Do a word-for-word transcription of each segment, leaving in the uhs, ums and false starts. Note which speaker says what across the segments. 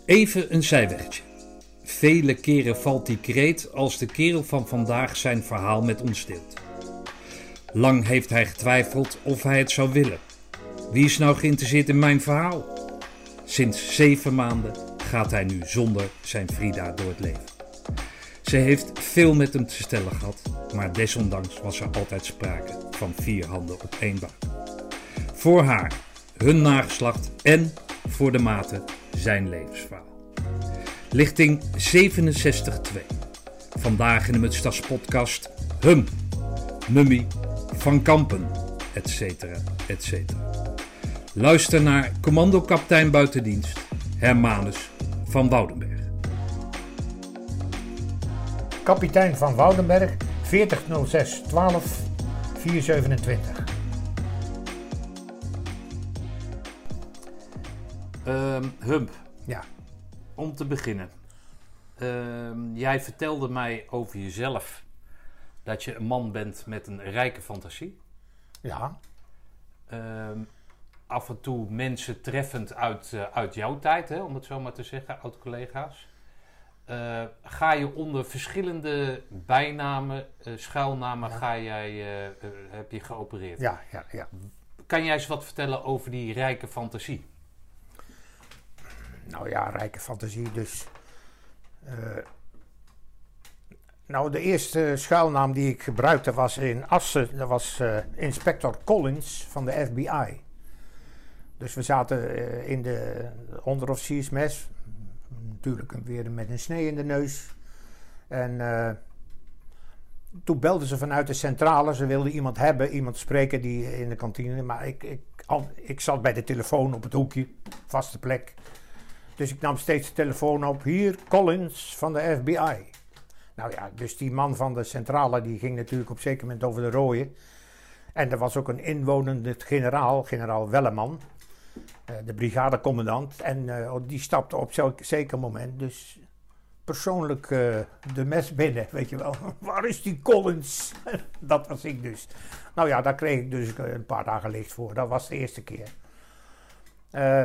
Speaker 1: Even een zijweggetje. Vele keren valt die kreet als de kerel van vandaag zijn verhaal met ons deelt. Lang heeft hij getwijfeld of hij het zou willen. Wie is nou geïnteresseerd in mijn verhaal? Sinds zeven maanden gaat hij nu zonder zijn Frida door het leven. Ze heeft veel met hem te stellen gehad, maar desondanks was er altijd sprake van vier handen op één buik. Voor haar, hun nageslacht en voor de maten zijn levensverhaal. Lichting zevenenzestig twee. Vandaag in de Mutstas podcast Hum, Mummy, Van Kampen, et cetera, et cetera. Luister naar commando-kapitein buitendienst Hermanus van Woudenberg.
Speaker 2: Kapitein van Woudenberg, veertig nul zes twaalf vier zevenentwintig.
Speaker 1: Um, Hump,
Speaker 2: Ja.
Speaker 1: om te beginnen. Um, jij vertelde mij over jezelf dat je een man bent met een rijke fantasie.
Speaker 2: Ja.
Speaker 1: Um, af en toe mensen treffend uit, uh, uit jouw tijd, hè, om het zo maar te zeggen, oud-collega's. Uh, ga je onder verschillende bijnamen, uh, schuilnamen,
Speaker 2: Ja.
Speaker 1: ga jij, uh, uh, heb je geopereerd.
Speaker 2: Ja, ja, ja.
Speaker 1: Kan jij eens wat vertellen over die rijke fantasie?
Speaker 2: Nou ja, rijke fantasie dus. Uh, nou, de eerste schuilnaam die ik gebruikte was in Assen. Dat was uh, inspector Collins van de F B I. Dus we zaten uh, in de onderofficiersmes. Natuurlijk weer met een snee in de neus. En uh, toen belden ze vanuit de centrale. Ze wilden iemand hebben, iemand spreken die in de kantine. Maar ik, ik, al, ik zat bij de telefoon op het hoekje, vaste plek. Dus ik nam steeds de telefoon op. Hier, Collins van de F B I. Nou ja, dus die man van de centrale die ging natuurlijk op een zeker moment over de rooien. En er was ook een inwonende generaal, generaal Welleman. Uh, de brigadecommandant. En uh, die stapte op een zeker moment dus persoonlijk uh, de mes binnen. Weet je wel, waar is die Collins? Dat was ik dus. Nou ja, daar kreeg ik dus een paar dagen licht voor. Dat was de eerste keer. Uh,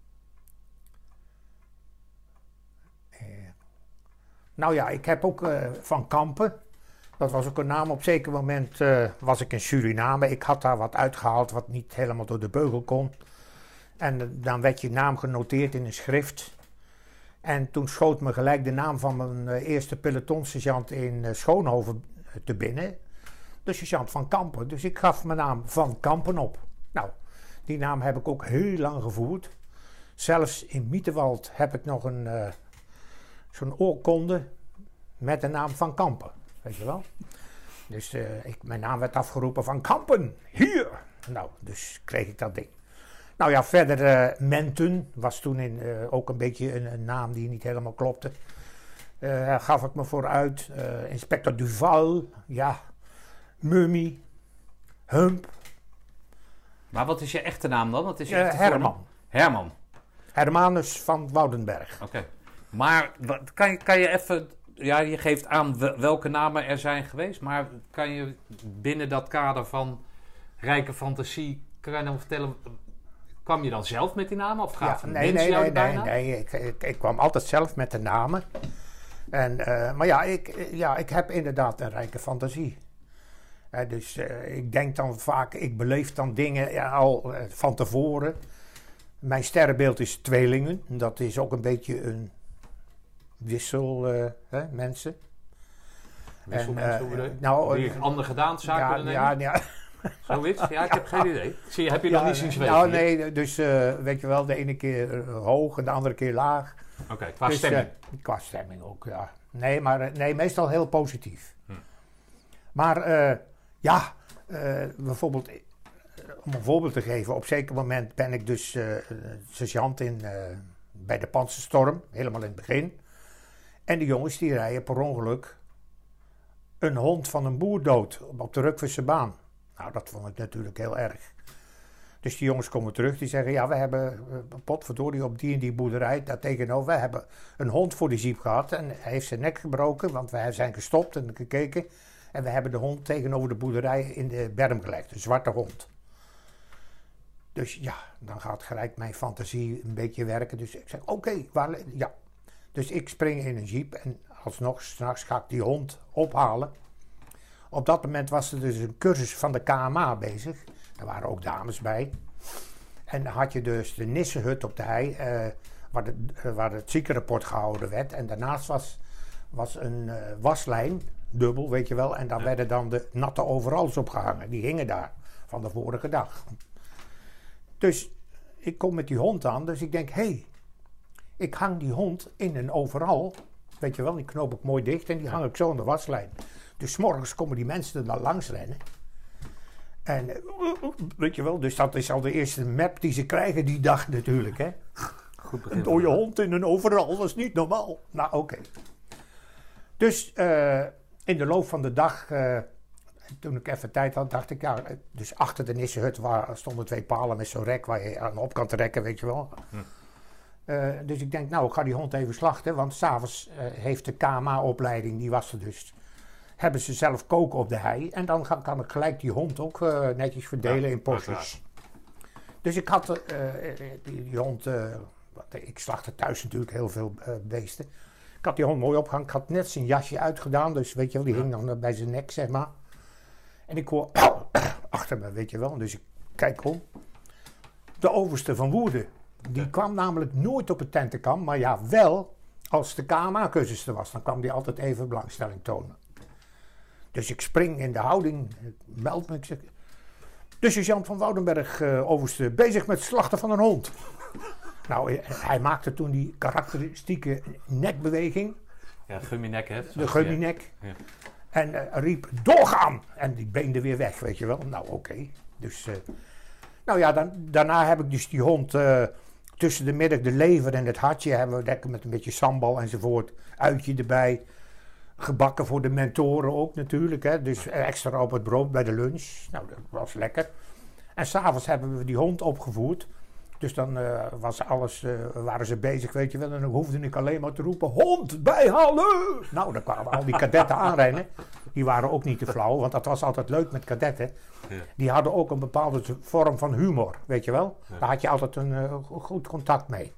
Speaker 2: Nou ja, ik heb ook uh, Van Kampen. Dat was ook een naam. Op een zeker moment uh, was ik in Suriname. Ik had daar wat uitgehaald wat niet helemaal door de beugel kon. En uh, dan werd je naam genoteerd in een schrift. En toen schoot me gelijk de naam van mijn uh, eerste pelotonsergeant in uh, Schoonhoven te binnen. De sergeant Van Kampen. Dus ik gaf mijn naam Van Kampen op. Nou, die naam heb ik ook heel lang gevoerd. Zelfs in Mietenwald heb ik nog een... Uh, zo'n oorkonde met de naam Van Kampen, weet je wel. Dus uh, ik, mijn naam werd afgeroepen Van Kampen, hier! Nou, dus kreeg ik dat ding. Nou ja, verder uh, Menten was toen in, uh, ook een beetje een, een naam die niet helemaal klopte. Uh, gaf ik me vooruit. Uh, inspector Duval, ja, Mummy, Hump.
Speaker 1: Maar wat is je echte naam dan? Wat is je
Speaker 2: Uh,
Speaker 1: echte
Speaker 2: Herman.
Speaker 1: voornaam? Herman.
Speaker 2: Hermanus van Woudenberg.
Speaker 1: Oké. Okay. Maar wat, kan, je, kan je even... Ja, je geeft aan welke namen er zijn geweest. Maar kan je binnen dat kader van rijke fantasie... Kan je dan vertellen... Kwam je dan zelf met die namen? Of gaat
Speaker 2: ja, nee, nee, nee, nee, nee. Ik, ik, ik kwam altijd zelf met de namen. En, uh, maar ja ik, ja, ik heb inderdaad een rijke fantasie. Uh, dus uh, ik denk dan vaak... Ik beleef dan dingen ja, al uh, van tevoren. Mijn sterrenbeeld is tweelingen. Dat is ook een beetje een... wissel uh, hè, mensen.
Speaker 1: Wisselmensen, hoe bedoel je?
Speaker 2: Nou,
Speaker 1: die uh, ander gedaan zaken
Speaker 2: ja,
Speaker 1: willen
Speaker 2: ja,
Speaker 1: nemen?
Speaker 2: ja.
Speaker 1: Zoiets? Ja, ik heb geen idee. Zie je, heb je
Speaker 2: ja,
Speaker 1: nog niet zien zweven?
Speaker 2: Nou nee, dus uh, weet je wel, de ene keer uh, hoog en de andere keer laag.
Speaker 1: Oké, okay, qua
Speaker 2: dus,
Speaker 1: stemming?
Speaker 2: Uh, qua stemming ook, ja. Nee, maar uh, nee, meestal heel positief.
Speaker 1: Hm.
Speaker 2: Maar uh, ja, uh, bijvoorbeeld, uh, om een voorbeeld te geven, op een zeker moment ben ik dus uh, sergeant in, uh, bij de Panzerstorm, helemaal in het begin. En die jongens die rijden per ongeluk een hond van een boer dood op de Rukverse baan. Nou, dat vond ik natuurlijk heel erg. Dus die jongens komen terug, die zeggen, ja, we hebben uh, potverdorie op die en die boerderij daar tegenover. We hebben een hond voor die jeep gehad en hij heeft zijn nek gebroken, want wij zijn gestopt en gekeken. En we hebben de hond tegenover de boerderij in de berm gelegd, een zwarte hond. Dus ja, dan gaat gelijk mijn fantasie een beetje werken. Dus ik zeg, oké, okay, waar... Ja. Dus ik spring in een jeep en alsnog, s'nachts ga ik die hond ophalen. Op dat moment was er dus een cursus van de K M A bezig. Er waren ook dames bij. En dan had je dus de Nissenhut op de hei, uh, waar, de, uh, waar het ziekenrapport gehouden werd. En daarnaast was, was een uh, waslijn, dubbel, weet je wel. En daar ja. werden dan de natte overals opgehangen. Die hingen daar van de vorige dag. Dus ik kom met die hond aan, dus ik denk, hé, hey, ik hang die hond in een overal. Weet je wel, die knoop ik mooi dicht en die hang ik zo aan de waslijn. Dus 's morgens komen die mensen er dan langs rennen. En uh, weet je wel, dus dat is al de eerste map die ze krijgen die dag natuurlijk, hè.
Speaker 1: Goed begin.
Speaker 2: Een dode hond in een overal, dat is niet normaal. Nou, oké. Okay. Dus uh, in de loop van de dag, uh, toen ik even tijd had, dacht ik, ja, dus achter de Nissenhut waar stonden twee palen met zo'n rek waar je aan op kan trekken, weet je wel. Hm. Uh, dus ik denk, nou, ik ga die hond even slachten, want s'avonds uh, heeft de K M A-opleiding, die was er dus, hebben ze zelf koken op de hei. En dan kan, kan ik gelijk die hond ook uh, netjes verdelen ja, in porties. Dus ik had uh, die, die hond, uh, ik slachtte thuis natuurlijk heel veel uh, beesten. Ik had die hond mooi opgehangen, ik had net zijn jasje uitgedaan, dus weet je wel, die ja. hing dan uh, bij zijn nek, zeg maar. En ik hoor achter me, weet je wel, dus ik kijk om. De overste van Woerden. Die ja. kwam namelijk nooit op het tentenkamp, maar ja, wel als de K M A-cursus er was. Dan kwam die altijd even belangstelling tonen. Dus ik spring in de houding, meld me. Ik zeg, de sergeant van Woudenberg, uh, overste, bezig met het slachten van een hond. Nou, hij maakte toen die karakteristieke nekbeweging.
Speaker 1: Ja, gumminek, hè?
Speaker 2: De gumminek.
Speaker 1: Ja.
Speaker 2: En uh, riep, doorgaan! En die beende weer weg, weet je wel. Nou, oké. Okay. Dus, uh, nou ja, dan, daarna heb ik dus die hond... Uh, tussen de middag de lever en het hartje hebben we lekker met een beetje sambal enzovoort. Uitje erbij. Gebakken voor de mentoren ook natuurlijk. Hè. Dus extra op het brood bij de lunch. Nou, dat was lekker. En s'avonds hebben we die hond opgevoerd. Dus dan uh, was alles, uh, waren ze bezig, weet je wel. En dan hoefde ik alleen maar te roepen, hond, bijhalen! Nou, dan kwamen al die kadetten aanrennen. Die waren ook niet te flauw, want dat was altijd leuk met kadetten. Ja. Die hadden ook een bepaalde vorm van humor, weet je wel. Ja. Daar had je altijd een uh, goed contact mee.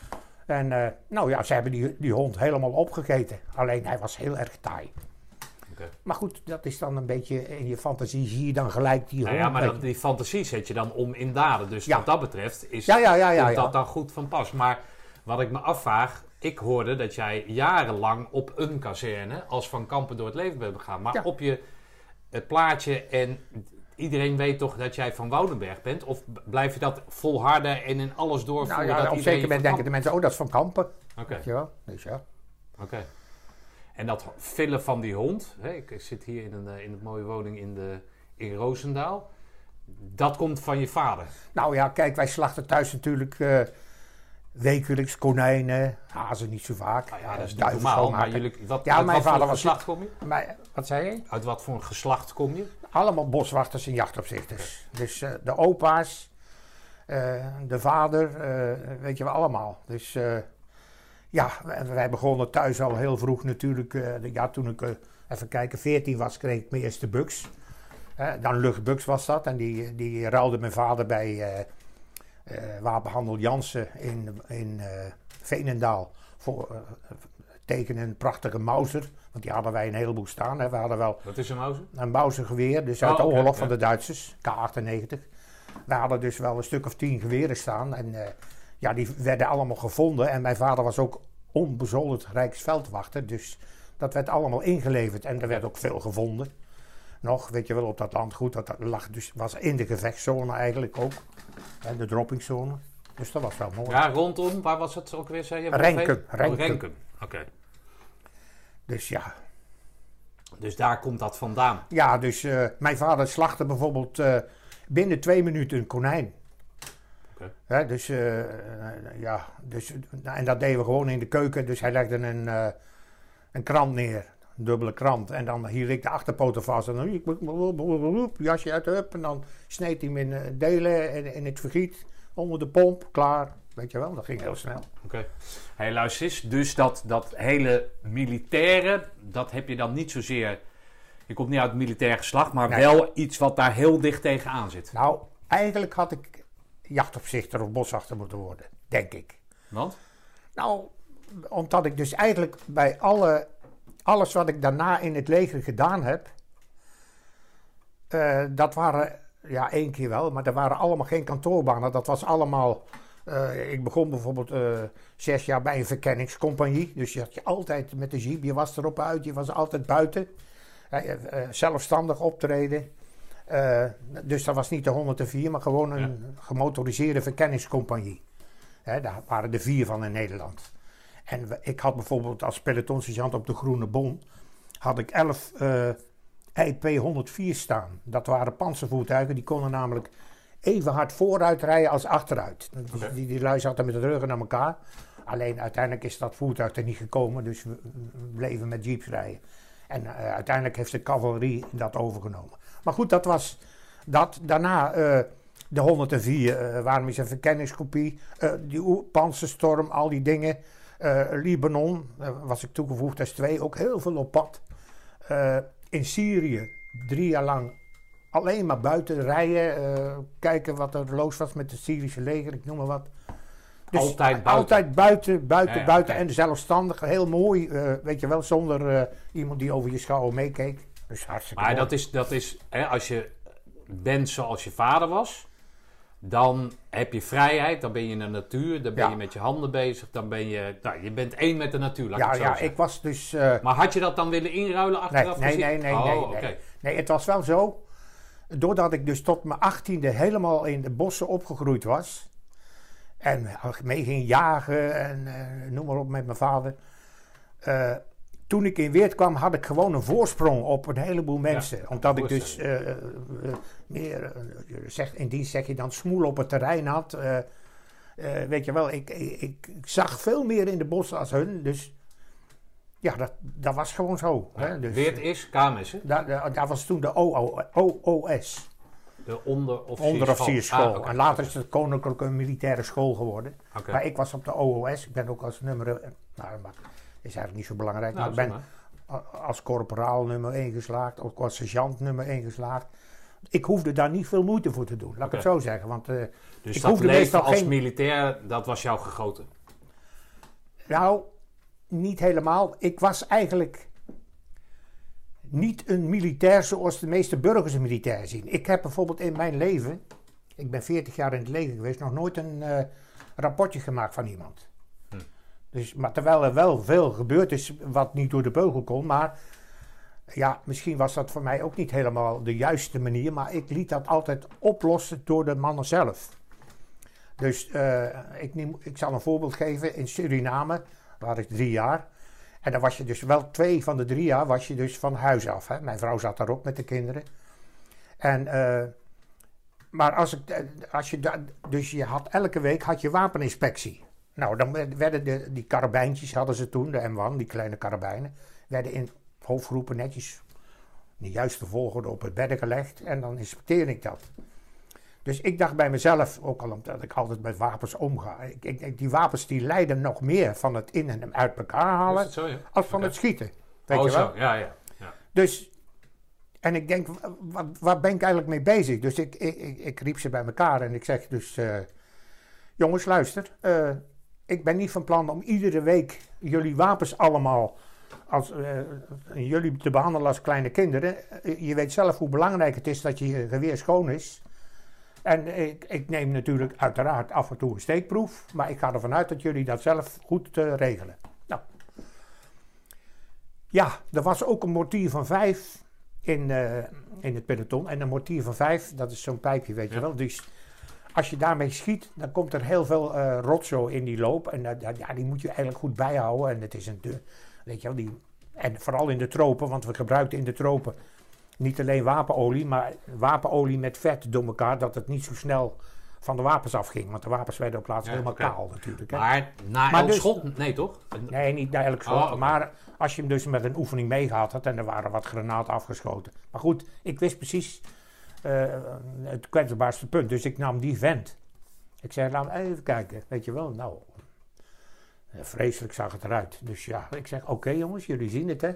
Speaker 2: En uh, nou ja, ze hebben die, die hond helemaal opgegeten. Alleen hij was heel erg taai. Okay. Maar goed, dat is dan een beetje in je fantasie zie je dan gelijk die
Speaker 1: nou
Speaker 2: hond.
Speaker 1: Ja, maar dat, die fantasie zet je dan om in daden. Dus
Speaker 2: ja.
Speaker 1: wat dat betreft is
Speaker 2: ja, ja, ja, ja,
Speaker 1: dat
Speaker 2: ja.
Speaker 1: dan goed van pas. Maar wat ik me afvraag, ik hoorde dat jij jarenlang op een kazerne als Van Kampen door het leven bent gegaan. Maar ja. op je het plaatje en iedereen weet toch dat jij van Woudenberg bent? Of blijf je dat volharden en in alles doorvoeren?
Speaker 2: Nou ja,
Speaker 1: dat
Speaker 2: op zeker moment denken de mensen, oh dat is Van Kampen.
Speaker 1: Oké. Okay.
Speaker 2: Weet je wel? Dus ja.
Speaker 1: Oké. Okay. En dat villen van die hond, hè, ik, ik zit hier in een, in een mooie woning in, de, in Roosendaal, dat komt van je vader?
Speaker 2: Nou ja, kijk, wij slachten thuis natuurlijk uh, wekelijks konijnen, hazen niet zo vaak.
Speaker 1: Nou ja, dat is niet normaal, maar jullie, wat,
Speaker 2: ja,
Speaker 1: uit
Speaker 2: mijn
Speaker 1: wat
Speaker 2: vader
Speaker 1: voor
Speaker 2: was
Speaker 1: geslacht kom je?
Speaker 2: Mijn, wat zei je?
Speaker 1: Uit wat voor een geslacht kom je?
Speaker 2: Allemaal boswachters en jachtopzichters. Okay. Dus uh, de opa's, uh, de vader, uh, weet je wel, allemaal. Dus... Uh, Ja, wij begonnen thuis al heel vroeg natuurlijk. Uh, ja, toen ik, uh, even kijken, veertien was, kreeg ik mijn eerste buks. Uh, dan luchtbuks was dat. En die, die ruilde mijn vader bij uh, uh, Wapenhandel Jansen in, in uh, Veenendaal. Voor uh, tegen een prachtige Mauser. Want die hadden wij een heleboel staan. Hè. We hadden wel
Speaker 1: Wat is een Mauser?
Speaker 2: Een Mauser geweer, dus
Speaker 1: oh,
Speaker 2: uit de
Speaker 1: okay,
Speaker 2: oorlog
Speaker 1: ja.
Speaker 2: van de Duitsers. K achtennegentig. We hadden dus wel een stuk of tien geweren staan. En... Uh, Ja, die werden allemaal gevonden en mijn vader was ook onbezoldigd Rijksveldwachter, dus dat werd allemaal ingeleverd en er werd ook veel gevonden. Nog, weet je wel, op dat landgoed, dat lag dus, was in de gevechtszone eigenlijk ook, hè, de droppingzone, dus dat was wel mooi.
Speaker 1: Ja, rondom, waar was het ook weer, zei je?
Speaker 2: Renkum. Renkum.
Speaker 1: Oh, Renkum, oké. Okay.
Speaker 2: Dus ja.
Speaker 1: Dus daar komt dat vandaan?
Speaker 2: Ja, dus uh, mijn vader slachtte bijvoorbeeld uh, binnen twee minuten een konijn. Okay. Ja, dus, uh, ja, dus, en dat deden we gewoon in de keuken. Dus hij legde een, uh, een krant neer, een dubbele krant. En dan hield ik de achterpoten vast. En dan jasje uit de hup. En dan sneed hij hem in uh, delen in, in het vergiet, onder de pomp, klaar. Weet je wel, dat ging heel snel.
Speaker 1: Oké. Okay. Hey, luister eens, dus dat, dat hele militaire, dat heb je dan niet zozeer... Je komt niet uit het militair geslacht, maar nee. wel iets wat daar heel dicht tegenaan zit.
Speaker 2: Nou, eigenlijk had ik... jachtopzichter of boswachter moeten worden, denk ik.
Speaker 1: Want?
Speaker 2: Nou, omdat ik dus eigenlijk bij alle, alles wat ik daarna in het leger gedaan heb, uh, dat waren, ja één keer wel, maar dat waren allemaal geen kantoorbanen. Dat was allemaal, uh, ik begon bijvoorbeeld uh, zes jaar bij een verkenningscompagnie. Dus je had je altijd met de jeep, je was erop uit, je was altijd buiten. Uh, uh, zelfstandig optreden. Uh, dus dat was niet de honderdvier, maar gewoon een ja. gemotoriseerde verkenningscompagnie. Hè, daar waren er vier van in Nederland. En we, ik had bijvoorbeeld als pelotonsergeant op de Groene Bon, had ik elf uh, I P honderdvier staan. Dat waren panzervoertuigen, die konden namelijk even hard vooruit rijden als achteruit. Okay. Die, die lui zaten met de ruggen naar elkaar. Alleen uiteindelijk is dat voertuig er niet gekomen, dus we, we bleven met jeeps rijden. En uh, uiteindelijk heeft de cavalerie dat overgenomen. Maar goed, dat was dat. Daarna uh, de honderdvier, uh, waarom is een verkenningskopie, uh, die panzerstorm, al die dingen. Uh, Libanon, uh, was ik toegevoegd als twee, ook heel veel op pad. Uh, in Syrië, drie jaar lang alleen maar buiten rijden, uh, kijken wat er los was met het Syrische leger, ik noem maar wat. Dus
Speaker 1: altijd buiten.
Speaker 2: Altijd buiten, buiten, ja, ja, buiten okay. En zelfstandig, heel mooi, uh, weet je wel, zonder uh, iemand die over je schouder meekeek. Dus hartstikke
Speaker 1: maar
Speaker 2: mooi.
Speaker 1: dat is, dat is hè, als je bent zoals je vader was, dan heb je vrijheid, dan ben je in de natuur, dan ben
Speaker 2: ja.
Speaker 1: je met je handen bezig, dan ben je, nou, je bent één met de natuur, laat
Speaker 2: ja,
Speaker 1: ik het zo
Speaker 2: ja,
Speaker 1: zeggen.
Speaker 2: ik was dus... Uh,
Speaker 1: maar had je dat dan willen inruilen achteraf?
Speaker 2: Nee, nee, nee, nee,
Speaker 1: oh,
Speaker 2: nee,
Speaker 1: okay.
Speaker 2: nee. Nee, het was wel zo, doordat ik dus tot mijn achttiende helemaal in de bossen opgegroeid was, en mee ging jagen en uh, noem maar op met mijn vader. Uh, toen ik in Weert kwam, had ik gewoon een voorsprong op een heleboel mensen. Ja, omdat ik dus uh, uh, meer, uh, zeg, in dienst zeg je dan, smoel op het terrein had. Uh, uh, weet je wel, ik, ik, ik zag veel meer in de bossen als hun. Dus ja, dat, dat was gewoon zo.
Speaker 1: Ja,
Speaker 2: hè? Dus,
Speaker 1: Weert is K M S, hè?
Speaker 2: Dat, dat was toen de O O S.
Speaker 1: De onderofficierschool.
Speaker 2: Onderofficierschool.
Speaker 1: Ah, okay.
Speaker 2: En later is het Koninklijke Militaire School geworden.
Speaker 1: Okay.
Speaker 2: Maar ik was op de O O S. Ik ben ook als nummer... Nou, maar is eigenlijk niet zo belangrijk.
Speaker 1: Nou,
Speaker 2: maar ik ben maar. als corporaal nummer één geslaagd. Ook als sergeant nummer één geslaagd. Ik hoefde daar niet veel moeite voor te doen. Laat okay. ik het zo zeggen. Want, uh,
Speaker 1: dus
Speaker 2: ik
Speaker 1: dat
Speaker 2: hoefde
Speaker 1: leven
Speaker 2: meestal
Speaker 1: als
Speaker 2: geen...
Speaker 1: militair, dat was jou gegoten?
Speaker 2: Nou, niet helemaal. Ik was eigenlijk niet een militair zoals de meeste burgers een militair zien. Ik heb bijvoorbeeld in mijn leven, ik ben veertig jaar in het leger geweest, nog nooit een uh, rapportje gemaakt van iemand. Hm. Dus, maar terwijl er wel veel gebeurd is wat niet door de beugel kon, maar ja, misschien was dat voor mij ook niet helemaal de juiste manier, maar ik liet dat altijd oplossen door de mannen zelf. Dus uh, ik, neem, ik zal een voorbeeld geven. In Suriname, waar ik drie jaar, en dan was je dus wel twee van de drie jaar was je dus van huis af. Hè? Mijn vrouw zat daar ook met de kinderen. En, uh, maar als ik, als je, da, dus je had elke week had je wapeninspectie. Nou, dan werden de, die karabijntjes hadden ze toen, de M één, die kleine karabijnen, werden in hoofdgroepen netjes in de juiste volgorde op het bedden gelegd. En dan inspecteerde ik dat. Dus ik dacht bij mezelf, ook al omdat ik altijd met wapens omga, ik, ik, die wapens die lijden nog meer van het in en uit elkaar halen, zo, ja? als van okay. het schieten. Weet
Speaker 1: oh,
Speaker 2: je wel?
Speaker 1: Zo. Ja, ja, ja.
Speaker 2: Dus, en ik denk, wat, waar ben ik eigenlijk mee bezig? Dus ik, ik, ik, ik riep ze bij elkaar en ik zeg dus, uh, jongens luister, uh, ik ben niet van plan om iedere week jullie wapens allemaal als, uh, jullie te behandelen als kleine kinderen. Je weet zelf hoe belangrijk het is dat je geweer schoon is. En ik, ik neem natuurlijk uiteraard af en toe een steekproef, maar ik ga ervan uit dat jullie dat zelf goed uh, regelen. Nou. Ja, er was ook een mortier van vijf in, uh, in het peloton. En een mortier van vijf, dat is zo'n pijpje, weet je ja. wel. Dus als je daarmee schiet, dan komt er heel veel uh, rotzooi in die loop. En uh, ja, die moet je eigenlijk goed bijhouden. En het is een, weet je wel, die, en vooral in de tropen, want we gebruikten in de tropen niet alleen wapenolie, maar wapenolie met vet door elkaar, dat het niet zo snel van de wapens afging. Want de wapens werden ook laatst ja, helemaal okay. kaal natuurlijk. Hè.
Speaker 1: Maar na maar elk dus, schot? Nee toch?
Speaker 2: Nee, niet na elk schot. Oh, okay. Maar als je hem dus met een oefening meegehad had en er waren wat granaten afgeschoten. Maar goed, ik wist precies uh, het kwetsbaarste punt. Dus ik nam die vent. Ik zei, laten we even kijken. Weet je wel, nou, vreselijk zag het eruit. Dus ja, ik zeg, oké okay, jongens, jullie zien het hè.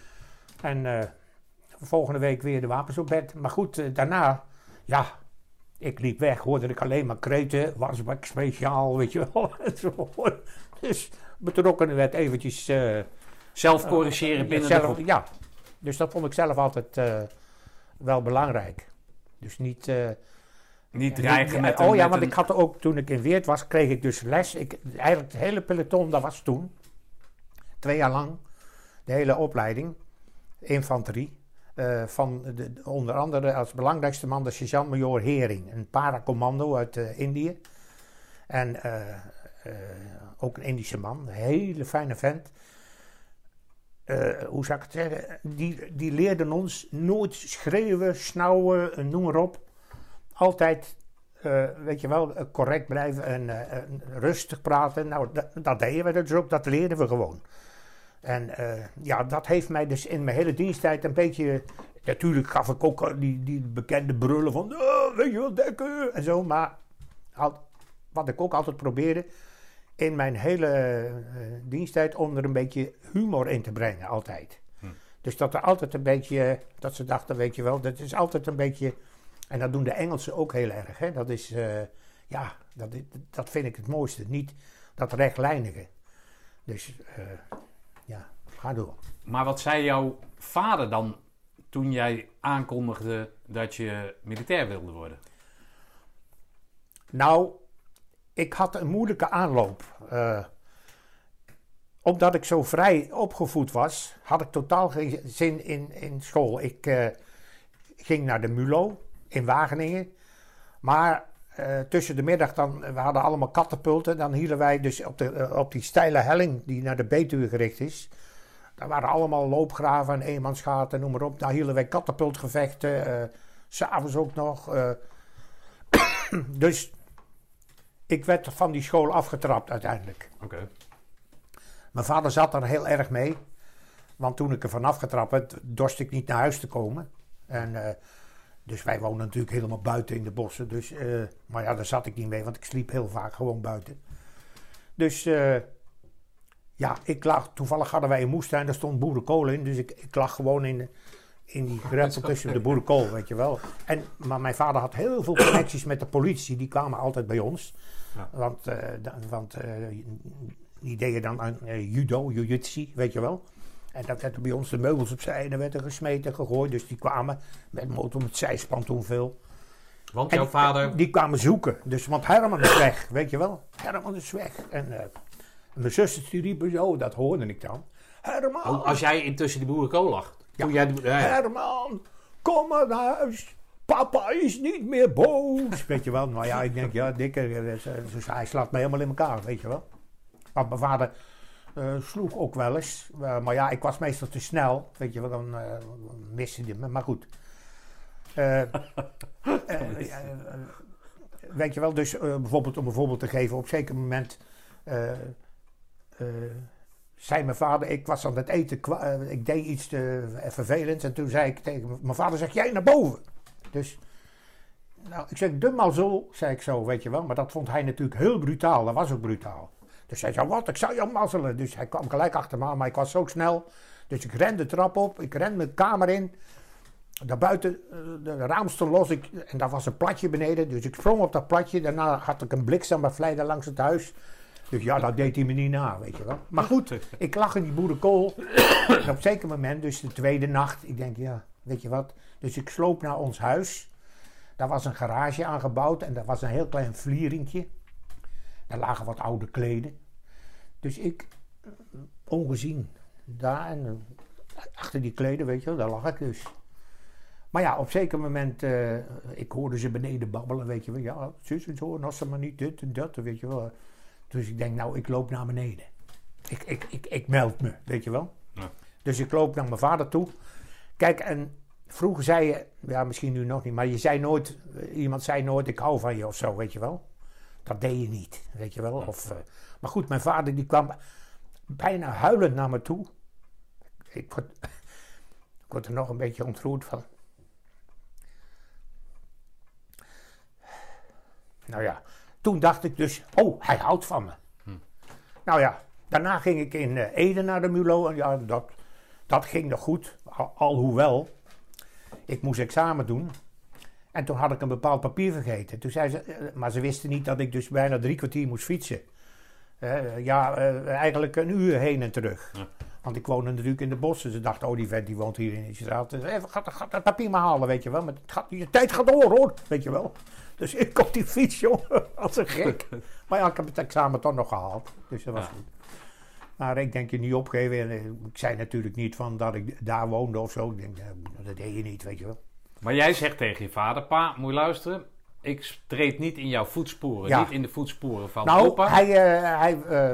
Speaker 2: En uh, volgende week weer de wapens op bed. Maar goed, uh, daarna, ja, Ik liep weg, hoorde ik alleen maar kreten, wasbak speciaal, weet je wel. Dus betrokkenen werd eventjes... Uh,
Speaker 3: zelf corrigeren uh, binnen
Speaker 2: zelf,
Speaker 3: de groep.
Speaker 2: Ja, dus dat vond ik zelf altijd uh, wel belangrijk. Dus niet... Uh,
Speaker 3: niet dreigen met
Speaker 2: Oh
Speaker 3: een,
Speaker 2: ja,
Speaker 3: met
Speaker 2: want
Speaker 3: een...
Speaker 2: ik had ook, toen ik in Weert was, kreeg ik dus les. Ik, eigenlijk het hele peloton, dat was toen. Twee jaar lang. De hele opleiding. Infanterie. Uh, van de, onder andere als belangrijkste man de sergeant-majoor Hering. Een paracommando uit uh, Indië. En uh, uh, ook een Indische man. Een hele fijne vent. Uh, hoe zou ik het zeggen? Die, die leerden ons nooit schreeuwen, snauwen, noem maar op. Altijd, uh, weet je wel, correct blijven en uh, uh, rustig praten. Nou, dat, dat deden we dus ook. Dat leerden we gewoon. En uh, ja, dat heeft mij dus in mijn hele diensttijd een beetje... Natuurlijk gaf ik ook die, die bekende brullen van... Oh, weet je wel, dekken en zo. Maar al, wat ik ook altijd probeerde... in mijn hele uh, diensttijd... om er een beetje humor in te brengen, altijd. Hm. Dus dat er altijd een beetje... Dat ze dachten, weet je wel, dat is altijd een beetje... En dat doen de Engelsen ook heel erg. Hè? Dat is... Uh, ja, dat, dat vind ik het mooiste. Niet dat rechtlijnige. Dus... Uh, ja, ga door.
Speaker 3: Maar wat zei jouw vader dan toen jij aankondigde dat je militair wilde worden?
Speaker 2: Nou, ik had een moeilijke aanloop. Uh, omdat ik zo vrij opgevoed was, had ik totaal geen zin in, in school. Ik uh, ging naar de MULO in Wageningen. Maar uh, tussen de middag, dan, we hadden allemaal katapulten. Dan hielden wij dus op, de, uh, op die steile helling die naar de Betuwe gericht is. Daar waren allemaal loopgraven en eenmansgaten, noem maar op. Daar hielden wij katapultgevechten. Uh, 's avonds ook nog. Uh, dus ik werd van die school afgetrapt uiteindelijk.
Speaker 3: Oké. Okay.
Speaker 2: Mijn vader zat er heel erg mee. Want toen ik er vanaf getrapt werd, dorst ik niet naar huis te komen. En... Uh, Dus wij woonden natuurlijk helemaal buiten in de bossen. Dus, uh, maar ja, daar zat ik niet mee, want ik sliep heel vaak gewoon buiten. Dus uh, ja, ik lag, toevallig hadden wij een moestuin, daar stond boerenkool in. Dus ik, ik lag gewoon in, in die greppel tussen de boerenkool, weet je wel. En, maar mijn vader had heel veel connecties met de politie, die kwamen altijd bij ons. Ja. Want, uh, want uh, die deden dan aan uh, judo, jiu-jitsu, weet je wel. En dat werd bij ons de meubels opzij en er werd er gesmeten en gegooid. Dus die kwamen met motor met zijspan toen veel.
Speaker 3: Want jouw
Speaker 2: die,
Speaker 3: vader...
Speaker 2: Die kwamen zoeken. Dus, want Herman is weg, weet je wel. Herman is weg. En uh, mijn zusters die riepen zo, dat hoorde ik dan. Herman!
Speaker 3: Oh, als jij intussen die boerenkool lag.
Speaker 2: Ja.
Speaker 3: Jij, ja, ja.
Speaker 2: Herman, kom maar naar huis. Papa is niet meer boos. Weet je wel. Nou ja, ik denk, ja, dikke. Dus hij slaat me helemaal in elkaar, weet je wel. Want mijn vader... Uh, sloeg ook wel eens. Uh, maar ja, ik was meestal te snel. Weet je wel, dan uh, miste hij me. Maar goed. Uh, uh, uh, uh, weet je wel, dus uh, bijvoorbeeld om een voorbeeld te geven. Op een zeker moment uh, uh, zei mijn vader, ik was aan het eten. Uh, ik deed iets te, uh, vervelends. En toen zei ik tegen mijn vader, zeg jij naar boven. Dus, nou, ik zeg, doe maar zo, zei ik zo, weet je wel. Maar dat vond hij natuurlijk heel brutaal. Dat was ook brutaal. Dus hij zei, wat, ik zou jou mazzelen. Dus hij kwam gelijk achter me aan, maar ik was zo snel. Dus ik rende de trap op, ik rende de kamer in. Daarbuiten, de raam stond los ik, en daar was een platje beneden. Dus ik sprong op dat platje, daarna had ik een bliksemafleider langs het huis. Dus ja, dat deed hij me niet na, weet je wel. Maar goed, ik lag in die boerenkool. En op een zeker moment, dus de tweede nacht, ik denk, ja, weet je wat. Dus ik sloop naar ons huis. Daar was een garage aangebouwd en daar was een heel klein vlieringje. Daar lagen wat oude kleden. Dus ik, ongezien, daar en achter die kleden, weet je wel, daar lag ik dus. Maar ja, op een zeker moment, uh, ik hoorde ze beneden babbelen, weet je wel. Ja, zus en zo, en als ze maar niet dit en dat, weet je wel. Dus ik denk, nou, ik loop naar beneden. Ik, ik, ik, ik meld me, weet je wel. Ja. Dus ik loop naar mijn vader toe. Kijk, en vroeger zei je, ja, misschien nu nog niet, maar je zei nooit, iemand zei nooit, ik hou van je of zo, weet je wel. Dat deed je niet, weet je wel. Of, uh, maar goed, mijn vader die kwam bijna huilend naar me toe. Ik word, ik word er nog een beetje ontroerd van. Nou ja, toen dacht ik dus, oh, hij houdt van me. Hm. Nou ja, daarna ging ik in uh, Ede naar de MULO. En ja, dat, dat ging nog goed, al, alhoewel. Ik moest examen doen. En toen had ik een bepaald papier vergeten. Toen zei ze, uh, maar ze wisten niet dat ik dus bijna drie kwartier moest fietsen. Uh, ja, uh, eigenlijk een uur heen en terug. Ja. Want ik woonde natuurlijk in de bossen. Ze dachten, oh die vent die woont hier in de straat. Dus even, ga, ga dat papier maar halen, weet je wel. Maar het gaat, de tijd gaat door hoor, weet je wel. Dus ik op die fiets, jongen, als een gek. Maar ja, ik heb het examen toch nog gehaald. Dus dat was ja. goed. Maar ik denk je niet opgeven. En ik zei natuurlijk niet van dat ik daar woonde of zo. Ik denk, dat deed je niet, weet je wel.
Speaker 3: Maar jij zegt tegen je vader, pa, moet je luisteren. Ik treed niet in jouw voetsporen. Ja. Niet in de voetsporen van
Speaker 2: nou,
Speaker 3: opa.
Speaker 2: Hij, uh, hij, uh,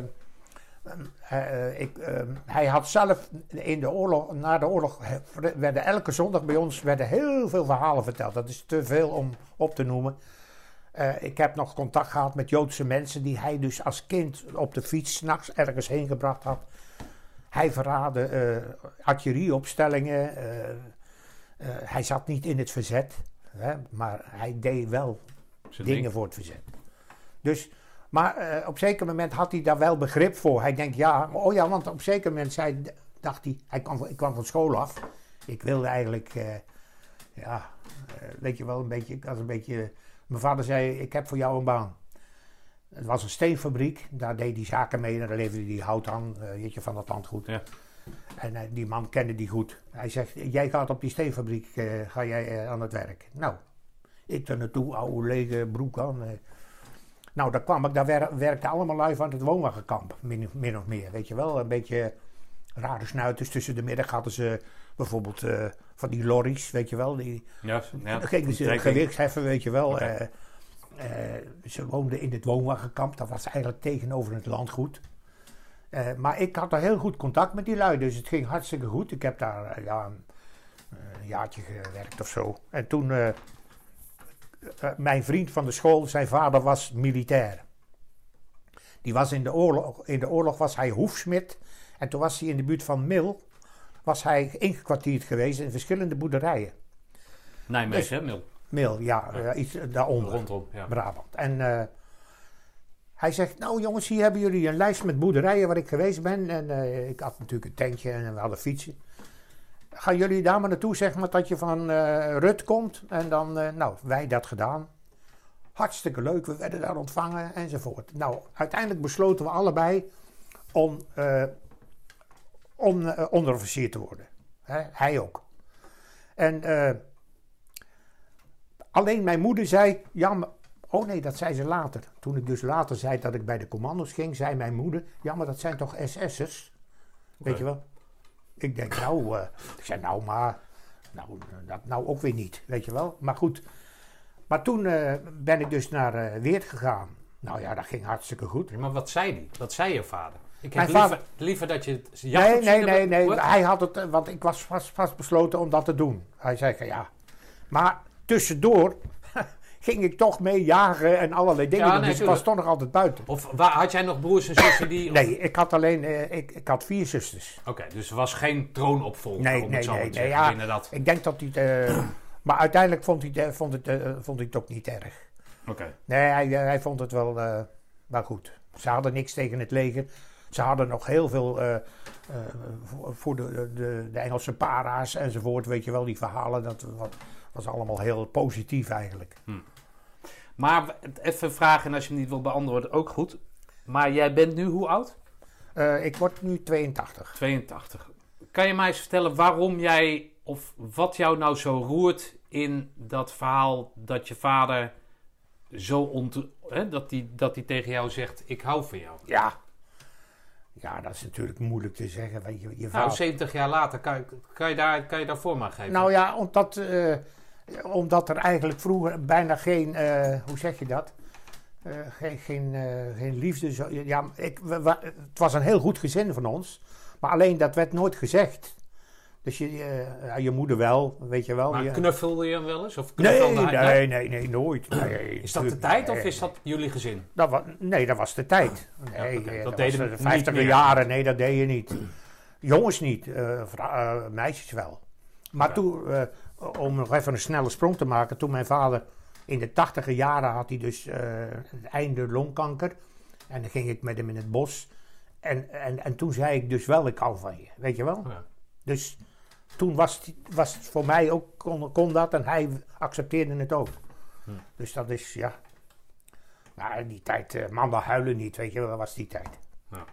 Speaker 2: uh, ik, uh, hij had zelf in de oorlog, na de oorlog, werden elke zondag bij ons werden heel veel verhalen verteld. Dat is te veel om op te noemen. Uh, ik heb nog contact gehad met Joodse mensen die hij dus als kind op de fiets 's nachts ergens heen gebracht had. Hij verraadde uh, artillerieopstellingen. Uh, uh, hij zat niet in het verzet, hè, maar hij deed wel Zijn dingen ding. voor het verzet. Dus, maar uh, op een zeker moment had hij daar wel begrip voor. Hij denkt ja, oh ja, want op een zeker moment zei, dacht hij, hij kwam, ik kwam van school af. Ik wilde eigenlijk, uh, ja, uh, weet je wel, een beetje, ik was een beetje. Mijn vader zei, ik heb voor jou een baan. Het was een steenfabriek, daar deed hij zaken mee en daar leverde hij hout aan, uh, weet je, van dat landgoed. Ja. En uh, die man kende die goed. Hij zegt, jij gaat op die steenfabriek, uh, ga jij uh, aan het werk. Nou, ik er naartoe, oude lege broek aan. Uh. Nou, daar kwam ik, daar wer- werkte allemaal lui van het woonwagenkamp, min, min of meer, weet je wel. Een beetje rare snuiters, tussen de middag hadden ze bijvoorbeeld uh, van die lorries, weet je wel. Die,
Speaker 3: ja, ja.
Speaker 2: Dan gingen ze gewichtsheffen, weet je wel. Okay. Uh, uh, ze woonden in het woonwagenkamp, dat was eigenlijk tegenover het landgoed. Uh, maar ik had er heel goed contact met die lui, dus het ging hartstikke goed. Ik heb daar uh, ja, een, een jaartje gewerkt of zo. En toen, uh, uh, mijn vriend van de school, zijn vader was militair. Die was in de oorlog, in de oorlog was hij hoefsmid. En toen was hij in de buurt van Mil, was hij ingekwartierd geweest in verschillende boerderijen.
Speaker 3: Nijmegen,
Speaker 2: dus,
Speaker 3: hè, Mil?
Speaker 2: Mil, ja, ja. Uh, iets daaronder.
Speaker 3: Rondom, ja.
Speaker 2: Brabant. En uh, hij zegt, nou jongens, hier hebben jullie een lijst met boerderijen waar ik geweest ben. En uh, ik had natuurlijk een tentje en we hadden fietsen. Gaan jullie daar maar naartoe, zeg maar, dat je van uh, Rut komt. En dan, uh, nou, wij dat gedaan. Hartstikke leuk, we werden daar ontvangen enzovoort. Nou, uiteindelijk besloten we allebei om, uh, om uh, onderofficier te worden. He, hij ook. En uh, alleen mijn moeder zei, ja, maar, oh nee, dat zei ze later. Toen ik dus later zei dat ik bij de commando's ging, zei mijn moeder, ja, maar dat zijn toch S S'ers? Weet okay. je wel? Ik denk, nou, uh, ik zei, nou, maar, nou, dat nou ook weer niet, weet je wel? Maar goed, maar toen uh, ben ik dus naar uh, Weert gegaan. Nou ja, dat ging hartstikke goed.
Speaker 3: Ja, maar wat zei die? Wat zei je vader? Ik heb
Speaker 2: mijn
Speaker 3: liever,
Speaker 2: vader,
Speaker 3: liever dat je het
Speaker 2: Nee, nee, nee, nee. Wordt? Hij had het, want ik was vast, vast besloten om dat te doen. Hij zei, ja. Maar tussendoor ging ik toch mee jagen en allerlei dingen. Ja, nee, dus ik was toch nog altijd buiten.
Speaker 3: Of waar, had jij nog broers en zussen die...
Speaker 2: Nee, ik had alleen, uh, ik, ik had vier zusters.
Speaker 3: Oké, okay, dus er was geen troonopvolger.
Speaker 2: Nee,
Speaker 3: om
Speaker 2: nee,
Speaker 3: het zo
Speaker 2: nee.
Speaker 3: te
Speaker 2: nee
Speaker 3: zeggen,
Speaker 2: ja,
Speaker 3: dat...
Speaker 2: Ik denk dat hij... Uh, maar uiteindelijk vond hij, uh, vond, het, uh, vond hij het ook niet erg.
Speaker 3: Oké. Okay.
Speaker 2: Nee, hij, uh, hij vond het wel, uh, wel goed. Ze hadden niks tegen het leger. Ze hadden nog heel veel uh, uh, voor de, de, de Engelse para's enzovoort. Weet je wel, die verhalen. Dat was allemaal heel positief eigenlijk.
Speaker 3: Hm. Maar even vragen, en als je hem niet wil beantwoorden, ook goed. Maar jij bent nu hoe oud?
Speaker 2: Uh, ik word nu tweeëntachtig.
Speaker 3: tweeëntachtig. Kan je mij eens vertellen waarom jij, of wat jou nou zo roert in dat verhaal dat je vader zo ont... Hè, dat hij dat die tegen jou zegt, ik hou van jou?
Speaker 2: Ja. Ja, dat is natuurlijk moeilijk te zeggen. Weet je, je
Speaker 3: nou, vader... zeventig jaar later, kan, kan, je daar, kan je daar voor maar geven?
Speaker 2: Nou ja, omdat... Uh, Omdat er eigenlijk vroeger bijna geen, uh, hoe zeg je dat? Uh, geen, geen, uh, geen liefde. Zo, ja, ik, we, we, het was een heel goed gezin van ons. Maar alleen dat werd nooit gezegd. Dus je, uh, je moeder wel, weet je wel.
Speaker 3: Maar
Speaker 2: je,
Speaker 3: knuffelde je hem wel eens? Of
Speaker 2: nee, nee, nee, nee, nee, nooit. Nee,
Speaker 3: is dat de tijd nee, of is dat jullie gezin?
Speaker 2: Dat was, nee, dat was de tijd. Nee,
Speaker 3: ja, okay. Dat,
Speaker 2: dat
Speaker 3: deden
Speaker 2: was de vijftiger jaren, nee, dat deed je niet. Jongens niet, uh, vra- uh, meisjes wel. Maar okay. toen... Uh, om nog even een snelle sprong te maken. Toen mijn vader in de tachtiger jaren had hij dus uh, het einde longkanker. En dan ging ik met hem in het bos. En, en, en toen zei ik dus wel, ik hou van je. Weet je wel? Ja. Dus toen was, die, was het voor mij ook, kon, kon dat en hij accepteerde het ook. Hm. Dus dat is, ja. Nou, die tijd, uh, mannen huilen niet, weet je wel, dat was die tijd.
Speaker 3: Ja,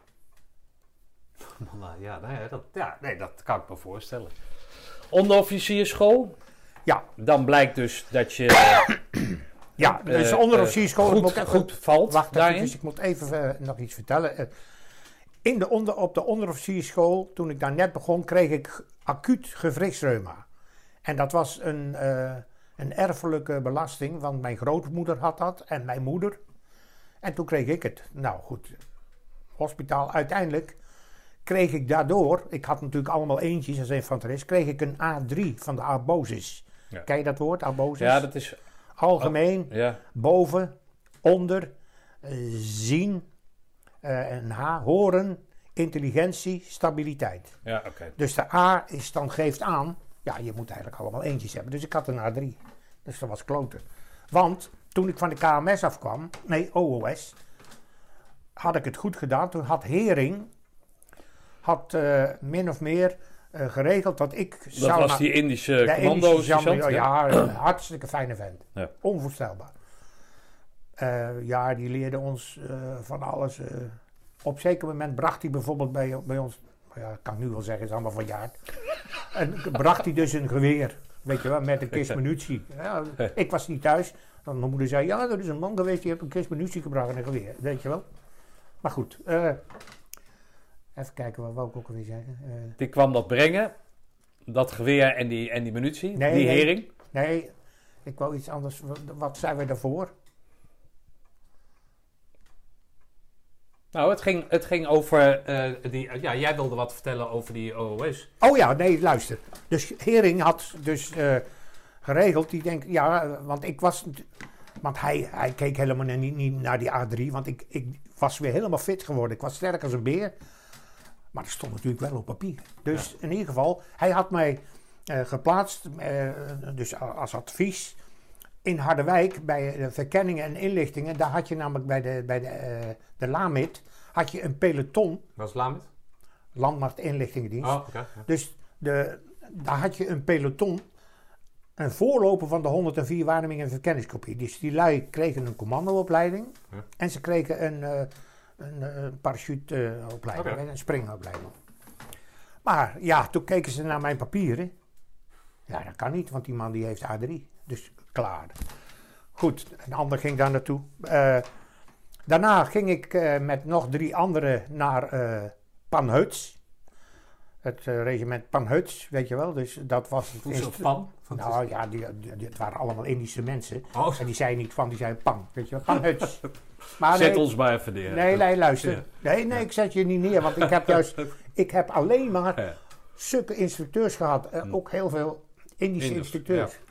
Speaker 3: ja, nee, dat, ja, nee, dat kan ik me voorstellen. Onderofficiersschool?
Speaker 2: Ja.
Speaker 3: Dan blijkt dus dat je...
Speaker 2: ja, dus
Speaker 3: uh,
Speaker 2: onderofficiersschool...
Speaker 3: Goed,
Speaker 2: moet ik,
Speaker 3: goed valt
Speaker 2: wacht
Speaker 3: daarin.
Speaker 2: even, ik moet even uh, nog iets vertellen. Uh, in de onder, op de onderofficiersschool, toen ik daar net begon, kreeg ik acuut gewrichtsreuma. En dat was een, uh, een erfelijke belasting, want mijn grootmoeder had dat en mijn moeder. En toen kreeg ik het. Nou goed, hospitaal. Uiteindelijk kreeg ik daardoor, ik had natuurlijk allemaal eentjes als infanterist, kreeg ik een A drie van de arbosis. Ja. Ken je dat woord, arbosis?
Speaker 3: Ja, dat is...
Speaker 2: Algemeen,
Speaker 3: oh, ja.
Speaker 2: boven, onder, uh, zien, uh, een H, horen, intelligentie, stabiliteit.
Speaker 3: Ja, oké. Okay.
Speaker 2: Dus de A is dan geeft aan, ja, je moet eigenlijk allemaal eentjes hebben. Dus ik had een A drie. Dus dat was kloten. Want toen ik van de K M S afkwam, nee, O O S, had ik het goed gedaan. Toen had Hering, had uh, min of meer uh, geregeld dat ik...
Speaker 3: Dat
Speaker 2: zou
Speaker 3: was die Indische commando's.
Speaker 2: Ja, ja, een hartstikke fijne vent. Ja. Onvoorstelbaar. Uh, ja, die leerde ons uh, van alles. Uh, op een zeker moment bracht hij bijvoorbeeld bij, bij ons... Ja, kan ik nu wel zeggen, is allemaal verjaard. En bracht hij dus een geweer, weet je wel, met een kist munitie. Ja, ik was niet thuis. Dan mijn moeder zei, ja, er is een man geweest die heeft een kist munitie gebracht en een geweer, weet je wel. Maar goed, uh, even kijken, wat wou ik ook alweer zeggen. Uh,
Speaker 3: die kwam dat brengen, dat geweer en die, en die munitie,
Speaker 2: nee,
Speaker 3: die
Speaker 2: nee,
Speaker 3: Hering?
Speaker 2: Nee, ik wou iets anders. Wat zijn we daarvoor?
Speaker 3: Nou, het ging, het ging over, uh, die, ja, jij wilde wat vertellen over die O O S.
Speaker 2: Oh ja, nee, luister. Dus Hering had dus uh, geregeld, die denkt, ja, want ik was, want hij, hij keek helemaal niet, niet naar die A drie, want ik, ik was weer helemaal fit geworden. Ik was sterk als een beer, maar dat stond natuurlijk wel op papier. Dus ja. In ieder geval, hij had mij uh, geplaatst, uh, dus als advies, in Harderwijk bij de verkenningen en inlichtingen. Daar had je namelijk bij de, bij de, uh, de LAMID, had je een peloton.
Speaker 3: Wat is LAMID?
Speaker 2: Landmacht Inlichtingendienst.
Speaker 3: Oh, okay, ja.
Speaker 2: Dus de, daar had je een peloton, een voorloper van de honderdvier waarneming en verkenningskopie. Dus die lui kregen een commandoopleiding ja. En ze kregen een, uh, een, een parachuteopleiding, okay. Een springopleiding. Maar ja, toen keken ze naar mijn papieren. Ja, dat kan niet, want die man die heeft A drie. Dus klaar. Goed, een ander ging daar naartoe. Uh, daarna ging ik uh, met nog drie anderen naar uh, Panhuts. Het uh, regiment Panhuts, weet je wel. Dus dat was het.
Speaker 3: Hoezo Pan?
Speaker 2: Nou ja, die, die, die, het waren allemaal Indische mensen.
Speaker 3: Oh.
Speaker 2: En die zeiden niet van, die zeiden Pan. Weet je wel, Panhuts.
Speaker 3: Maar zet nee, ons maar even neer.
Speaker 2: Nee, nee, luister. Ja. Nee, nee, ik zet je niet neer. Want ik heb juist, ik heb alleen maar ja. Zulke instructeurs gehad. Uh, ook heel veel Indische Indus, instructeurs. Ja.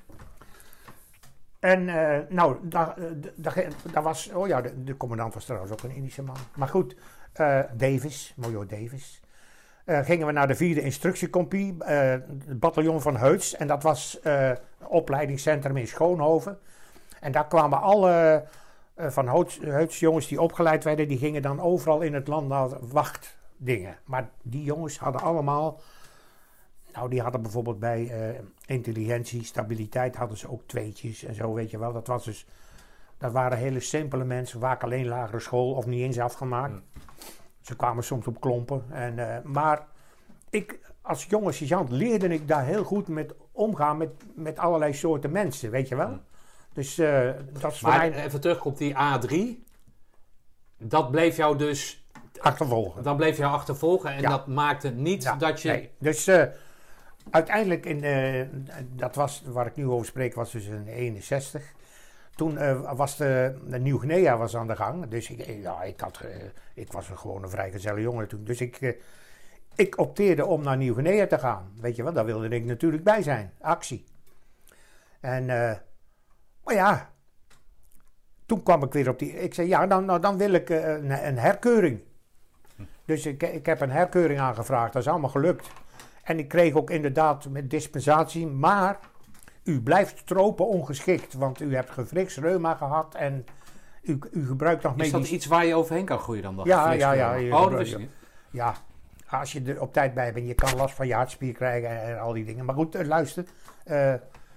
Speaker 2: En uh, nou, daar da, da, da was, oh ja, de, de commandant was trouwens ook een Indische man. Maar goed, uh, Davis, Major Davis. Uh, gingen we naar de vierde instructiecompie, uh, het bataljon van Heuts. En dat was uh, een opleidingscentrum in Schoonhoven. En daar kwamen alle uh, van Heuts, Heuts jongens die opgeleid werden, die gingen dan overal in het land naar wachtdingen. Maar die jongens hadden allemaal... Nou, die hadden bijvoorbeeld bij uh, intelligentie, stabiliteit hadden ze ook tweetjes en zo, weet je wel. Dat was dus, dat waren hele simpele mensen, vaak alleen lagere school of niet eens afgemaakt. Mm. Ze kwamen soms op klompen. En, uh, maar ik, als jonge sergeant leerde ik daar heel goed met omgaan met, met allerlei soorten mensen, weet je wel. Mm. Dus uh, dat is voor
Speaker 3: maar
Speaker 2: mij...
Speaker 3: even terug op die A drie. Dat bleef jou dus...
Speaker 2: Achtervolgen.
Speaker 3: Dat bleef jou achtervolgen en ja. Dat maakte niet ja, dat je...
Speaker 2: Nee, dus... Uh, uiteindelijk, in, uh, dat was waar ik nu over spreek, was dus in eenenzestig. Toen uh, was de, de Nieuw-Guinea was aan de gang. Dus ik, ja, ik, had, uh, ik was een gewoon een vrijgezelle jongen toen. Dus ik, uh, ik opteerde om naar Nieuw-Guinea te gaan. Weet je wel, daar wilde ik natuurlijk bij zijn. Actie. En, uh, maar ja, toen kwam ik weer op die... Ik zei, ja, dan, nou, dan wil ik uh, een, een herkeuring. Dus ik, ik heb een herkeuring aangevraagd. Dat is allemaal gelukt. En ik kreeg ook inderdaad met dispensatie, maar u blijft stropen ongeschikt, want u hebt gewrichtsreuma gehad en u, u gebruikt nog medisch...
Speaker 3: Is dat iets waar je overheen kan groeien dan?
Speaker 2: Ja, ja, ja, ja.
Speaker 3: Oh, dat wist je niet.
Speaker 2: Ja, als je er op tijd bij bent, je kan last van je hartspier krijgen en, en al die dingen. Maar goed, uh, luister. Uh,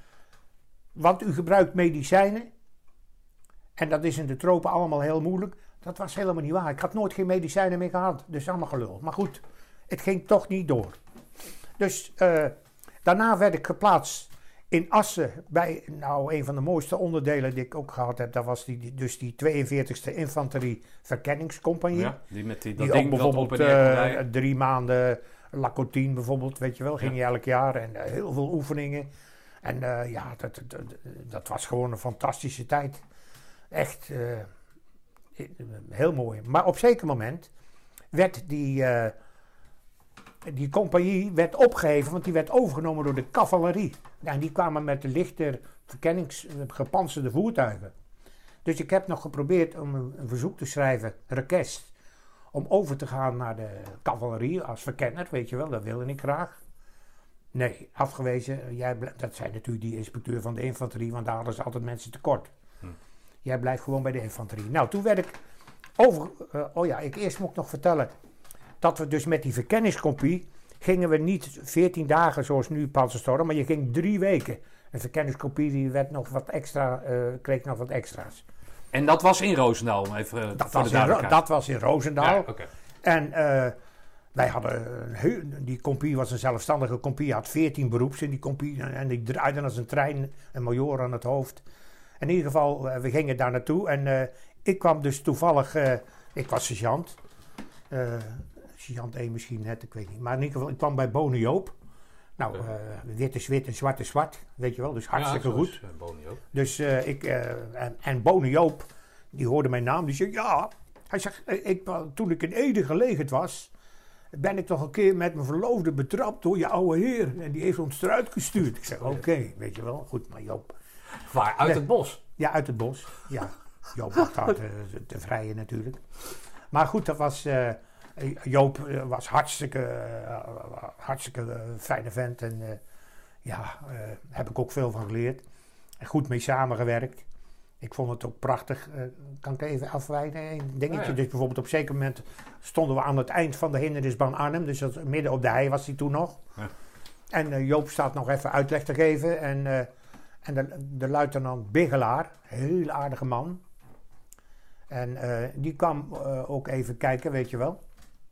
Speaker 2: want u gebruikt medicijnen. En dat is in de tropen allemaal heel moeilijk. Dat was helemaal niet waar. Ik had nooit geen medicijnen meer gehad. Dus allemaal gelul. Maar goed, het ging toch niet door. Dus uh, daarna werd ik geplaatst in Assen bij, nou, een van de mooiste onderdelen die ik ook gehad heb. Dat was die, dus die tweeënveertigste Infanterie Verkenningscompagnie.
Speaker 3: Ja, die met die, dat
Speaker 2: die
Speaker 3: ding
Speaker 2: ook bijvoorbeeld
Speaker 3: dat op en neer kon
Speaker 2: uh,
Speaker 3: rijden.
Speaker 2: drie maanden Lacotine bijvoorbeeld, weet je wel, ging
Speaker 3: Ja.
Speaker 2: je elk jaar. En uh, heel veel oefeningen. En uh, ja, dat, dat, dat was gewoon een fantastische tijd. Echt uh, heel mooi. Maar op een zeker moment werd die... Uh, Die compagnie werd opgeheven, want die werd overgenomen door de cavalerie. En die kwamen met de lichter verkennings gepantserde voertuigen. Dus ik heb nog geprobeerd om een, een verzoek te schrijven, request, om over te gaan naar de cavalerie als verkenner, weet je wel, dat wilde ik graag. Nee, afgewezen. Jij blijf, dat zei natuurlijk die inspecteur van de infanterie, want daar hadden ze altijd mensen tekort. Hm. Jij blijft gewoon bij de infanterie. Nou, toen werd ik over... Uh, oh ja, ik eerst moet ik nog vertellen... dat we dus met die verkenningscompie gingen we niet veertien dagen zoals nu Panzerstorm, maar je ging drie weken. Een verkenningscompie die werd nog wat extra, uh, kreeg nog wat extra's.
Speaker 3: En dat was in Roosendaal, om even
Speaker 2: dat
Speaker 3: voor
Speaker 2: was
Speaker 3: de
Speaker 2: in,
Speaker 3: duidelijkheid.
Speaker 2: dat was in Roosendaal.
Speaker 3: Ja, okay.
Speaker 2: En uh, wij hadden, een heel, die compie was een zelfstandige compie, had veertien beroeps in die compie. En die draaide als een trein, een majoor aan het hoofd. In ieder geval, uh, we gingen daar naartoe. En uh, ik kwam dus toevallig, uh, ik was sergeant. Uh, Sergeant één misschien net, ik weet niet. Maar in ieder geval, ik kwam bij Bone Joop. Nou, uh, wit is wit en zwart is zwart, weet je wel. Dus hartstikke ja, goed. Uh, Bone Joop. Dus uh, ik, uh, en, en Bone Joop, die hoorde mijn naam, die zei ja. Hij zegt, ik, toen ik in Ede gelegerd was, ben ik toch een keer met mijn verloofde betrapt door je oude heer. En die heeft ons eruit gestuurd. Ik zeg, oké, okay, weet je wel. Goed, maar Joop.
Speaker 3: Waar? Uit het bos?
Speaker 2: Ja, uit het bos. Ja, Joop was daar te, te vrijen natuurlijk. Maar goed, dat was... Uh, Joop was hartstikke, uh, hartstikke uh, fijne vent en uh, ja, uh, heb ik ook veel van geleerd. En goed mee samengewerkt. Ik vond het ook prachtig. Uh, kan ik even afwijken? Een dingetje. Oh ja. Dus bijvoorbeeld op een zeker moment stonden we aan het eind van de hindernisbaan Arnhem. Dus dat, midden op de hei was hij toen nog. Ja. En uh, Joop staat nog even uitleg te geven. En, uh, en de, de luitenant Bigelaar, heel aardige man. En uh, die kwam uh, ook even kijken, weet je wel.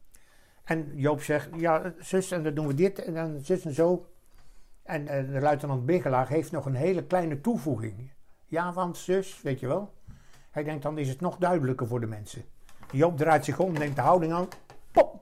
Speaker 2: En Joop zegt, ja zus, en dan doen we dit en dan zus en zo. En uh, de luitenant Bigelaar heeft nog een hele kleine toevoeging. Ja, want zus, weet je wel. Hij denkt, dan is het nog duidelijker voor de mensen. Joop draait zich om, neemt de houding aan. Pop!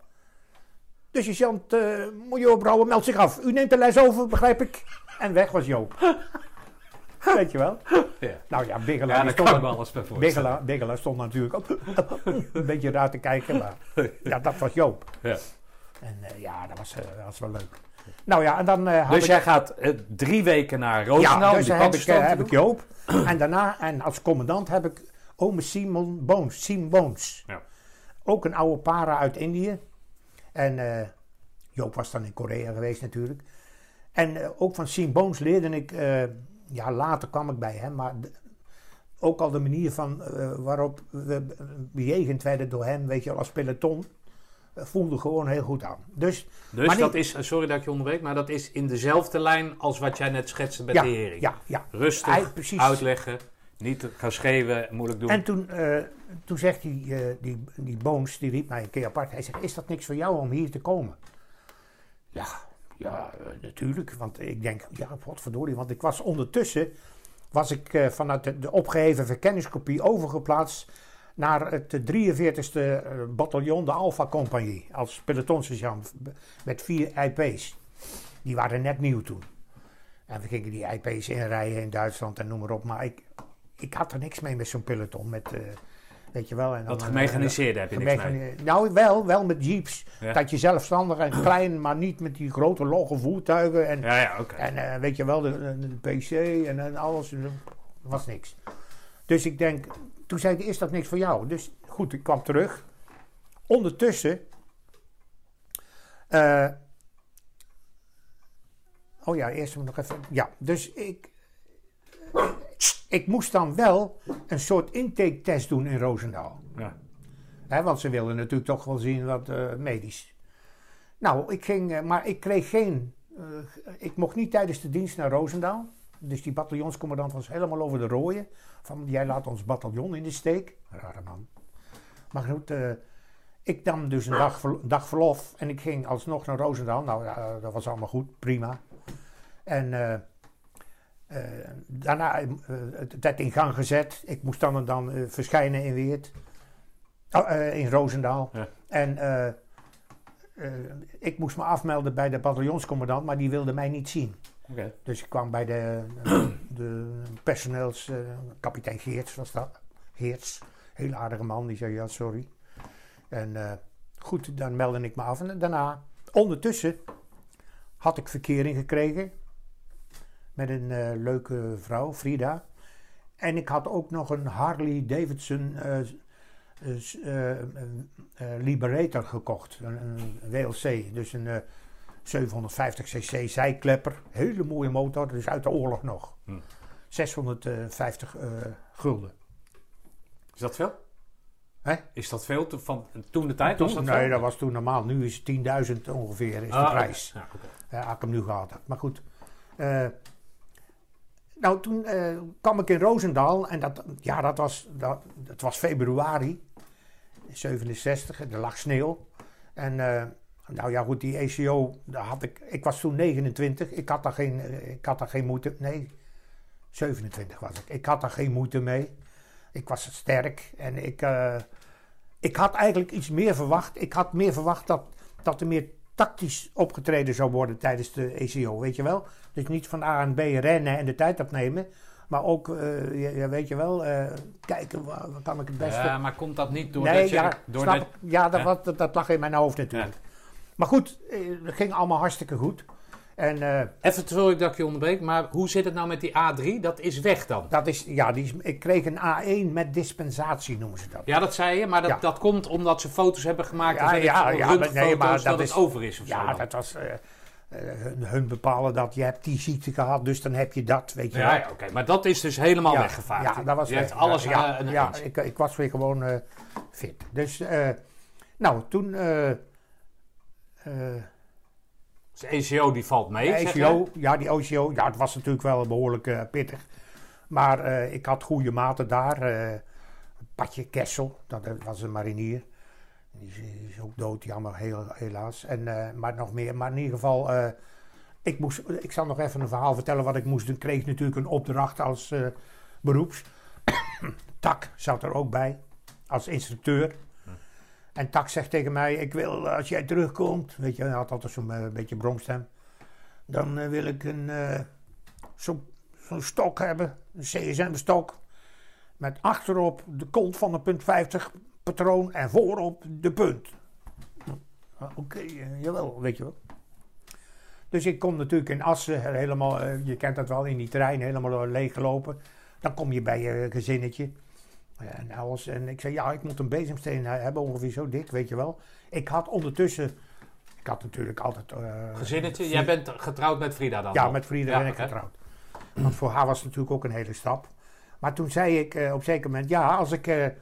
Speaker 2: De sergeant uh, Major Brouwer meldt zich af. U neemt de les over, begrijp ik. En weg was Joop. Weet je wel?
Speaker 3: Ja.
Speaker 2: Nou ja, Bigelaar,
Speaker 3: ja,
Speaker 2: stond,
Speaker 3: alles
Speaker 2: Bigelaar, Bigelaar stond natuurlijk ook een beetje raar te kijken. Maar ja, dat was Joop.
Speaker 3: Ja.
Speaker 2: En uh, ja, dat was, uh, dat was wel leuk. Nou ja, en dan... Uh,
Speaker 3: dus
Speaker 2: ik...
Speaker 3: jij gaat uh, drie weken naar Roosendaal.
Speaker 2: Ja, dus heb ik, uh, heb ik Joop. En daarna, en als commandant heb ik ome Simon Bones. Simon Bones. Ja. Ook een oude para uit Indië. En uh, Joop was dan in Korea geweest natuurlijk. En uh, ook van Simon Bones leerde ik... Uh, ja, later kwam ik bij hem, maar de, ook al de manier van uh, waarop we bejegend werden door hem, weet je wel, als peloton, uh, voelde gewoon heel goed aan. Dus,
Speaker 3: dus
Speaker 2: maar
Speaker 3: dat
Speaker 2: niet,
Speaker 3: is, sorry dat ik je onderbreek, maar dat is in dezelfde lijn als wat jij net schetste bij
Speaker 2: ja,
Speaker 3: de hering.
Speaker 2: Ja, ja.
Speaker 3: Rustig,
Speaker 2: Hij, precies.
Speaker 3: uitleggen, niet gaan schreeuwen, moeilijk doen.
Speaker 2: En toen, uh, toen zegt die, uh, die, die Boons, die riep mij een keer apart, hij zegt, is dat niks voor jou om hier te komen? Ja. Ja, uh, natuurlijk, want ik denk, ja, wat verdorie, want ik was ondertussen, was ik uh, vanuit de, de opgeheven verkenningskopie overgeplaatst naar het drieënveertigste uh, bataljon, de Alpha Compagnie, als pelotonsergeant met vier I P's. Die waren net nieuw toen. En we gingen die I P's inrijden in Duitsland en noem maar op, maar ik, ik had er niks mee met zo'n peloton, met... Uh, Weet je wel, en dan,
Speaker 3: dat gemechaniseerde uh, heb je gemechani- niks mee?
Speaker 2: Nou, wel, wel met jeeps.
Speaker 3: Ja.
Speaker 2: Dat je zelfstandig en klein, maar niet met die grote logge voertuigen. En,
Speaker 3: ja, ja, okay.
Speaker 2: en uh, weet je wel, de, de, de P C en, en alles. Dat was niks. Dus ik denk, toen zei ik, is dat niks voor jou? Dus goed, ik kwam terug. Ondertussen... Uh, oh ja, eerst nog even... Ja, dus ik... Ik moest dan wel een soort intake-test doen in Roosendaal.
Speaker 3: Ja.
Speaker 2: He, want ze wilden natuurlijk toch wel zien wat uh, medisch. Nou, ik ging, uh, maar ik kreeg geen... Uh, ik mocht niet tijdens de dienst naar Roosendaal. Dus die bataljonscommandant was helemaal over de rooien. Van, jij laat ons bataljon in de steek. Rare man. Maar goed, uh, ik nam dus een dag, ver, dag verlof. En ik ging alsnog naar Roosendaal. Nou, uh, dat was allemaal goed, prima. En uh, uh, daarna uh, het werd in gang gezet. Ik moest dan en dan uh, verschijnen in Weert. Oh, uh, in Roosendaal. Ja. En uh, uh, ik moest me afmelden bij de bataljonscommandant, maar die wilde mij niet zien. Okay. Dus ik kwam bij de, uh, de personeels, uh, kapitein Geerts was dat. Geerts, heel aardige man, die zei ja sorry. En uh, goed, dan meldde ik me af. En daarna, ondertussen, had ik verkering gekregen met een uh, leuke vrouw, Frida. En ik had ook nog een Harley Davidson uh, uh, uh, uh, Liberator gekocht, een, een W L C, dus een uh, zevenhonderdvijftig cc zijklepper, hele mooie motor, dus uit de oorlog nog. Hm. zeshonderdvijftig uh, gulden.
Speaker 3: Is dat veel?
Speaker 2: Hè?
Speaker 3: Is dat veel to, van toen de tijd?
Speaker 2: Toen,
Speaker 3: was dat
Speaker 2: nee,
Speaker 3: veel?
Speaker 2: dat was toen normaal. Nu is het tienduizend ongeveer is
Speaker 3: ah,
Speaker 2: de prijs.
Speaker 3: Okay. Ja, okay.
Speaker 2: uh, had ik hem nu gehad. Maar goed. Uh, nou, toen uh, kwam ik in Roosendaal en dat, ja, dat was, dat, dat was februari zevenenzestig. Er lag sneeuw. En uh, nou ja, goed, die E C O, daar had ik, ik was toen negenentwintig. Ik had daar geen, ik had daar geen moeite, nee, zevenentwintig was ik. Ik had daar geen moeite mee. Ik was sterk en ik, uh, ik had eigenlijk iets meer verwacht. Ik had meer verwacht dat, dat er meer tactisch opgetreden zou worden tijdens de E C O, weet je wel. Dus niet van A en B rennen en de tijd opnemen. Maar ook, uh, ja, ja, weet je wel, uh, kijken waar, waar kan ik het beste...
Speaker 3: Ja, maar komt dat niet door
Speaker 2: nee,
Speaker 3: dat je...
Speaker 2: Ja,
Speaker 3: door
Speaker 2: snap,
Speaker 3: dat,
Speaker 2: ja dat,
Speaker 3: ja?
Speaker 2: Wat, dat, dat lag in mijn hoofd natuurlijk. Ja. Maar goed, het ging allemaal hartstikke goed. En, uh,
Speaker 3: Even sorry dat ik je onderbreek, maar hoe zit het nou met die A drie? Dat is weg dan?
Speaker 2: Dat is, ja, die is, ik kreeg een A één met dispensatie, noemen ze dat.
Speaker 3: Ja, dat zei je, maar dat,
Speaker 2: ja.
Speaker 3: dat komt omdat ze foto's hebben gemaakt.
Speaker 2: Ja,
Speaker 3: en
Speaker 2: ja, ja,
Speaker 3: ja nee, maar dat, dat is, het over is of
Speaker 2: ja,
Speaker 3: zo. Ja,
Speaker 2: dat was... Uh, uh, hun, hun bepalen dat je hebt die ziekte gehad, dus dan heb je dat, weet je
Speaker 3: ja,
Speaker 2: wel.
Speaker 3: Ja, oké, okay. Maar dat is dus helemaal
Speaker 2: ja,
Speaker 3: weggevaagd.
Speaker 2: Ja, dat was
Speaker 3: je
Speaker 2: weg.
Speaker 3: hebt alles
Speaker 2: ja,
Speaker 3: uh, een
Speaker 2: ja, ik, ik was weer gewoon uh, fit. Dus, uh, nou, toen... Uh, uh,
Speaker 3: Dus de E C O die valt mee,
Speaker 2: de E C O, ja, die E C O, ja, het was natuurlijk wel behoorlijk uh, pittig. Maar uh, ik had goede maten daar. Uh, Patje Kessel, dat was een marinier. Die is, die is ook dood, jammer, heel, helaas. En, uh, maar nog meer. Maar in ieder geval, uh, ik, moest, ik zal nog even een verhaal vertellen wat ik moest doen. Ik kreeg natuurlijk een opdracht als uh, beroeps. Tak zat er ook bij, als instructeur. En Tak zegt tegen mij, ik wil, als jij terugkomt, weet je, hij had altijd zo'n uh, beetje bromstem. Dan uh, wil ik een, uh, zo'n zo stok hebben, een C S M-stok. Met achterop de kont van een punt vijftig patroon en voorop de punt. Uh, Oké, okay, uh, jawel, weet je wel. Dus ik kom natuurlijk in Assen, helemaal, uh, je kent dat wel, in die trein, helemaal leeggelopen. Dan kom je bij je gezinnetje. En alles. En ik zei, ja, ik moet een bezemsteen hebben, ongeveer zo dik, weet je wel. Ik had ondertussen, ik had natuurlijk altijd... Uh,
Speaker 3: Gezinnetje? Jij bent getrouwd met Frida dan?
Speaker 2: Ja,
Speaker 3: al?
Speaker 2: met Frida
Speaker 3: ja,
Speaker 2: ben ik
Speaker 3: okay.
Speaker 2: getrouwd. Want voor haar was het natuurlijk ook een hele stap. Maar toen zei ik uh, op een zeker moment, ja, als ik uh,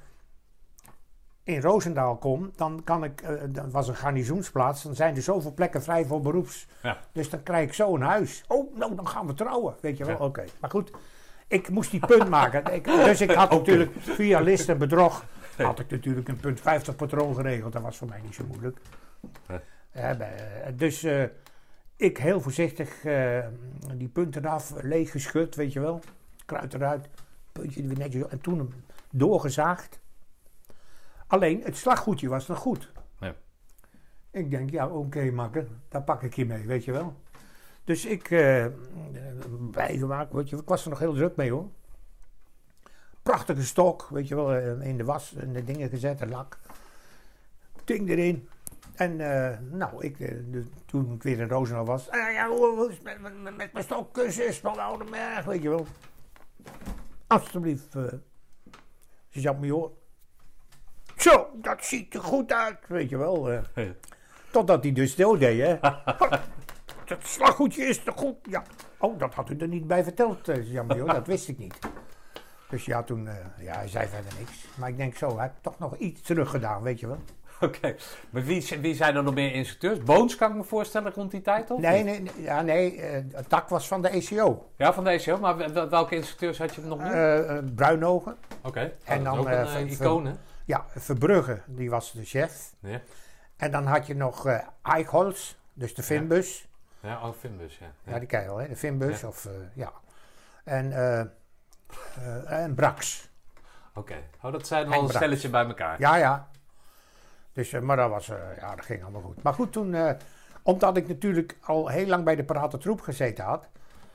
Speaker 2: in Roosendaal kom, dan kan ik, uh, dat was een garnizoensplaats, dan zijn er zoveel plekken vrij voor beroeps. Ja. Dus dan krijg ik zo een huis. Oh, nou, dan gaan we trouwen, weet je wel. Ja. Oké, okay. Maar goed... Ik moest die punt maken. Ik, dus ik had natuurlijk via list en bedrog... had ik natuurlijk een punt vijftig patroon geregeld. Dat was voor mij niet zo moeilijk. Ja, dus uh, ik heel voorzichtig uh, die punten eraf, leeg geschud, weet je wel. Kruid eruit, puntje er weer netjes. En toen hem doorgezaagd. Alleen, het slaggoedje was nog goed. Ja. Ik denk, ja, oké, okay, makker. Daar pak ik je mee, weet je wel. Dus ik, uh, bijgemaakt, weet je, ik was er nog heel druk mee hoor. Prachtige stok, weet je wel, uh, in de was, in de dingen gezet, en lak. Ding erin. En uh, nou, ik, uh, de, toen ik weer in Roosendaal was, uh, ja, hoe is het met, met, met, met mijn stok, kussens van Oudenberg, weet je wel. Alsjeblieft, uh, ze zat me hoor. Zo, dat ziet er goed uit, weet je wel. Uh. Totdat hij dus stil deed, hè. Dat slaggoedje is toch goed? Ja. Oh, dat had u er niet bij verteld, uh, jammer joh, dat wist ik niet. Dus ja, toen, uh, ja, hij zei verder niks. Maar ik denk zo, hij heeft toch nog iets terug gedaan, weet je wel.
Speaker 3: Oké, okay. Maar wie, wie zijn er nog meer instructeurs? Boons kan ik me voorstellen rond die tijd, of?
Speaker 2: Nee, nee, nee, ja, nee uh, Tak was van de E C O.
Speaker 3: Ja, van de E C O, maar wel, welke instructeurs had je nog meer?
Speaker 2: Uh, uh, Bruinogen.
Speaker 3: Oké, okay. oh,
Speaker 2: en dan
Speaker 3: ook een uh, icoon, hè?
Speaker 2: Ja, Verbrugge, die was de chef.
Speaker 3: Ja. En
Speaker 2: dan had je nog uh, Eichholz, dus de Finbus.
Speaker 3: Ja, ja oh, Finbus, ja.
Speaker 2: Ja, ja die ken je wel, hè? De Finbus, ja. Of, uh, ja. En, uh, uh, en Brax.
Speaker 3: Oké, okay. Oh, dat zijn al een stelletje bij elkaar.
Speaker 2: Ja, ja. Dus, uh, maar dat, was, uh, ja, dat ging allemaal goed. Maar goed, toen, uh, omdat ik natuurlijk al heel lang bij de parate troep gezeten had,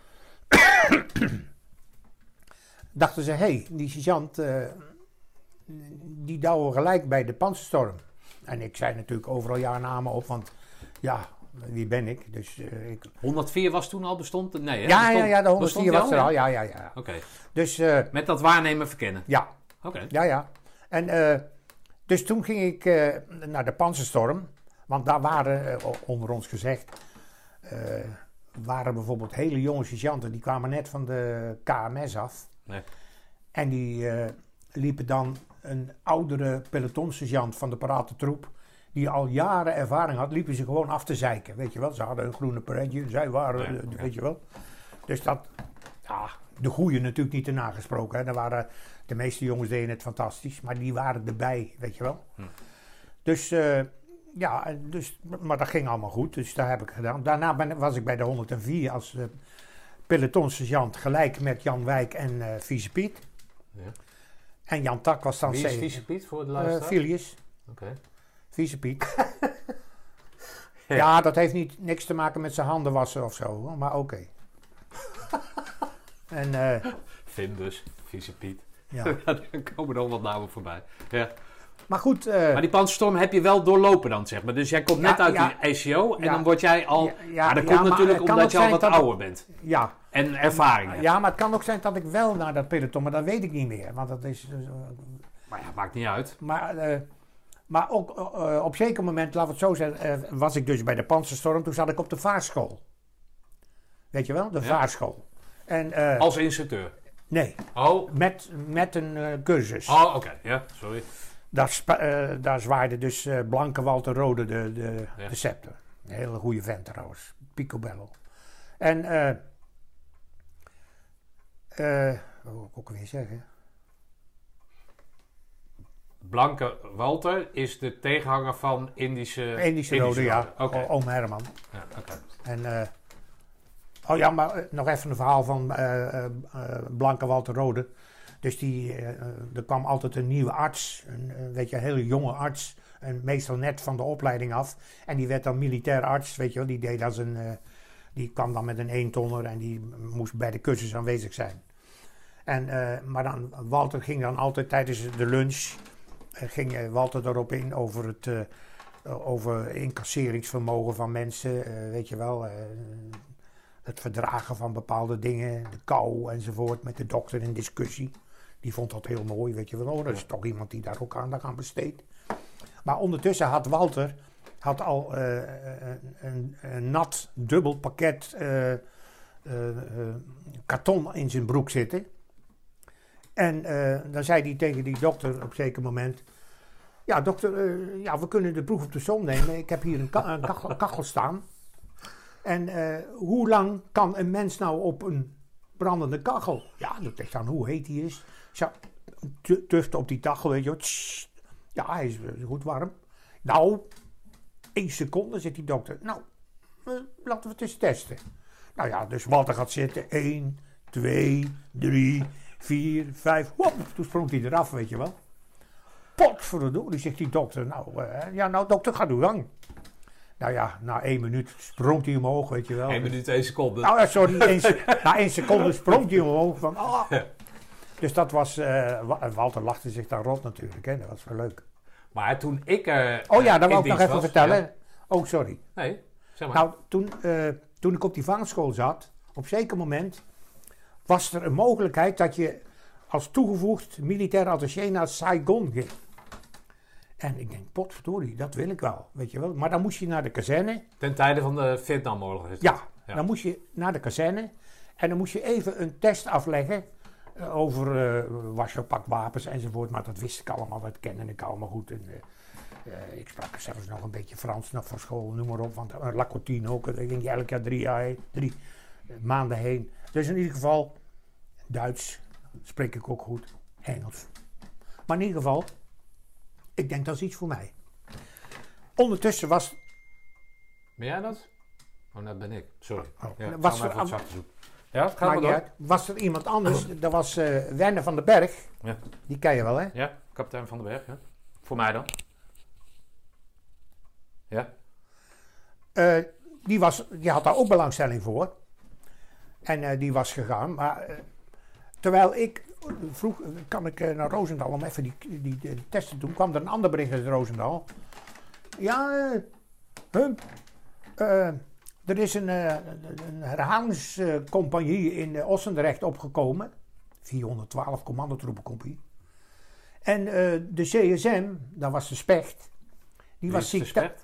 Speaker 2: dachten ze, hé, hey, die sergeant, uh, die douwen gelijk bij de Panzerstorm. En ik zei natuurlijk overal ja-namen op, want ja, wie ben ik? Dus, uh, ik...
Speaker 3: honderdvier was toen al bestond? Nee, hè?
Speaker 2: Ja,
Speaker 3: bestond,
Speaker 2: ja, ja, de honderdvier was er al, ja, ja, ja.
Speaker 3: Oké. Okay.
Speaker 2: Dus, uh,
Speaker 3: met dat waarnemen verkennen?
Speaker 2: Ja.
Speaker 3: Oké. Okay.
Speaker 2: Ja, ja. En uh, dus toen ging ik uh, naar de Panzerstorm, want daar waren, uh, onder ons gezegd, uh, waren bijvoorbeeld hele jonge sergeanten, die kwamen net van de K M S af.
Speaker 3: Nee.
Speaker 2: En die uh, liepen dan een oudere pelotonsergeant van de parate troep, die al jaren ervaring had, liepen ze gewoon af te zeiken, weet je wel. Ze hadden een groene peretje, zij waren, nee, okay. weet je wel. Dus dat, ja, de goeie natuurlijk niet te nagesproken. Hè. Er waren, de meeste jongens deden het fantastisch, maar die waren erbij, weet je wel. Hm. Dus, uh, ja, dus, maar dat ging allemaal goed, dus dat heb ik gedaan. Daarna ben, was ik bij de honderdvier als uh, pelotonsergeant, gelijk met Jan Wijk en uh, Vieze Piet. Ja. En Jan Tak was dan...
Speaker 3: Wie is Vieze Piet voor de luisteraar?
Speaker 2: Uh, Filius.
Speaker 3: Oké. Okay.
Speaker 2: Vieze Piet. ja. ja, dat heeft niet, niks te maken met zijn handen wassen of zo, maar oké. Okay. en... Uh,
Speaker 3: Findus, Vieze Piet.
Speaker 2: Ja.
Speaker 3: Er komen er al wat namen voorbij. Ja.
Speaker 2: Maar goed... Uh,
Speaker 3: maar die Panzerstorm heb je wel doorlopen dan, zeg maar. Dus jij komt ja, net uit ja, die E C O en ja, dan word jij al... Ja, ja, maar dat ja, komt natuurlijk omdat je al wat ouder bent.
Speaker 2: Ja.
Speaker 3: En ervaring hebt.
Speaker 2: Ja, maar het kan ook zijn dat ik wel naar dat peloton, maar dat weet ik niet meer. Want dat is... Uh,
Speaker 3: maar ja, maakt niet uit.
Speaker 2: Maar... Uh, Maar ook uh, op zeker moment, laten we het zo zeggen, uh, was ik dus bij de Panzerstorm. Toen zat ik op de vaarschool. Weet je wel, de ja. vaarschool. En, uh,
Speaker 3: als instructeur?
Speaker 2: Nee,
Speaker 3: oh.
Speaker 2: met, met een uh, cursus.
Speaker 3: Oh, oké, okay. ja, sorry.
Speaker 2: Daar, spa, uh, daar zwaaide dus uh, Blanke Walter Rode de, de, ja. de scepter. Een hele goede vent trouwens, picobello. En, uh, uh, wat wil ik ook weer zeggen?
Speaker 3: Blanke Walter is de tegenhanger van Indische...
Speaker 2: Indische, Indische Rode, ja. Okay. Oom Herman.
Speaker 3: Ja, okay.
Speaker 2: En, uh, oh ja, maar uh, nog even een verhaal van uh, uh, Blanke Walter Rode. Dus die, uh, er kwam altijd een nieuwe arts, een, uh, weet je, een hele jonge arts. En meestal net van de opleiding af. En die werd dan militair arts, weet je wel. Die, deed als een, uh, die kwam dan met een eentonner en die moest bij de cursus aanwezig zijn. En, uh, maar dan, Walter ging dan altijd tijdens de lunch... ging Walter erop in over het uh, over incasseringsvermogen van mensen, uh, weet je wel, uh, het verdragen van bepaalde dingen, de kou enzovoort, met de dokter in discussie. Die vond dat heel mooi, weet je wel, oh, dat is toch iemand die daar ook aandacht aan besteedt. Maar ondertussen had Walter had al uh, een, een, een nat dubbel pakket uh, uh, uh, karton in zijn broek zitten. En uh, dan zei hij tegen die dokter op een zeker moment... Ja, dokter, uh, ja, we kunnen de proef op de som nemen. Ik heb hier een, ka- een kachel, kachel staan. En uh, hoe lang kan een mens nou op een brandende kachel? Ja, dat ligt aan hoe heet die is. Zo, tuft op die kachel, weet je wat. Ja, hij is goed warm. Nou, één seconde zit die dokter. Nou, uh, laten we het eens testen. Nou ja, dus Walter gaat zitten. één, twee, drie... Vier, vijf, hop, toen sprong hij eraf, weet je wel. Potverdorie, zegt die dokter. Nou, uh, ja, nou dokter, ga uw gang. Nou ja, na één minuut sprong hij omhoog, weet je wel.
Speaker 3: Eén minuut, één seconde.
Speaker 2: Nou, sorry, één, na één seconde sprong hij omhoog. Van, ah. Dus dat was, uh, Walter lachte zich daar rot natuurlijk, hè. Dat was wel leuk.
Speaker 3: Maar toen ik uh,
Speaker 2: Oh ja, dat wil ik nog even
Speaker 3: was,
Speaker 2: vertellen.
Speaker 3: Ja.
Speaker 2: Oh, sorry.
Speaker 3: Nee, zeg maar.
Speaker 2: Nou, toen, uh, toen ik op die vangschool zat, op een zeker moment... was er een mogelijkheid dat je als toegevoegd militair attaché naar Saigon ging. En ik denk, potverdorie, dat wil ik wel, weet je wel. Maar dan moest je naar de kazerne.
Speaker 3: Ten tijde van de Vietnamoorlog is het.
Speaker 2: Ja, ja, dan moest je naar de kazerne. En dan moest je even een test afleggen uh, over uh, was je pak wapens enzovoort. Maar dat wist ik allemaal, dat kende ik allemaal goed. En, uh, Uh, ik sprak zelfs nog een beetje Frans nog van school, noem maar op. Want uh, Lacotine ook, daar ging je elk jaar drie, jaar, drie uh, maanden heen. Dus in ieder geval, Duits spreek ik ook goed, Engels. Maar in ieder geval, ik denk dat is iets voor mij. Ondertussen was...
Speaker 3: Ben jij dat? Oh, dat ben ik. Sorry.
Speaker 2: Oh,
Speaker 3: Ja,
Speaker 2: was,
Speaker 3: er,
Speaker 2: er,
Speaker 3: ja, het gaat wel door.
Speaker 2: was er iemand anders, dat was uh, Werner van den Berg.
Speaker 3: Ja.
Speaker 2: Die ken je wel, hè?
Speaker 3: Ja, kapitein van den Berg. Ja. Voor mij dan. Ja.
Speaker 2: Uh, die, was, die had daar ook belangstelling voor. En uh, die was gegaan. Maar uh, terwijl ik vroeg, kan ik uh, naar Roosendaal om even die, die, die, die testen te doen, kwam er een ander bericht uit Roosendaal. Ja, uh, Hump, uh, er is een, uh, een herhalingscompagnie in uh, Ossendrecht opgekomen. vierhonderdtwaalf commandotroepencompagnie. En uh, de C S M, dat was de Specht. Die
Speaker 3: Wie
Speaker 2: was
Speaker 3: is de
Speaker 2: ziek.
Speaker 3: Specht?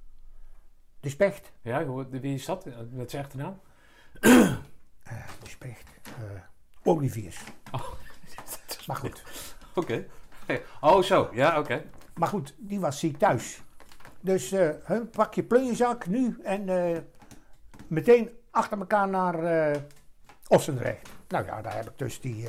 Speaker 2: De Specht.
Speaker 3: Ja, wie is dat? Wat is echt de naam?
Speaker 2: Uh, de Specht. Uh, Oliviers.
Speaker 3: Oh.
Speaker 2: Maar goed.
Speaker 3: Oké. Okay. Oh, zo. Ja, oké. Okay.
Speaker 2: Maar goed, die was ziek thuis. Dus uh, hun, pak je plunjezak nu en uh, meteen achter elkaar naar uh, Ossendrecht. Nou ja, daar heb ik dus die, uh,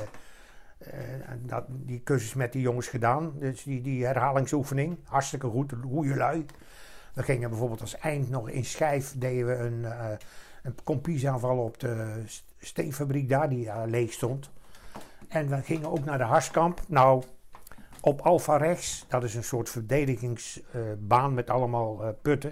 Speaker 2: uh, dat, die cursus met die jongens gedaan. Dus die, die herhalingsoefening. Hartstikke goed, goeie lui. We gingen bijvoorbeeld als eind nog in Schijf, deden we een, uh, een kompiesaanval op de steenfabriek daar, die uh, leeg stond. En we gingen ook naar de Harskamp. Nou, op Alfa rechts, dat is een soort verdedigingsbaan uh, met allemaal uh, putten.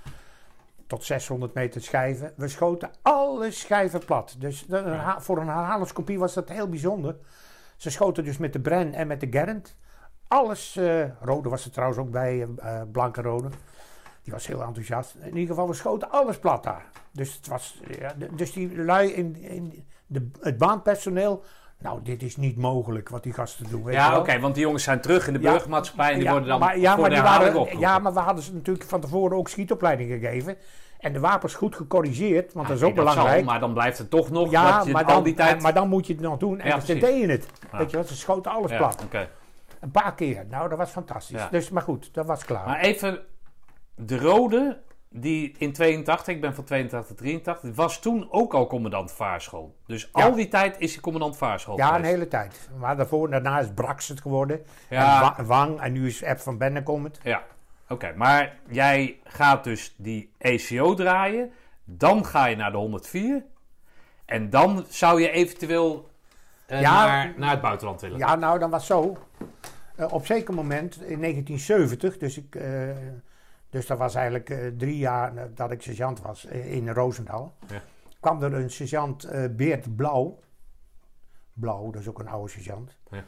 Speaker 2: Tot zeshonderd meter schijven. We schoten alle schijven plat. Dus de, ja. Voor een herhalingskopie was dat heel bijzonder. Ze schoten dus met de Bren en met de Gernd. Alles, uh, rode was er trouwens ook bij, uh, blanke rode. Die was heel enthousiast. In ieder geval, we schoten alles plat daar. Dus, het was, ja, de, dus die lui in, in de, het baanpersoneel... Nou, dit is niet mogelijk wat die gasten doen. Weet
Speaker 3: ja,
Speaker 2: oké,
Speaker 3: okay, want die jongens zijn terug in de burgermaatschappij en die
Speaker 2: ja,
Speaker 3: worden dan
Speaker 2: maar, ja,
Speaker 3: voor
Speaker 2: maar
Speaker 3: de
Speaker 2: die
Speaker 3: herhaling
Speaker 2: waren,
Speaker 3: opgeroepen.
Speaker 2: Ja, maar we hadden ze natuurlijk van tevoren ook schietopleiding gegeven. En de wapens goed gecorrigeerd, want
Speaker 3: ja,
Speaker 2: dat is ook
Speaker 3: nee,
Speaker 2: belangrijk.
Speaker 3: Dat zal, maar dan blijft het toch nog
Speaker 2: ja,
Speaker 3: dat je
Speaker 2: maar
Speaker 3: al
Speaker 2: dan,
Speaker 3: die tijd...
Speaker 2: maar dan moet je het nog doen en
Speaker 3: ja,
Speaker 2: dan deed je het.
Speaker 3: Ja.
Speaker 2: Weet je wat, ze schoten alles
Speaker 3: ja,
Speaker 2: plat.
Speaker 3: Okay.
Speaker 2: Een paar keer. Nou, dat was fantastisch.
Speaker 3: Ja.
Speaker 2: Dus, maar goed, dat was klaar.
Speaker 3: Maar even, de rode, die in tweeëntachtig, ik ben van tweeëntachtig, drieëntachtig, was toen ook al commandant vaarschool. Dus
Speaker 2: ja.
Speaker 3: al die tijd is hij commandant vaarschool
Speaker 2: Ja,
Speaker 3: geweest.
Speaker 2: een hele tijd. Maar daarvoor, daarna is Brax het geworden.
Speaker 3: Ja.
Speaker 2: En Wang, en nu is Eb van Bennekom het.
Speaker 3: Ja, oké. Okay. Maar jij gaat dus die E C O draaien, dan ga je naar de honderdvier en dan zou je eventueel uh,
Speaker 2: ja,
Speaker 3: naar, naar het buitenland willen.
Speaker 2: Ja, nou, dan was zo. Uh, op zeker moment, in negentien zeventig, dus ik... Uh, Dus dat was eigenlijk uh, drie jaar uh, dat ik sergeant was uh, in Roosendaal. Ja. Kwam er een sergeant uh, Beert Blauw. Blauw, dat is ook een oude sergeant. Ja.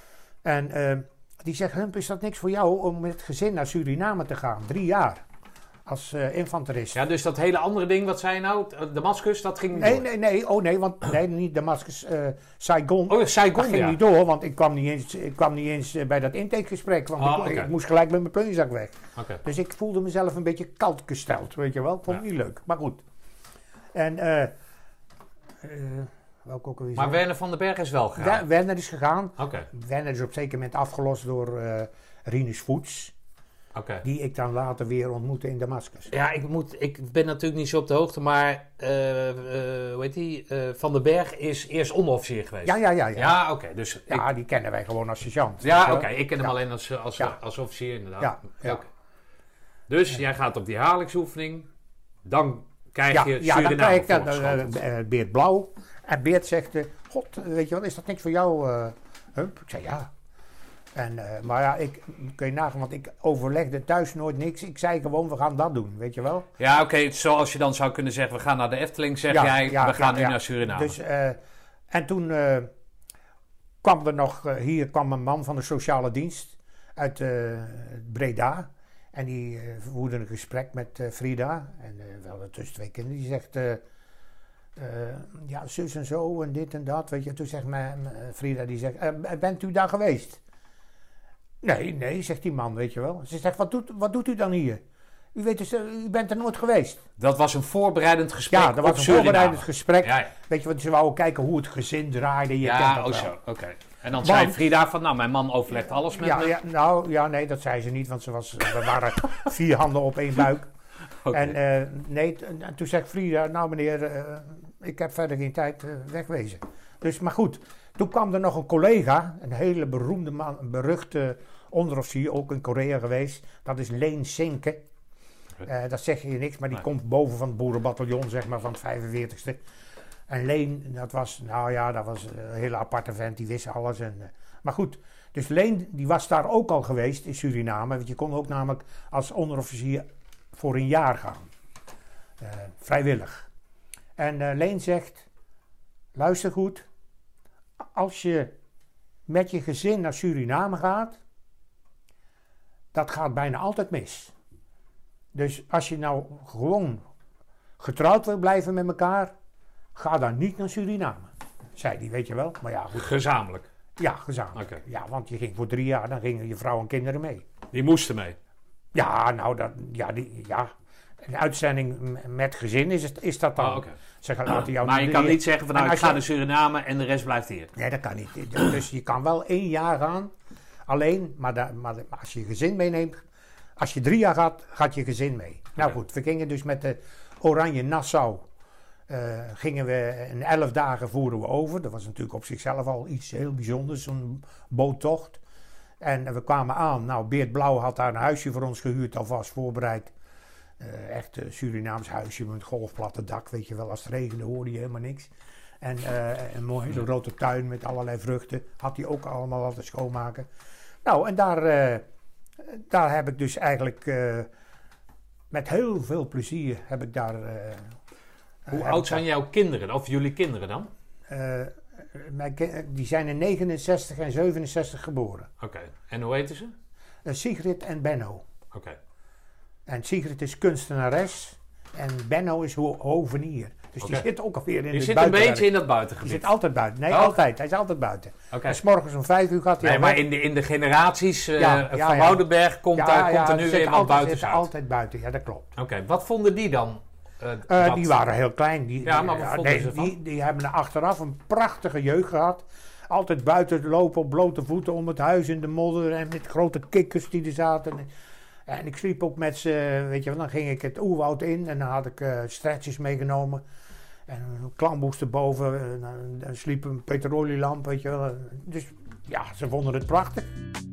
Speaker 2: En uh, die zegt, Hump, is dat niks voor jou om met het gezin naar Suriname te gaan? Drie jaar. Als uh, infanterist.
Speaker 3: Ja, dus dat hele andere ding, wat zei je nou? Damascus, dat ging niet
Speaker 2: nee,
Speaker 3: door?
Speaker 2: Nee, nee, oh nee, want nee, niet Damascus, uh, Saigon.
Speaker 3: Oh, Saigon,
Speaker 2: dat ging
Speaker 3: ja.
Speaker 2: niet door, want ik kwam niet eens, ik kwam niet eens uh, bij dat intakegesprek. Want
Speaker 3: oh,
Speaker 2: ik,
Speaker 3: okay.
Speaker 2: ik moest gelijk met mijn plunjezak weg.
Speaker 3: Okay.
Speaker 2: Dus ik voelde mezelf een beetje koud gesteld, weet je wel. Ik vond het ja. niet leuk, maar goed. En, eh... Uh, uh, welke ook alweer
Speaker 3: maar
Speaker 2: zijn?
Speaker 3: Werner van den Berg is wel gegaan?
Speaker 2: Ja, Werner is gegaan.
Speaker 3: Okay.
Speaker 2: Werner is op een zeker moment afgelost door uh, Rinus Voets.
Speaker 3: Okay.
Speaker 2: Die ik dan later weer ontmoette in Damascus.
Speaker 3: Ja, ik, moet, ik ben natuurlijk niet zo op de hoogte, maar uh, uh, hoe heet die? Uh, Van den Berg is eerst onderofficier geweest.
Speaker 2: Ja, ja, ja. Ja,
Speaker 3: ja oké. Okay, dus
Speaker 2: ja
Speaker 3: ik...
Speaker 2: die kennen wij gewoon als sergeant.
Speaker 3: Ja, oké. Okay, ik ken hem
Speaker 2: ja.
Speaker 3: alleen als, als,
Speaker 2: ja.
Speaker 3: als officier inderdaad.
Speaker 2: Ja, ja.
Speaker 3: Okay. Dus ja. jij gaat op die herhalingsoefening, dan krijg
Speaker 2: ja,
Speaker 3: je
Speaker 2: ja,
Speaker 3: Suriname
Speaker 2: dan krijg ik dan, uh, uh, Beert Blauw. En Beert zegt, uh, god, weet je wat, is dat niks voor jou, uh, Hump? Ik zei, ja. En, uh, maar ja, ik kun je nagaan, want ik overlegde thuis nooit niks. Ik zei gewoon, we gaan dat doen, weet je wel.
Speaker 3: Ja, oké, okay, zoals je dan zou kunnen zeggen, we gaan naar de Efteling, zeg ja, jij, ja, we gaan ja, nu ja. naar Suriname.
Speaker 2: Dus, uh, en toen uh, kwam er nog, uh, hier kwam een man van de sociale dienst uit uh, Breda. En die uh, voerde een gesprek met uh, Frida. En uh, we hadden tussen twee kinderen, die zegt... Uh, Uh, ja, zus en zo en dit en dat, weet je. Toen zegt mijn, uh, Frida, die zegt, uh, bent u daar geweest? Nee, nee, zegt die man, weet je wel. Ze zegt, wat doet, wat doet u dan hier? U weet dus, uh, u bent er nooit geweest.
Speaker 3: Dat was een voorbereidend gesprek.
Speaker 2: Ja, dat was een
Speaker 3: Suriname.
Speaker 2: voorbereidend gesprek.
Speaker 3: Ja, ja.
Speaker 2: Weet je, want ze wouden kijken hoe het gezin draaide. Je
Speaker 3: ja,
Speaker 2: kent dat
Speaker 3: oh
Speaker 2: wel.
Speaker 3: zo, oké. Okay. En dan
Speaker 2: Want-
Speaker 3: zei Frida van, nou, mijn man overlegt alles met
Speaker 2: Ja,
Speaker 3: me.
Speaker 2: ja, nou, ja, nee, dat zei ze niet, want ze was, we waren vier handen op één buik.
Speaker 3: Oké.
Speaker 2: En eh, nee, t- en toen zei Frida, nou meneer, eh, ik heb verder geen tijd, eh, wegwezen. Dus, maar goed, toen kwam er nog een collega, een hele beroemde man, een beruchte onderofficier, ook in Korea geweest. Dat is Leen Sinke. Eh, dat zeg je niks, maar die
Speaker 3: Nee.
Speaker 2: komt boven van het boerenbataljon, zeg maar, van het vijfenveertigste. En Leen, dat was, nou ja, dat was een hele aparte vent, die wist alles. En, eh, maar goed, dus Leen, die was daar ook al geweest in Suriname. Want je kon ook namelijk als onderofficier voor een jaar gaan. Eh, vrijwillig. En eh, Leen zegt, luister goed, als je met je gezin naar Suriname gaat, dat gaat bijna altijd mis. Dus als je nou gewoon getrouwd wil blijven met elkaar, ga dan niet naar Suriname. Zei die, weet je wel. Maar ja, goed.
Speaker 3: Gezamenlijk.
Speaker 2: Ja, gezamenlijk.
Speaker 3: Oké.
Speaker 2: Ja, want je ging voor drie jaar, dan gingen je vrouw en kinderen mee.
Speaker 3: Die moesten mee.
Speaker 2: Ja, nou, dat, ja, die, ja. Een uitzending m- met gezin is, het, is dat dan.
Speaker 3: Oh, oké.
Speaker 2: Ze gaan laten jou
Speaker 3: Maar je
Speaker 2: niet
Speaker 3: kan
Speaker 2: drie-
Speaker 3: niet zeggen van,
Speaker 2: En
Speaker 3: nou, ik
Speaker 2: als
Speaker 3: ga
Speaker 2: je-
Speaker 3: naar Suriname en de rest blijft hier.
Speaker 2: Nee, dat kan niet. Dus je kan wel één jaar gaan, alleen, maar, da- maar maar als je je gezin meeneemt, als je drie jaar gaat, gaat je gezin mee. Nou
Speaker 3: Oké.
Speaker 2: goed, we gingen dus met de Oranje Nassau, eh, gingen we in elf dagen voeren we over. Dat was natuurlijk op zichzelf al iets heel bijzonders, zo'n boottocht. En we kwamen aan, nou Beert Blauw had daar een huisje voor ons gehuurd, alvast voorbereid. Eh, echt een Surinaams huisje met een golfplatte dak, weet je wel. Als het regende hoorde je helemaal niks. En eh, een mooie hele grote tuin met allerlei vruchten. Had hij ook allemaal laten schoonmaken. Nou, en daar, eh, daar heb ik dus eigenlijk eh, met heel veel plezier heb ik daar... eh,
Speaker 3: Hoe
Speaker 2: heb
Speaker 3: oud
Speaker 2: ik
Speaker 3: zijn jouw kinderen, of jullie kinderen dan?
Speaker 2: daar, eh, mijn ki- die zijn in negenenzestig en zevenenzestig geboren.
Speaker 3: Oké. En hoe heten ze?
Speaker 2: Eh, Sigrid en Benno.
Speaker 3: Oké.
Speaker 2: En Sigrid is kunstenares en Benno is ho- hovenier. Dus die
Speaker 3: Oké.
Speaker 2: zit ook alweer in
Speaker 3: Je
Speaker 2: de
Speaker 3: zit een
Speaker 2: buitenwerk.
Speaker 3: beetje in dat
Speaker 2: Die
Speaker 3: buitengebied.
Speaker 2: zit altijd buiten. Nee,
Speaker 3: Oh.
Speaker 2: altijd. Hij is altijd buiten.
Speaker 3: Oké.
Speaker 2: En 's morgens om vijf uur gaat hij
Speaker 3: Nee,
Speaker 2: al
Speaker 3: maar
Speaker 2: weg.
Speaker 3: in de, in de generaties eh,
Speaker 2: Ja, ja,
Speaker 3: van
Speaker 2: ja.
Speaker 3: Woudenberg komt, daar, komt er nu
Speaker 2: ze
Speaker 3: weer
Speaker 2: zitten
Speaker 3: wat
Speaker 2: altijd,
Speaker 3: buiten
Speaker 2: zitten
Speaker 3: uit.
Speaker 2: altijd buiten. Ja, dat klopt.
Speaker 3: Oké, wat vonden die dan? eh,
Speaker 2: Eh,
Speaker 3: wat-
Speaker 2: die waren heel klein. Die,
Speaker 3: Ja, maar
Speaker 2: die-
Speaker 3: wat vonden
Speaker 2: nee,
Speaker 3: ze ervan?
Speaker 2: die, die hebben er achteraf een prachtige jeugd gehad. Altijd buiten lopen op blote voeten om het huis in de modder. En met grote kikkers die er zaten. En ik sliep ook met ze, weet je wel, dan ging ik het oerwoud in. En dan had ik eh stretches meegenomen. En een klamboes erboven. En dan, dan sliep een petrolielamp, weet je wel. Dus ja, ze vonden het prachtig.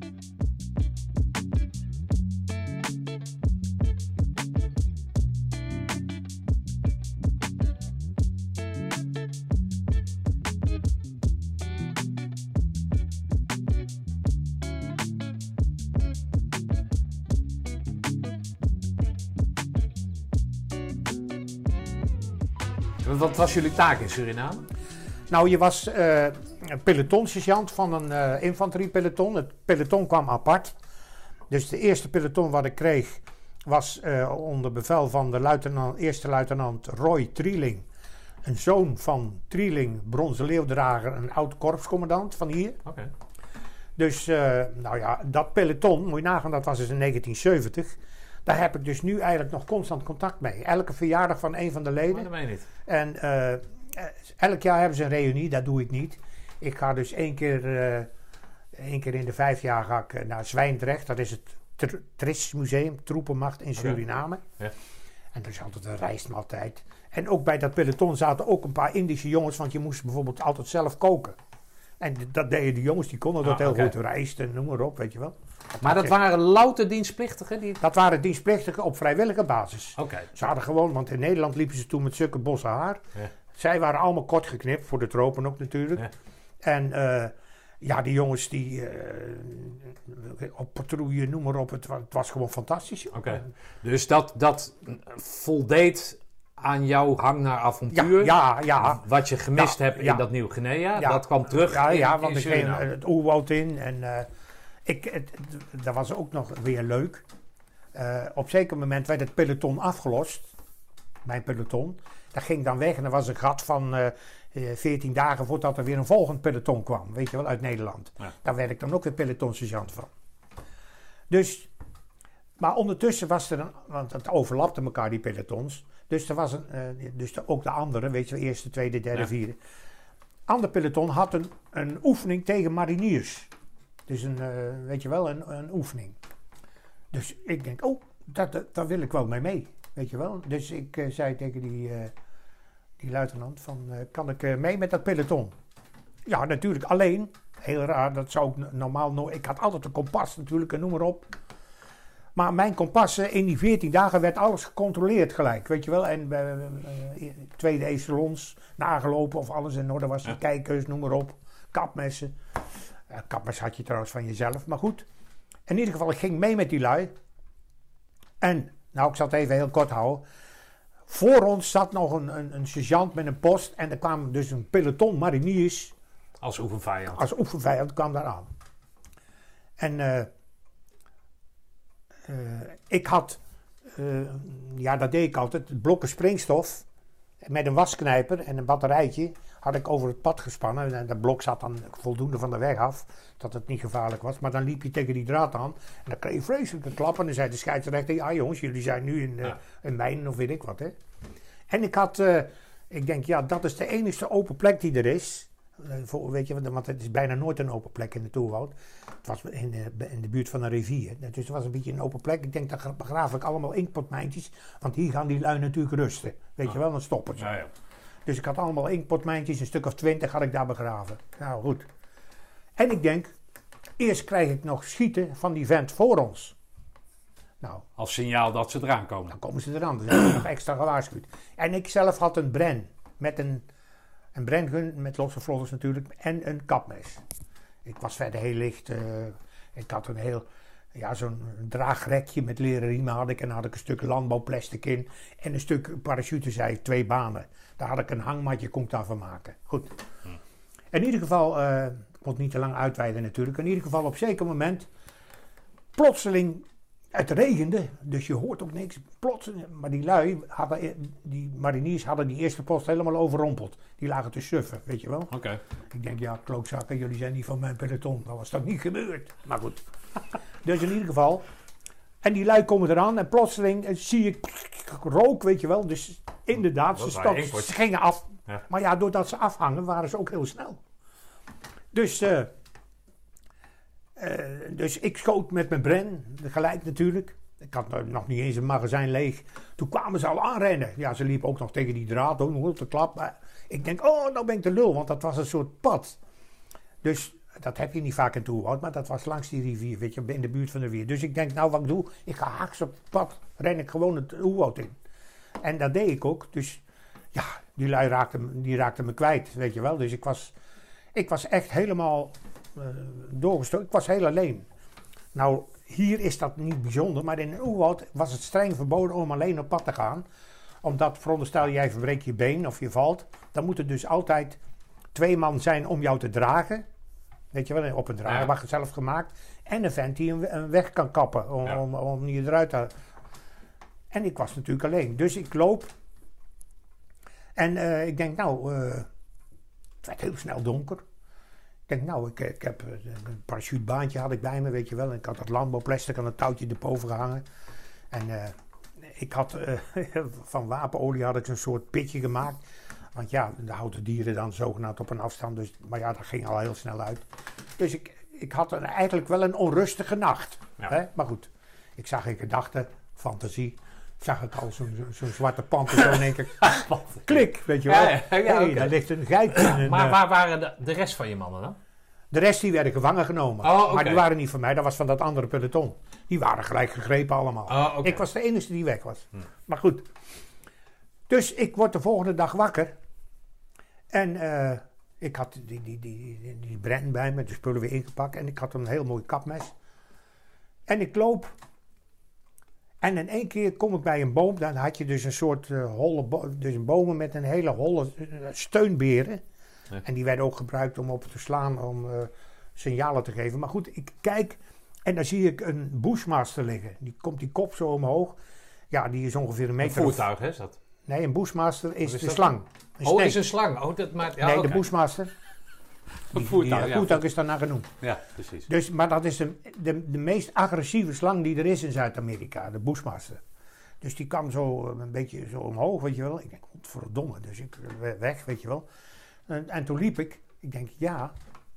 Speaker 3: Wat was jullie taak in Suriname?
Speaker 2: Nou, je was eh, een pelotonsergeant van een eh infanteriepeloton. Het peloton kwam apart. Dus de eerste peloton wat ik kreeg was eh, onder bevel van de luitenant, eerste luitenant Roy Trieling. Een zoon van Trieling, bronzen leeuwdrager, een oud korpscommandant van hier.
Speaker 3: Oké.
Speaker 2: Dus, eh, nou ja, dat peloton, moet je nagaan, dat was dus in negentien zeventig. Daar heb ik dus nu eigenlijk nog constant contact mee. Elke verjaardag van een van de
Speaker 3: Oh,
Speaker 2: leden.
Speaker 3: dat meen je niet.
Speaker 2: En eh, eh, elk jaar hebben ze een reunie, dat doe ik niet. Ik ga dus één keer, eh, één keer in de vijf jaar ga ik eh, naar Zwijndrecht. Dat is het Tr- Tris Museum, Troepenmacht in Suriname.
Speaker 3: Ja.
Speaker 2: En er is altijd een rijstmaaltijd. En ook bij dat peloton zaten ook een paar Indische jongens, want je moest bijvoorbeeld altijd zelf koken. En d- dat deden de jongens, die konden dat
Speaker 3: Ah,
Speaker 2: heel
Speaker 3: oké.
Speaker 2: goed. Rijst en noem maar op, weet je wel.
Speaker 3: Maar dat waren louter dienstplichtigen? Die...
Speaker 2: Dat waren dienstplichtigen op vrijwillige basis.
Speaker 3: Oké.
Speaker 2: Ze hadden gewoon, want in Nederland liepen ze toen met zulke bossen haar.
Speaker 3: Ja.
Speaker 2: Zij waren allemaal kort geknipt, voor de tropen ook natuurlijk.
Speaker 3: Ja.
Speaker 2: En eh, ja, die jongens die eh, op patrouille, noem maar op, het, wa- het was gewoon fantastisch.
Speaker 3: Oké. Dus dat, dat voldeed aan jouw hang naar
Speaker 2: Ja,
Speaker 3: avontuur?
Speaker 2: ja, ja.
Speaker 3: Wat je gemist
Speaker 2: Ja,
Speaker 3: hebt
Speaker 2: ja.
Speaker 3: in dat Nieuw-Guinea,
Speaker 2: Ja.
Speaker 3: dat kwam terug
Speaker 2: Ja,
Speaker 3: in,
Speaker 2: ja,
Speaker 3: in
Speaker 2: want ik ging
Speaker 3: Suriname.
Speaker 2: eh, het oerwoud in en eh, ik, het, het- dat was ook nog weer leuk. Eh, op een zeker moment werd het peloton afgelost, mijn peloton. Dat ging dan weg en er was een gat van eh, eh, veertien dagen voordat er weer een volgend peloton kwam, weet je wel, uit Nederland.
Speaker 3: Ja.
Speaker 2: Daar werd ik dan ook weer pelotonsergeant van. Dus, maar ondertussen was er een, want het overlapte elkaar die pelotons. Dus er was een, eh, dus de- ook de andere, weet je wel, eerste, tweede, derde,
Speaker 3: Ja.
Speaker 2: vierde. ander peloton had een, een oefening tegen mariniers. Dus een, uh, weet je wel, een, een oefening. Dus ik denk, oh, dat, dat, daar wil ik wel mee mee. Weet je wel. Dus ik uh, zei tegen die, uh, die luitenant van, uh, kan ik uh, mee met dat peloton? Ja, natuurlijk alleen. Heel raar, dat zou ik normaal nooit. Ik had altijd een kompas natuurlijk en noem maar op. Maar mijn kompassen in die veertien dagen werd alles gecontroleerd gelijk, weet je wel. En uh, uh, tweede echelons nagelopen of alles in orde was. Ja. Kijkers, noem maar op. Kapmessen. Uh, kapmes had je trouwens van jezelf, maar goed. In ieder geval, ik ging mee met die lui. En, nou ik zal het even heel kort houden. Voor ons zat nog een, een, een sergeant met een post. En er kwam dus een peloton mariniers.
Speaker 3: Als oefenvijand.
Speaker 2: Als oefenvijand kwam daar aan. En uh, uh, ik had, uh, ja dat deed ik altijd, blokken springstof met een wasknijper en een batterijtje had ik over het pad gespannen. En dat blok zat dan voldoende van de weg af, dat het niet gevaarlijk was. Maar dan liep je tegen die draad aan en dan kreeg je vreselijke klappen. En dan zei de scheidsrechter, ja jongens, jullie zijn nu in, uh, ja. in mijn of weet ik wat. Hè. En ik had, uh, ik denk ja, dat is de enige open plek die er is. Voor, weet je, want het is bijna nooit een open plek in de Toerwoud. Het was in de, in de buurt van een rivier. Dus het was een beetje een open plek. Ik denk, daar begraaf ik allemaal inkpotmijntjes. Want hier gaan die lui natuurlijk rusten. Weet ah. je wel, dan stoppen ze.
Speaker 3: Ja, ja.
Speaker 2: Dus ik had allemaal inkpotmijntjes, een stuk of twintig had ik daar begraven. Nou goed. En ik denk, eerst krijg ik nog schieten van die vent voor ons. Nou,
Speaker 3: als signaal dat ze eraan komen.
Speaker 2: Dan komen ze eraan. Dan zijn ze nog extra gewaarschuwd. En ik zelf had een Bren met een... Een Brengun met losse vlodders natuurlijk en een kapmes. Ik was verder heel licht. Uh, ik had een heel, ja, zo'n draagrekje met leren riemen had ik. En dan had ik een stuk landbouwplastic in. En een stuk parachute, zei twee banen. Daar had ik een hangmatje, kon ik daarvan maken. Goed. Hm. In ieder geval, uh, ik moet niet te lang uitweiden natuurlijk. In ieder geval op een zeker moment, plotseling, het regende, dus je hoort ook niks. Plotseling, maar die lui, hadden, die mariniers hadden die eerste post helemaal overrompeld. Die lagen te suffen, weet je wel.
Speaker 3: Oké. Okay.
Speaker 2: Ik denk, ja, klootzakken, jullie zijn niet van mijn peloton. Dat was toch niet gebeurd. Maar goed. Dus in ieder geval. En die lui komen eraan en plotseling eh, zie ik rook, weet je wel. Dus inderdaad, ze, stop, ze gingen af. Ja. Maar ja, doordat ze afhangen, waren ze ook heel snel. Dus... Uh, Uh, dus ik schoot met mijn Bren, gelijk natuurlijk. Ik had nog niet eens een magazijn leeg. Toen kwamen ze al aanrennen. Ja, ze liepen ook nog tegen die draad, ook te klap. Maar ik denk, oh, nou ben ik de lul, want dat was een soort pad. Dus dat heb je niet vaak in Toerwoud, maar dat was langs die rivier, weet je, in de buurt van de rivier. Dus ik denk, nou wat ik doe, ik ga haaks op het pad, ren ik gewoon het Toerwoud in. En dat deed ik ook. Dus ja, die lui raakten, die raakten me kwijt, weet je wel. Dus ik was, ik was echt helemaal... Uh, doorgestoken. Ik was heel alleen. Nou, hier is dat niet bijzonder, maar in Oerwoud was het streng verboden om alleen op pad te gaan. Omdat, veronderstel jij verbreekt je been of je valt, dan moet er dus altijd twee man zijn om jou te dragen. Weet je wel, op een draagwagen ja. zelf gemaakt. En een vent die een, een weg kan kappen om, ja. om, om je eruit te... En ik was natuurlijk alleen. Dus ik loop. En uh, ik denk, nou, uh, het werd heel snel donker. Ik denk, nou, ik, ik heb een parachutebaantje had ik bij me, weet je wel. En ik had dat landbouwplastic aan het touwtje erboven gehangen. En uh, ik had uh, van wapenolie had ik zo'n soort pitje gemaakt. Want ja, de houten dieren dan zogenaamd op een afstand. Dus, maar ja, dat ging al heel snel uit. Dus ik, ik had een, eigenlijk wel een onrustige nacht. Ja. Hè? Maar goed, ik zag in gedachten, fantasie... zag ik al zo'n zo, zo zwarte panter zo in één keer. Klik, weet je wel. Ja, ja, ja, hey, okay. Daar ligt een geitje. En,
Speaker 3: maar waar waren de, de rest van je mannen dan?
Speaker 2: De rest die werden gevangen genomen. Oh, okay. Maar die waren niet van mij, dat was van dat andere peloton. Die waren gelijk gegrepen allemaal. Oh, okay. Ik was de enige die weg was. Hm. Maar goed. Dus ik word de volgende dag wakker. En uh, ik had die, die, die, die, die Bren bij me, de spullen weer ingepakt. En ik had een heel mooi kapmes. En ik loop... En in één keer kom ik bij een boom. Dan had je dus een soort uh, holle bo- dus een bomen met een hele holle uh, steunberen. Ja. En die werden ook gebruikt om op te slaan, om uh, signalen te geven. Maar goed, ik kijk en dan zie ik een Bushmaster liggen. Die komt die kop zo omhoog. Ja, die is ongeveer een meter.
Speaker 3: Een voertuig, hè, is dat?
Speaker 2: Nee, een Bushmaster is, is de slang.
Speaker 3: Een oh, is een slang. Oh, dat maakt... ja,
Speaker 2: nee,
Speaker 3: okay.
Speaker 2: De Bushmaster.
Speaker 3: Een voertuig,
Speaker 2: die, ja. voertuig is daarna genoemd.
Speaker 3: Ja, precies.
Speaker 2: Dus, maar dat is de, de, de meest agressieve slang die er is in Zuid-Amerika, de Bushmaster. Dus die kwam zo een beetje zo omhoog, weet je wel. Ik denk, godverdomme, dus ik weg, weet je wel. En, en toen liep ik. Ik denk, ja.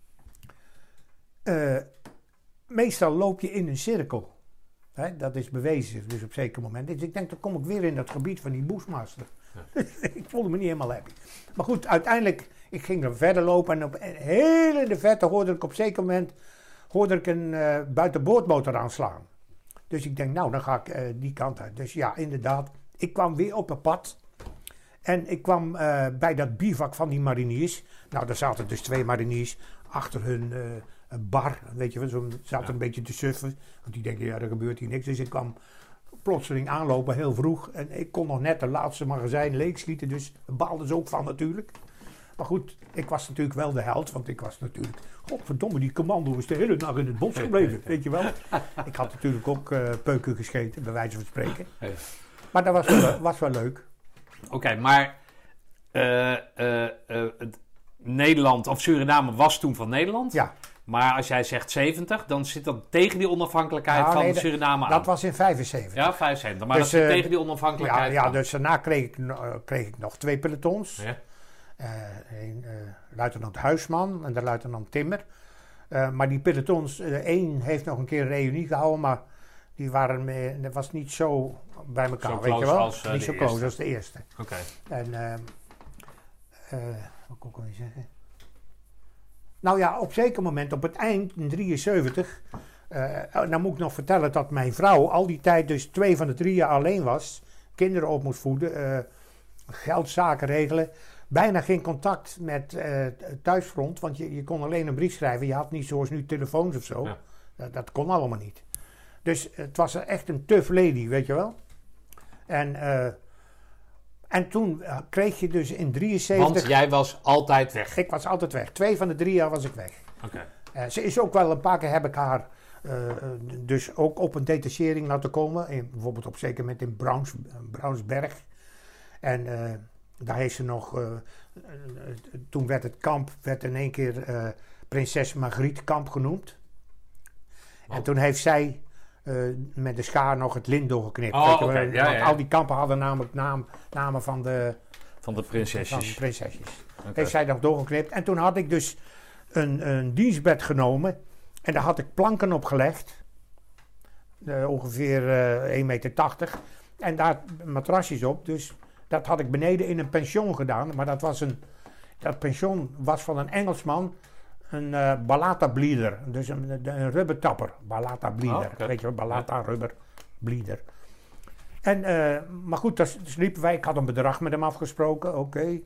Speaker 2: Uh, meestal loop je in een cirkel. Hè, dat is bewezen, dus op een zeker moment. Dus ik denk, dan kom ik weer in dat gebied van die Bushmaster. Ja. Ik voelde me niet helemaal happy. Maar goed, uiteindelijk, ik ging er verder lopen. En op heel in de verte hoorde ik op een zeker moment hoorde ik een uh, buitenboordmotor aanslaan. Dus ik denk, nou, dan ga ik uh, die kant uit. Dus ja, inderdaad, ik kwam weer op het pad. En ik kwam uh, bij dat bivak van die mariniers. Nou, daar zaten dus twee mariniers achter hun uh, bar. Weet je wel, zo zaten ja. een beetje te suffen. Want die denken, ja, er gebeurt hier niks. Dus ik kwam plotseling aanlopen, heel vroeg. En ik kon nog net de laatste magazijn leegschieten. Dus daar baalden ze ook van natuurlijk. Maar goed, ik was natuurlijk wel de held. Want ik was natuurlijk, godverdomme, die commando is de hele dag in het bos gebleven. Weet je wel. Ik had natuurlijk ook uh, peuken gescheten, bij wijze van spreken. Maar dat was wel, was wel leuk.
Speaker 3: Oké, okay, maar uh, uh, uh, Nederland of Suriname was toen van Nederland.
Speaker 2: Ja.
Speaker 3: Maar als jij zegt zeventig, dan zit dat tegen die onafhankelijkheid nou, van nee, Suriname aan.
Speaker 2: Dat was in vijfenzeventig.
Speaker 3: Ja, vijfenzeventig. Maar dus, dat zit uh, tegen die onafhankelijkheid
Speaker 2: ja,
Speaker 3: aan.
Speaker 2: Ja, dus daarna kreeg ik, uh, kreeg ik nog twee pelotons. Ja. Uh, een, uh, luitenant Huisman en de luitenant Timmer. Uh, maar die pelotons, uh, één heeft nog een keer een reunie gehouden, maar die waren mee, dat was niet zo bij elkaar,
Speaker 3: zo
Speaker 2: weet je wel?
Speaker 3: Als, uh,
Speaker 2: niet zo close als de eerste.
Speaker 3: Oké. Okay.
Speaker 2: En, uh, uh, wat kon ik al niet zeggen? Nou ja, op een zeker moment, op het eind, in drieënzeventig, uh, dan moet ik nog vertellen dat mijn vrouw al die tijd dus twee van de drie jaar alleen was, kinderen op moest voeden, uh, geldzaken regelen, bijna geen contact met uh, thuisfront, want je, je kon alleen een brief schrijven, je had niet zoals nu telefoons of zo, ja. dat, dat kon allemaal niet. Dus het was echt een tough lady, weet je wel. En, uh, en toen uh, kreeg je dus in drieënzeventig...
Speaker 3: Want jij was altijd weg?
Speaker 2: Ik was altijd weg. Twee van de drie jaar was ik weg.
Speaker 3: Oké.
Speaker 2: Okay. Uh, ze is ook wel een paar keer, heb ik haar uh, dus ook op een detachering laten komen. In, bijvoorbeeld op een zeker moment in Browns, Brownsberg. En uh, daar heeft ze nog... Uh, uh, toen werd het kamp, werd in één keer uh, Prinses Margriet kamp genoemd. Oh. En toen heeft zij... Uh, met de schaar nog het lint doorgeknipt.
Speaker 3: Oh,
Speaker 2: weet je,
Speaker 3: okay. ja,
Speaker 2: want
Speaker 3: ja.
Speaker 2: al die kampen hadden namelijk naam, namen van de...
Speaker 3: Van de prinsesjes.
Speaker 2: Van de prinsesjes.
Speaker 3: Okay. Heeft
Speaker 2: zij nog doorgeknipt. En toen had ik dus een, een dienstbed genomen. En daar had ik planken op gelegd. Uh, ongeveer uh, één meter tachtig. En daar matrasjes op. Dus dat had ik beneden in een pension gedaan. Maar dat was een... Dat pension was van een Engelsman... Een uh, Balata bleeder, dus een, een rubbertapper, Balata bleeder, oh, okay. Weet je wel, Balata ja. rubber bleeder. En, uh, maar goed, dus, dus liepen wij, ik had een bedrag met hem afgesproken, oké. Okay.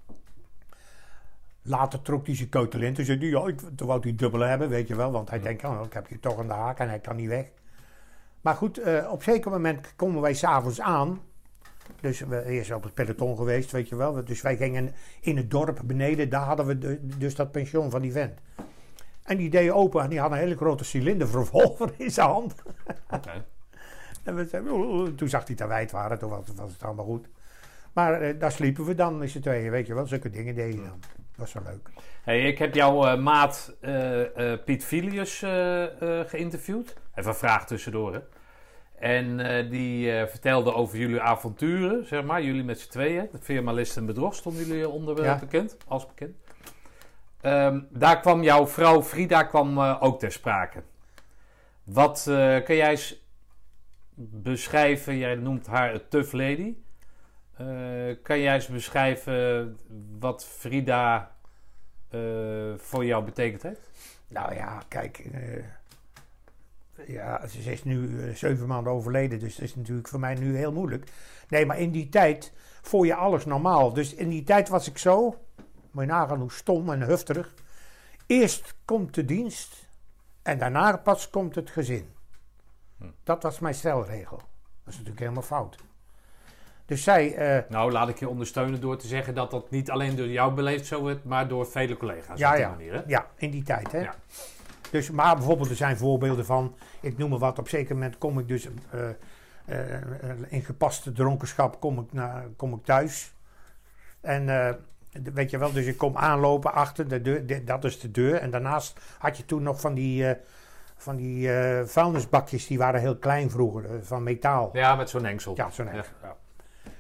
Speaker 2: Later trok hij zijn keutel in, toen zei hij, ja, ik, toen wou hij dubbele hebben, weet je wel, want hij ja. denkt, oh, ik heb je toch aan de haak en hij kan niet weg. Maar goed, uh, op een zeker moment komen wij s'avonds aan. Dus we eerst op het peloton geweest, weet je wel. Dus wij gingen in het dorp beneden, daar hadden we de, dus dat pension van die vent. En die deed open en die had een hele grote cilinder revolver in zijn hand.
Speaker 3: Okay.
Speaker 2: En we zeiden, oh, toen zag hij dat wij het waren, toen was, was het allemaal goed. Maar uh, daar sliepen we dan met z'n tweeën, weet je wel. Zulke dingen deden je dan. Dat was zo leuk.
Speaker 3: Hey, ik heb jouw uh, maat uh, uh, Piet Filius uh, uh, geïnterviewd. Even een vraag tussendoor, hè. En uh, die uh, vertelde over jullie avonturen, zeg maar. Jullie met z'n tweeën. De firma List en Bedrog stonden jullie onder uh, ja. bekend, als bekend. Um, daar kwam jouw vrouw Frida kwam, uh, ook ter sprake. Wat uh, kan jij eens beschrijven? Jij noemt haar een tough lady. Uh, kan jij eens beschrijven wat Frida uh, voor jou betekend heeft?
Speaker 2: Nou ja, kijk... Uh... Ja, ze is nu uh, zeven maanden overleden, dus dat is natuurlijk voor mij nu heel moeilijk. Nee, maar in die tijd vond je alles normaal. Dus in die tijd was ik zo, moet je nagaan hoe stom en hufterig. Eerst komt de dienst en daarna pas komt het gezin. Hm. Dat was mijn stelregel. Dat is natuurlijk helemaal fout. Dus zij... Uh,
Speaker 3: nou, laat ik je ondersteunen door te zeggen dat dat niet alleen door jou beleefd zo werd, maar door vele collega's
Speaker 2: ja,
Speaker 3: op die
Speaker 2: ja,
Speaker 3: manier. Hè?
Speaker 2: Ja, in die tijd, hè.
Speaker 3: Ja.
Speaker 2: Dus, maar bijvoorbeeld er zijn voorbeelden van, ik noem maar wat, op een zeker moment kom ik dus uh, uh, in gepaste dronkenschap kom ik, naar, kom ik thuis. En uh, weet je wel, dus ik kom aanlopen achter de deur, de, dat is de deur. En daarnaast had je toen nog van die, uh, van die uh, vuilnisbakjes, die waren heel klein vroeger, uh, van metaal.
Speaker 3: Ja, met zo'n engsel.
Speaker 2: Ja, zo'n engsel. Ja.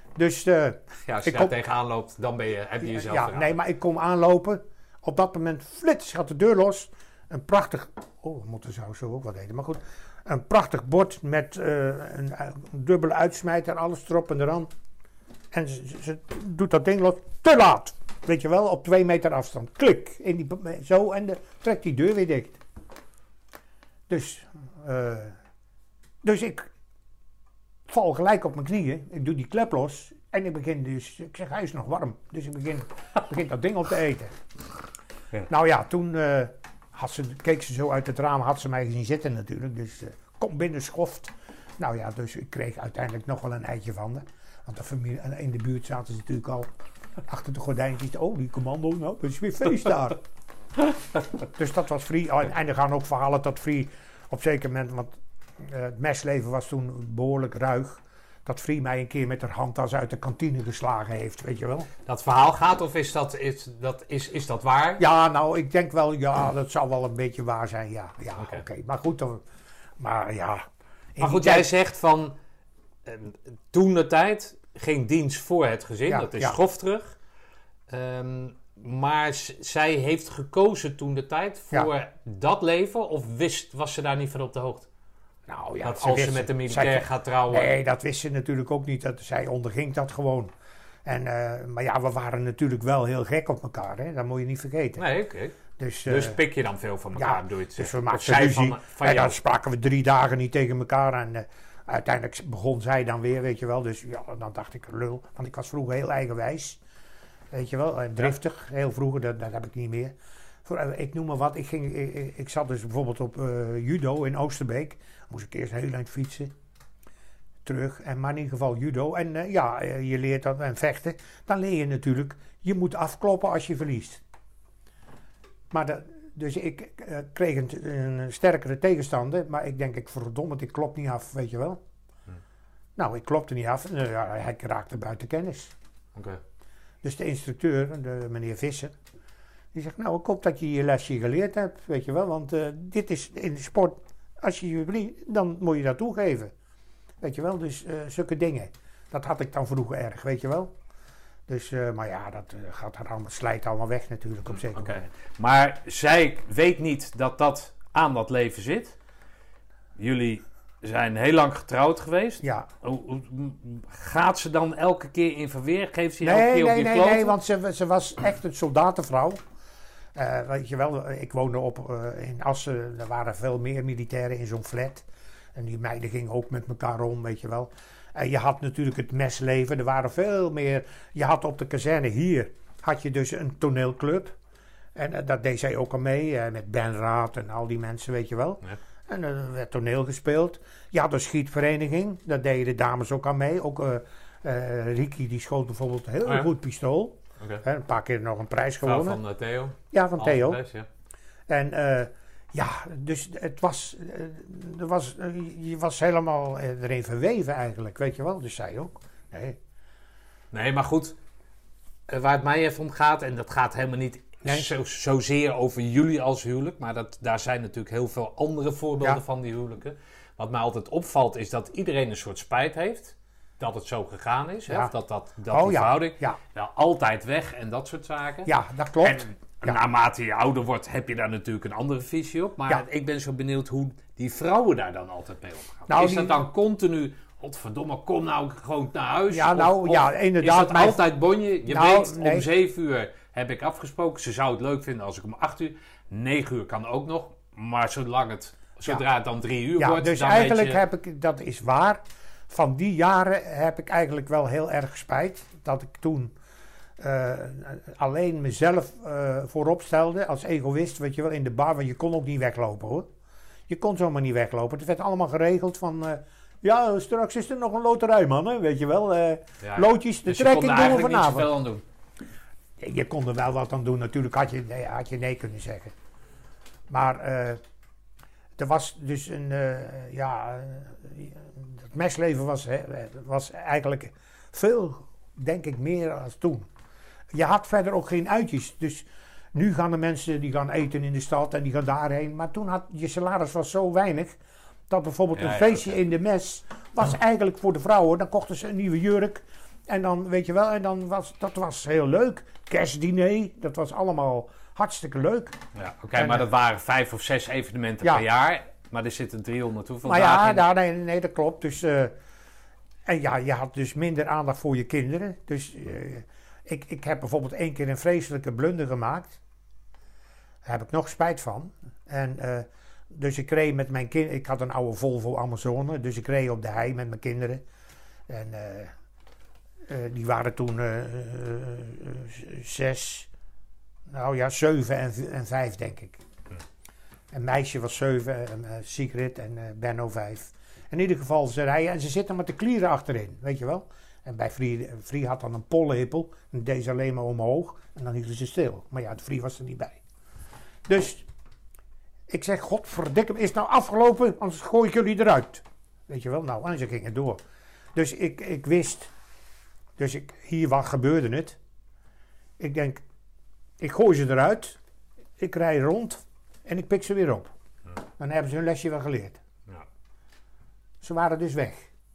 Speaker 2: Dus uh,
Speaker 3: ja, als je
Speaker 2: ik
Speaker 3: daar
Speaker 2: kom,
Speaker 3: tegenaan loopt, dan ben je, heb je jezelf
Speaker 2: Ja,
Speaker 3: verraden.
Speaker 2: nee, maar ik kom aanlopen. Op dat moment, flits, gaat de deur los. Een prachtig... Oh, we moeten zo, zo ook wat eten. Maar goed, een prachtig bord met uh, een, een dubbele uitsmijter, alles erop en eraan. En ze, ze doet dat ding los. Te laat! Weet je wel, op twee meter afstand. Klik! In die, zo, en de, trekt die deur weer dicht. Dus, uh, dus ik val gelijk op mijn knieën. Ik doe die klep los. En ik begin dus, ik zeg, hij is nog warm. Dus ik begin, begin dat ding op te eten. Ja. Nou ja, toen uh, had ze, keek ze zo uit het raam, had ze mij gezien zitten natuurlijk. Dus uh, kom binnen, schoft. Nou ja, dus ik kreeg uiteindelijk nog wel een eitje van haar. Want de familie, in de buurt zaten ze natuurlijk al achter de gordijntjes. Oh, die commando, nou, het is weer feest daar. Dus dat was Free. Oh, en, en er gaan ook verhalen dat Free op een zeker moment, want uh, het mesleven was toen behoorlijk ruig. Dat Free mij een keer met haar handtas uit de kantine geslagen heeft, weet je wel.
Speaker 3: Dat verhaal gaat of is dat, is dat, is, is dat waar?
Speaker 2: Ja, nou, ik denk wel, ja, dat zal wel een beetje waar zijn, ja. Ja, oké.
Speaker 3: Okay.
Speaker 2: Okay. Maar goed, dan, maar ja.
Speaker 3: Maar goed, jij tijd... zegt van, uh, toen de tijd ging dienst voor het gezin, ja, dat is ja. schofterig. Um, maar z- zij heeft gekozen toen de tijd voor ja. dat leven, of wist, was ze daar niet van op de hoogte?
Speaker 2: Nou ja,
Speaker 3: dat als ze met de militair zij, gaat trouwen.
Speaker 2: Nee, dat wist ze natuurlijk ook niet. Dat, zij onderging dat gewoon. En, uh, maar ja, we waren natuurlijk wel heel gek op elkaar. Hè? Dat moet je niet vergeten.
Speaker 3: Nee, oké. Okay.
Speaker 2: Dus, uh,
Speaker 3: dus pik je dan veel van elkaar,
Speaker 2: ja,
Speaker 3: doe je het
Speaker 2: dus we maakten ruzie. Van, van en dan spraken we drie dagen niet tegen elkaar. En uh, uiteindelijk begon zij dan weer, weet je wel. Dus ja, dan dacht ik, lul. Want ik was vroeger heel eigenwijs. Weet je wel, en driftig. Ja. Heel vroeger, dat, dat heb ik niet meer. Voor, uh, ik noem maar wat. Ik, ging, ik, ik zat dus bijvoorbeeld op uh, judo in Oosterbeek. Moest ik eerst heel eind fietsen. Terug. En maar in ieder geval judo. En uh, ja, uh, je leert dat en vechten. Dan leer je natuurlijk, je moet afkloppen als je verliest. Maar dat, dus ik uh, kreeg een, een sterkere tegenstander. Maar ik denk, ik verdomme, ik klop niet af, weet je wel. Hm. Nou, ik klopte niet af. En uh, hij raakte buiten kennis.
Speaker 3: Okay.
Speaker 2: Dus de instructeur, de, meneer Visser, die zegt, nou, ik hoop dat je je lesje geleerd hebt, weet je wel. Want uh, dit is in de sport, als je je verliest, dan moet je dat toegeven. Weet je wel, dus uh, zulke dingen. Dat had ik dan vroeger erg, weet je wel. Dus, uh, maar ja, dat uh, gaat er allemaal, slijt allemaal weg natuurlijk op zeker
Speaker 3: okay. Maar zij weet niet dat dat aan dat leven zit. Jullie zijn heel lang getrouwd geweest.
Speaker 2: Ja.
Speaker 3: Hoe, hoe, gaat ze dan elke keer in verweer? Geeft ze je
Speaker 2: nee,
Speaker 3: elke keer
Speaker 2: nee,
Speaker 3: op je
Speaker 2: nee,
Speaker 3: kloten?
Speaker 2: Nee, want ze, ze was echt een soldatenvrouw. Uh, weet je wel, ik woonde op, uh, in Assen. Er waren veel meer militairen in zo'n flat. En die meiden gingen ook met elkaar om, weet je wel. En je had natuurlijk het mesleven. Er waren veel meer. Je had op de kazerne hier, had je dus een toneelclub. En uh, dat deed zij ook al mee. Uh, met Ben Raad en al die mensen, weet je wel. Ja. En er werd toneel gespeeld. Je had een schietvereniging. Daar deden de dames ook aan mee. Ook uh, uh, Ricky, die schoot bijvoorbeeld een heel oh ja. goed pistool.
Speaker 3: Okay.
Speaker 2: He, een paar keer nog een prijs gewonnen.
Speaker 3: Van uh, Theo?
Speaker 2: Ja, van Theo.
Speaker 3: Prijs, ja.
Speaker 2: En uh, ja, dus het was, uh, er was, uh, je was helemaal uh, erin verweven eigenlijk, weet je wel. Dus zij ook. Nee,
Speaker 3: nee maar goed. Uh, waar het mij even om gaat, en dat gaat helemaal niet nee. zo, zozeer over jullie als huwelijk. Maar dat, daar zijn natuurlijk heel veel andere voorbeelden ja. van die huwelijken. Wat mij altijd opvalt is dat iedereen een soort spijt heeft. Dat het zo gegaan is. Ja. Hè? Of dat, dat, dat
Speaker 2: oh,
Speaker 3: die
Speaker 2: ja.
Speaker 3: verhouding
Speaker 2: ja.
Speaker 3: nou, altijd weg en dat soort zaken.
Speaker 2: Ja, dat klopt.
Speaker 3: En ja. naarmate je ouder wordt heb je daar natuurlijk een andere visie op. Maar ja. ik ben zo benieuwd hoe die vrouwen daar dan altijd mee omgaan. Nou, is die... dat dan continu... Godverdomme, kom nou gewoon naar huis.
Speaker 2: Ja, nou,
Speaker 3: of,
Speaker 2: ja, inderdaad.
Speaker 3: Is dat mijn... altijd bonje? Je
Speaker 2: nou,
Speaker 3: weet,
Speaker 2: nee.
Speaker 3: om zeven uur heb ik afgesproken. Ze zou het leuk vinden als ik om acht uur... negen uur kan ook nog. Maar zolang het, zodra ja. het dan drie uur
Speaker 2: ja,
Speaker 3: wordt...
Speaker 2: dus
Speaker 3: dan
Speaker 2: eigenlijk
Speaker 3: weet je...
Speaker 2: heb ik, dat is waar... Van die jaren heb ik eigenlijk wel heel erg spijt dat ik toen uh, alleen mezelf uh, voorop stelde als egoïst, weet je wel, in de bar. Want je kon ook niet weglopen, hoor. Je kon zomaar niet weglopen. Het werd allemaal geregeld van, uh, ja, straks is er nog een loterij, man, hè, weet je wel. Uh, ja, loodjes, de dus trekking doen we vanavond.
Speaker 3: Niet zoveel aan doen.
Speaker 2: Je, je kon er wel wat aan doen, natuurlijk had je nee, had je nee kunnen zeggen. Maar uh, er was dus een, uh, ja... Uh, het mesleven was, hè, was eigenlijk veel, denk ik, meer dan toen. Je had verder ook geen uitjes. Dus nu gaan de mensen die gaan eten in de stad en die gaan daarheen. Maar toen had je salaris was zo weinig. Dat bijvoorbeeld ja, een feestje ja, okay. in de mes was ja. eigenlijk voor de vrouwen. Dan kochten ze een nieuwe jurk. En dan, weet je wel, en dan was, dat was heel leuk. Kerstdiner, dat was allemaal hartstikke leuk.
Speaker 3: Ja, oké, okay, maar dat waren vijf of zes evenementen
Speaker 2: ja.
Speaker 3: per jaar. Maar er zitten driehonderd hoeveel
Speaker 2: maar ja,
Speaker 3: dagen in?
Speaker 2: Ja, nee, nee, dat klopt. Dus, uh, en ja, je had dus minder aandacht voor je kinderen. Dus uh, ik, ik heb bijvoorbeeld één keer een vreselijke blunder gemaakt. Daar heb ik nog spijt van. En uh, dus ik reed met mijn kinderen. Ik had een oude Volvo Amazone. Dus ik reed op de hei met mijn kinderen. En uh, uh, die waren toen uh, uh, uh, zes, nou ja, zeven en, en vijf denk ik. Hm. Een meisje was zeven, uh, Sigrid en uh, Benno vijf. In ieder geval, ze rijden en ze zitten met de klieren achterin, weet je wel. En bij Vrie, Vrie had dan een pollenhippel. En deze alleen maar omhoog. En dan hielden ze stil. Maar ja, de Vrie was er niet bij. Dus ik zeg, godverdikke, is het nou afgelopen? Anders gooi ik jullie eruit. Weet je wel, nou, en ze gingen door. Dus ik, ik wist, dus ik, hier wat gebeurde het. Ik denk, ik gooi ze eruit. Ik rij rond en ik pik ze weer op. Ja. Dan hebben ze hun lesje wel geleerd. Ja. Ze waren dus weg.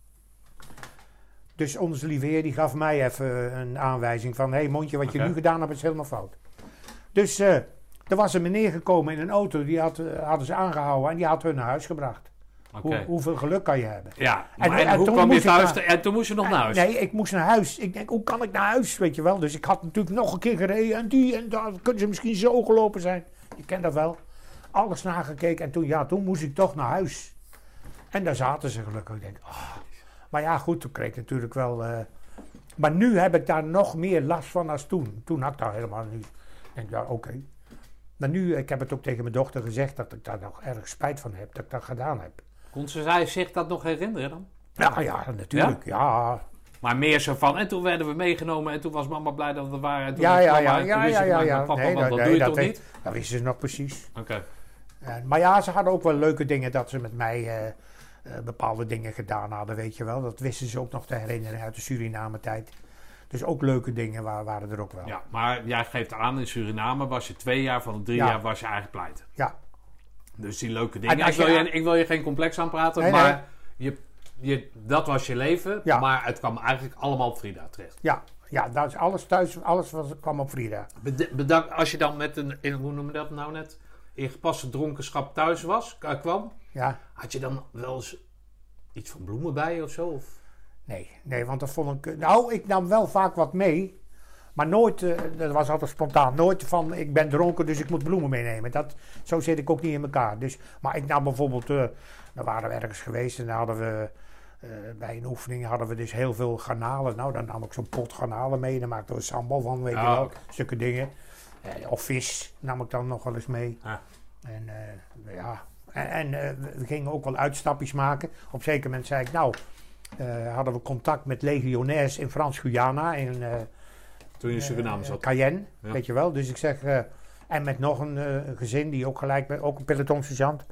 Speaker 2: Dus onze lieve heer die gaf mij even een aanwijzing van... hé hey, mondje, wat okay. je nu gedaan hebt is helemaal fout. Dus uh, er was een meneer gekomen in een auto, die had, uh, hadden ze aangehouden en die had hun naar huis gebracht. Okay. Hoe, hoeveel geluk kan je hebben?
Speaker 3: Ja, en, en, en hoe kwam je thuis? Naar, en toen moest je nog naar huis?
Speaker 2: Nee, ik moest naar huis. Ik denk, hoe kan ik naar huis, weet je wel? Dus ik had natuurlijk nog een keer gereden en die en daar kunnen ze misschien zo gelopen zijn. Je kent dat wel. Alles nagekeken en toen, ja, toen moest ik toch naar huis. En daar zaten ze gelukkig. Ik denk, oh. Maar ja, goed, toen kreeg ik natuurlijk wel... Uh, maar nu heb ik daar nog meer last van als toen. Toen had ik daar helemaal niet... Ik denk, ja, oké. Okay. Maar nu, ik heb het ook tegen mijn dochter gezegd dat ik daar nog erg spijt van heb, dat ik dat gedaan heb.
Speaker 3: Kon ze zich dat nog herinneren dan?
Speaker 2: Ja, ja, natuurlijk, ja. ja.
Speaker 3: Maar meer zo van, en toen werden we meegenomen en toen was mama blij dat we er waren. En toen
Speaker 2: ja, ja,
Speaker 3: mama,
Speaker 2: ja, ja, ja, ja, ja.
Speaker 3: Papa,
Speaker 2: nee,
Speaker 3: dat, dat
Speaker 2: nee,
Speaker 3: doe je
Speaker 2: dat
Speaker 3: toch
Speaker 2: weet,
Speaker 3: niet?
Speaker 2: Dat wisten ze nog precies.
Speaker 3: Oké. Okay.
Speaker 2: Uh, maar ja, ze hadden ook wel leuke dingen dat ze met mij uh, uh, bepaalde dingen gedaan hadden, weet je wel. Dat wisten ze ook nog te herinneren uit de Suriname-tijd. Dus ook leuke dingen waren er ook wel.
Speaker 3: Ja, maar jij geeft aan, in Suriname was je twee jaar van de drie ja. jaar was je eigenlijk pleiten.
Speaker 2: Ja.
Speaker 3: Dus die leuke dingen. Ik wil, je, ik wil je geen complex aanpraten, nee, maar nee. Je, je, dat was je leven. Ja. Maar het kwam eigenlijk allemaal op Frida terecht.
Speaker 2: Ja, ja, dat is alles thuis, alles was, kwam op Frida.
Speaker 3: Bedankt, als je dan met een, in, hoe noem je dat nou net, in gepaste dronkenschap thuis was, kwam. Ja. Had je dan wel eens iets van bloemen bij of zo? Of?
Speaker 2: Nee, nee, want dat vond ik... Nou, ik nam wel vaak wat mee. Maar nooit, uh, dat was altijd spontaan. Nooit van, ik ben dronken, dus ik moet bloemen meenemen. Dat, zo zit ik ook niet in elkaar. Dus, maar ik nam bijvoorbeeld... Uh, dan waren we ergens geweest en dan hadden we... Uh, bij een oefening hadden we dus heel veel garnalen. Nou, dan nam ik zo'n pot garnalen mee. Dan maakten we sambal van, weet je oh, wel. Okay. Stukken dingen. Uh, of vis nam ik dan nog wel eens mee. Ah. En uh, ja... En, en uh, we gingen ook wel uitstapjes maken. Op een zeker moment zei ik, nou... Uh, hadden we contact met legionairs in Frans-Guyana. In, uh,
Speaker 3: Toen je in Suriname
Speaker 2: uh,
Speaker 3: zat.
Speaker 2: Cayenne, ja. Weet je wel. Dus ik zeg... Uh, en met nog een uh, gezin die ook gelijk... Met, ook een pelotonsergeant.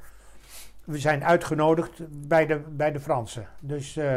Speaker 2: We zijn uitgenodigd bij de, bij de Fransen. Dus... Uh,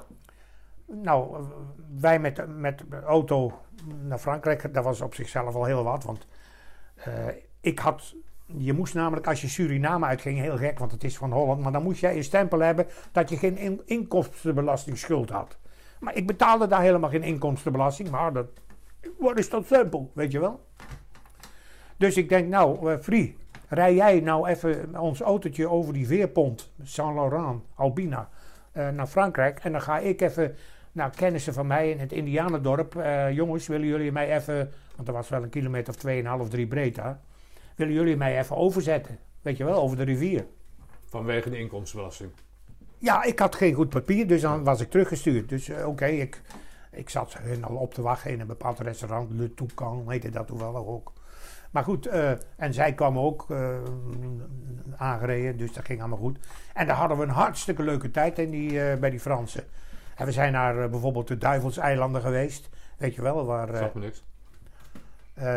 Speaker 2: nou, uh, wij met, met de auto naar Frankrijk. Dat was op zichzelf al heel wat. Want uh, ik had... Je moest namelijk, als je Suriname uitging, heel gek, want het is van Holland, maar dan moest jij een stempel hebben dat je geen in, inkomstenbelastingschuld had. Maar ik betaalde daar helemaal geen inkomstenbelasting, maar dat, wat is dat stempel, weet je wel? Dus ik denk, nou, uh, Free, rij jij nou even ons autootje over die veerpont, Saint-Laurent, Albina, uh, naar Frankrijk. En dan ga ik even naar kennissen van mij in het Indianendorp. Uh, jongens, willen jullie mij even, want er was wel een kilometer of tweeënhalf, drie breed daar. Willen jullie mij even overzetten? Weet je wel, over de rivier.
Speaker 3: Vanwege de inkomstenbelasting?
Speaker 2: Ja, ik had geen goed papier, dus dan was ik teruggestuurd. Dus uh, oké, okay, ik, ik zat hun al op te wachten in een bepaald restaurant. Le Toucan heette dat toevallig ook. Maar goed, uh, en zij kwamen ook uh, aangereden, dus dat ging allemaal goed. En daar hadden we een hartstikke leuke tijd in die, uh, bij die Fransen. En we zijn naar uh, bijvoorbeeld de Duivelseilanden geweest. Weet je wel, waar... Uh,
Speaker 3: Zag me niks.
Speaker 2: Uh,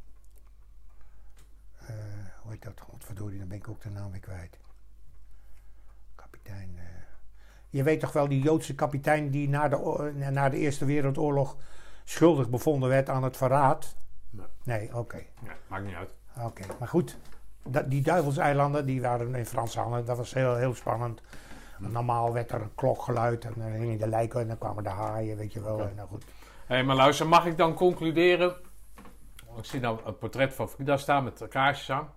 Speaker 2: Uh, hoe heet dat? Godverdorie, dan ben ik ook de naam weer kwijt. Kapitein. Uh, je weet toch wel die Joodse kapitein die na de, uh, na de Eerste Wereldoorlog schuldig bevonden werd aan het verraad?
Speaker 3: Nee.
Speaker 2: Nee, oké. Okay.
Speaker 3: Ja, maakt niet uit.
Speaker 2: Oké, okay, maar goed. Dat, die Duivelseilanden, die waren in Franse handen. Dat was heel, heel spannend. Normaal werd er een klok geluid en dan gingen de lijken en dan kwamen de haaien, weet je wel.
Speaker 3: Okay.
Speaker 2: En nou goed.
Speaker 3: Hé, hey, maar luister, mag ik dan concluderen? Ik zie nou een portret van Frida staan met kaarsjes aan.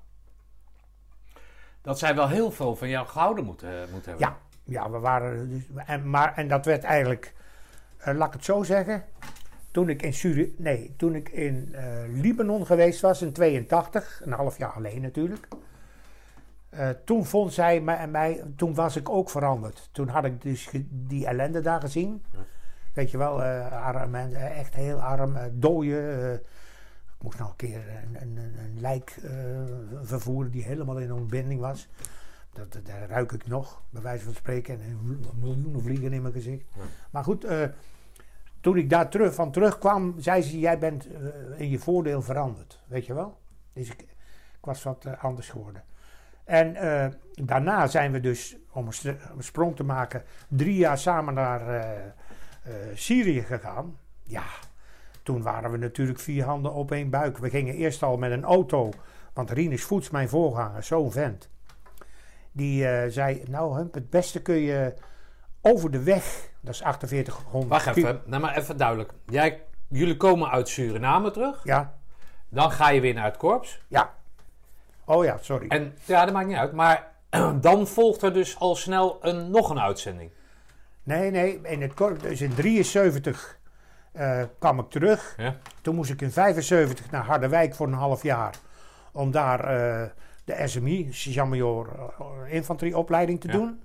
Speaker 3: Dat zij wel heel veel van jou gehouden moeten, uh, moeten hebben.
Speaker 2: Ja, ja, we waren dus, en, maar, en dat werd eigenlijk, uh, laat ik het zo zeggen, toen ik in Suri, nee, toen ik in uh, Libanon geweest was in tweeëntachtig, een half jaar alleen natuurlijk. Uh, toen vond zij mij en mij, toen was ik ook veranderd. Toen had ik dus ge, die ellende daar gezien. Ja. Weet je wel, uh, arm, uh, echt heel arm, uh, dooien. Uh, ik moest nog een keer een, een, een lijk uh, vervoeren die helemaal in ontbinding was. Dat, dat, daar ruik ik nog, bij wijze van spreken. En miljoenen vliegen in mijn gezicht. Ja. Maar goed, uh, toen ik daar terug, van terugkwam, zei ze, jij bent uh, in je voordeel veranderd. Weet je wel? Dus ik, ik was wat uh, anders geworden. En uh, daarna zijn we dus, om een, st- een sprong te maken, drie jaar samen naar uh, uh, Syrië gegaan. Ja, toen waren we natuurlijk vier handen op één buik. We gingen eerst al met een auto, want Rinus Voets, mijn voorganger, zo'n vent. Die uh, zei, nou Hump, het beste kun je over de weg, dat is achtenveertighonderd.
Speaker 3: Wacht even, nou maar even duidelijk. Jij, jullie komen uit Suriname terug.
Speaker 2: Ja.
Speaker 3: Dan ga je weer naar het korps.
Speaker 2: Ja. Oh ja, sorry.
Speaker 3: En ja, dat maakt niet uit. Maar dan volgt er dus al snel een, nog een uitzending.
Speaker 2: Nee, nee. In het korps, dus in drieënzeventig uh, kwam ik terug. Ja. Toen moest ik in vijfenzeventig naar Harderwijk voor een half jaar. Om daar uh, de S M I, sergeant-major uh, infanterieopleiding te ja. doen.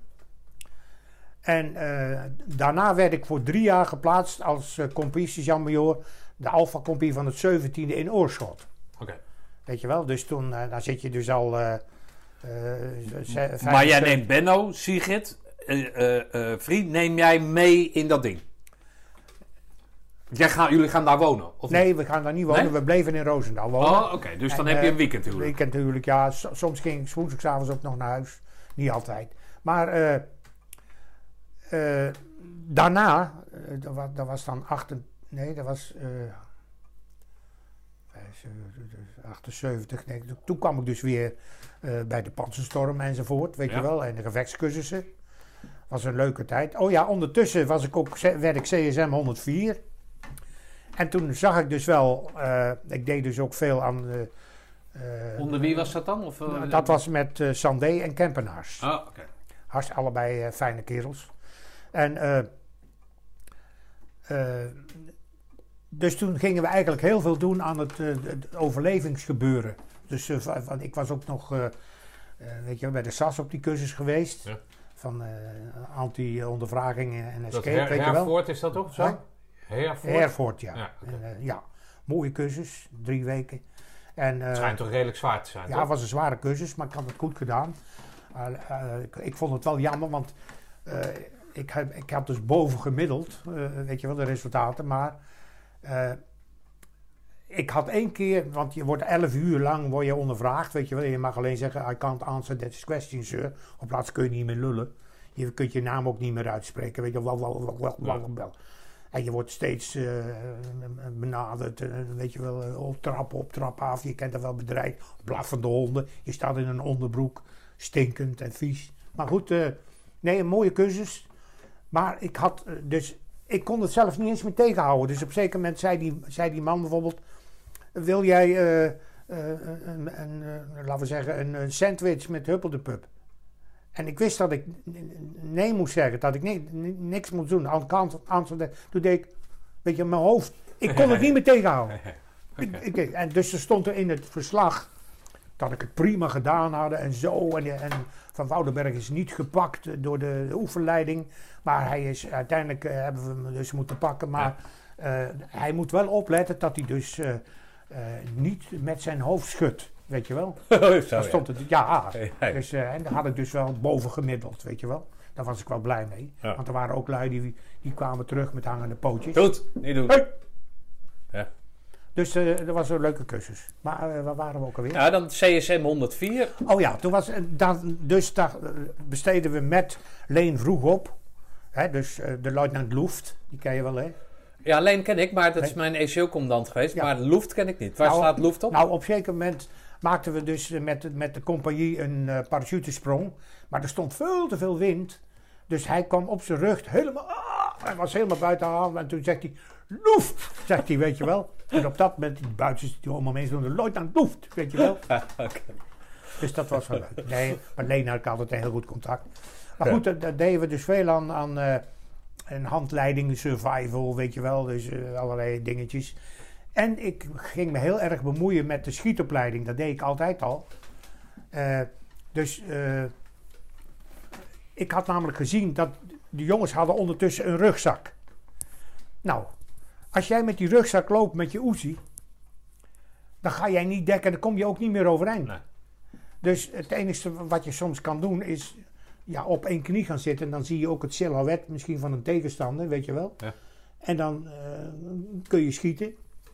Speaker 2: En uh, daarna werd ik voor drie jaar geplaatst als uh, compagnie sergeant-major. De Alpha-compagnie van het zeventiende in Oorschot.
Speaker 3: Oké. Okay.
Speaker 2: Weet je wel, dus toen, uh, dan zit je dus al... Uh, uh,
Speaker 3: maar jij neemt Benno, Sigrid, uh, uh, uh, vriend, neem jij mee in dat ding? Jij ga, jullie gaan daar wonen? Of
Speaker 2: nee,
Speaker 3: niet?
Speaker 2: we gaan daar niet wonen. Nee? We bleven in Roosendaal wonen.
Speaker 3: Oh, oké. Okay. Dus en, dan heb je een weekend huwelijk.
Speaker 2: Weekend huwelijk, ja. Soms ging ik woensdagavond ook nog naar huis. Niet altijd. Maar uh, uh, daarna, uh, dat, was, dat was dan acht... Nee, dat was... Uh, achtenzeventig, nee, toen kwam ik dus weer uh, bij de Panzerstorm enzovoort, weet ja. je wel, en de gevechtscursussen. Was een leuke tijd. Oh ja, ondertussen was ik ook, werd ik C S M honderdvier. En toen zag ik dus wel, uh, ik deed dus ook veel aan... Uh,
Speaker 3: uh, Onder wie was dat dan? Of, uh,
Speaker 2: nou, dat was met uh, Sandé en Kempenaars.
Speaker 3: Ah, oké. Okay.
Speaker 2: Hartst allebei uh, fijne kerels. En... Uh, uh, Dus toen gingen we eigenlijk heel veel doen aan het, uh, het overlevingsgebeuren. Dus uh, van, ik was ook nog uh, uh, weet je, bij de S A S op die cursus geweest. Ja. Van uh, anti-ondervragingen en escape,
Speaker 3: her,
Speaker 2: weet je wel.
Speaker 3: Herford is dat toch? Zo?
Speaker 2: Huh?
Speaker 3: Herford?
Speaker 2: Herford, ja. Ja, okay. en, uh, ja. Mooie cursus, drie weken. En, uh,
Speaker 3: het schijnt toch redelijk zwaar te zijn,
Speaker 2: Ja,
Speaker 3: toch?
Speaker 2: het was een zware cursus, maar ik had het goed gedaan. Uh, uh, ik, ik vond het wel jammer, want uh, ik, ik had dus bovengemiddeld, uh, weet je wel, de resultaten, maar... Uh, ik had één keer, want je wordt elf uur lang word je ondervraagd, weet je wel. Je mag alleen zeggen, I can't answer that question, sir. Op plaats kun je niet meer lullen. Je kunt je naam ook niet meer uitspreken, weet je wel. wel, wel, wel, wel, wel. En je wordt steeds uh, benaderd, uh, weet je wel, uh, op trap, op trap af. Je kent er wel bedreigd, blaffende honden. Je staat in een onderbroek, stinkend en vies. Maar goed, uh, nee, een mooie cursus. Maar ik had uh, dus... Ik kon het zelf niet eens meer tegenhouden. Dus op een zeker moment zei die, zei die man bijvoorbeeld... Wil jij, uh, uh, een, een, uh, laten we zeggen, een, een sandwich met huppeldepup? En ik wist dat ik nee moest zeggen. Dat ik nee, niks moest doen. Toen deed ik, weet je, mijn hoofd... Ik kon het niet meer tegenhouden. Ik, ik, en dus er stond er in het verslag... dat ik het prima gedaan had en zo. En, en Van Woudenberg is niet gepakt door de, de oefenleiding. Maar hij is uiteindelijk uh, hebben we hem dus moeten pakken. Maar uh, hij moet wel opletten dat hij dus uh, uh, niet met zijn hoofd schudt. Weet je wel?
Speaker 3: Zo,
Speaker 2: Daar stond het, ja. Hey, hey. Dus, uh, en daar had ik dus wel boven gemiddeld, weet je wel. Daar was ik wel blij mee. Ja. Want er waren ook lui die, die kwamen terug met hangende pootjes.
Speaker 3: Goed, niet doen.
Speaker 2: Hey.
Speaker 3: Ja.
Speaker 2: Dus uh, dat was een leuke cursus. Maar uh, waar waren we ook alweer?
Speaker 3: Ja, dan C S M honderdvier.
Speaker 2: Oh ja, toen was, dan, dus daar besteden we met Leen vroeg op. Hè, dus uh, de luitenant Luft, die ken je wel, hè?
Speaker 3: Ja, Leen ken ik, maar dat is mijn E C O-commandant geweest. Ja. Maar Luft ken ik niet. Waar
Speaker 2: nou,
Speaker 3: staat Luft op?
Speaker 2: Nou, op een zeker moment maakten we dus met, met de compagnie een uh, parachutesprong. Maar er stond veel te veel wind. Dus hij kwam op zijn rug helemaal... Ah, hij was helemaal buiten adem. En toen zegt hij... Loeft! Zegt hij, weet je wel. En op dat moment, die buiten die allemaal mensen doen... Luitenant Loeft! Weet je wel.
Speaker 3: Okay.
Speaker 2: Dus dat was wel leuk. Nee, maar Lena had ik altijd een heel goed contact. Maar goed, daar, daar deden we dus veel aan... aan uh, een handleiding, survival, weet je wel. Dus uh, allerlei dingetjes. En ik ging me heel erg bemoeien met de schietopleiding. Dat deed ik altijd al. Uh, dus... Uh, ik had namelijk gezien dat de jongens hadden ondertussen een rugzak. Nou, als jij met die rugzak loopt met je Uzi, dan ga jij niet dekken, dan kom je ook niet meer overeind. Nee. Dus het enige wat je soms kan doen is ja, op één knie gaan zitten. En dan zie je ook het silhouet misschien van een tegenstander, weet je wel. Ja. En dan uh, kun je schieten.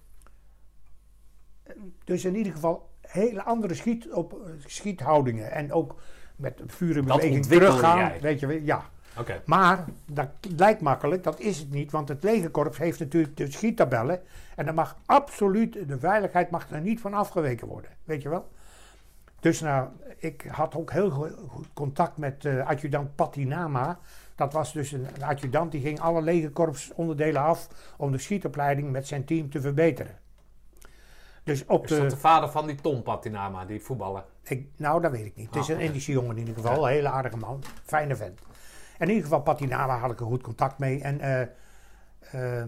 Speaker 2: Dus in ieder geval hele andere schiet op, schiethoudingen. En ook met vuur en beweging teruggaan. Jij. Weet je wel, ja.
Speaker 3: Okay.
Speaker 2: Maar dat lijkt makkelijk, dat is het niet. Want het legerkorps heeft natuurlijk de schiettabellen. En daar mag absoluut, de veiligheid mag er niet van afgeweken worden. Weet je wel? Dus nou, ik had ook heel goed contact met uh, adjudant Patinama. Dat was dus een, een adjudant die ging alle legerkorpsonderdelen af om de schietopleiding met zijn team te verbeteren. Dus op
Speaker 3: is
Speaker 2: de,
Speaker 3: dat de vader van die Tom Patinama, die voetballer?
Speaker 2: Ik, nou, dat weet ik niet. Het is
Speaker 3: oh,
Speaker 2: een
Speaker 3: okay.
Speaker 2: Indische jongen in ieder geval. Ja. Een hele aardige man. Fijne vent. In ieder geval, Patinama had ik een goed contact mee. En uh, uh,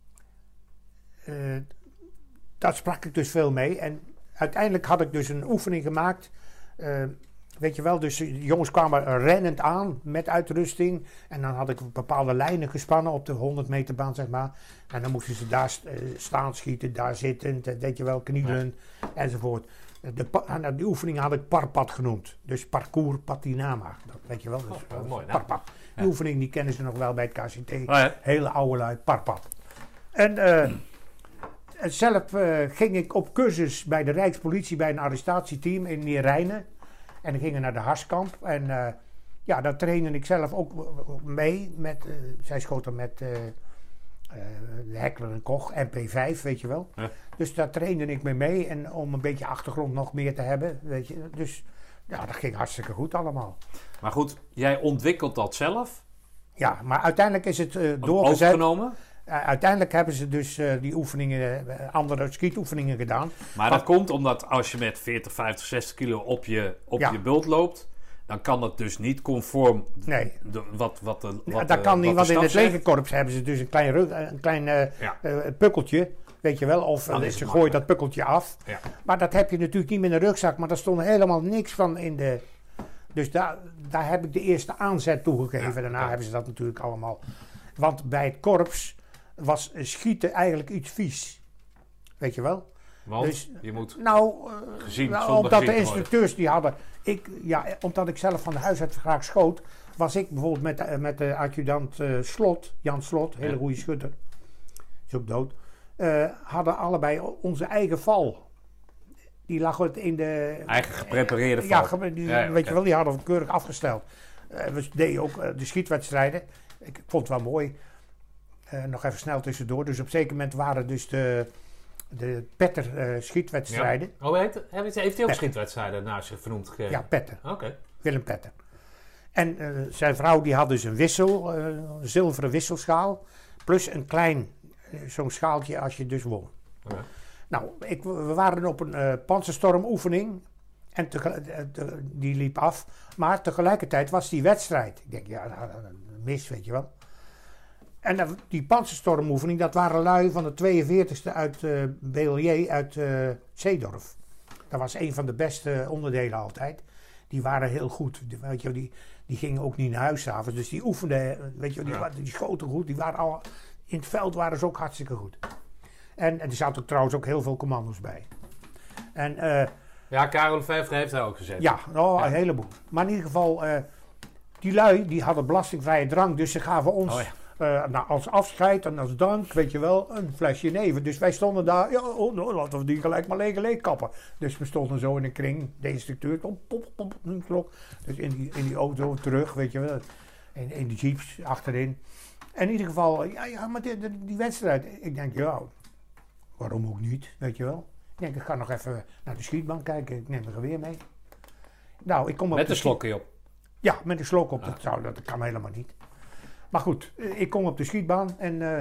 Speaker 2: uh, daar sprak ik dus veel mee. En uiteindelijk had ik dus een oefening gemaakt. Uh, weet je wel, dus de jongens kwamen rennend aan met uitrusting. En dan had ik bepaalde lijnen gespannen op de honderd meter baan, zeg maar. En dan moesten ze daar uh, staan schieten, daar zitten, weet je wel, knielen, ja. enzovoort. De, de oefening had ik parpad genoemd. Dus parcours patinama. Dat weet je wel. Dus,
Speaker 3: oh, uh, mooi,
Speaker 2: parpad. Die ja. oefening die kennen ze nog wel bij het K C T. Oh,
Speaker 3: ja.
Speaker 2: Hele oude lui, parpad. En uh, zelf uh, ging ik op cursus bij de Rijkspolitie bij een arrestatieteam in Neerijnen. En dan gingen naar de Harskamp. En uh, ja, daar trainde ik zelf ook mee. Met, uh, zij schoten met uh, uh, de Heckler en Koch, M P vijf, weet je wel. Ja. Dus daar trainde ik mee mee. En om een beetje achtergrond nog meer te hebben, weet je. Dus ja, dat ging hartstikke goed allemaal.
Speaker 3: Maar goed, jij ontwikkelt dat zelf?
Speaker 2: Ja, maar uiteindelijk is het uh, doorgezet.
Speaker 3: Overgenomen?
Speaker 2: Uh, uiteindelijk hebben ze dus uh, die oefeningen, uh, andere schietoefeningen gedaan.
Speaker 3: Maar dat Want, komt omdat als je met veertig, vijftig, zestig kilo op je, op ja. je bult loopt, dan kan dat dus niet conform
Speaker 2: nee.
Speaker 3: de, wat, wat de wat
Speaker 2: ja, Dat kan
Speaker 3: de,
Speaker 2: niet,
Speaker 3: wat
Speaker 2: want in het legerkorps hebben ze dus een klein, rug, een klein uh, ja. uh, pukkeltje, weet je wel. Of uh, ze gooien dat pukkeltje af. Ja. Maar dat heb je natuurlijk niet met een rugzak, maar daar stond helemaal niks van in de... Dus daar, daar heb ik de eerste aanzet toegegeven. Ja, Daarna ja. hebben ze dat natuurlijk allemaal. Want bij het korps was schieten eigenlijk iets vies. Weet je wel?
Speaker 3: Want
Speaker 2: dus,
Speaker 3: je moet
Speaker 2: nou, uh,
Speaker 3: gezien
Speaker 2: nou
Speaker 3: zonder
Speaker 2: omdat
Speaker 3: gezien
Speaker 2: de instructeurs die hadden... Ik, ja, omdat ik zelf van de huis uit graag schoot... was ik bijvoorbeeld met de, met de adjudant uh, Slot, Jan Slot, hele ja. goede schutter. Is ook dood. Uh, hadden allebei onze eigen val. Die lag in de...
Speaker 3: Eigen geprepareerde val.
Speaker 2: Ja, die, ja, weet okay. je wel, die hadden we keurig afgesteld. Uh, we deden ook uh, de schietwedstrijden. Ik, ik vond het wel mooi. Uh, nog even snel tussendoor. Dus op een zeker moment waren dus de, de Petter uh, schietwedstrijden.
Speaker 3: Ja. Oh, heet, heeft hij ook Petter. Schietwedstrijden naast zich vernoemd gekregen?
Speaker 2: Ja, Petter.
Speaker 3: Okay.
Speaker 2: Willem Petter. En uh, zijn vrouw die had dus een wissel, uh, een zilveren wisselschaal. Plus een klein, uh, zo'n schaaltje als je dus won. Okay. Nou, ik, we waren op een uh, panzerstormoefening. En te, te, die liep af. Maar tegelijkertijd was die wedstrijd. Ik denk, ja, nou, mis, weet je wel. En uh, die panzerstormoefening, dat waren lui van de tweeënveertigste uit uh, B L J, uit uh, Zeedorf. Dat was een van de beste onderdelen altijd. Die waren heel goed. Die, weet je, die, die gingen ook niet naar huis 's avonds. Dus die oefenden, weet je, die, ja. die schoten goed. Die waren al, in het veld waren ze ook hartstikke goed. En, en er zaten ook trouwens ook heel veel commando's bij. En, uh,
Speaker 3: ja, Karel Vijver heeft daar ook gezeten.
Speaker 2: Ja, oh, ja, een heleboel. Maar in ieder geval, uh, die lui die hadden belastingvrije drank. Dus ze gaven ons oh, ja. uh, nou, als afscheid en als dank, weet je wel, een flesje neven. Dus wij stonden daar, ja, oh, nou, laten we die gelijk maar leeg leeg kappen. Dus we stonden zo in een kring, de instructeur, pop, pop, pop, een klok. Dus in die, in die auto terug, weet je wel. In, in de jeeps achterin. En in ieder geval, ja, ja maar die, die, die wedstrijd. Ik denk, ja... Waarom ook niet, weet je wel. Ik denk, ik ga nog even naar de schietbank kijken. Ik neem mijn geweer mee. Nou, ik kom op
Speaker 3: Met
Speaker 2: de
Speaker 3: een slokje op.
Speaker 2: Ja, met een slok op, dat, zou, dat kan helemaal niet. Maar goed, ik kom op de schietbaan en... Uh,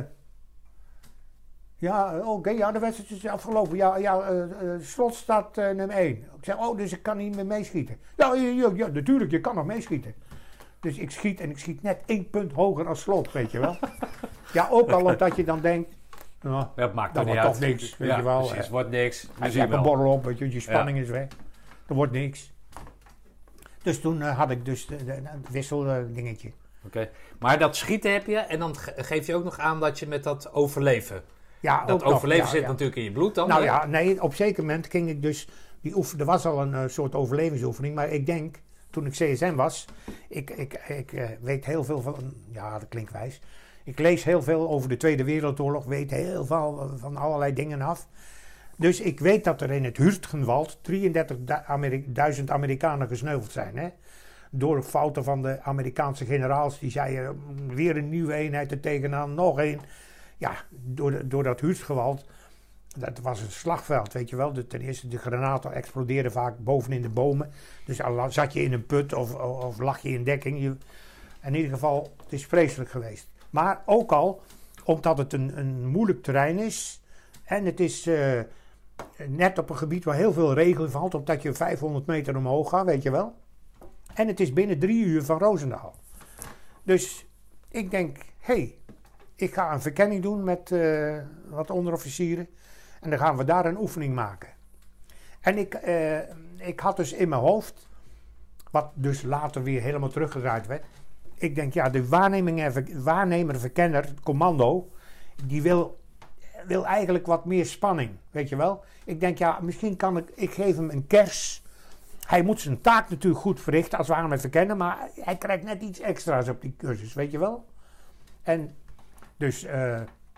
Speaker 2: ja, oké, okay, ja, de wedstrijd is afgelopen. Ja, ja uh, uh, slot staat uh, nummer één. Ik zeg, oh, dus ik kan niet meer meeschieten. Ja, ja, ja, ja, natuurlijk, je kan nog meeschieten. Dus ik schiet en ik schiet net één punt hoger als slot, weet je wel. Ja, ook al omdat je dan denkt... Nou,
Speaker 3: dat maakt
Speaker 2: dat
Speaker 3: wordt
Speaker 2: toch niks, weet
Speaker 3: ja,
Speaker 2: je wel.
Speaker 3: Precies, het wordt niks.
Speaker 2: Hij zet een borrel op, weet je, je spanning
Speaker 3: ja.
Speaker 2: is weg. Er wordt niks. Dus toen uh, had ik dus het wisseldingetje. Uh,
Speaker 3: Oké, okay. Maar dat schieten heb je en dan ge- geef je ook nog aan dat je met dat overleven...
Speaker 2: Ja,
Speaker 3: dat
Speaker 2: ook
Speaker 3: overleven
Speaker 2: nog, ja,
Speaker 3: zit
Speaker 2: ja.
Speaker 3: natuurlijk in je bloed dan.
Speaker 2: Nou
Speaker 3: hè?
Speaker 2: ja, nee, op een zeker moment ging ik dus... Die oefen, er was al een uh, soort overlevingsoefening, maar ik denk, toen ik C S M was... Ik, ik, ik uh, weet heel veel van... Ja, dat klinkt wijs. Ik lees heel veel over de Tweede Wereldoorlog, weet heel veel van allerlei dingen af. Dus ik weet dat er in het Hurtgenwald drieëndertigduizend Amerikanen gesneuveld zijn, hè. Door fouten van de Amerikaanse generaals. Die zeiden, weer een nieuwe eenheid er tegenaan, nog één. Ja, door, de, door dat Hurtgenwald, dat was een slagveld, weet je wel. De, ten eerste, de granaten explodeerden vaak bovenin de bomen. Dus al zat je in een put of, of, of lag je in dekking. Je, in ieder geval, het is vreselijk geweest. Maar ook al, omdat het een, een moeilijk terrein is. En het is uh, net op een gebied waar heel veel regen valt. Omdat je vijfhonderd meter omhoog gaat, weet je wel. En het is binnen drie uur van Roosendaal. Dus ik denk, hé, hey, ik ga een verkenning doen met uh, wat onderofficieren. En dan gaan we daar een oefening maken. En ik, uh, ik had dus in mijn hoofd, wat dus later weer helemaal teruggedraaid werd. Ik denk, ja, de waarnemer-verkenner, commando, die wil, wil eigenlijk wat meer spanning, weet je wel. Ik denk, ja, misschien kan ik, ik geef hem een kers. Hij moet zijn taak natuurlijk goed verrichten als waarnemer-verkenner, maar hij krijgt net iets extra's op die cursus, weet je wel. En dus, uh,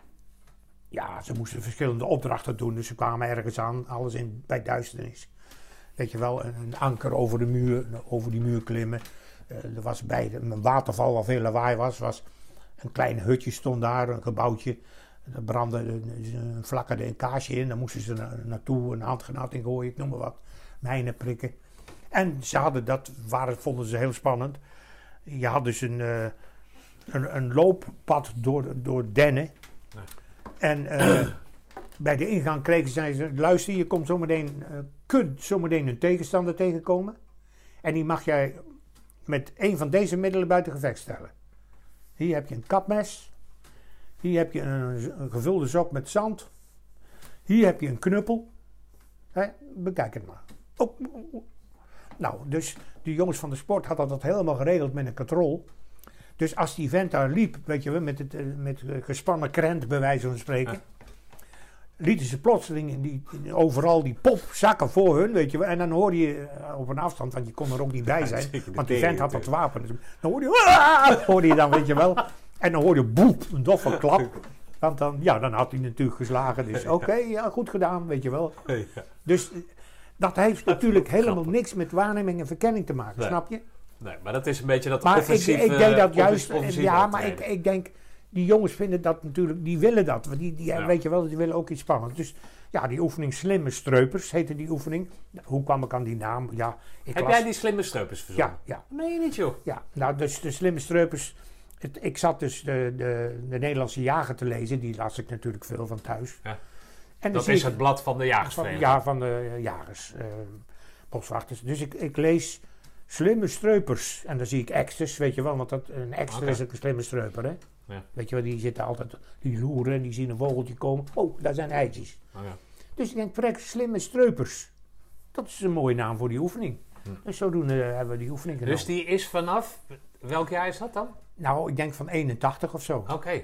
Speaker 2: ja, ze moesten verschillende opdrachten doen, dus ze kwamen ergens aan, alles in, bij duisternis. Weet je wel, een, een anker over de muur, over die muur klimmen. Uh, er was bij de, een waterval waar veel lawaai was, was een klein hutje stond daar, een gebouwtje. Er brandde een, een flakkerde een kaarsje in, daar moesten ze na, naartoe een handgranaat in gooien, ik noem maar wat, mijnen prikken. En ze hadden dat, waar, vonden ze heel spannend. Je had dus een, uh, een, een looppad door, door dennen. Nee. En uh, bij de ingang kregen ze, ze, luister, je komt zometeen, uh, kunt zometeen een tegenstander tegenkomen. En die mag jij met een van deze middelen buiten gevecht stellen. Hier heb je een kapmes. Hier heb je een, een gevulde zak met zand. Hier heb je een knuppel. Hè, bekijk het maar. Oh, oh, oh. Nou, dus die jongens van de sport hadden dat helemaal geregeld met een katrol. Dus als die vent daar liep, weet je wel, met, het, met gespannen krent bij wijze van spreken. Ja. Lieten ze plotseling die, overal die pop zakken voor hun, weet je wel. En dan hoorde je op een afstand, want je kon er ook niet bij zijn. Ja, want die vent had dat wapen. Dus dan hoorde je, hoorde je dan, weet je wel. En dan hoorde je boep, een doffe klap. Want dan, ja, dan had hij natuurlijk geslagen. Dus oké, okay, ja, goed gedaan, weet je wel. Ja. Dus dat heeft natuurlijk helemaal niks met waarneming en verkenning te maken, nee. Snap je?
Speaker 3: Nee, maar dat is een beetje dat
Speaker 2: maar
Speaker 3: offensief.
Speaker 2: Ik, ik denk dat juist, ja, maar ik, ik denk, die jongens vinden dat natuurlijk, die willen dat. Die, die, ja. Weet je wel, die willen ook iets spannends. Dus ja, die oefening Slimme Streupers heette die oefening. Hoe kwam ik aan die naam? Ja, ik
Speaker 3: Heb
Speaker 2: las,
Speaker 3: jij die Slimme Streupers verzonnen?
Speaker 2: Ja, ja.
Speaker 3: Nee, niet joh.
Speaker 2: Ja, nou, dus de Slimme Streupers. Het, ik zat dus de, de, de Nederlandse Jager te lezen. Die las ik natuurlijk veel van thuis.
Speaker 3: Ja. En dat is ik, het blad van de jagersvereniging.
Speaker 2: Ja, van de uh, jagers. Uh, boswachters. Dus ik, ik lees Slimme Streupers. En dan zie ik eksters, weet je wel. Want dat, een ekster okay. is ook een slimme streuper, hè. Ja. Weet je wel, die zitten altijd, die loeren en die zien een vogeltje komen. Oh, daar zijn eitjes. Oh ja. Dus ik denk, vrek, Slimme Streupers. Dat is een mooie naam voor die oefening. Hm. Dus zodoende uh, hebben we die oefening genomen.
Speaker 3: Dus die is vanaf, welk jaar is dat dan?
Speaker 2: Nou, ik denk van eenentachtig of zo.
Speaker 3: Oké. Okay.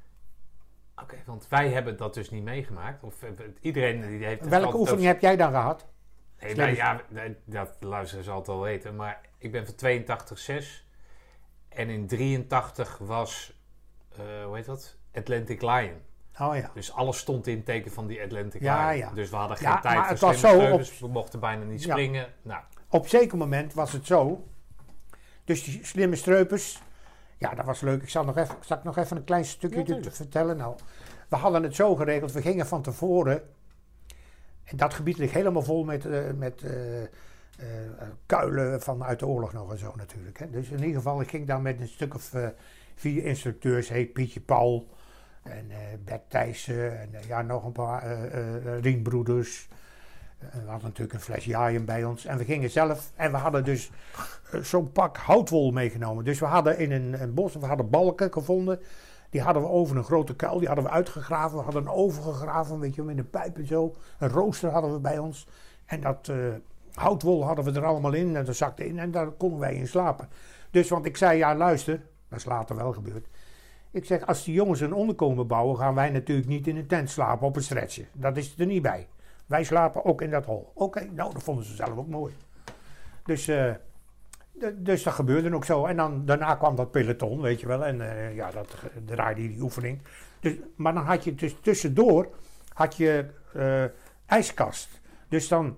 Speaker 3: Oké, okay, want wij hebben dat dus niet meegemaakt. Of uh, iedereen die heeft...
Speaker 2: Welke oefening heb jij dan gehad?
Speaker 3: Nee, nou, ja, dat luisteren ze altijd al weten. Maar ik ben van tweeëntachtig zes. En in drieëntachtig was, uh, hoe heet dat? Atlantic Lion.
Speaker 2: Oh ja.
Speaker 3: Dus alles stond in het teken van die Atlantic
Speaker 2: ja,
Speaker 3: Lion.
Speaker 2: Ja.
Speaker 3: Dus we hadden geen
Speaker 2: ja,
Speaker 3: tijd
Speaker 2: voor
Speaker 3: voor
Speaker 2: slimme
Speaker 3: streupers. We mochten bijna niet springen. Ja. Nou.
Speaker 2: Op een zeker moment was het zo. Dus die Slimme Streupers. Ja, dat was leuk. Ik zal nog even, zal ik nog even een klein stukje ja, te, te vertellen. Nou, we hadden het zo geregeld. We gingen van tevoren. En dat gebied ligt helemaal vol met, uh, met uh, uh, uh, kuilen vanuit de oorlog nog en zo natuurlijk. Hè. Dus in ieder geval, ik ging dan met een stuk of uh, vier instructeurs, heet Pietje Paul en uh, Bert Thijssen en uh, ja, nog een paar uh, uh, Rienbroeders. Uh, we hadden natuurlijk een fles jaaien bij ons en we gingen zelf en we hadden dus uh, zo'n pak houtwol meegenomen. Dus we hadden in een, een bos, we hadden balken gevonden. Die hadden we over een grote kuil, die hadden we uitgegraven. We hadden een oven gegraven, weet je, met een pijp en zo. Een rooster hadden we bij ons. En dat uh, houtwol hadden we er allemaal in en dat zakte in en daar konden wij in slapen. Dus, want ik zei, ja luister, dat is later wel gebeurd. Ik zeg, als die jongens een onderkomen bouwen, gaan wij natuurlijk niet in een tent slapen op een stretcher. Dat is er niet bij. Wij slapen ook in dat hol. Oké, okay, nou, dat vonden ze zelf ook mooi. Dus... Uh, Dus dat gebeurde ook zo. En dan, daarna kwam dat peloton, weet je wel. En uh, ja, dat draaide die oefening. Dus, maar dan had je dus tussendoor had je uh, ijskast. Dus dan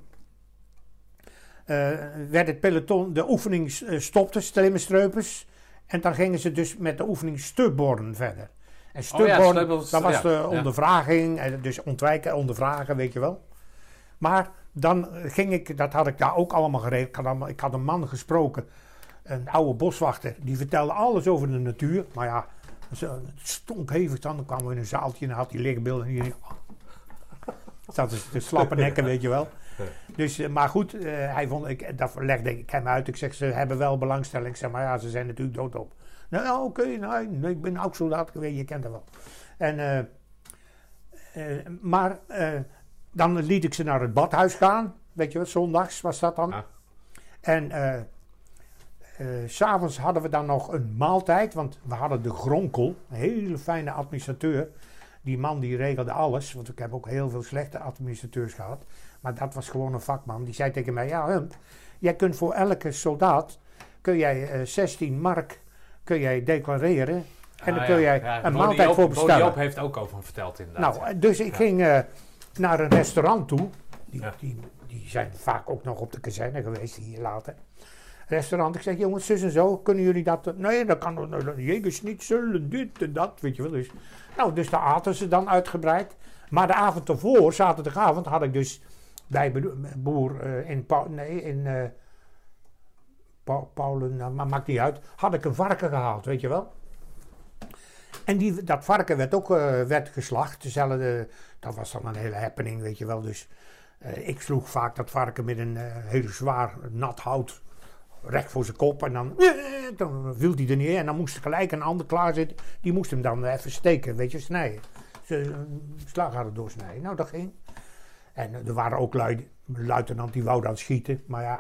Speaker 2: uh, werd het peloton, de oefening uh, stopte, slimmerstreupers. En dan gingen ze dus met de oefening stukborden verder. En stukborden, oh ja, dat was ja, de ondervraging. Ja. Dus ontwijken, ondervragen, weet je wel. Maar... Dan ging ik, dat had ik daar ook allemaal geregeld. Ik had, allemaal, ik had een man gesproken, een oude boswachter, die vertelde alles over de natuur. Maar ja, het stonk hevig dan. Dan kwamen we in een zaaltje en dan had hij lichtbeelden. En hier zat dus de slappe nekken, weet je wel. Dus, maar goed, uh, hij vond, ik, dat legde ik hem uit. Ik zeg, ze hebben wel belangstelling. Ik zeg, maar ja, ze zijn natuurlijk doodop. Nou, oké, okay, nou, nee, ik ben ook soldaat geweest, je kent dat wel. En, uh, uh, maar... Uh, Dan liet ik ze naar het badhuis gaan. Weet je wat, zondags was dat dan. Ja. En uh, uh, 's avonds hadden we dan nog een maaltijd. Want we hadden de Gronkel, een hele fijne administrateur. Die man die regelde alles. Want ik heb ook heel veel slechte administrateurs gehad. Maar dat was gewoon een vakman. Die zei tegen mij, ja Hump, jij kunt voor elke soldaat, kun jij uh, zestien mark kun jij declareren. En ah, dan kun jij ja, ja. een Body maaltijd op, voor bestellen.
Speaker 3: Body op heeft ook over verteld inderdaad.
Speaker 2: Nou, dus ik ja. ging... Uh, naar een restaurant toe. Die, ja. die, die zijn vaak ook nog op de kazerne geweest hier later. Restaurant. Ik zeg, jongens, zus en zo, kunnen jullie dat... Nee, dat kan nog... Jegersnitzel, dit en dat, weet je wel. Dus, nou, dus daar aten ze dan uitgebreid. Maar de avond ervoor, zaterdagavond, had ik dus bij boer uh, in... Pa, nee, in... Uh, pa, Paulen, nou, maar maakt niet uit. Had ik een varken gehaald, weet je wel. En die, dat varken werd ook uh, werd geslacht. Dezelfde, dat was dan een hele happening, weet je wel. Dus uh, ik sloeg vaak dat varken met een uh, heel zwaar nat hout recht voor zijn kop. En dan, uh, dan viel hij er neer. En dan moest er gelijk een ander klaarzitten. Die moest hem dan even steken, weet je, snijden. Ze uh, slagaderen doorsnijden. Nou, dat ging. En uh, er waren ook lui, luitenant die wou dan schieten. Maar ja,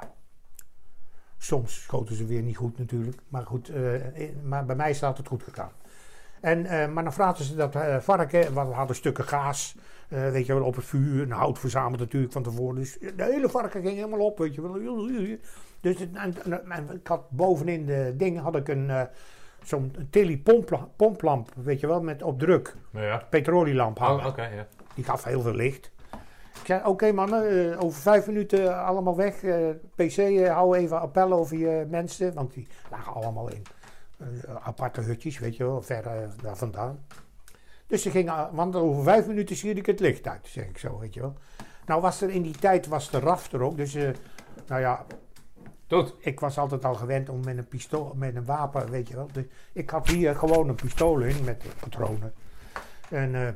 Speaker 2: soms schoten ze weer niet goed natuurlijk. Maar goed, uh, maar bij mij staat het goed gegaan. En, uh, maar dan vragen ze dat uh, varken, we hadden stukken gaas, uh, weet je wel, op het vuur, en hout verzameld natuurlijk van tevoren. Dus de hele varken ging helemaal op, weet je wel. Dus het, en, en, en ik had bovenin de ding had ik een, uh, zo'n Tilly pompla, pomplamp, weet je wel, met op druk. Ja. Petrolielamp hangen.
Speaker 3: Oh, okay, ja.
Speaker 2: Die gaf heel veel licht. Ik zei, oké okay, mannen, uh, over vijf minuten allemaal weg. Uh, P C, uh, hou even appel over je mensen, want die lagen allemaal in. Uh, aparte hutjes, weet je wel, ver uh, daar vandaan. Dus ze gingen, uh, want over vijf minuten zie ik het licht uit, zeg ik zo, weet je wel. Nou was er in die tijd, was de raf er ook, dus uh, nou ja,
Speaker 3: Dood.
Speaker 2: Ik was altijd al gewend om met een pistool, met een wapen, weet je wel. Dus ik had hier gewoon een pistool in met patronen. En uh,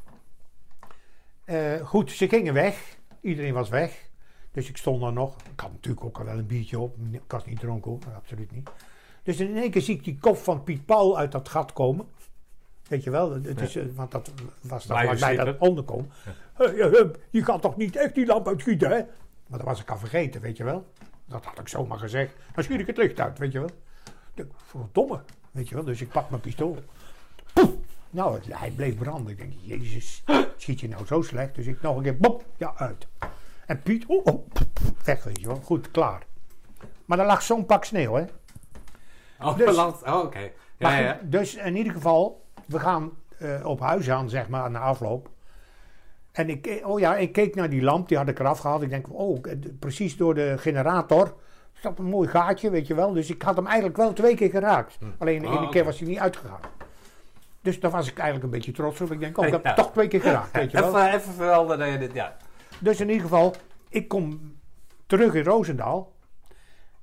Speaker 2: uh, goed, ze gingen weg, iedereen was weg. Dus ik stond er nog, ik had natuurlijk ook al wel een biertje op, ik was niet dronken, absoluut niet. Dus in één keer zie ik die kop van Piet Paul uit dat gat komen. Weet je wel, het is, ja. Want dat was dan vlakbij dat onderkomen. Ja. Hey, hey, je kan toch niet echt die lamp uitschieten, hè? Maar dat was ik al vergeten, weet je wel. Dat had ik zomaar gezegd. Dan schiet ik het licht uit, weet je wel. Verdomme, weet je wel. Dus ik pak mijn pistool. Poef! Nou, het, hij bleef branden. Ik denk, jezus, schiet je nou zo slecht? Dus ik nog een keer, bop, ja, uit. En Piet, oh, oh, weg, weet je wel. Goed, klaar. Maar er lag zo'n pak sneeuw, hè.
Speaker 3: Oh, dus, oh oké. Okay. Ja, ja.
Speaker 2: Dus in ieder geval, we gaan uh, op huis aan, zeg maar, na afloop. En ik, oh ja, ik keek naar die lamp, die had ik eraf gehaald. Ik denk, oh, precies door de generator zat een mooi gaatje, weet je wel. Dus ik had hem eigenlijk wel twee keer geraakt. Hm. Alleen de oh, ene okay. keer was hij niet uitgegaan. Dus daar was ik eigenlijk een beetje trots op. Ik denk, oh, ik heb ja. toch twee keer geraakt, weet je wel.
Speaker 3: Even, even verhelder dat je dit, ja.
Speaker 2: Dus in ieder geval, ik kom terug in Roosendaal.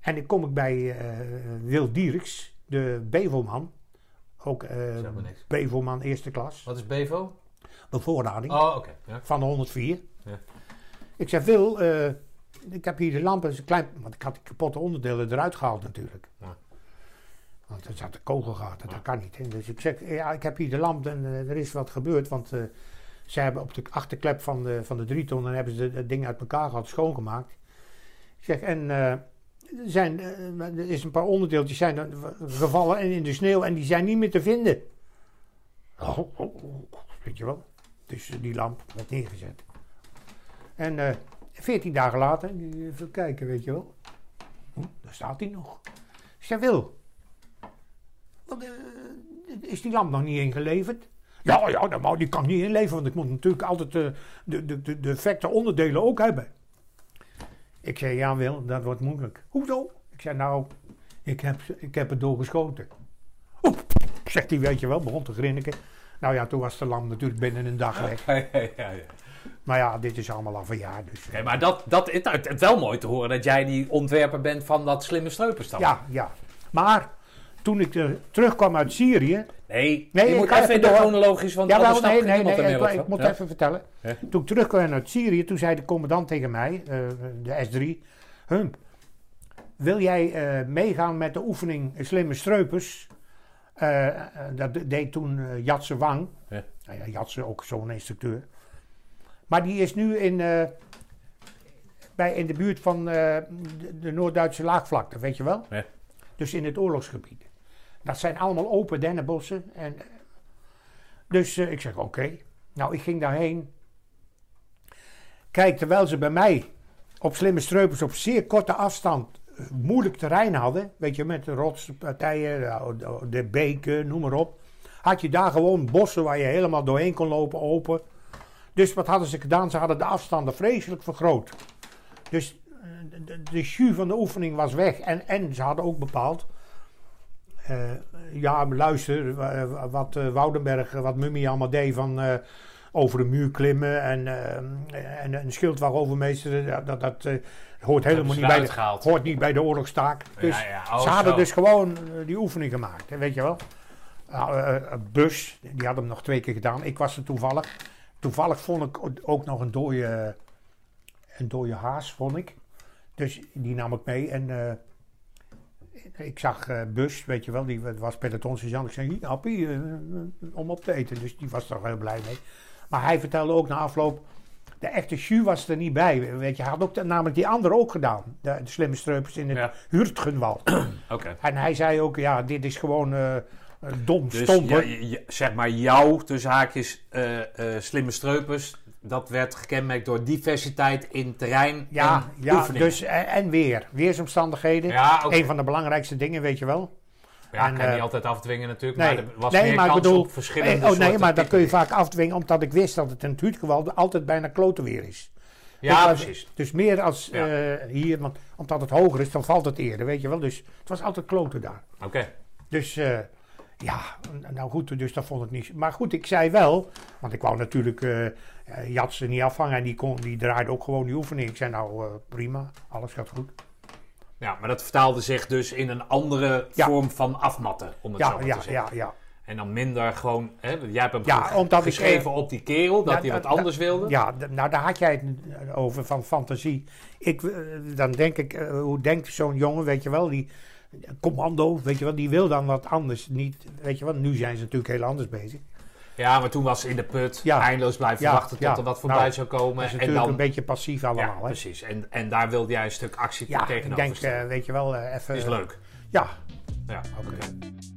Speaker 2: En dan kom ik bij uh, Wil Dieriks, de Bevo-man. Ook uh, Bevo-man eerste klas.
Speaker 3: Wat is Bevo?
Speaker 2: Bevoorrading.
Speaker 3: Oh, oké. Okay. Ja.
Speaker 2: Van de honderdvier.
Speaker 3: Ja.
Speaker 2: Ik zeg, Wil, uh, ik heb hier de lampen, een klein, want ik had die kapotte onderdelen eruit gehaald natuurlijk. Ja. Want er zat een kogelgaten, ja. Dat kan niet. Hè. Dus ik zeg, ja, ik heb hier de lamp en uh, er is wat gebeurd, want uh, ze hebben op de achterklep van de, van de drie ton, dan hebben ze het ding uit elkaar gehad, schoongemaakt. Ik zeg, en uh, er, zijn, uh, er is een paar onderdeeltjes zijn gevallen in de sneeuw en die zijn niet meer te vinden. Oh, oh, oh, weet je wel. Dus die lamp werd neergezet. En uh, veertien dagen later, even kijken, weet je wel. Hm, daar staat hij nog. Ik zeg, Wil, wat, uh, is die lamp nog niet ingeleverd? Ja, ja, dat, die kan ik niet inleveren, want ik moet natuurlijk altijd uh, de, de, de, de effecten onderdelen ook hebben. Ik zei, ja Wil, dat wordt moeilijk. Hoezo? Ik zei, nou, ik heb, ik heb het doorgeschoten. Oeh, zegt hij, weet je wel, begon te grinniken. Nou ja, toen was de lamp natuurlijk binnen een dag weg. Ja, ja, ja, ja. Maar ja, dit is allemaal al verjaard. Dus,
Speaker 3: okay, maar dat, dat is het, het wel mooi te horen dat jij die ontwerper bent van dat slimme streupenstam.
Speaker 2: Ja, ja. Maar toen ik uh, terugkwam uit Syrië...
Speaker 3: Nee, nee je moet even in de chronologisch, want
Speaker 2: ja,
Speaker 3: anders
Speaker 2: nee, nee,
Speaker 3: nee,
Speaker 2: nee,
Speaker 3: nee,
Speaker 2: ik, ik moet ja? even vertellen. Ja? Toen ik terugkwam uit Syrië, toen zei de commandant tegen mij, uh, de S drie... Hump, wil jij uh, meegaan met de oefening Slimme Streupers? Uh, dat deed toen uh, Jatse Wang. Ja. Nou ja, Jatse ook zo'n instructeur. Maar die is nu in, uh, bij, in de buurt van uh, de, de Noord-Duitse laagvlakte, weet je wel? Ja. Dus in het oorlogsgebied. Dat zijn allemaal open dennenbossen. En, uh, dus uh, ik zeg oké. Okay. Nou, ik ging daarheen. Kijk, terwijl ze bij mij op Slimme Streupers op zeer korte afstand moeilijk terrein hadden, weet je, met de rotspartijen, de, de beken, noem maar op, had je daar gewoon bossen waar je helemaal doorheen kon lopen, open. Dus wat hadden ze gedaan? Ze hadden de afstanden vreselijk vergroot. Dus de, de jus van de oefening was weg. En, en ze hadden ook bepaald, uh, ja, luister, uh, wat uh, Woudenberg, wat Mummie allemaal deed van uh, over de muur klimmen en, uh, en een schildwagenovermeester, dat, dat uh, hoort helemaal niet bij, de, hoort niet bij de oorlogstaak. Dus ja, ja. Oh, ze hadden zo. dus gewoon uh, die oefening gemaakt, weet je wel. Uh, uh, Bus, die had hem nog twee keer gedaan. Ik was er toevallig. Toevallig vond ik ook nog een dode, een dode haas, vond ik. Dus die nam ik mee en uh, ik zag uh, Bus, weet je wel, die was pelotonssergeant. Ik zei, happy, uh, om op te eten. Dus die was er heel blij mee. Maar hij vertelde ook na afloop, de echte jus was er niet bij. Weet je, hij had ook de, namelijk die andere ook gedaan. De, de Slimme Streupers in het ja. Hurtgenwald.
Speaker 3: Okay.
Speaker 2: En hij zei ook, ja, dit is gewoon uh, dom,
Speaker 3: dus
Speaker 2: stomper.
Speaker 3: Ja, ja, zeg maar, jouw, tussen haakjes, uh, uh, Slimme Streupers, dat werd gekenmerkt door diversiteit in terrein
Speaker 2: ja,
Speaker 3: en
Speaker 2: ja,
Speaker 3: oefening.
Speaker 2: Dus, en, en weer. Weersomstandigheden. Ja, okay. Een van de belangrijkste dingen, weet je wel.
Speaker 3: Ja,
Speaker 2: en,
Speaker 3: kan je
Speaker 2: uh,
Speaker 3: niet altijd afdwingen natuurlijk,
Speaker 2: nee,
Speaker 3: maar er was
Speaker 2: nee,
Speaker 3: meer
Speaker 2: maar
Speaker 3: kans
Speaker 2: bedoel,
Speaker 3: op verschillende
Speaker 2: eh, Oh nee, maar dat kun je
Speaker 3: technieken.
Speaker 2: vaak afdwingen, omdat ik wist dat het in het Hurtgenwald altijd bijna klote weer is.
Speaker 3: Ja,
Speaker 2: dus,
Speaker 3: precies.
Speaker 2: Dus meer als
Speaker 3: ja.
Speaker 2: uh, hier, want omdat het hoger is, dan valt het eerder, weet je wel. Dus het was altijd kloten daar.
Speaker 3: Oké. Okay.
Speaker 2: Dus uh, ja, nou goed, dus dat vond ik niet. Maar goed, ik zei wel, want ik wou natuurlijk uh, Jatsen niet afvangen en die, kon, die draaide ook gewoon die oefening. Ik zei nou uh, prima, alles gaat goed.
Speaker 3: Ja, maar dat vertaalde zich dus in een andere ja. vorm van afmatten, om het
Speaker 2: ja,
Speaker 3: zo maar
Speaker 2: ja,
Speaker 3: te zeggen.
Speaker 2: Ja, ja.
Speaker 3: En dan minder gewoon, hè, jij hebt hem
Speaker 2: ja, omdat
Speaker 3: geschreven
Speaker 2: ik,
Speaker 3: op die kerel, dat
Speaker 2: ja,
Speaker 3: hij wat
Speaker 2: da,
Speaker 3: anders wilde.
Speaker 2: Ja, da, nou daar had jij het over, van fantasie. Ik, dan denk ik, uh, hoe denkt zo'n jongen, weet je wel, die commando, weet je wel, die wil dan wat anders. Niet, weet je wel, nu zijn ze natuurlijk heel anders bezig.
Speaker 3: Ja, maar toen was ze in de put, ja. eindeloos blijven ja, wachten tot ja. er wat voorbij nou, zou komen.
Speaker 2: Dat is natuurlijk en dan, een beetje passief allemaal.
Speaker 3: Ja,
Speaker 2: hè?
Speaker 3: precies. En, en daar wilde jij een stuk actie
Speaker 2: ja,
Speaker 3: tegenover
Speaker 2: ik denk, uh, weet je wel, uh, even...
Speaker 3: Is leuk.
Speaker 2: Ja.
Speaker 3: Ja, oké. Okay.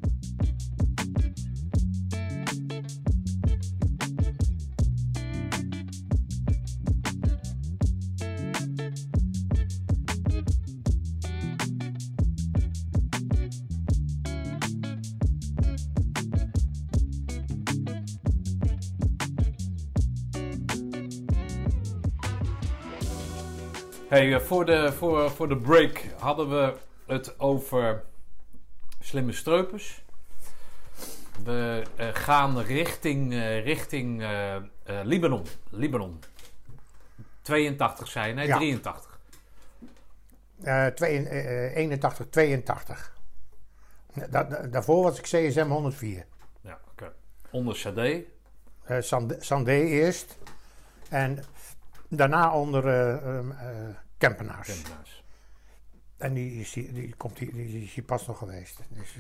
Speaker 3: Hey, voor, de, voor, voor de break hadden we het over Slimme Streupers. We uh, gaan richting, uh, richting uh, uh, Libanon. Libanon. tweeëntachtig zei je, nee, ja. drieëntachtig.
Speaker 2: Uh, twee, uh, eenentachtig, tweeëntachtig. Da da daarvoor was ik C S M honderdvier.
Speaker 3: Ja, oké. Okay. Onder Sade?
Speaker 2: Uh, Sandé, Sandé eerst. En daarna onder uh, um, uh, Kempenaars.
Speaker 3: Kempenaars.
Speaker 2: En die is, die, die, komt die, die, die is hier pas nog geweest. Dus,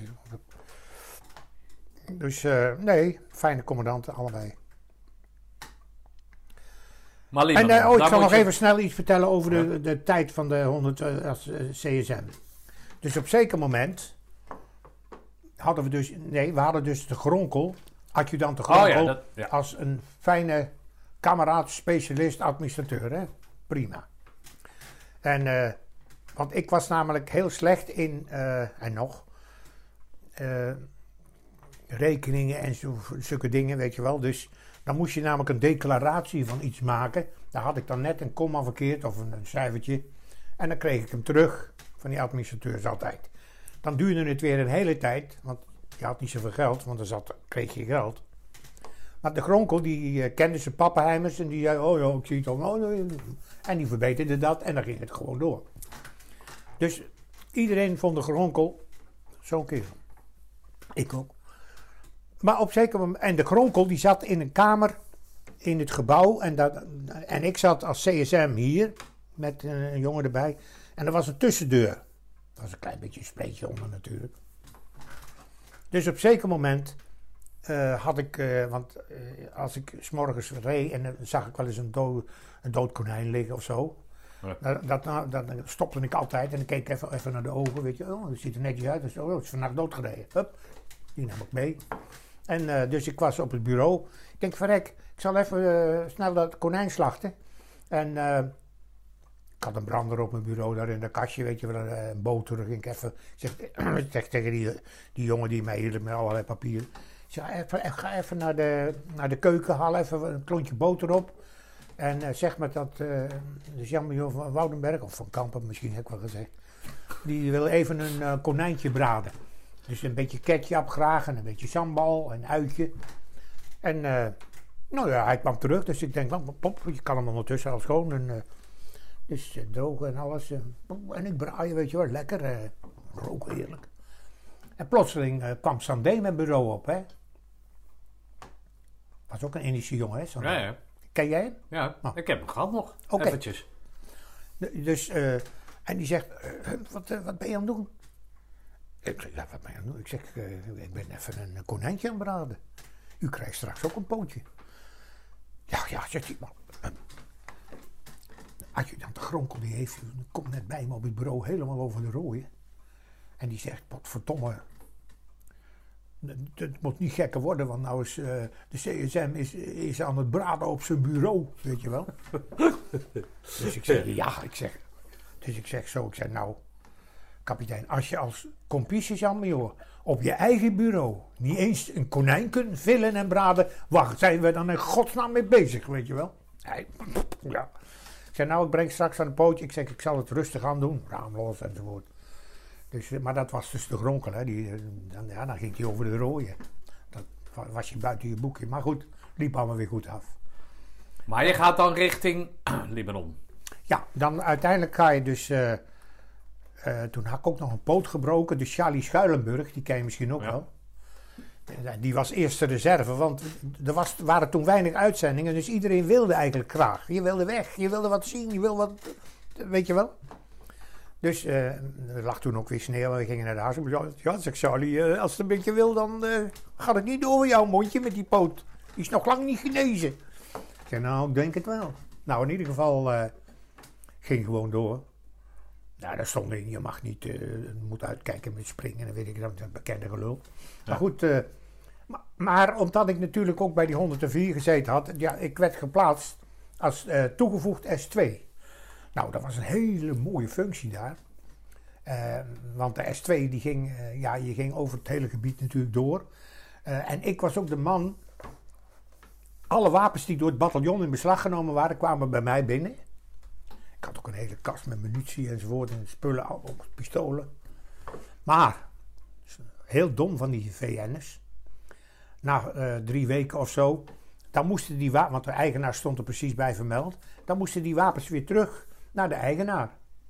Speaker 2: dus uh, nee, fijne commandanten allebei.
Speaker 3: Maar
Speaker 2: en uh, oh, ik zal nog
Speaker 3: je...
Speaker 2: even snel iets vertellen over de, de, de tijd van de honderd uh, als uh, C S M. Dus op zeker moment hadden we dus, nee, we hadden dus de Gronkel, adjudant de Gronkel, oh, ja, dat, ja. als een fijne kameraad, specialist, administrateur. Hè? Prima. En, uh, want ik was namelijk heel slecht in, uh, en nog, uh, rekeningen en zo, zulke dingen, weet je wel. Dus dan moest je namelijk een declaratie van iets maken. Daar had ik dan net een komma verkeerd of een, een cijfertje. En dan kreeg ik hem terug van die administrateurs altijd. Dan duurde het weer een hele tijd, want je had niet zoveel geld, want dan zat, kreeg je geld. Maar de Gronkel, die uh, kende zijn pappenheimers en die zei, oh ja, ik zie het al. Oh, en die verbeterde dat en dan ging het gewoon door. Dus iedereen vond de Gronkel zo'n kerel. Ik ook. Maar op zeker moment, en de Gronkel die zat in een kamer in het gebouw en, dat, en ik zat als C S M hier met een jongen erbij en er was een tussendeur. Er was een klein beetje een spleetje onder natuurlijk. Dus op zeker moment uh, had ik, uh, want uh, als ik 's morgens reed en dan zag ik wel eens een, dood, een dood konijn liggen of zo. Ja. Dat, dat, dat, dat stopte ik altijd en dan keek ik even, even naar de ogen, weet je, oh, dat ziet er netjes uit. Dus, oh, het is vannacht doodgereden. Hup, die nam ik mee. En uh, dus ik was op het bureau. Ik denk, verrek, ik zal even uh, snel dat konijn slachten. En uh, ik had een brander op mijn bureau, daar in dat kastje, weet je wel, een boter. Ging ik even, zeg, ik zeg tegen die, die jongen die mij hielp met allerlei papieren. Ik zeg, even, ga even naar de, naar de keuken, haal even een klontje boter op. En uh, zeg maar dat, uh, dus Jan van Woudenberg, of van Kampen misschien heb ik wel gezegd. Die wil even een uh, konijntje braden. Dus een beetje ketchup graag en een beetje sambal en uitje. En uh, nou ja, hij kwam terug, dus ik denk, nou, pop, je kan hem ondertussen al schoon. En, uh, dus uh, drogen en alles. Uh, en ik braaien, weet je wel, lekker. Uh, rook heerlijk. En plotseling uh, kwam Sandé mijn bureau op, hè. Was ook een Indische jongen, hè, Sandé.
Speaker 3: Ja, ja.
Speaker 2: Ken jij hem?
Speaker 3: Ja, oh. Ik heb hem gehad nog.
Speaker 2: Okay.
Speaker 3: Eventjes.
Speaker 2: Dus, uh, en die zegt, uh, wat, uh, wat ben je aan het doen? Ik zeg, ja, wat ben je aan het doen? Ik zeg, uh, ik ben even een konijntje aan het braden. U krijgt straks ook een pootje. Ja, ja, zegt hij. Maar, uh, adjudant de Gronkel, die heeft, komt net bij me op het bureau helemaal over de rooien. En die zegt, wat verdomme. Het moet niet gekker worden, want nou is uh, de C S M is, is aan het braden op zijn bureau, weet je wel. Dus ik zeg, ja, ik zeg. Dus ik zeg zo, ik zeg, nou, kapitein, als je als complice Jean-Major op je eigen bureau niet eens een konijn kunt villen en braden, waar zijn we dan in godsnaam mee bezig, weet je wel? Hij, ja. Ik zeg, nou, ik breng straks aan de pootje, ik zeg, ik zal het rustig aan doen, raamlos enzovoort. Dus, maar dat was dus de Gronkel, hè. Die, dan, ja, dan ging hij over de rooien. Dat was je buiten je boekje. Maar goed, liep allemaal weer goed af.
Speaker 3: Maar je gaat dan richting Libanon?
Speaker 2: Ja, dan uiteindelijk ga je dus... Uh, uh, toen had ik ook nog een poot gebroken. Dus Charlie Schuilenburg, die ken je misschien ook ja. wel. Die was eerste reserve, want er was, waren toen weinig uitzendingen. Dus iedereen wilde eigenlijk graag. Je wilde weg, je wilde wat zien, je wilde wat... Weet je wel? Dus uh, er lag toen ook weer sneeuw en we gingen naar de huis. Ja, zeg Charlie, uh, als het een beetje wil, dan uh, gaat het niet over jouw mondje met die poot. Die is nog lang niet genezen. Ik zei, nou, ik denk het wel. Nou, in ieder geval uh, ging gewoon door. Nou, daar stond in, je mag niet, uh, je moet uitkijken met springen en weet ik dat, dat bekende gelul. Ja. Maar goed, uh, maar, maar omdat ik natuurlijk ook bij die honderdvier gezeten had, ja, ik werd geplaatst als uh, toegevoegd S twee. Nou, dat was een hele mooie functie daar. Uh, want de S twee, die ging, uh, ja, je ging over het hele gebied natuurlijk door. Uh, en ik was ook de man... Alle wapens die door het bataljon in beslag genomen waren, kwamen bij mij binnen. Ik had ook een hele kast met munitie enzovoort en spullen, ook pistolen. Maar, heel dom van die V N'ers. Na uh, drie weken of zo, dan moesten die wapens, want de eigenaar stond er precies bij vermeld, dan moesten die wapens weer terug naar de eigenaar.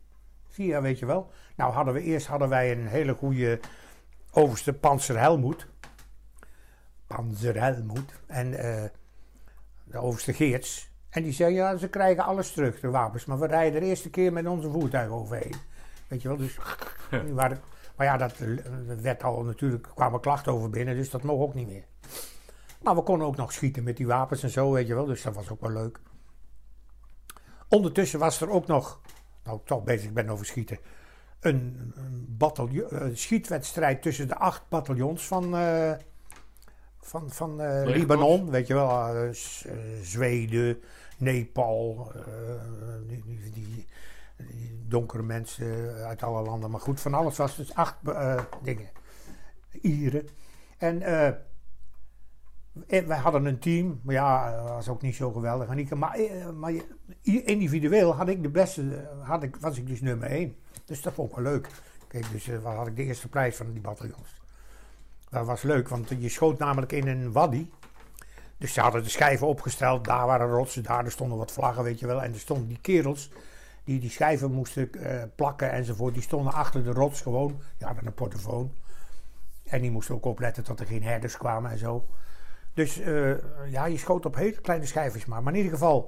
Speaker 2: Vier, weet je wel. Nou hadden we eerst hadden wij een hele goede overste Panzer Helmoet. Panzer Helmoet. En uh, de overste Geerts. En die zei, ja, ze krijgen alles terug, de wapens. Maar we rijden de eerste keer met onze voertuigen overheen. Weet je wel, dus... die waren, maar ja, dat werd al natuurlijk, kwamen klachten over binnen, dus dat mocht ook niet meer. Maar we konden ook nog schieten met die wapens en zo, weet je wel. Dus dat was ook wel leuk. Ondertussen was er ook nog, nou ik toch bezig ben over schieten, een, een, bataljon, een schietwedstrijd tussen de acht bataljons van, uh, van, van uh, Libanon. Weet je wel, uh, Zweden, Nepal, uh, die, die, die, die donkere mensen uit alle landen. Maar goed, van alles was dus acht uh, dingen. Ieren. En uh, wij hadden een team, maar ja, dat was ook niet zo geweldig. En maar, maar individueel had ik de beste, had ik, was ik dus nummer één. Dus dat vond ik wel leuk. Kijk, dus uh, had ik de eerste prijs van die bataljons. Dat was leuk, want je schoot namelijk in een wadi. Dus ze hadden de schijven opgesteld, daar waren rotsen, daar er stonden wat vlaggen, weet je wel. En er stonden die kerels die die schijven moesten uh, plakken enzovoort. Die stonden achter de rots gewoon, die hadden een portofoon. En die moesten ook opletten dat er geen herders kwamen en zo. Dus uh, ja, je schoot op hele kleine schijfjes maar. Maar in ieder geval,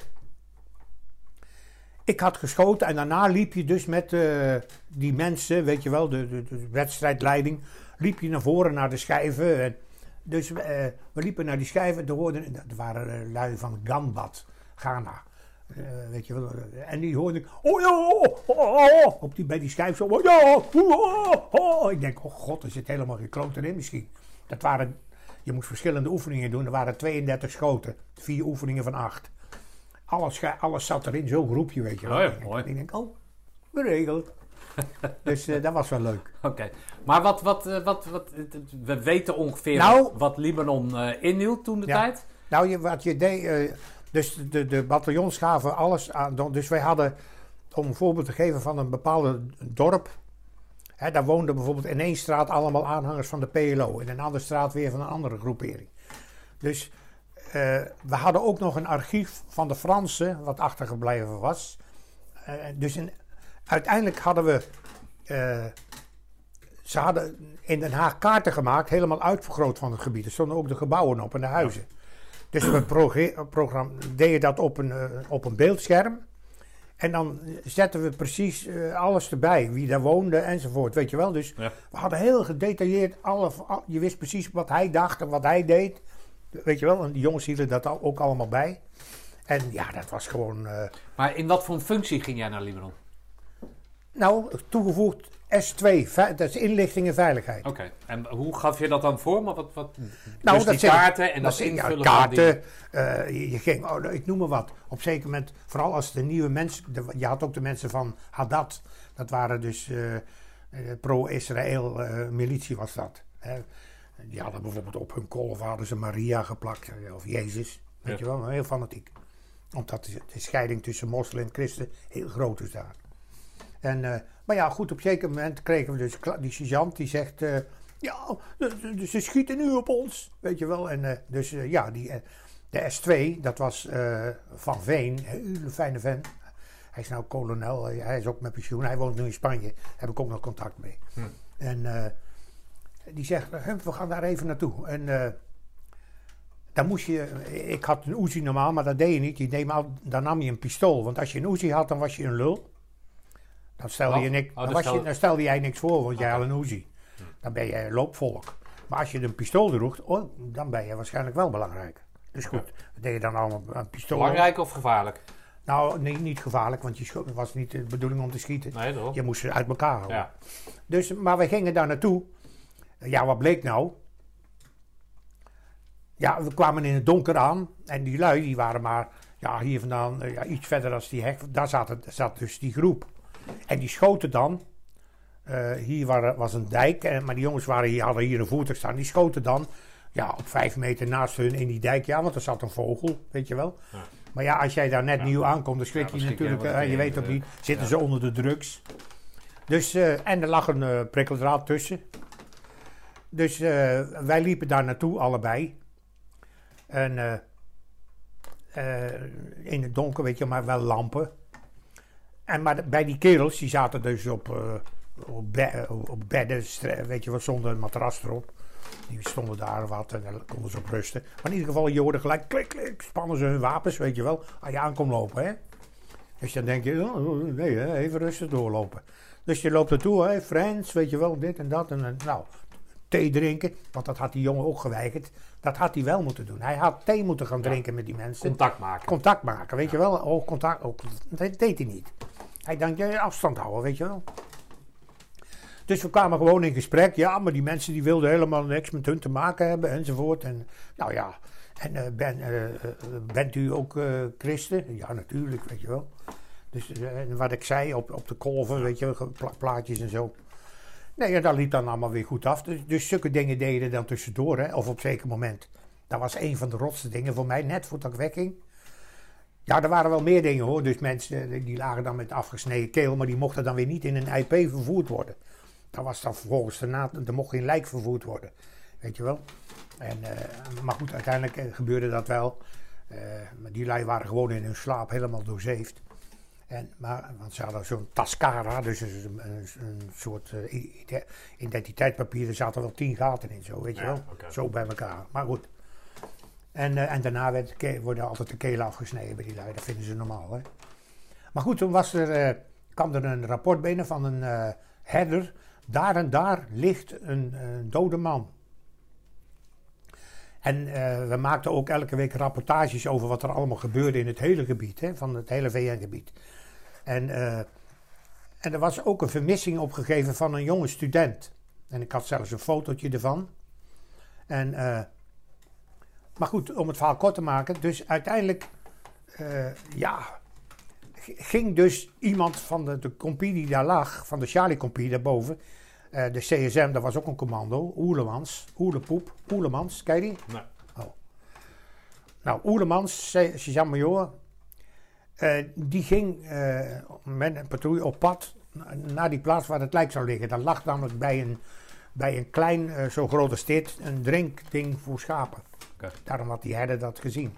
Speaker 2: ik had geschoten en daarna liep je dus met uh, die mensen, weet je wel, de, de, de wedstrijdleiding, liep je naar voren naar de schijven. En dus uh, we liepen naar die schijven, er, hoorden, er waren uh, lui van Gambat, Ghana, uh, weet je wel. En die hoorden ik, oh ja, oh, oh, oh, op die, bij die schijf zo, oh ja, oh, oh. Ik denk, oh god, er zit helemaal geen kloot erin misschien. Dat waren... Je moest verschillende oefeningen doen. Er waren tweeëndertig schoten. Vier oefeningen van acht. Alles, alles zat erin. Zo'n groepje, weet je wel.
Speaker 3: Oh ja, mooi.
Speaker 2: Ik denk, oh, geregeld. Dus uh, dat was wel leuk.
Speaker 3: Oké. Okay. Maar wat, wat, wat, wat, wat... We weten ongeveer
Speaker 2: nou,
Speaker 3: wat Libanon uh, inhield toen de ja. tijd.
Speaker 2: Nou, je, wat je deed... Uh, dus de, de bataljons gaven alles aan... Dus wij hadden, om een voorbeeld te geven van een bepaalde dorp... He, daar woonden bijvoorbeeld in één straat allemaal aanhangers van de P L O. In een andere straat weer van een andere groepering. Dus uh, we hadden ook nog een archief van de Fransen, wat achtergebleven was. Uh, dus in, uiteindelijk hadden we... Uh, ze hadden in Den Haag kaarten gemaakt, helemaal uitvergroot van het gebied. Er stonden ook de gebouwen op en de huizen. Dus we program, deden dat op een, uh, op een beeldscherm. En dan zetten we precies uh, alles erbij. Wie daar woonde enzovoort. Weet je wel. Dus ja. we hadden heel gedetailleerd. Alle, je wist precies wat hij dacht en wat hij deed. Weet je wel. En die jongens hielden dat ook allemaal bij. En ja, dat was gewoon... Uh,
Speaker 3: maar in wat voor een functie ging jij naar Libanon?
Speaker 2: Nou, toegevoegd S twee. Dat is inlichting en veiligheid.
Speaker 3: Oké. Okay. En hoe gaf je dat dan voor? Maar wat, wat,
Speaker 2: nou,
Speaker 3: dus
Speaker 2: dat
Speaker 3: die kaarten
Speaker 2: ik,
Speaker 3: en dat, dat invullen
Speaker 2: ja, kaarten,
Speaker 3: die...
Speaker 2: uh, je, je ging, oh, ik noem maar wat. Op een zeker moment, vooral als de nieuwe mensen... De, je had ook de mensen van Haddad. Dat waren dus uh, uh, pro-Israël uh, militie was dat. Hè. Die hadden bijvoorbeeld op hun kolf hadden ze Maria geplakt. Of Jezus. Weet ja. je wel, heel fanatiek. Omdat de, de scheiding tussen moslim en christen heel groot is daar. En, uh, maar ja, goed, op een zeker moment kregen we dus die sergeant die zegt... Uh, ja, ze schieten nu op ons, weet je wel. En uh, dus uh, ja, die, uh, de S twee, dat was uh, Van Veen, een hele fijne vent. Hij is nou kolonel, uh, hij is ook met pensioen. Hij woont nu in Spanje, daar heb ik ook nog contact mee. Hm. En uh, die zegt, Hump, we gaan daar even naartoe. En uh, dan moest je, ik had een Uzi normaal, maar dat deed je niet. Je neem al, dan nam je een pistool, want als je een Uzi had, dan was je een lul. Dan stelde, je niks, oh, dan was je, dan stelde jij niks voor, want okay. jij had een Uzi. Dan ben je loopvolk. Maar als je een pistool droeg, oh, dan ben je waarschijnlijk wel belangrijk. Dus goed, ja. deed je dan allemaal een pistool.
Speaker 3: Belangrijk of gevaarlijk?
Speaker 2: Nou, nee, niet gevaarlijk, want het was niet de bedoeling om te schieten.
Speaker 3: Nee, toch?
Speaker 2: Je moest ze uit elkaar houden.
Speaker 3: Ja.
Speaker 2: Dus, maar we gingen daar naartoe. Ja, wat bleek nou? Ja, we kwamen in het donker aan. En die lui, die waren maar ja, hier vandaan, ja, iets verder dan die hek. Daar zat, zat dus die groep. En die schoten dan. Uh, hier waren, was een dijk, en, maar die jongens waren hier, hadden hier een voertuig staan. Die schoten dan ja, op vijf meter naast hun in die dijk. Ja, want er zat een vogel, weet je wel. Ja. Maar ja, als jij daar net ja. nieuw aankomt, dan schrik je ja, natuurlijk. Uh, je weet ook niet, zitten ja. ze onder de drugs. Dus, uh, en er lag een uh, prikkeldraad tussen. Dus uh, wij liepen daar naartoe, allebei. En uh, uh, in het donker, weet je, maar wel lampen. En maar bij die kerels, die zaten dus op, uh, op, be op bedden, weet je wel, zonder matras erop. Die stonden daar wat en dan konden ze op rusten. Maar in ieder geval, je hoorde gelijk klik, klik, spannen ze hun wapens, weet je wel, als je aankomt lopen, hè. Dus dan denk je, oh, nee, hè, even rustig doorlopen. Dus je loopt ertoe, hè, friends, weet je wel, dit en dat. En nou, thee drinken, want dat had die jongen ook geweigerd. Dat had hij wel moeten doen. Hij had thee moeten gaan drinken ja. met die mensen.
Speaker 3: Contact maken.
Speaker 2: Contact maken, weet ja. je wel. Oog contact, ook, dat deed hij niet. Hij dacht, ja, afstand houden, weet je wel. Dus we kwamen gewoon in gesprek. Ja, maar die mensen die wilden helemaal niks met hun te maken hebben enzovoort. En nou ja, en uh, ben, uh, uh, bent u ook uh, christen? Ja, natuurlijk, weet je wel. Dus uh, wat ik zei op, op de kolven, weet je wel, pla plaatjes en zo. Nee, ja, dat liep dan allemaal weer goed af. Dus, dus zulke dingen deden dan tussendoor, hè, of op een zeker moment. Dat was een van de rotste dingen voor mij, net voordat ik wegging. Ja, er waren wel meer dingen hoor. Dus mensen die lagen dan met afgesneden keel, maar die mochten dan weer niet in een I P vervoerd worden. Dat was dan vervolgens daarna, er mocht geen lijk vervoerd worden. Weet je wel. En, uh, maar goed, uiteindelijk uh, gebeurde dat wel. Uh, maar die lui waren gewoon in hun slaap helemaal doorzeefd. En, maar, want ze hadden zo'n Tascara, dus een, een, een soort uh, identiteitspapier. Er zaten wel tien gaten in, zo weet je wel. Ja, okay. Zo bij elkaar. Maar goed. En, uh, en daarna werd ke- worden altijd de kelen afgesneden bij die lui. Dat vinden ze normaal, hè. Maar goed, toen was er, uh, kwam er een rapport binnen van een uh, herder. Daar en daar ligt een, een dode man. En uh, we maakten ook elke week rapportages over wat er allemaal gebeurde in het hele gebied, hè, van het hele V N-gebied. En, uh, en er was ook een vermissing opgegeven van een jonge student. En ik had zelfs een fotootje ervan. En, uh, maar goed, om het verhaal kort te maken. Dus uiteindelijk, uh, ja, ging dus iemand van de, de compie die daar lag, van de Charlie-compie daarboven. Uh, de C S M, dat was ook een commando. Oerlemans, Oerlepoep, Oerlemans, ken je die?
Speaker 3: Nee.
Speaker 2: Oh. Nou, Oerlemans, sergeant-major, uh, die ging uh, met een patrouille op pad naar die plaats waar het lijk zou liggen. Dat lag namelijk bij een, bij een klein, uh, zo groot als dit, een drinkding voor schapen. Okay. Daarom had die herder dat gezien.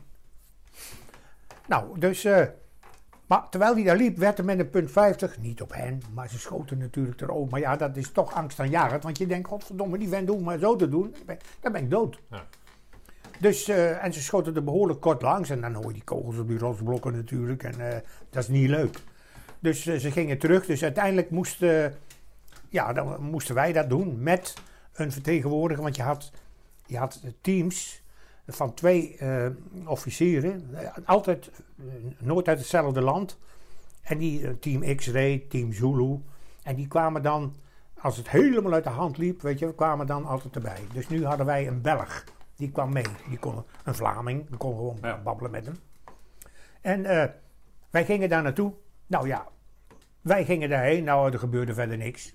Speaker 2: Nou, dus... Uh, Maar terwijl hij daar liep, werd er met een punt vijftig, niet op hen, maar ze schoten natuurlijk erover. Maar ja, dat is toch angstaanjagend, want je denkt, godverdomme, die vent hoeft maar zo te doen, dan ben ik dood. Ja. Dus, uh, en ze schoten er behoorlijk kort langs en dan hoor je die kogels op die rotsblokken natuurlijk en uh, dat is niet leuk. Dus uh, ze gingen terug, dus uiteindelijk moesten, ja, dan moesten wij dat doen met een vertegenwoordiger, want je had, je had teams... van twee uh, officieren, altijd uh, nooit uit hetzelfde land. En die uh, team X-Ray, team Zulu. En die kwamen dan, als het helemaal uit de hand liep, weet je, kwamen dan altijd erbij. Dus nu hadden wij een Belg, die kwam mee. Die kon, een Vlaming, die kon gewoon ja. babbelen met hem. En uh, wij gingen daar naartoe. Nou ja, wij gingen daarheen. Nou, er gebeurde verder niks.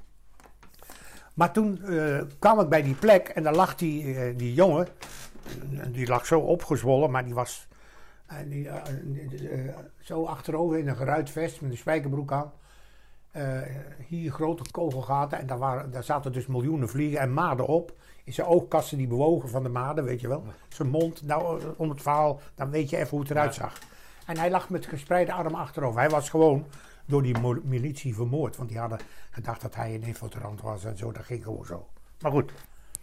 Speaker 2: Maar toen uh, kwam ik bij die plek en daar lag die, uh, die jongen. Die lag zo opgezwollen, maar die was uh, die, uh, uh, zo achterover in een geruit vest met een spijkerbroek aan. Uh, hier grote kogelgaten en daar, waren, daar zaten dus miljoenen vliegen en maden op. In zijn oogkassen die bewogen van de maden, weet je wel. Zijn mond, nou om het verhaal, dan weet je even hoe het eruit zag. En hij lag met gespreide armen achterover. Hij was gewoon door die militie vermoord, want die hadden gedacht dat hij een infiltrant was en zo. Dat ging gewoon zo. Maar goed.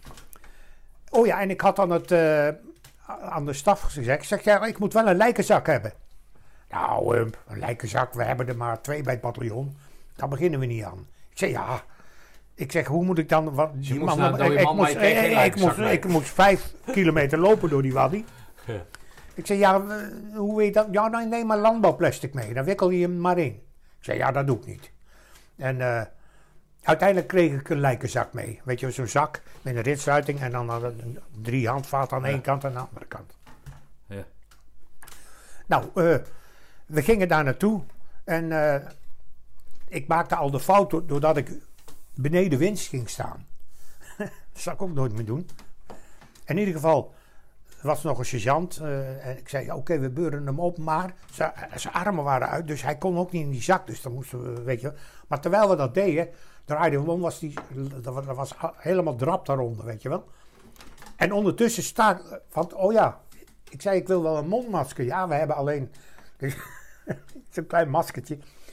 Speaker 2: Oh ja, en ik had dan het uh, aan de staf gezegd. Ik zeg, ja, ik moet wel een lijkenzak hebben. Nou, um, een lijkenzak, we hebben er maar twee bij het bataljon. Daar beginnen we niet aan. Ik zeg, ja. Ik zeg, hoe moet ik dan... Wat,
Speaker 3: je
Speaker 2: die
Speaker 3: moest
Speaker 2: man,
Speaker 3: naar
Speaker 2: ik, ik, moest, ik, ik, moest, ik moest vijf kilometer lopen door die waddy. Ja. Ik zeg, ja, uh, hoe weet je dat? Ja, dan neem maar landbouwplastic mee. Dan wikkel je hem maar in. Ik zeg, ja, dat doe ik niet. En... Uh, uiteindelijk kreeg ik een lijkenzak mee. Weet je, zo'n zak met een ritsluiting en dan hadden drie handvaten aan ja. één kant en aan de andere kant. Ja. Nou, uh, we gingen daar naartoe en uh, ik maakte al de fout doordat ik beneden winst ging staan. Dat zou ik ook nooit meer doen. In ieder geval, er was nog een sergeant uh, en ik zei, oké, okay, we beuren hem op, maar zijn armen waren uit, dus hij kon ook niet in die zak, dus dan moesten we, weet je. Maar terwijl we dat deden, draaide we om, was die, dat was helemaal drap daaronder, weet je wel. En ondertussen sta ik van, oh ja, ik zei, ik wil wel een mondmasker. Ja, we hebben alleen zo'n klein maskertje.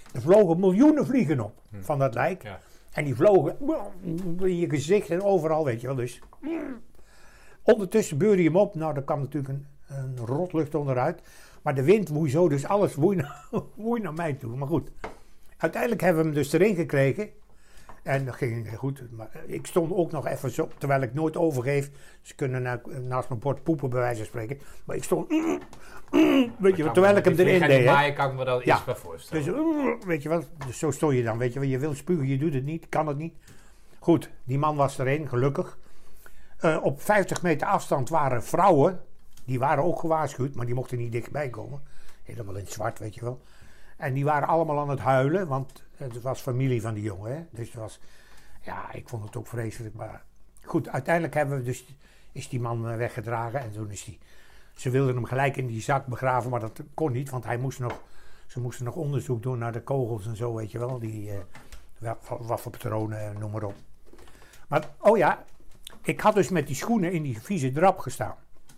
Speaker 2: Er vlogen miljoenen vliegen op
Speaker 3: Hm.
Speaker 2: van dat lijk.
Speaker 3: Ja.
Speaker 2: En die vlogen in je gezicht en overal, weet je wel. Dus ondertussen beurde je hem op. Nou, daar kwam natuurlijk een, een rotlucht onderuit. Maar de wind woei zo, dus alles woei naar, woei naar mij toe. Maar goed, uiteindelijk hebben we hem dus erin gekregen. En dat ging goed. Maar ik stond ook nog even zo, terwijl ik nooit overgeef. Ze kunnen na, naast mijn bord poepen, bij wijze van spreken. Maar ik stond, mm, mm, weet je wel, terwijl ik hem erin deed.
Speaker 3: Maar kan ik me dat
Speaker 2: Ja.
Speaker 3: iets bij voorstellen.
Speaker 2: Dus, uh, weet je wel, dus zo stond je dan, weet je wel. Je wil spugen, je doet het niet, kan het niet. Goed, die man was erin, gelukkig. Uh, op vijftig meter afstand waren vrouwen, die waren ook gewaarschuwd, maar die mochten niet dichtbij komen. Helemaal in het zwart, weet je wel. En die waren allemaal aan het huilen, want het was familie van die jongen. Hè? Dus het was, ja, ik vond het ook vreselijk. Maar goed, uiteindelijk hebben we dus, is die man weggedragen en toen is die... Ze wilden hem gelijk in die zak begraven, maar dat kon niet, want hij moest nog, ze moesten nog onderzoek doen naar de kogels en zo, weet je wel. Die uh, waffenpatronen, noem maar op. Maar, oh ja, ik had dus met die schoenen in die vieze drap gestaan.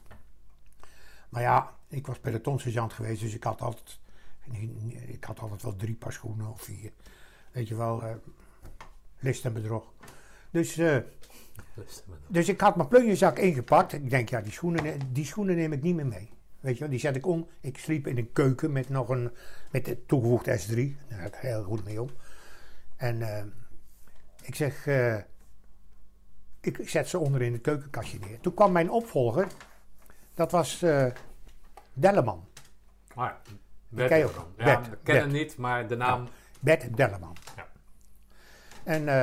Speaker 2: Maar ja, ik was pelotonssergeant geweest, dus ik had altijd, ik had altijd wel drie paar schoenen of vier. Weet je wel, uh, list en bedrog. Dus... Uh, Dus ik had mijn plunjezak ingepakt. Ik denk, ja, die schoenen, die schoenen neem ik niet meer mee. Weet je wel, die zet ik om. Ik sliep in een keuken met nog een, met de toegevoegde S drie. Daar ga ik heel goed mee om. En uh, ik zeg, uh, ik zet ze onder in het keukenkastje neer. Toen kwam mijn opvolger. Dat was uh, Delleman.
Speaker 3: Maar, Bert
Speaker 2: ken je ook?
Speaker 3: Ja,
Speaker 2: Bert,
Speaker 3: ik ken hem
Speaker 2: Bert.
Speaker 3: niet, maar de naam...
Speaker 2: Ja, Bert Delleman.
Speaker 3: Ja.
Speaker 2: En... Uh,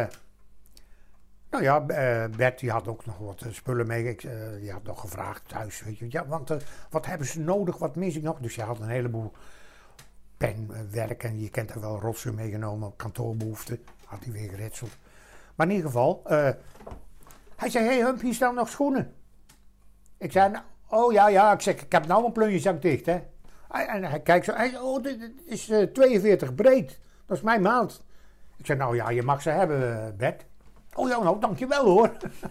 Speaker 2: Nou ja, uh, Bert die had ook nog wat uh, spullen mee. Ik, uh, die had nog gevraagd thuis. Weet je. Ja, want uh, wat hebben ze nodig? Wat mis ik nog? Dus je had een heleboel penwerk. En je kent er wel rotsen meegenomen. Kantoorbehoeften. Had hij weer geritseld. Maar in ieder geval. Uh, hij zei, hé hey, Hump, hier staan nog schoenen. Ik zei, nou, oh ja, ja. Ik zeg, ik heb nou een plunjezak dicht, hè. Hij, en hij kijkt zo. Hij zei, oh, dit, dit is uh, tweeënveertig breed. Dat is mijn maat. Ik zei, nou ja, je mag ze hebben, Bert. Oh ja, nou, dankjewel hoor.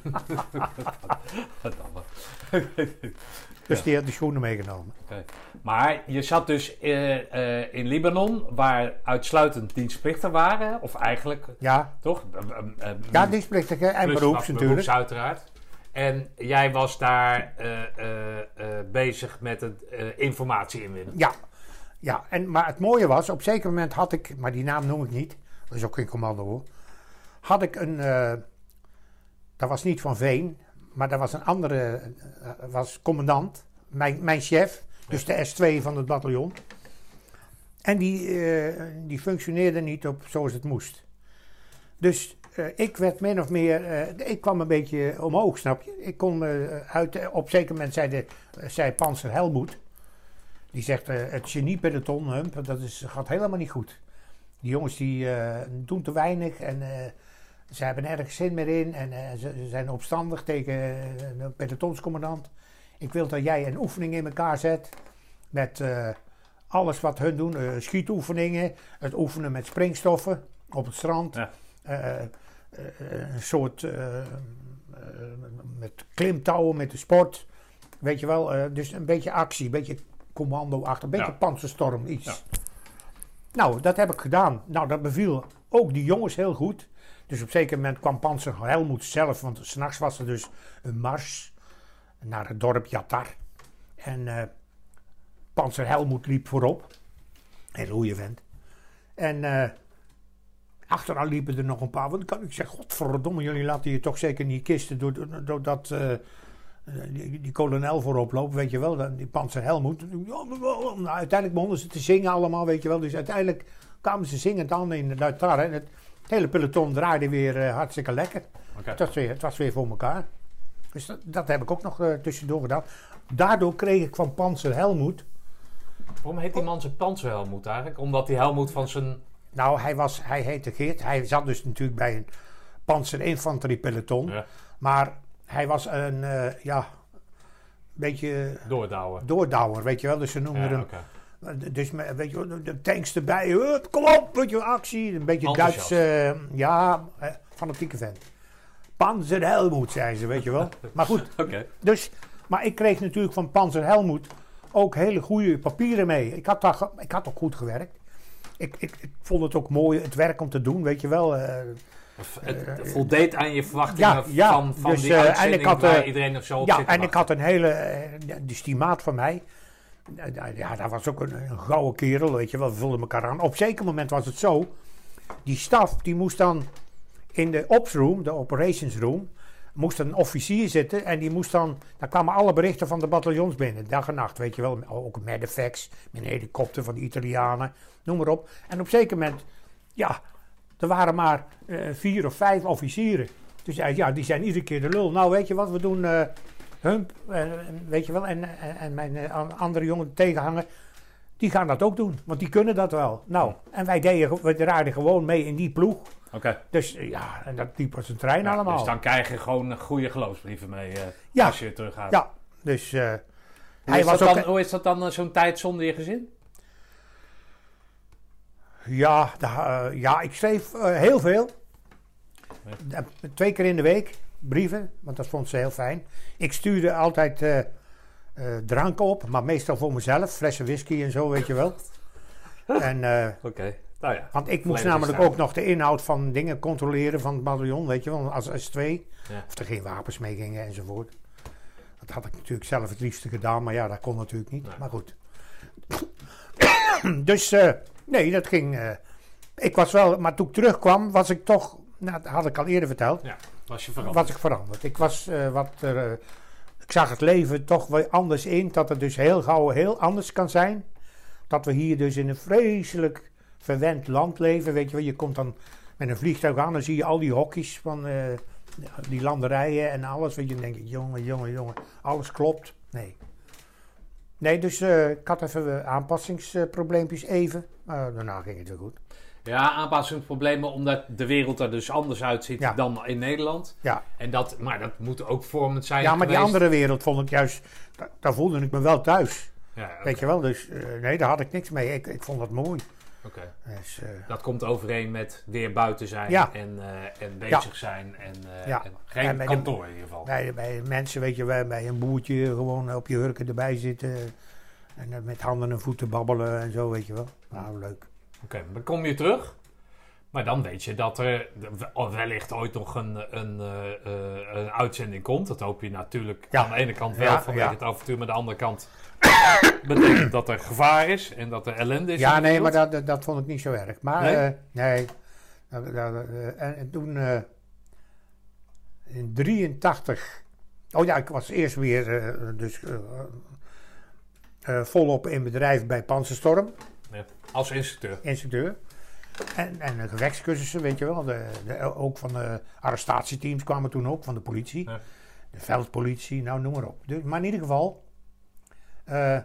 Speaker 2: Dus die had de schoenen meegenomen.
Speaker 3: Okay. Maar je zat dus uh, uh, in Libanon, waar uitsluitend dienstplichtig waren, of eigenlijk,
Speaker 2: ja.
Speaker 3: toch? Uh, uh,
Speaker 2: ja, dienstplichtige en beroeps natuurlijk. Beroeps
Speaker 3: uiteraard. En jij was daar uh, uh, uh, bezig met het uh, informatie inwinnen.
Speaker 2: Ja, ja. En, maar het mooie was, op een zeker moment had ik, maar die naam noem ik niet, dat is ook geen commando hoor. Had ik een, uh, dat was niet Van Veen, maar dat was een andere, uh, was commandant, mijn, mijn chef, dus de S twee van het bataljon. En die, uh, die functioneerde niet op zoals het moest. Dus uh, ik werd min of meer, uh, ik kwam een beetje omhoog, snap je. Ik kon uh, uit, uh, op een zeker moment zei, de, uh, zei Panzer Helmoet, die zegt, uh, het geniepeloton, Hump, dat is, gaat helemaal niet goed. Die jongens die uh, doen te weinig en uh, ze hebben ergens zin meer in en uh, ze, ze zijn opstandig tegen uh, de pelotonscommandant. Ik wil dat jij een oefening in elkaar zet met uh, alles wat hun doen, uh, schietoefeningen, het oefenen met springstoffen op het strand,
Speaker 3: ja.
Speaker 2: uh, uh, een soort uh, uh, met klimtouwen, met de sport, weet je wel, uh, dus een beetje actie, een beetje commando achter, een beetje
Speaker 3: ja.
Speaker 2: panzerstorm, iets.
Speaker 3: Ja.
Speaker 2: Nou, dat heb ik gedaan. Nou, dat beviel ook die jongens heel goed. Dus op een zeker moment kwam Panzer Helmoet zelf, want 's nachts was er dus een mars naar het dorp Yatar. En uh, Panzer Helmoet liep voorop. Een goeie vent. En uh, achteraan liepen er nog een paar. Want ik zeg, godverdomme, jullie laten je toch zeker niet kisten doordat door, door uh, die, die kolonel voorop loopt, weet je wel. Die Panzer Helmoet. Nou, uiteindelijk begonnen ze te zingen allemaal, weet je wel. Dus uiteindelijk kwamen ze zingend aan in de Yatar. En het hele peloton draaide weer uh, hartstikke lekker.
Speaker 3: Okay.
Speaker 2: Het, was weer, het was weer voor elkaar. Dus dat, dat heb ik ook nog uh, tussendoor gedaan. Daardoor kreeg ik van Panzer Helmoet.
Speaker 3: Waarom heet die man zijn Panzer Helmoet eigenlijk? Omdat die Helmoet van zijn...
Speaker 2: Nou, hij, was, hij heette Geert. Hij zat dus natuurlijk bij een panzerinfanteriepeloton. Ja. Maar hij was een, uh, ja, beetje...
Speaker 3: Doordouwer.
Speaker 2: Doordouwer, weet je wel. Dus ze noemden
Speaker 3: ja,
Speaker 2: hem...
Speaker 3: Okay.
Speaker 2: Dus weet je wel, de tanks erbij. Hup, kom op, weet je wel, actie. Een beetje Duits, uh, ja, uh, fanatieke vent. Panzer Helmoet, zei ze, weet je wel. Maar goed,
Speaker 3: okay.
Speaker 2: Dus, maar ik kreeg natuurlijk van Panzer Helmoet ook hele goede papieren mee. Ik had, daar, ik had ook goed gewerkt. ik, ik, ik vond het ook mooi, het werk om te doen, weet je wel. Uh,
Speaker 3: het uh, voldeed aan je verwachtingen
Speaker 2: ja, ja,
Speaker 3: van, van
Speaker 2: dus,
Speaker 3: die
Speaker 2: uh,
Speaker 3: uitzending
Speaker 2: en ik had,
Speaker 3: waar
Speaker 2: uh,
Speaker 3: iedereen zo op
Speaker 2: ja,
Speaker 3: zit te
Speaker 2: en
Speaker 3: wachten.
Speaker 2: ik had een hele, uh, die stimaat van mij. Uh, ja, dat was ook een, een gouden kerel, weet je wel, we vulden elkaar aan. Op een zeker moment was het zo, die staf, die moest dan in de ops room, de operations room, moest een officier zitten en die moest dan, daar kwamen alle berichten van de bataljons binnen, dag en nacht, weet je wel, ook medevacs, met een helikopter van de Italianen, noem maar op. En op een zeker moment, ja, er waren maar uh, vier of vijf officieren. Dus uh, ja, die zijn iedere keer de lul. Nou, weet je wat, we doen uh, Hump, uh, weet je wel, en, en, en mijn uh, andere jongen tegenhangen, die gaan dat ook doen, want die kunnen dat wel. Nou, en wij deden, we draaiden gewoon mee in die ploeg.
Speaker 3: Okay.
Speaker 2: Dus ja, en dat liep als een trein
Speaker 3: ja,
Speaker 2: allemaal.
Speaker 3: Dus dan krijg je gewoon goede geloofsbrieven mee uh,
Speaker 2: ja.
Speaker 3: als je terug gaat.
Speaker 2: Ja, dus uh,
Speaker 3: hoe,
Speaker 2: hij
Speaker 3: is
Speaker 2: was
Speaker 3: dat
Speaker 2: ook...
Speaker 3: dan, hoe is dat dan uh, zo'n tijd zonder je gezin?
Speaker 2: Ja, de, uh, ja ik schreef uh, heel veel. Ja. De, twee keer in de week brieven, want dat vond ze heel fijn. Ik stuurde altijd uh, uh, drank op, maar meestal voor mezelf. Flessen whisky en zo, weet je wel. En... Uh,
Speaker 3: Oké. Okay. Nou ja,
Speaker 2: want ik moest namelijk ook nog de inhoud van dingen controleren van het bataljon, weet je wel, als S twee. Ja. Of er geen wapens mee gingen enzovoort. Dat had ik natuurlijk zelf het liefste gedaan, maar ja, dat kon natuurlijk niet. Nee. Maar goed. Dus, uh, nee, dat ging... Uh, ik was wel... Maar toen ik terugkwam, was ik toch... Nou, dat had ik al eerder verteld.
Speaker 3: Ja, was je veranderd?
Speaker 2: Was ik veranderd. Ik was uh, wat... Uh, ik zag het leven toch weer anders in. Dat het dus heel gauw heel anders kan zijn. Dat we hier dus in een vreselijk... verwend land leven, weet je wel. Je komt dan met een vliegtuig aan, dan zie je al die hokjes van uh, die landerijen en alles. Weet je, dan denk je, jongen, jongen, jongen, alles klopt. Nee. Nee, dus uh, ik had even uh, aanpassingsprobleempjes even, maar uh, daarna ging het weer goed.
Speaker 3: Ja, aanpassingsproblemen omdat de wereld er dus anders uitziet ja. dan in Nederland.
Speaker 2: Ja.
Speaker 3: En dat, maar dat moet ook vormend zijn
Speaker 2: Ja, maar
Speaker 3: geweest.
Speaker 2: die andere wereld vond ik juist, daar, daar voelde ik me wel thuis.
Speaker 3: Ja, okay.
Speaker 2: Weet je wel, dus uh, nee, daar had ik niks mee. Ik, ik vond dat mooi.
Speaker 3: Okay.
Speaker 2: Dus, uh,
Speaker 3: dat komt overeen met weer buiten zijn
Speaker 2: ja.
Speaker 3: en, uh, en bezig ja. zijn en, uh, ja. en geen en kantoor
Speaker 2: de,
Speaker 3: in ieder geval.
Speaker 2: Bij, bij mensen, weet je, bij, bij een boertje gewoon op je hurken erbij zitten en uh, met handen en voeten babbelen en zo, weet je wel. Nou, leuk.
Speaker 3: Oké, okay, dan kom je terug, maar dan weet je dat er wellicht ooit nog een, een, uh, uh, een uitzending komt. Dat hoop je natuurlijk ja. aan de ene kant wel ja, vanwege ja. het avontuur, maar aan de andere kant... betekent dat er gevaar is en dat er ellende is.
Speaker 2: Ja, nee, maar dat, dat, dat vond ik niet zo erg. Maar nee, uh, nee dat, dat, uh, en, en toen uh, in drieëntachtig, oh ja, ik was eerst weer uh, dus uh, uh, volop in bedrijf bij Panzerstorm.
Speaker 3: Ja, als instructeur.
Speaker 2: Instructeur. En, en uh, gevechtscursussen, weet je wel. De, de, ook van de arrestatieteams kwamen toen ook, van de politie. Ja. De veldpolitie, nou noem maar op. Dus, maar in ieder geval... Uh,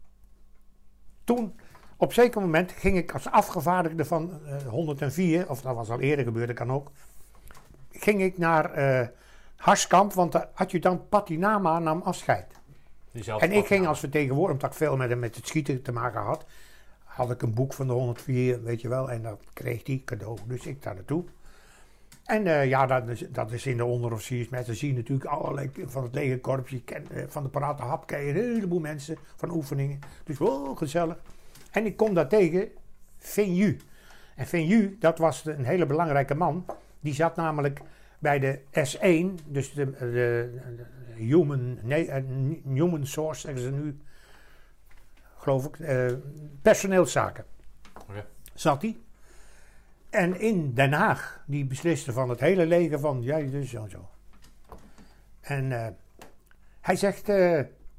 Speaker 2: toen, op een zeker moment, ging ik als afgevaardigde van uh, honderdvier, of dat was al eerder gebeurd, dat kan ook, ging ik naar uh, Harskamp, want de adjudant Patinama nam afscheid. En ik ging als vertegenwoordiger, omdat ik veel met, met het schieten te maken had, had ik een boek van de honderdvier, weet je wel, en dat kreeg hij cadeau. Dus ik daar naartoe. En uh, ja, dat is, dat is in de onderofficiersmes. Dan zie je natuurlijk allerlei van het legerkorpsje, uh, van de parate hap, ken je een heleboel mensen van oefeningen. Dus oh, gezellig. En ik kom daar tegen Vinju. En Vinju, dat was de, een hele belangrijke man. Die zat namelijk bij de S één, dus de, de, de human, nee, uh, human source, zeggen ze nu, geloof ik, uh, personeelszaken. Okay. Zat hij. En in Den Haag, die besliste van het hele leger van, ja, dus zo en zo. En uh, hij zegt, uh,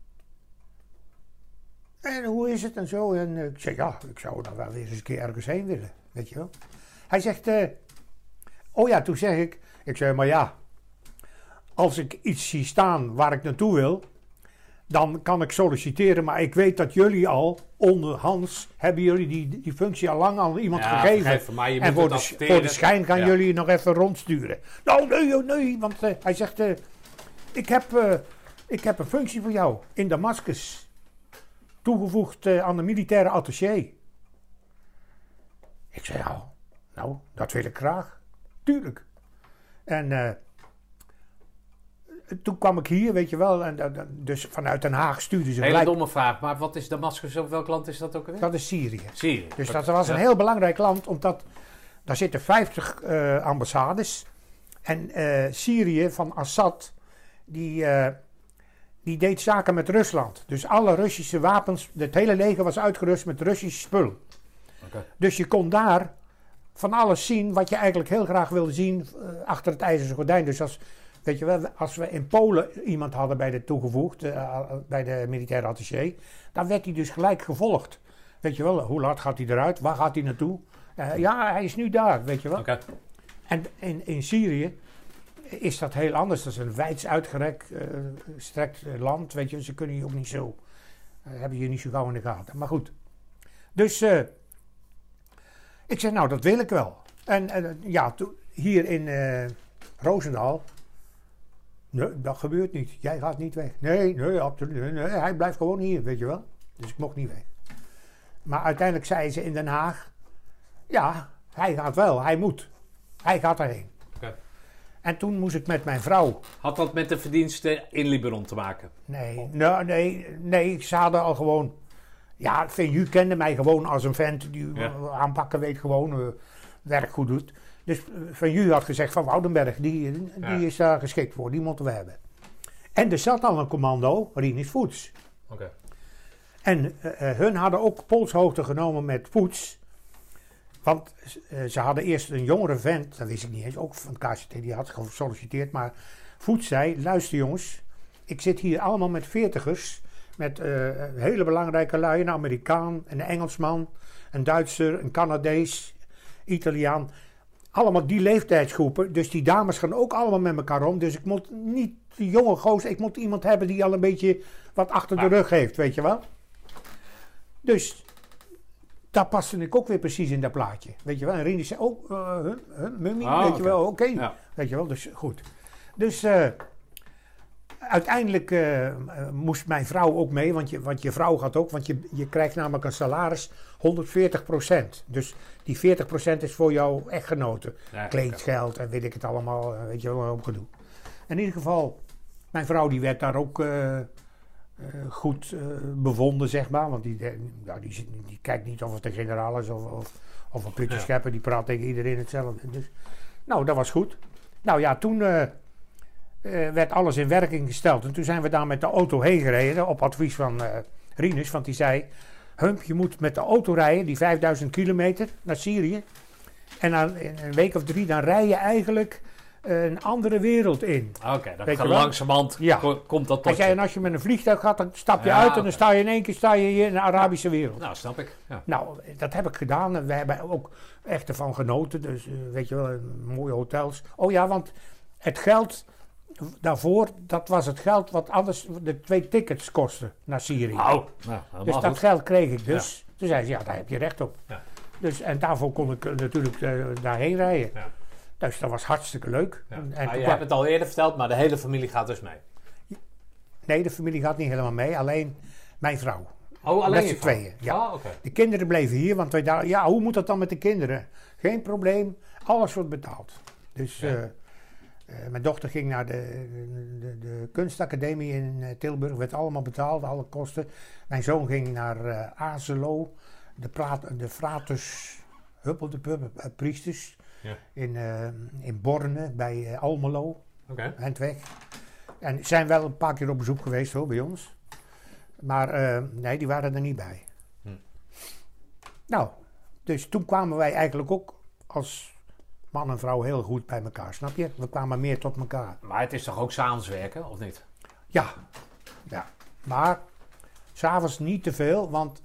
Speaker 2: en hoe is het en zo? En uh, ik zeg, ja, ik zou dan wel weer eens een keer ergens heen willen, weet je wel. Hij zegt, uh, oh ja, toen zeg ik, ik zeg, maar ja, als ik iets zie staan waar ik naartoe wil, dan kan ik solliciteren, maar ik weet dat jullie al, onder Hans, hebben jullie die, die functie al lang aan iemand ja, gegeven.
Speaker 3: Vergeven, maar je
Speaker 2: en
Speaker 3: moet
Speaker 2: voor de, voor de schijn gaan ja. jullie nog even rondsturen. Nou, nee, nee, want uh, hij zegt, uh, ik, heb, uh, ik heb een functie voor jou in Damascus. Toegevoegd uh, aan de militaire attaché. Ik zei, nou, nou, dat wil ik graag. Tuurlijk. En uh, toen kwam ik hier, weet je wel. En, uh, dus vanuit Den Haag stuurden ze
Speaker 3: Hele
Speaker 2: gelijk.
Speaker 3: domme vraag, maar wat is Damascus? Op welk land is dat ook alweer?
Speaker 2: Dat is Syrië.
Speaker 3: Syrië.
Speaker 2: Dus
Speaker 3: Oké.
Speaker 2: dat was een
Speaker 3: Ja.
Speaker 2: heel belangrijk land, omdat daar zitten vijftig uh, ambassades. En uh, Syrië van Assad, die, uh, die deed zaken met Rusland. Dus alle Russische wapens, het hele leger was uitgerust met Russisch spul.
Speaker 3: Okay.
Speaker 2: Dus je kon daar van alles zien wat je eigenlijk heel graag wilde zien uh, achter het ijzeren gordijn. Dus als, weet je wel, als we in Polen iemand hadden bij de toegevoegd, uh, bij de militaire attaché, dan werd hij dus gelijk gevolgd. Weet je wel, hoe laat gaat hij eruit? Waar gaat hij naartoe? Uh, ja, hij is nu daar, weet je wel.
Speaker 3: Okay.
Speaker 2: En in, in Syrië is dat heel anders. Dat is een wijds uitgerekt uh, strekt land, weet je. Ze kunnen je ook niet zo, uh, hebben je niet zo gauw in de gaten. Maar goed. Dus uh, ik zei, nou, dat wil ik wel. En uh, ja, to, hier in uh, Roosendaal, nee, dat gebeurt niet. Jij gaat niet weg. Nee, nee, absoluut. Nee, nee, hij blijft gewoon hier, weet je wel. Dus ik mocht niet weg. Maar uiteindelijk zei ze in Den Haag, ja, hij gaat wel, hij moet. Hij gaat erheen.
Speaker 3: Okay.
Speaker 2: En toen moest ik met mijn vrouw.
Speaker 3: Had dat met de verdiensten in Libanon te maken?
Speaker 2: Nee, oh. nou, nee, nee, ze hadden al gewoon. Ja, Venju kende mij gewoon als een vent die ja. aanpakken weet gewoon, uh, werk goed doet. Dus uh, Venju had gezegd van Woudenberg, die, die ja. is daar geschikt voor, die moeten we hebben. En er zat al een commando, Rinus Voets.
Speaker 3: Okay.
Speaker 2: En uh, hun hadden ook polshoogte genomen met Voets. Want uh, ze hadden eerst een jongere vent, dat wist ik niet eens, ook van K C T, die had gesolliciteerd. Maar Voets zei, luister jongens, ik zit hier allemaal met veertigers, met uh, hele belangrijke lui, een Amerikaan, een Engelsman, een Duitser, een Canadees, Italiaan. Allemaal die leeftijdsgroepen, dus die dames gaan ook allemaal met elkaar om. Dus ik moet niet die jonge gozer, ik moet iemand hebben die al een beetje wat achter de rug heeft, weet je wel. Dus daar paste ik ook weer precies in dat plaatje. Weet je wel. En Rini zei, oh, uh, huh, huh, mummy,
Speaker 3: ah,
Speaker 2: weet
Speaker 3: okay.
Speaker 2: je wel, oké. Okay.
Speaker 3: Ja.
Speaker 2: Weet je wel, dus goed. Dus uh, uiteindelijk uh, moest mijn vrouw ook mee, want je, want je vrouw gaat ook, want je, je krijgt namelijk een salaris honderdveertig procent. Dus die veertig procent is voor jouw echtgenote. Ja, kleedgeld en weet ik het allemaal, weet je wel, een hoop gedoe. In ieder geval, mijn vrouw die werd daar ook Uh, Uh, goed uh, bevonden, zeg maar. Want die, ja, die, die kijkt niet of het een generaal is of, of, of een putje ja. schepper. Die praat tegen iedereen hetzelfde. Dus, nou, dat was goed. Nou ja, toen uh, uh, werd alles in werking gesteld. En toen zijn we daar met de auto heen gereden. Op advies van uh, Rinus. Want die zei, Hump, je moet met de auto rijden. Die vijfduizend kilometer naar Syrië. En dan in een week of drie, dan rij je eigenlijk een andere wereld in.
Speaker 3: Oké, okay, dan gaat langzamerhand
Speaker 2: ja.
Speaker 3: komt dat tot
Speaker 2: als jij, en als je met een vliegtuig gaat, dan stap je ja, uit en dan okay. sta je in één keer sta je hier in de Arabische
Speaker 3: ja.
Speaker 2: wereld.
Speaker 3: Nou, snap ik. Ja.
Speaker 2: Nou, dat heb ik gedaan en we hebben ook echt ervan genoten. Dus uh, weet je wel, mooie hotels. Oh ja, want het geld daarvoor, dat was het geld wat anders de twee tickets kostte naar Syrië.
Speaker 3: Oh, nou,
Speaker 2: dus dat
Speaker 3: goed.
Speaker 2: geld kreeg ik dus. Ja. Toen zei ze, ja, daar heb je recht op.
Speaker 3: Ja.
Speaker 2: Dus, en daarvoor kon ik uh, natuurlijk uh, daarheen rijden.
Speaker 3: Ja.
Speaker 2: Dus dat was hartstikke leuk.
Speaker 3: Ja.
Speaker 2: En, en
Speaker 3: maar je hebt het al eerder verteld, maar de hele familie gaat dus mee?
Speaker 2: Nee, de familie gaat niet helemaal mee. Alleen mijn vrouw.
Speaker 3: Oh, alleen
Speaker 2: met z'n tweeën. Ja.
Speaker 3: Oh, okay.
Speaker 2: De kinderen bleven hier, want wij dachten, ja, hoe moet dat dan met de kinderen? Geen probleem, alles wordt betaald. Dus ja. uh, uh, mijn dochter ging naar de, de, de kunstacademie in uh, Tilburg, werd allemaal betaald, alle kosten. Mijn zoon ging naar uh, Azelo, de, praat, de Fratus Huppel de Pub, uh, priesters. Ja. In, uh, in Borne, bij uh, Almelo,
Speaker 3: okay.
Speaker 2: Eindweg. En zijn wel een paar keer op bezoek geweest hoor, bij ons. Maar uh, nee, die waren er niet bij. Hm. Nou, dus toen kwamen wij eigenlijk ook als man en vrouw heel goed bij elkaar, snap je? We kwamen meer tot elkaar.
Speaker 3: Maar het is toch ook 's avonds werken, of niet?
Speaker 2: Ja, ja. Maar 's avonds niet te veel, want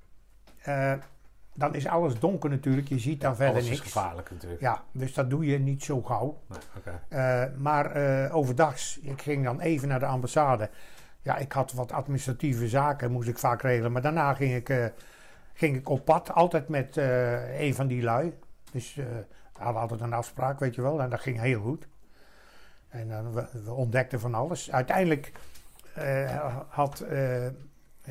Speaker 2: Uh, dan is alles donker natuurlijk, je ziet dan verder
Speaker 3: alles
Speaker 2: niks.
Speaker 3: Alles is gevaarlijk natuurlijk.
Speaker 2: Ja, dus dat doe je niet zo gauw.
Speaker 3: Nee, okay.
Speaker 2: uh, maar uh, overdags, ik ging dan even naar de ambassade. Ja, ik had wat administratieve zaken, moest ik vaak regelen. Maar daarna ging ik, uh, ging ik op pad, altijd met uh, een van die lui. Dus uh, we hadden altijd een afspraak, weet je wel. En dat ging heel goed. En uh, we, we ontdekten van alles. Uiteindelijk uh, had uh, uh,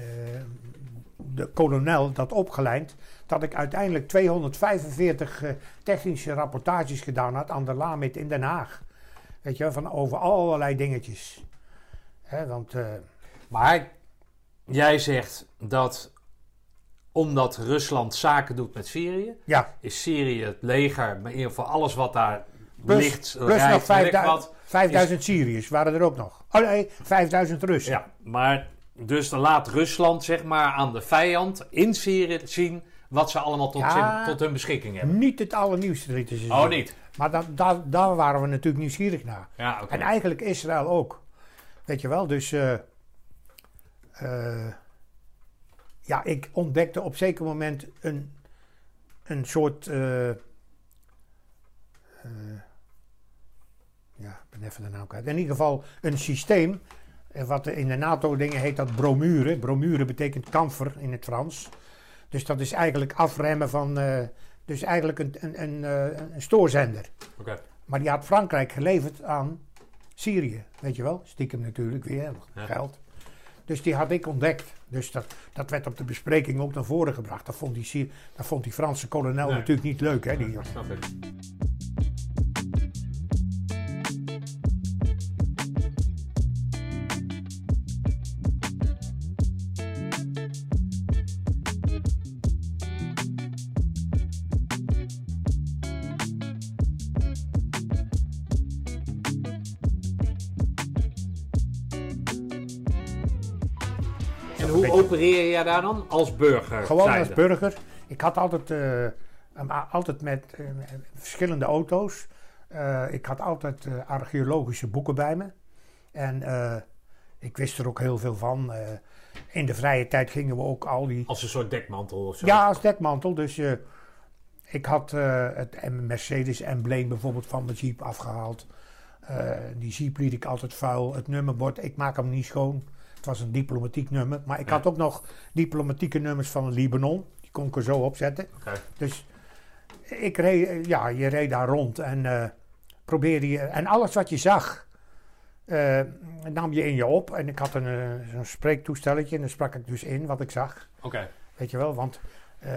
Speaker 2: de kolonel dat opgeleid, dat ik uiteindelijk tweehonderdvijfenveertig uh, technische rapportages gedaan had aan de Lamit in Den Haag. Weet je wel, van over allerlei dingetjes. Hè, want... Uh,
Speaker 3: maar jij zegt dat omdat Rusland zaken doet met Syrië,
Speaker 2: ja.
Speaker 3: is Syrië het leger, maar in ieder geval alles wat daar
Speaker 2: plus,
Speaker 3: ligt,
Speaker 2: plus
Speaker 3: rijdt,
Speaker 2: nog vijfduizend,
Speaker 3: wat,
Speaker 2: vijfduizend
Speaker 3: is,
Speaker 2: Syriërs waren er ook nog. Oh nee, vijfduizend Russen.
Speaker 3: Ja, maar dus dan laat Rusland zeg maar aan de vijand in Syrië zien wat ze allemaal tot,
Speaker 2: ja,
Speaker 3: zin, tot hun beschikking hebben.
Speaker 2: Niet het allernieuwste lieten ze zien.
Speaker 3: Oh, niet?
Speaker 2: Maar da, da, daar waren we natuurlijk nieuwsgierig naar.
Speaker 3: Ja, okay.
Speaker 2: En eigenlijk Israël ook. Weet je wel, dus... Uh, uh, ja, ik ontdekte op zeker moment een, een soort... Uh, uh, ja, ik ben even de naam kwijt. In ieder geval een systeem... Wat in de NATO-dingen heet dat bromure. Bromure betekent kamfer in het Frans. Dus dat is eigenlijk afremmen van... Uh, dus eigenlijk een, een, een, een stoorzender.
Speaker 3: Okay.
Speaker 2: Maar die had Frankrijk geleverd aan Syrië. Weet je wel? Stiekem natuurlijk weer. Ja. Geld. Dus die had ik ontdekt. Dus dat, dat werd op de bespreking ook naar voren gebracht. Dat vond die, dat vond die Franse kolonel nee. natuurlijk niet leuk. Hè, die,
Speaker 3: snap ik. Hoe opereer jij daar dan als burger?
Speaker 2: Gewoon
Speaker 3: zijde?
Speaker 2: als burger. Ik had altijd, uh, um, altijd met uh, verschillende auto's. Uh, ik had altijd uh, archeologische boeken bij me. En uh, ik wist er ook heel veel van. Uh, in de vrije tijd gingen we ook al die...
Speaker 3: Als een soort dekmantel of zo?
Speaker 2: Ja, als dekmantel. Dus uh, ik had uh, het Mercedes-embleem bijvoorbeeld van mijn Jeep afgehaald. Uh, die Jeep liet ik altijd vuil. Het nummerbord, ik maak hem niet schoon. Het was een diplomatiek nummer. Maar ik ja. had ook nog diplomatieke nummers van Libanon. Die kon ik er zo opzetten.
Speaker 3: Okay.
Speaker 2: Dus ik reed, ja, je reed daar rond en uh, probeerde je... En alles wat je zag, uh, nam je in je op. En ik had een, uh, zo'n spreektoestelletje en dan sprak ik dus in wat ik zag.
Speaker 3: Okay.
Speaker 2: Weet je wel, want uh,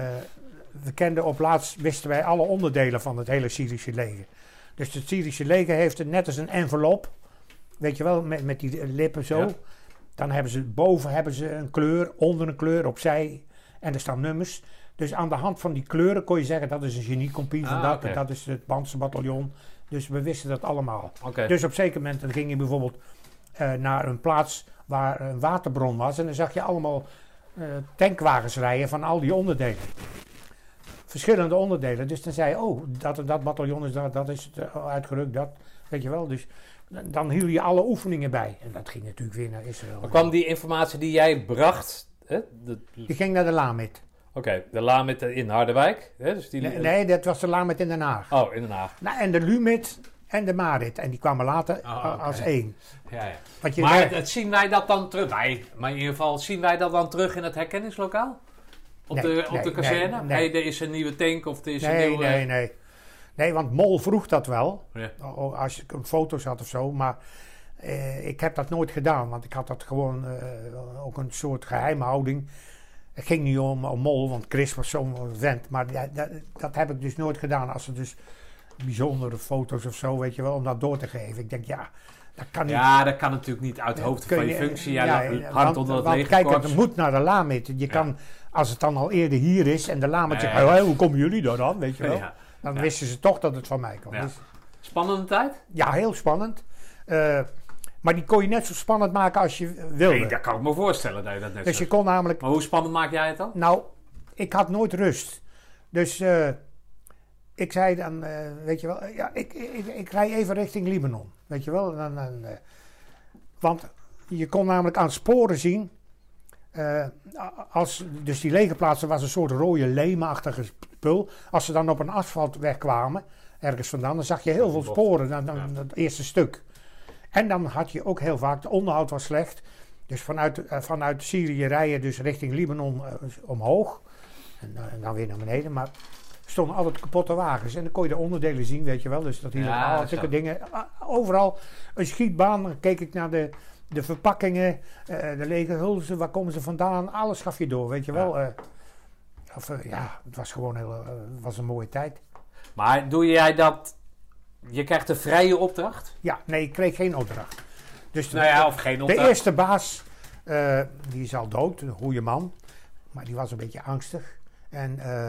Speaker 2: we kenden op laatst, wisten wij alle onderdelen van het hele Syrische leger. Dus het Syrische leger heeft het net als een envelop. Weet je wel, met, met die lippen zo. Ja. Dan hebben ze boven hebben ze een kleur, onder een kleur, opzij. En er staan nummers. Dus aan de hand van die kleuren kon je zeggen dat is een geniekompie van
Speaker 3: ah,
Speaker 2: dat.
Speaker 3: Okay.
Speaker 2: En dat is het Panzerbataljon. Dus we wisten dat allemaal.
Speaker 3: Okay.
Speaker 2: Dus op een zeker moment dan ging je bijvoorbeeld uh, naar een plaats waar een waterbron was. En dan zag je allemaal uh, tankwagens rijden van al die onderdelen. Verschillende onderdelen. Dus dan zei je, oh, dat en dat bataljon is dat, dat is uh, uitgerukt, dat. Weet je wel, dus... Dan hield je alle oefeningen bij. En dat ging natuurlijk weer naar Israël.
Speaker 3: Maar kwam die informatie die jij bracht... Hè, de...
Speaker 2: Die ging naar de Lamit.
Speaker 3: Oké, okay, de Lamit in Harderwijk. Hè, dus die...
Speaker 2: nee, nee, dat was de Lamit in Den Haag.
Speaker 3: Oh, in Den Haag.
Speaker 2: Nou, en de Lumit en de Marit. En die kwamen later oh, okay. als één.
Speaker 3: Ja, ja.
Speaker 2: Want je
Speaker 3: maar
Speaker 2: zei...
Speaker 3: het, zien wij dat dan terug? Nee, maar in ieder geval zien wij dat dan terug in het herkenningslokaal? Op
Speaker 2: nee,
Speaker 3: de, op
Speaker 2: nee,
Speaker 3: de kazerne?
Speaker 2: Nee, nee.
Speaker 3: Hey, er is een nieuwe tank of er is
Speaker 2: nee,
Speaker 3: een nieuwe...
Speaker 2: Nee, nee, nee. Want Mol vroeg dat wel.
Speaker 3: Ja.
Speaker 2: Als ik een foto's had of zo. Maar eh, ik heb dat nooit gedaan. Want ik had dat gewoon eh, ook een soort geheimhouding. Het ging niet om, om Mol, want Chris was zo'n vent. Maar dat, dat, dat heb ik dus nooit gedaan. Als er dus bijzondere foto's of zo, weet je wel, om dat door te geven. Ik denk, ja, dat kan niet.
Speaker 3: Ja, dat kan natuurlijk niet uit hoofd van je functie. Ja, ja, ja, hangt onder het legerkorps.
Speaker 2: Kijk, het moet naar de Lamit. Je ja. kan, als het dan al eerder hier is en de Lamit
Speaker 3: ja,
Speaker 2: zegt,
Speaker 3: ja.
Speaker 2: oh, hoe komen jullie daar dan, weet je wel.
Speaker 3: Ja.
Speaker 2: Dan
Speaker 3: ja.
Speaker 2: wisten ze toch dat het van mij kwam.
Speaker 3: Ja.
Speaker 2: Dus,
Speaker 3: spannende tijd?
Speaker 2: Ja, heel spannend. Uh, maar die kon je net zo spannend maken als je wilde.
Speaker 3: Nee, dat kan ik me voorstellen dat je dat net
Speaker 2: Dus
Speaker 3: zo.
Speaker 2: je kon namelijk...
Speaker 3: Maar hoe spannend maak jij het dan?
Speaker 2: Nou, ik had nooit rust. Dus uh, ik zei dan, uh, weet je wel, ja, ik, ik, ik rij even richting Libanon. Weet je wel. Dan, dan, uh, want je kon namelijk aan sporen zien... Uh, als, dus die legerplaatsen was een soort rode leemachtige spul. Als ze dan op een asfaltweg kwamen, ergens vandaan, dan zag je heel veel sporen. Dan, dan, ja. Het eerste stuk. En dan had je ook heel vaak, de onderhoud was slecht. Dus vanuit, uh, vanuit Syrië rijden dus richting Libanon uh, omhoog. En, uh, en dan weer naar beneden. Maar er stonden altijd kapotte wagens. En dan kon je de onderdelen zien, weet je wel. Dus dat hier ja, al zulke dingen. Uh, overal een schietbaan. Dan keek ik naar de... De verpakkingen, uh, de lege hulzen, waar komen ze vandaan? Alles gaf je door, weet je wel. Uh, of, uh, ja, het was gewoon heel, uh, het was een mooie tijd.
Speaker 3: Maar doe jij dat je krijgt een vrije opdracht?
Speaker 2: Ja, nee, ik kreeg geen opdracht. Dus de,
Speaker 3: Nou ja, of geen
Speaker 2: de
Speaker 3: opdracht.
Speaker 2: eerste baas, uh, die is al dood, een goede man. Maar die was een beetje angstig. En uh,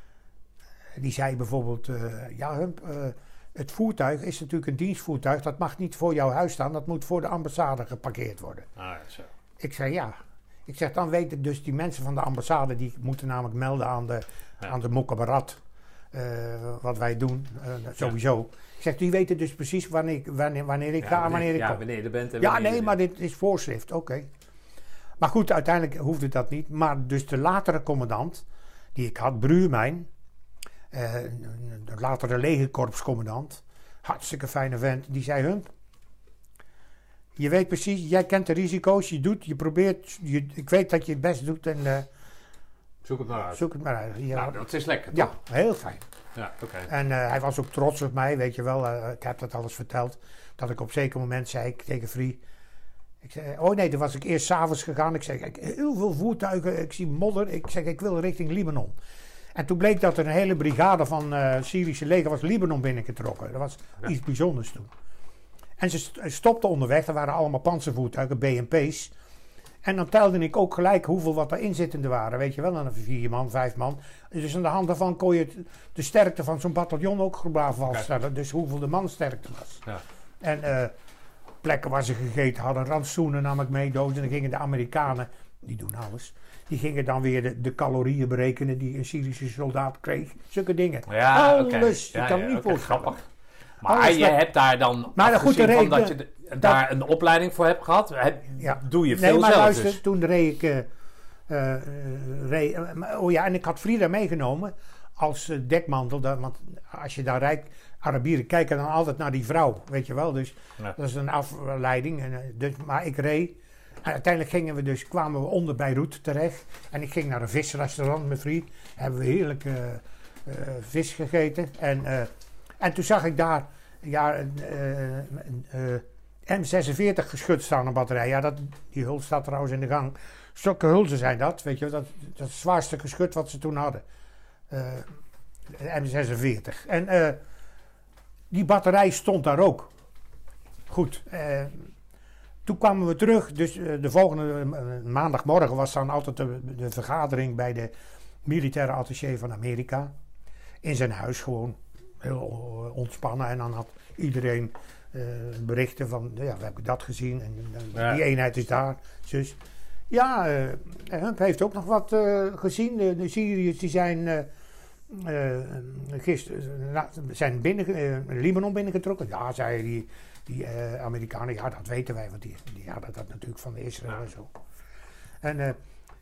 Speaker 2: die zei bijvoorbeeld, uh, ja Hump, uh, het voertuig is natuurlijk een dienstvoertuig. Dat mag niet voor jouw huis staan, dat moet voor de ambassade geparkeerd worden.
Speaker 3: Ah, ja, zo.
Speaker 2: Ik zei ja. Ik zeg, dan weten dus die mensen van de ambassade, die moeten namelijk melden aan de, ja. aan de Mokkebarat. Uh, wat wij doen, uh, sowieso. Ja. Ik zeg, die weten dus precies wanneer, wanneer, wanneer ik
Speaker 3: ja,
Speaker 2: ga en
Speaker 3: wanneer,
Speaker 2: wanneer ik
Speaker 3: ja,
Speaker 2: kom.
Speaker 3: wanneer je er bent en
Speaker 2: ja,
Speaker 3: wanneer
Speaker 2: nee,
Speaker 3: je
Speaker 2: maar
Speaker 3: bent.
Speaker 2: dit is voorschrift, oké. Okay. Maar goed, uiteindelijk hoefde dat niet. Maar dus de latere commandant, die ik had, Bruurmijn, uh, de latere legerkorpscommandant, hartstikke fijne vent, die zei, Hump, je weet precies, jij kent de risico's, je doet, je probeert, je, ik weet dat je het best doet en uh,
Speaker 3: zoek het maar uit.
Speaker 2: Zoek het maar uit. Ja,
Speaker 3: nou, dat is lekker,
Speaker 2: ja,
Speaker 3: toch?
Speaker 2: heel fijn.
Speaker 3: Ja, okay.
Speaker 2: En uh, hij was ook trots op mij, weet je wel. Uh, ik heb dat alles verteld. Dat ik op een zeker moment zei ik tegen Free. Ik zei, oh nee, toen was ik eerst 's avonds gegaan. Ik zeg, heel veel voertuigen, ik zie modder. Ik zeg, ik wil richting Libanon. En toen bleek dat er een hele brigade van uh, Syrische leger was Libanon binnengetrokken. Dat was ja. iets bijzonders toen. En ze st- stopten onderweg. Er waren allemaal panzervoertuigen, B M P's. En dan telde ik ook gelijk hoeveel wat er inzittenden waren. Weet je wel, dan vier man, vijf man. Dus aan de hand daarvan kon je het, de sterkte van zo'n bataljon ook gebraaf vaststellen. Okay. Dus hoeveel de mansterkte was.
Speaker 3: Ja.
Speaker 2: En uh, plekken waar ze gegeten hadden, rantsoenen nam ik mee dood. En dan gingen de Amerikanen, die doen alles. Die gingen dan weer de, de calorieën berekenen die een Syrische soldaat kreeg. Zulke dingen.
Speaker 3: Ja,
Speaker 2: alles.
Speaker 3: Okay.
Speaker 2: Je
Speaker 3: ja,
Speaker 2: kan
Speaker 3: ja,
Speaker 2: niet
Speaker 3: okay,
Speaker 2: voorstellen.
Speaker 3: Grappig. Maar je hebt daar dan
Speaker 2: maar goed, de
Speaker 3: van dat je
Speaker 2: de,
Speaker 3: de, daar dat, een opleiding voor hebt gehad. Heb,
Speaker 2: ja.
Speaker 3: Doe je veel
Speaker 2: nee, maar
Speaker 3: zelf
Speaker 2: luister,
Speaker 3: dus.
Speaker 2: Toen reed ik... Uh, uh, reed, uh, oh ja, en ik had Frida meegenomen als uh, dekmantel. Dat, want als je daar rijdt, Arabieren kijken dan altijd naar die vrouw. Weet je wel, dus ja. dat is een afleiding. En, uh, dus, maar ik reed. En uiteindelijk gingen we dus, kwamen we onder Beirut terecht. En ik ging naar een visrestaurant met Free. Hebben we heerlijk uh, uh, vis gegeten. En, uh, en toen zag ik daar... Ja, een uh, uh, M zesenveertig geschut staan een batterij. Ja, dat, die hul staat trouwens in de gang. Zulke hulzen zijn dat, weet je wel. Dat, dat is het zwaarste geschut wat ze toen hadden. Uh, M zesenveertig. En uh, die batterij stond daar ook. Goed. Uh, toen kwamen we terug. Dus uh, de volgende uh, maandagmorgen was dan altijd de, de vergadering bij de militaire attaché van Amerika. In zijn huis gewoon. Heel ontspannen en dan had iedereen uh, berichten van, ja, we hebben dat gezien en uh, ja. die eenheid is daar. Dus ja, uh, Hump heeft ook nog wat uh, gezien. De, de Syriërs die zijn uh, uh, gisteren uh, zijn binnen, uh, Libanon binnengetrokken. Ja, zei die, die uh, Amerikanen, ja, dat weten wij, want die, die hadden dat natuurlijk van Israël ja. en zo. En uh,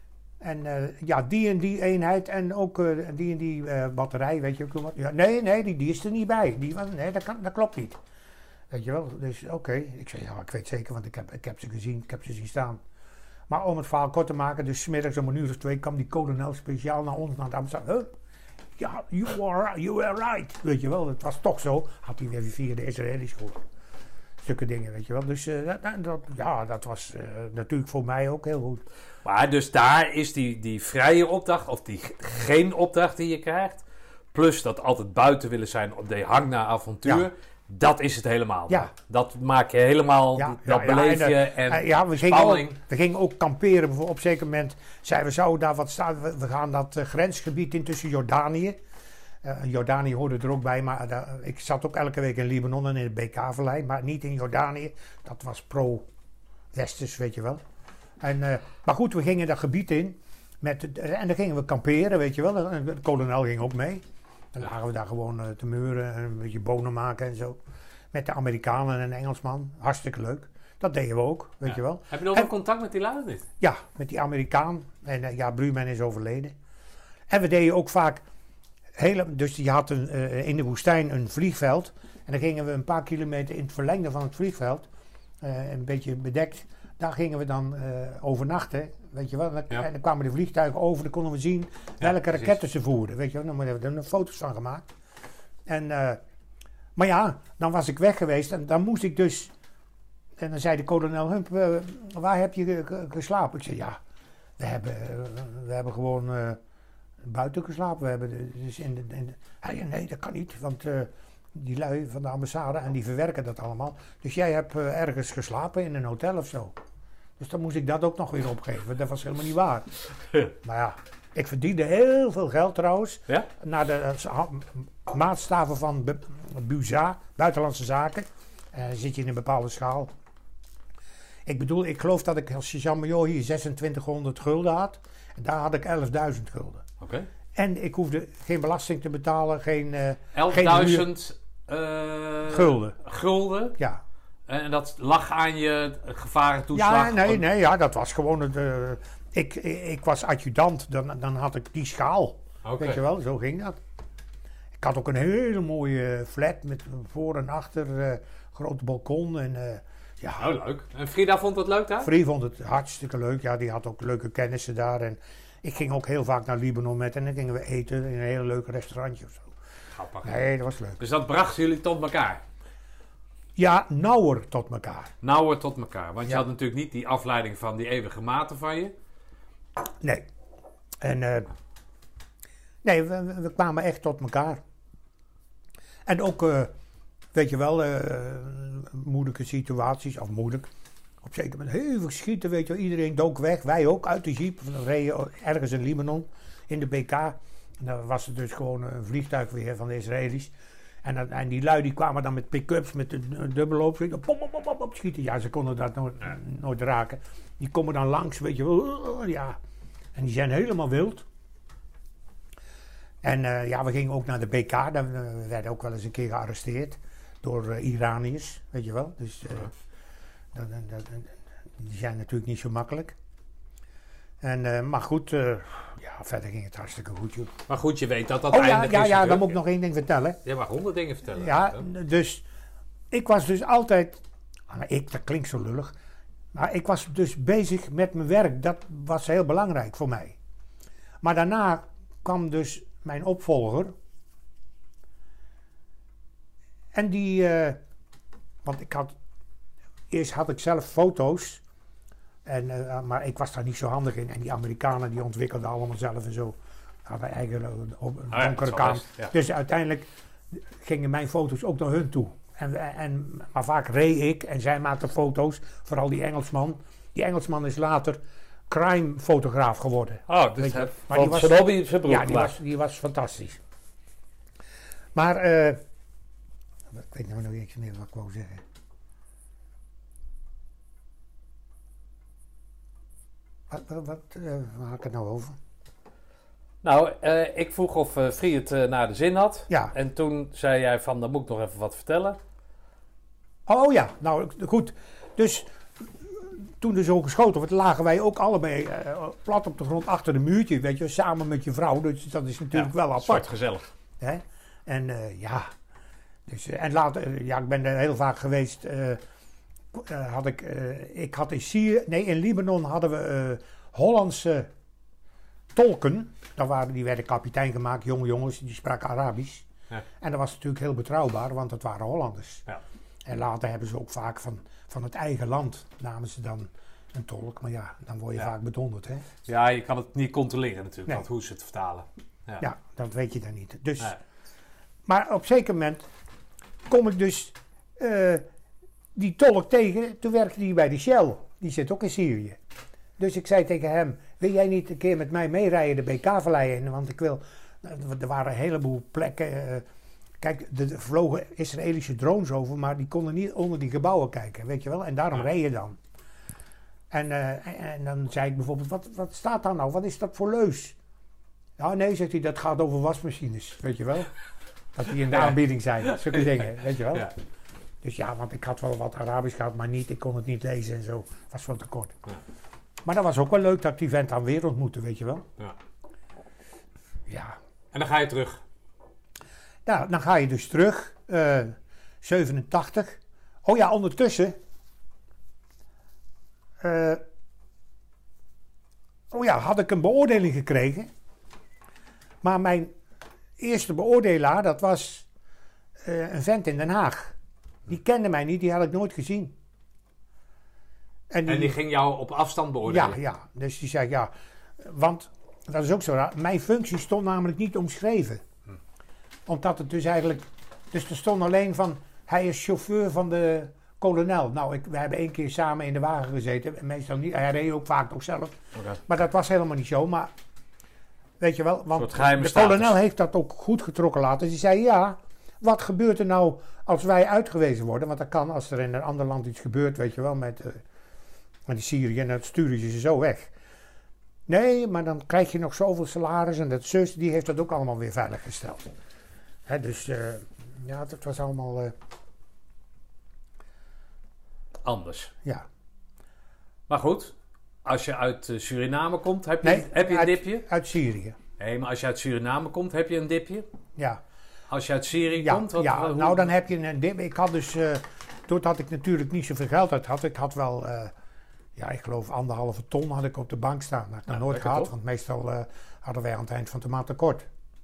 Speaker 2: En uh, ja, die en die eenheid en ook uh, die en die uh, batterij, weet je ook wat? Ja, nee, nee, die, die is er niet bij. Die was, nee, dat, kan, dat klopt niet. Weet je wel, dus oké. Okay. Ik zei, ja, ik weet zeker, want ik heb, ik heb ze gezien, ik heb ze zien staan. Maar om het verhaal kort te maken, dus 's middags om een uur of twee kwam die kolonel speciaal naar ons, naar de ambassade. Huh? Ja, you are, you are right. Weet je wel, het was toch zo. Had hij weer via de Israëli's gehoord. Stukken dingen, weet je wel. Dus uh, dat, dat, ja, dat was uh, natuurlijk voor mij ook heel goed.
Speaker 3: Maar dus daar is die, die vrije opdracht, of die geen opdracht die je krijgt, plus dat altijd buiten willen zijn op de hang naar avontuur, ja. Dat is het helemaal.
Speaker 2: Ja.
Speaker 3: Dat maak je helemaal,
Speaker 2: ja,
Speaker 3: dat
Speaker 2: ja,
Speaker 3: beleef
Speaker 2: ja,
Speaker 3: je
Speaker 2: en,
Speaker 3: en
Speaker 2: ja, we
Speaker 3: spanning.
Speaker 2: Gingen ook, we gingen ook kamperen. Op een zeker moment zeiden we, zouden daar wat staan? We, we gaan dat uh, grensgebied in tussen Jordanië. Uh, Jordanië hoorde er ook bij, maar uh, ik zat ook elke week in Libanon en in het B K-vallei, maar niet in Jordanië. Dat was pro-westers, weet je wel. En, uh, maar goed, we gingen dat gebied in met, en dan gingen we kamperen, weet je wel. En de kolonel ging ook mee. Dan lagen we daar gewoon uh, te meuren en een beetje bonen maken en zo. Met de Amerikanen en een Engelsman. Hartstikke leuk. Dat deden we ook, weet ja. je wel.
Speaker 3: Heb je nog
Speaker 2: en,
Speaker 3: wel contact met die lui niet?
Speaker 2: Ja, met die Amerikaan. En uh, ja, Bruurmijn is overleden. En we deden ook vaak... Hele, dus je had een, uh, in de woestijn een vliegveld. En dan gingen we een paar kilometer in het verlengde van het vliegveld. Uh, een beetje bedekt. Daar gingen we dan uh, overnachten. Weet je wel. En dan, ja. en dan kwamen de vliegtuigen over. Dan konden we zien ja, welke precies. raketten ze voerden. Weet je wel. Dan hebben we er foto's van gemaakt. En, uh, maar ja, dan was ik weg geweest. En dan moest ik dus... En dan zei de kolonel Hump, uh, waar heb je geslapen? Ik zei, ja, we hebben, uh, we hebben gewoon... Uh, buiten geslapen. We hebben de, dus in de, in de, hij zei, nee, dat kan niet, want uh, die lui van de ambassade en die verwerken dat allemaal. Dus jij hebt uh, ergens geslapen in een hotel of zo. Dus dan moest ik dat ook nog weer opgeven. Dat was helemaal niet waar. Maar ja, ik verdiende heel veel geld trouwens.
Speaker 3: Ja?
Speaker 2: Naar de uh, maatstaven van B U Z A, Buitenlandse Zaken. Uh, zit je in een bepaalde schaal. Ik bedoel, ik geloof dat ik als sergeant-major hier zesentwintighonderd gulden had. En daar had ik elfduizend gulden.
Speaker 3: Oké. Okay.
Speaker 2: En ik hoefde geen belasting te betalen, geen... Uh,
Speaker 3: elfduizend uh,
Speaker 2: gulden.
Speaker 3: Gulden?
Speaker 2: Ja.
Speaker 3: En dat lag aan je gevarentoeslag?
Speaker 2: Ja, nee, nee, ja, dat was gewoon... Het, uh, ik, ik was adjudant, dan, dan had ik die schaal. Okay. Weet je wel, zo ging dat. Ik had ook een hele mooie flat met voor en achter, uh, grote balkon en... Uh,
Speaker 3: ja, oh, leuk. En Frida vond het leuk daar?
Speaker 2: Frida vond het hartstikke leuk. Ja, die had ook leuke kennissen daar. En ik ging ook heel vaak naar Libanon met en dan gingen we eten in een hele leuke restaurantje of zo.
Speaker 3: Grappig.
Speaker 2: Nee, dat was leuk.
Speaker 3: Dus dat brachten jullie tot elkaar?
Speaker 2: Ja, nauwer tot elkaar.
Speaker 3: Nauwer tot elkaar. Want
Speaker 2: ja.
Speaker 3: je had natuurlijk niet die afleiding van die eeuwige maten van je.
Speaker 2: Nee. En uh, nee, we, we kwamen echt tot elkaar. En ook... Uh, Weet je wel, uh, moeilijke situaties, of moeilijk. Op zeker moment hevig schieten, weet je wel. Iedereen dook weg, wij ook, uit de jeep. We reden ergens in Libanon, in de B K. En dan was het dus gewoon een vliegtuig weer van de Israëli's. En, en die lui die kwamen dan met pick-ups, met een dubbelloop. Pop, pop, pop, pop, schieten. Ja, ze konden dat nooit, ja. nooit raken. Die komen dan langs, weet je wel. Ja. En die zijn helemaal wild. En uh, ja, we gingen ook naar de B K. Dan uh, we werden ook wel eens een keer gearresteerd. Door uh, Iraniërs, weet je wel. Dus uh, ja. dat, dat, dat, die zijn natuurlijk niet zo makkelijk. En, uh, maar goed, uh, ja, verder ging het hartstikke goed, joh.
Speaker 3: Maar goed, je weet dat dat
Speaker 2: oh,
Speaker 3: eindig
Speaker 2: ja,
Speaker 3: is.
Speaker 2: Ja, ja, dan moet ik nog één ding vertellen.
Speaker 3: Je mag honderd dingen vertellen.
Speaker 2: Ja, dus ik was dus altijd... Nou, ik, dat klinkt zo lullig. Maar ik was dus bezig met mijn werk. Dat was heel belangrijk voor mij. Maar daarna kwam dus mijn opvolger... En die, uh, want ik had, eerst had ik zelf foto's, en, uh, maar ik was daar niet zo handig in. En die Amerikanen die ontwikkelden allemaal zelf en zo. Hadden eigen uh, op een
Speaker 3: oh ja,
Speaker 2: donkere kamer.
Speaker 3: Ja.
Speaker 2: Dus uiteindelijk gingen mijn foto's ook naar hun toe. En, en, maar vaak reed ik en zij maakten foto's, vooral die Engelsman. Die Engelsman is later crime-fotograaf geworden.
Speaker 3: Oh, dus hij vond zijn hobby zijn beroep.
Speaker 2: Ja, die was, die was fantastisch. Maar... Uh, Ik weet nou nog eens meer wat ik wou zeggen. Wat, wat, wat uh, waar had ik het nou over?
Speaker 3: Nou, uh, ik vroeg of uh, Frie het uh, naar de zin had.
Speaker 2: Ja.
Speaker 3: En toen zei jij van, dan moet ik nog even wat vertellen.
Speaker 2: Oh ja, nou goed. Dus toen er zo geschoten werd, lagen wij ook allebei uh, plat op de grond achter een muurtje, weet je, samen met je vrouw. Dus dat is natuurlijk ja, wel apart.
Speaker 3: Zwart gezellig.
Speaker 2: Hè? En uh, ja... Dus, uh, en later, ja, ik ben er heel vaak geweest. Uh, uh, had ik, uh, ik had in Syrië, nee, in Libanon hadden we uh, Hollandse tolken. Dat waren, die werden kapitein gemaakt, jonge jongens, die spraken Arabisch. Ja. En dat was natuurlijk heel betrouwbaar, want het waren Hollanders. Ja. En later hebben ze ook vaak van, van het eigen land, namen ze dan een tolk. Maar ja, dan word je ja. vaak bedonderd, hè.
Speaker 3: Ja, je kan het niet controleren natuurlijk,
Speaker 2: nee.
Speaker 3: want hoe ze het vertalen. Ja.
Speaker 2: ja, dat weet je dan niet. Dus,
Speaker 3: nee.
Speaker 2: Maar op een zeker moment... kom ik dus uh, die tolk tegen. Toen werkte hij bij de Shell. Die zit ook in Syrië. Dus ik zei tegen hem, wil jij niet een keer met mij meerijden de B K-vallei in? Want ik wil, er waren een heleboel plekken. Uh, kijk, er vlogen Israëlische drones over, maar die konden niet onder die gebouwen kijken, weet je wel. En daarom ja. reed je dan. En, uh, en, en dan zei ik bijvoorbeeld, wat, wat staat daar nou? Wat is dat voor leus? Ja, nee, zegt hij, dat gaat over wasmachines, weet je wel. Dat die in de aanbieding zijn, zulke dingen, weet je wel. Ja. Dus ja, want ik had wel wat Arabisch gehad, maar niet, ik kon het niet lezen en zo. Was wel te kort. Ja. Maar dat was ook wel leuk dat die vent aan weer ontmoette, weet je wel. Ja. Ja.
Speaker 3: En dan ga je terug?
Speaker 2: Ja, dan ga je dus terug. Uh, zevenentachtig. Oh ja, ondertussen. Uh, oh ja, had ik een beoordeling gekregen. Maar mijn eerste beoordelaar, dat was uh, een vent in Den Haag. Die kende mij niet, die had ik nooit gezien.
Speaker 3: En die, en die ging jou op afstand beoordelen?
Speaker 2: Ja, ja. Dus die zei ja. Want, dat is ook zo raar, mijn functie stond namelijk niet omschreven. Hm. Omdat het dus eigenlijk Dus er stond alleen van, hij is chauffeur van de kolonel. Nou, ik, we hebben één keer samen in de wagen gezeten. Meestal niet, hij reed ook vaak nog zelf.
Speaker 3: Okay.
Speaker 2: Maar dat was helemaal niet zo. Maar weet je wel, want de
Speaker 3: status.
Speaker 2: kolonel heeft dat ook goed getrokken laten. Dus die zei, ja, wat gebeurt er nou als wij uitgewezen worden? Want dat kan als er in een ander land iets gebeurt, weet je wel, met, uh, met die Syrië. En dan sturen ze ze zo weg. Nee, maar dan krijg je nog zoveel salaris. En dat zus, die heeft dat ook allemaal weer veiliggesteld. Hè, dus uh, ja, dat was allemaal... Uh,
Speaker 3: anders.
Speaker 2: Ja.
Speaker 3: Maar goed, als je uit uh, Suriname komt, heb je,
Speaker 2: nee,
Speaker 3: heb je een
Speaker 2: uit,
Speaker 3: dipje?
Speaker 2: Uit Syrië.
Speaker 3: Nee, maar als je uit Suriname komt, heb je een dipje?
Speaker 2: Ja.
Speaker 3: Als je uit Syrië
Speaker 2: ja,
Speaker 3: komt? Wat,
Speaker 2: ja,
Speaker 3: hoe...
Speaker 2: nou dan heb je een dip. Ik had dus, uh, doordat ik natuurlijk niet zoveel geld uit had, ik had wel, uh, ja, ik geloof anderhalve ton had ik op de bank staan. Dat heb ik nog
Speaker 3: ja,
Speaker 2: nooit gehad,
Speaker 3: toch?
Speaker 2: want meestal uh, hadden wij aan het eind van de maand tekort.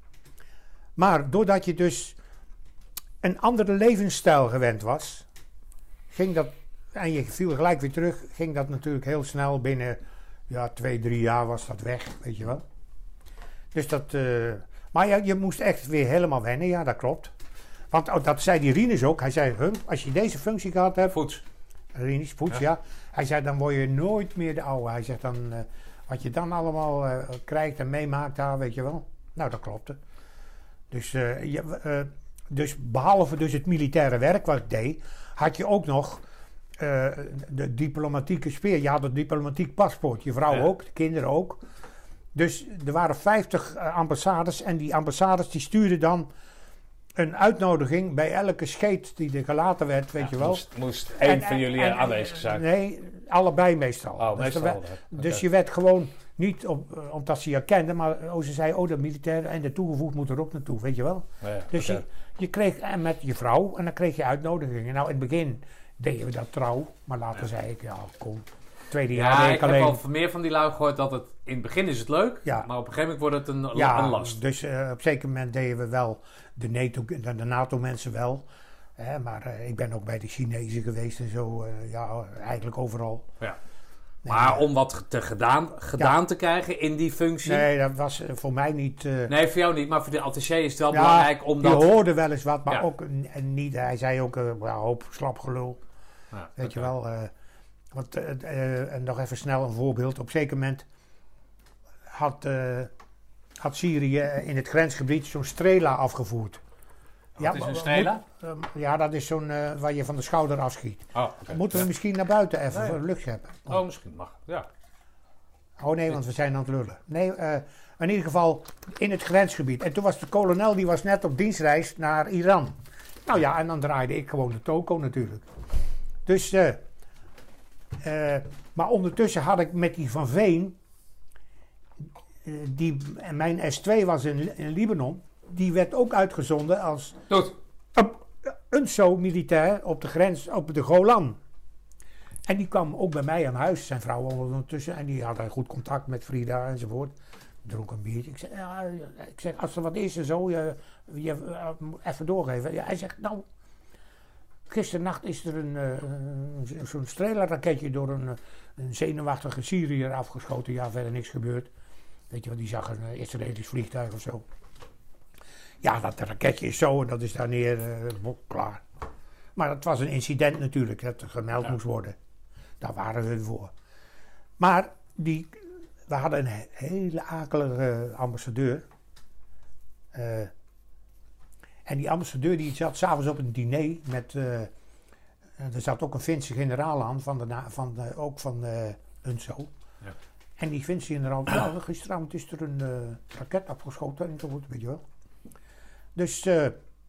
Speaker 2: Maar doordat je dus een andere levensstijl gewend was, ging dat, en je viel gelijk weer terug, ging dat natuurlijk heel snel binnen, ja, twee, drie jaar was dat weg, weet je wel. Dus dat, uh, maar ja, je moest echt weer helemaal wennen, ja, dat klopt. Want oh, dat zei die Rinus ook, hij zei, hum, als je deze functie gehad hebt,
Speaker 3: Voets.
Speaker 2: Rinus, voets, ja.
Speaker 3: Ja.
Speaker 2: Hij zei, dan word je nooit meer de oude. Hij zegt dan, uh, wat je dan allemaal uh, krijgt en meemaakt daar, weet je wel. Nou, dat klopte. Dus, uh, je, uh, dus behalve dus het militaire werk wat ik deed, had je ook nog uh, de diplomatieke sfeer. Je had het diplomatiek paspoort, je vrouw
Speaker 3: Ja.
Speaker 2: ook, de kinderen ook. Dus er waren vijftig uh, ambassades en die ambassades die stuurden dan een uitnodiging bij elke scheet die er gelaten werd, weet
Speaker 3: Ja,
Speaker 2: je wel.
Speaker 3: Moest, moest één
Speaker 2: En-
Speaker 3: van jullie
Speaker 2: en-
Speaker 3: aanwezig zijn?
Speaker 2: Nee, allebei meestal.
Speaker 3: Oh,
Speaker 2: Dus,
Speaker 3: meestal
Speaker 2: er
Speaker 3: wel,
Speaker 2: werd-
Speaker 3: hè.
Speaker 2: dus
Speaker 3: Oké.
Speaker 2: je werd gewoon niet op, uh, omdat ze je herkenden, maar oh, ze zei, oh, de militair en de toegevoegd moet er ook naartoe, weet je wel.
Speaker 3: Ja,
Speaker 2: Dus
Speaker 3: oké.
Speaker 2: je, je kreeg en met je vrouw en dan kreeg je uitnodigingen. Nou, in het begin deden we dat trouw, maar later
Speaker 3: Ja.
Speaker 2: zei ik, ja, kom. Tweede jaar
Speaker 3: Ja,
Speaker 2: deed
Speaker 3: ik
Speaker 2: ik
Speaker 3: heb
Speaker 2: alleen.
Speaker 3: al meer van die lui gehoord dat het in het begin is het leuk,
Speaker 2: Ja.
Speaker 3: maar op een gegeven moment wordt het een,
Speaker 2: Ja,
Speaker 3: een last.
Speaker 2: dus uh, op een zeker moment deden we wel de, NATO, de, de NATO-mensen wel. Hè, maar uh, ik ben ook bij de Chinezen geweest en zo. Uh, ja, eigenlijk overal.
Speaker 3: Ja.
Speaker 2: Nee,
Speaker 3: Maar
Speaker 2: uh,
Speaker 3: om wat te gedaan, gedaan te krijgen in die functie.
Speaker 2: nee, dat was uh, voor mij niet... Uh,
Speaker 3: Nee, voor jou niet, maar voor de attaché is het wel
Speaker 2: ja,
Speaker 3: belangrijk omdat...
Speaker 2: je hoorde wel eens wat, maar
Speaker 3: Ja.
Speaker 2: ook n- niet... Hij zei ook, uh, ja, hoop slap gelul.
Speaker 3: Ja,
Speaker 2: Weet
Speaker 3: oké.
Speaker 2: je wel. Uh, want, uh, uh, en nog even snel een voorbeeld. Op een zeker moment had, uh, had Syrië in het grensgebied zo'n strela afgevoerd.
Speaker 3: Wat is
Speaker 2: maar-
Speaker 3: een strela?
Speaker 2: moet- uh, ja, dat is zo'n uh, waar je van de schouder afschiet.
Speaker 3: Oh, oké.
Speaker 2: Moeten we
Speaker 3: Ja.
Speaker 2: misschien naar buiten even
Speaker 3: Nee.
Speaker 2: voor de lucht scheppen?
Speaker 3: Oh, misschien mag. Ja.
Speaker 2: Oh nee, want we zijn aan het lullen. Nee, uh, in ieder geval in het grensgebied. En toen was de kolonel, die was net op dienstreis naar Iran. Nou ja, en dan draaide ik gewoon de toko natuurlijk. Dus, uh, uh, maar ondertussen had ik met die Van Veen, uh, die, en mijn S twee was in, in Libanon, die werd ook uitgezonden als
Speaker 3: Goed.
Speaker 2: een, een zo militair op de grens, op de Golan. En die kwam ook bij mij aan huis, zijn vrouw ondertussen, en die had een goed contact met Frida enzovoort. Dronk een biertje. Ik zeg, ja, ik zeg als er wat is en zo, je, je, uh, even doorgeven. Ja, hij zegt, nou, gisternacht is er een, uh, een zo'n strelerraketje door een, een zenuwachtige Syriër afgeschoten. Ja, verder niks gebeurd. Weet je wat, die zag een uh, Israëlisch vliegtuig of zo. Ja, dat raketje is zo en dat is daar neer, uh, klaar. Maar het was een incident natuurlijk, dat er gemeld
Speaker 3: Ja.
Speaker 2: moest worden. Daar waren we voor. Maar die, we hadden een he- hele akelige ambassadeur. Uh, en die ambassadeur die zat s'avonds op een diner met... Uh, er zat ook een Finse generaal aan, van de, na- van de, ook van uh, UNSO.
Speaker 3: Ja.
Speaker 2: En die Finse generaal, nou, gisteravond is er een uh, raket afgeschoten en zo goed, weet je wel. Dus uh,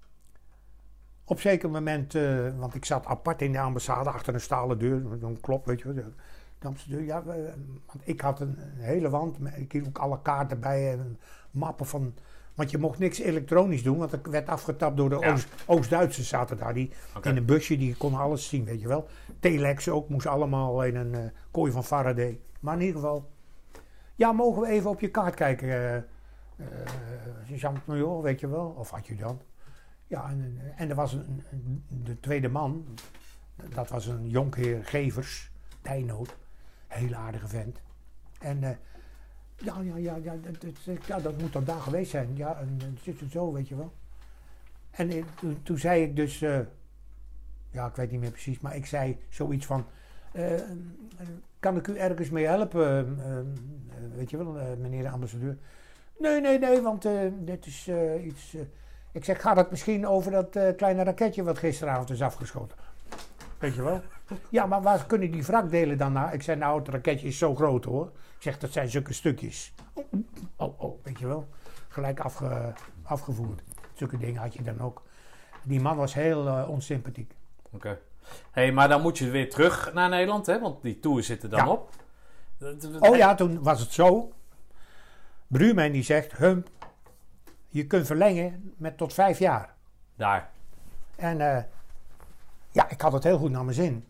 Speaker 2: op zeker moment, uh, want ik zat apart in de ambassade achter een stalen deur, met een klop, weet je wel. De, de ambassadeur, ja, uh, want ik had een, een hele wand, met, ik hield ook alle kaarten bij en mappen van... Want je mocht niks elektronisch doen, want het werd afgetapt door de
Speaker 3: Ja.
Speaker 2: Oost, Oost-Duitsers zaten daar. Die
Speaker 3: Oké.
Speaker 2: in een busje, die konden alles zien, weet je wel. Telex ook, moest allemaal in een uh, kooi van Faraday. Maar in ieder geval, ja, mogen we even op je kaart kijken, uh, uh, Jean-Major, weet je wel, of adjudant. Ja, en, en er was een, een, de tweede man, dat was een jonkheer Gevers, Dijnoot, heel aardige vent. En uh, ja, ja, ja, ja, dat, dat, ja, dat moet dan daar geweest zijn. Ja, en, en zit het zo, weet je wel. En uh, toen, toen zei ik dus, uh, ja, ik weet niet meer precies, maar ik zei zoiets van, uh, kan ik u ergens mee helpen, uh, uh, weet je wel, uh, meneer de ambassadeur? Nee, nee, nee, want uh, dit is uh, iets... Uh, ik zeg, gaat het misschien over dat uh, kleine raketje wat gisteravond is afgeschoten? Weet je wel? Ja, maar waar kunnen die wrakdelen dan naar? Ik zei, nou, het raketje is zo groot hoor. Ik zeg, dat zijn zulke stukjes. Oh, oh, weet je wel? Gelijk afge, afgevoerd. Zulke dingen had je dan ook. Die man was heel uh, onsympathiek.
Speaker 3: Oké. Okay. Hey, maar dan moet je weer terug naar Nederland, hè? Want die tour zit er dan ja. op.
Speaker 2: Oh ja, toen was het zo. Bruurmijn die zegt, Hump, je kunt verlengen met tot vijf jaar.
Speaker 3: Daar.
Speaker 2: En uh, ja, ik had het heel goed naar mijn zin.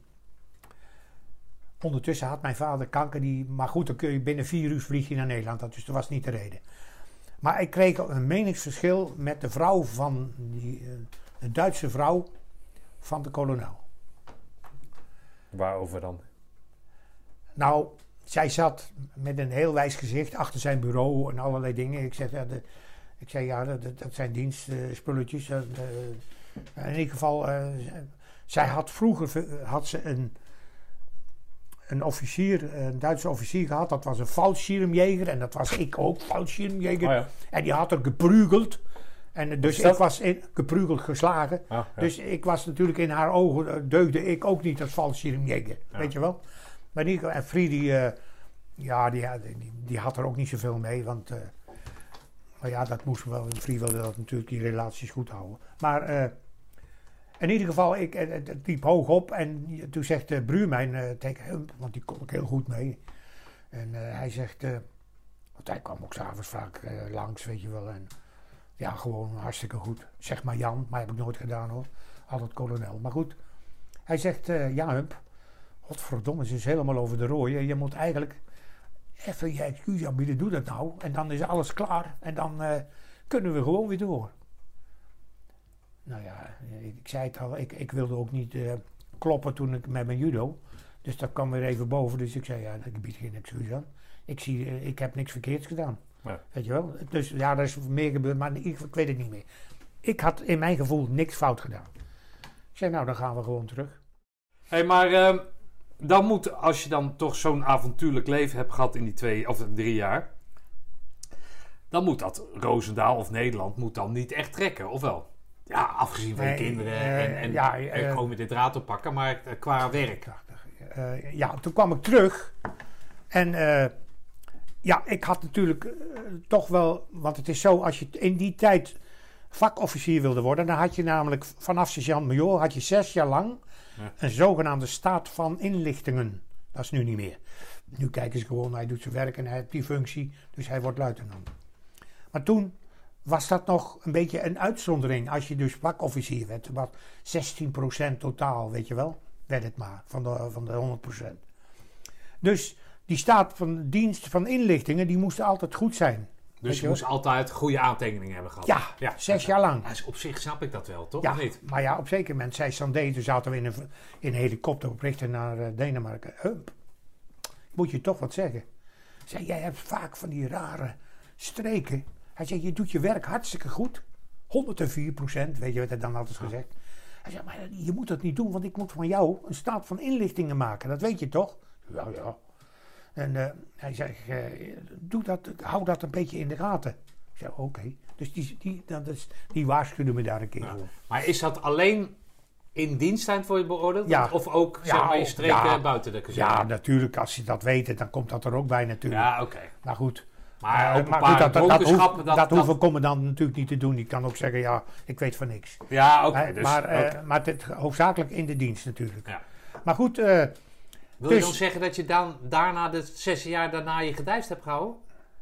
Speaker 2: Ondertussen had mijn vader kanker, die, maar goed, dan kun je binnen vier uur vlieg je naar Nederland, dus dat was niet de reden. Maar ik kreeg een meningsverschil met de vrouw van, die, uh, de Duitse vrouw van de kolonel.
Speaker 3: Waarover dan?
Speaker 2: Nou, zij zat met een heel wijs gezicht achter zijn bureau en allerlei dingen. Ik zeg, ja, de, ik zei, ja dat, dat zijn dienstspulletjes. Uh, uh, in ieder geval, uh, zij had vroeger had ze een, een officier, een Duitse officier gehad. Dat was een Fallschirmjäger en dat was ik ook, Fallschirmjäger. Oh ja. En die had er geprügeld. En dus ik was in, geprügeld geslagen. Ah, ja. Dus ik was natuurlijk in haar ogen, deugde ik ook niet als Fallschirmjäger. Ja. Weet je wel? Maar Nico en Friedi, uh, ja, die, die, die had er ook niet zoveel mee. Want, uh, maar ja, dat moest wel. Friedi wilde dat natuurlijk, die relaties goed houden. Maar uh, in ieder geval, ik, uh, het liep hoog op. En toen zegt uh, Bruurmijn uh, tegen hem, want die kon ik heel goed mee. En uh, hij zegt, uh, want hij kwam ook s'avonds vaak uh, langs, weet je wel. En ja, gewoon hartstikke goed. Zeg maar Jan, maar heb ik nooit gedaan hoor. Altijd kolonel. Maar goed, hij zegt, uh, ja Hump. Godverdomme, ze is helemaal over de rooien. Je moet eigenlijk even je excuus aanbieden, doe dat nou. En dan is alles klaar. En dan uh, kunnen we gewoon weer door. Nou ja, ik zei het al, ik, ik wilde ook niet uh, kloppen toen ik met mijn judo. Dus dat kwam weer even boven. Dus ik zei, ja, ik bied geen excuus aan. Ik, zie, uh, ik heb niks verkeerds gedaan. Ja. Weet je wel? Dus ja, er is meer gebeurd, maar ik, ik weet het niet meer. Ik had in mijn gevoel niks fout gedaan. Ik zei, nou, dan gaan we gewoon terug.
Speaker 3: Hé, hey, maar... Uh... Dan moet, als je dan toch zo'n avontuurlijk leven hebt gehad in die twee of drie jaar, dan moet dat Roosendaal of Nederland moet dan niet echt trekken, of wel? Ja, afgezien van je nee, kinderen uh, en, en,
Speaker 2: ja,
Speaker 3: uh, en gewoon met dit draad oppakken, maar uh, qua werk.
Speaker 2: Uh, ja, toen kwam ik terug en uh, ja, ik had natuurlijk uh, toch wel, want het is zo, als je in die tijd vakofficier wilde worden, dan had je namelijk vanaf sergeant-majoor had je zes jaar lang ja. een zogenaamde staat van inlichtingen. Dat is nu niet meer. Nu kijken ze gewoon, hij doet zijn werk en hij heeft die functie, dus hij wordt luitenant. Maar toen was dat nog een beetje een uitzondering. Als je dus vakofficier werd, wat zestien procent totaal, weet je wel, werd het maar, van de, van de honderd procent. Dus die staat van dienst van inlichtingen, die moest altijd goed zijn.
Speaker 3: Dus je, je moest altijd goede aantekeningen hebben gehad.
Speaker 2: Ja, ja zes jaar lang.
Speaker 3: Ja, op zich snap ik dat wel, toch?
Speaker 2: Ja,
Speaker 3: of niet?
Speaker 2: Maar ja, op een zeker moment zei Sandé, toen zaten we in een, in een helikopter op richting naar uh, Denemarken. Hump, moet je toch wat zeggen. Zei, jij hebt vaak van die rare streken. Hij zei, je doet je werk hartstikke goed. honderdvier procent, weet je wat hij dan altijd ja. gezegd. Hij zei, maar je moet dat niet doen, want ik moet van jou een staat van inlichtingen maken. Dat weet je toch? Ja, ja. En uh, hij zei, uh, doe dat, hou dat een beetje in de gaten. Ik zei, oké. Okay. Dus die, die, dat is, die waarschuwde me daar een keer voor. Ja.
Speaker 3: Maar is dat alleen in diensttijd voor je beoordeeld?
Speaker 2: Ja.
Speaker 3: Of ook zeg maar, je streken ja. buiten de kazerne?
Speaker 2: Ja, natuurlijk. Als je dat weet, dan komt dat er ook bij natuurlijk.
Speaker 3: Ja, oké. Okay.
Speaker 2: Maar goed.
Speaker 3: Maar, uh, maar goed, dat, dat, dat, hoef,
Speaker 2: dat, dat, dat hoeven komen dan natuurlijk niet te doen. Die kan ook zeggen, ja, ik weet van niks.
Speaker 3: Ja, oké. Okay,
Speaker 2: uh,
Speaker 3: dus,
Speaker 2: maar uh,
Speaker 3: okay.
Speaker 2: maar het, hoofdzakelijk in de dienst natuurlijk.
Speaker 3: Ja.
Speaker 2: Maar goed... Uh,
Speaker 3: Wil dus, je dan zeggen dat je dan daarna de zes jaar daarna je gedijst hebt gehouden?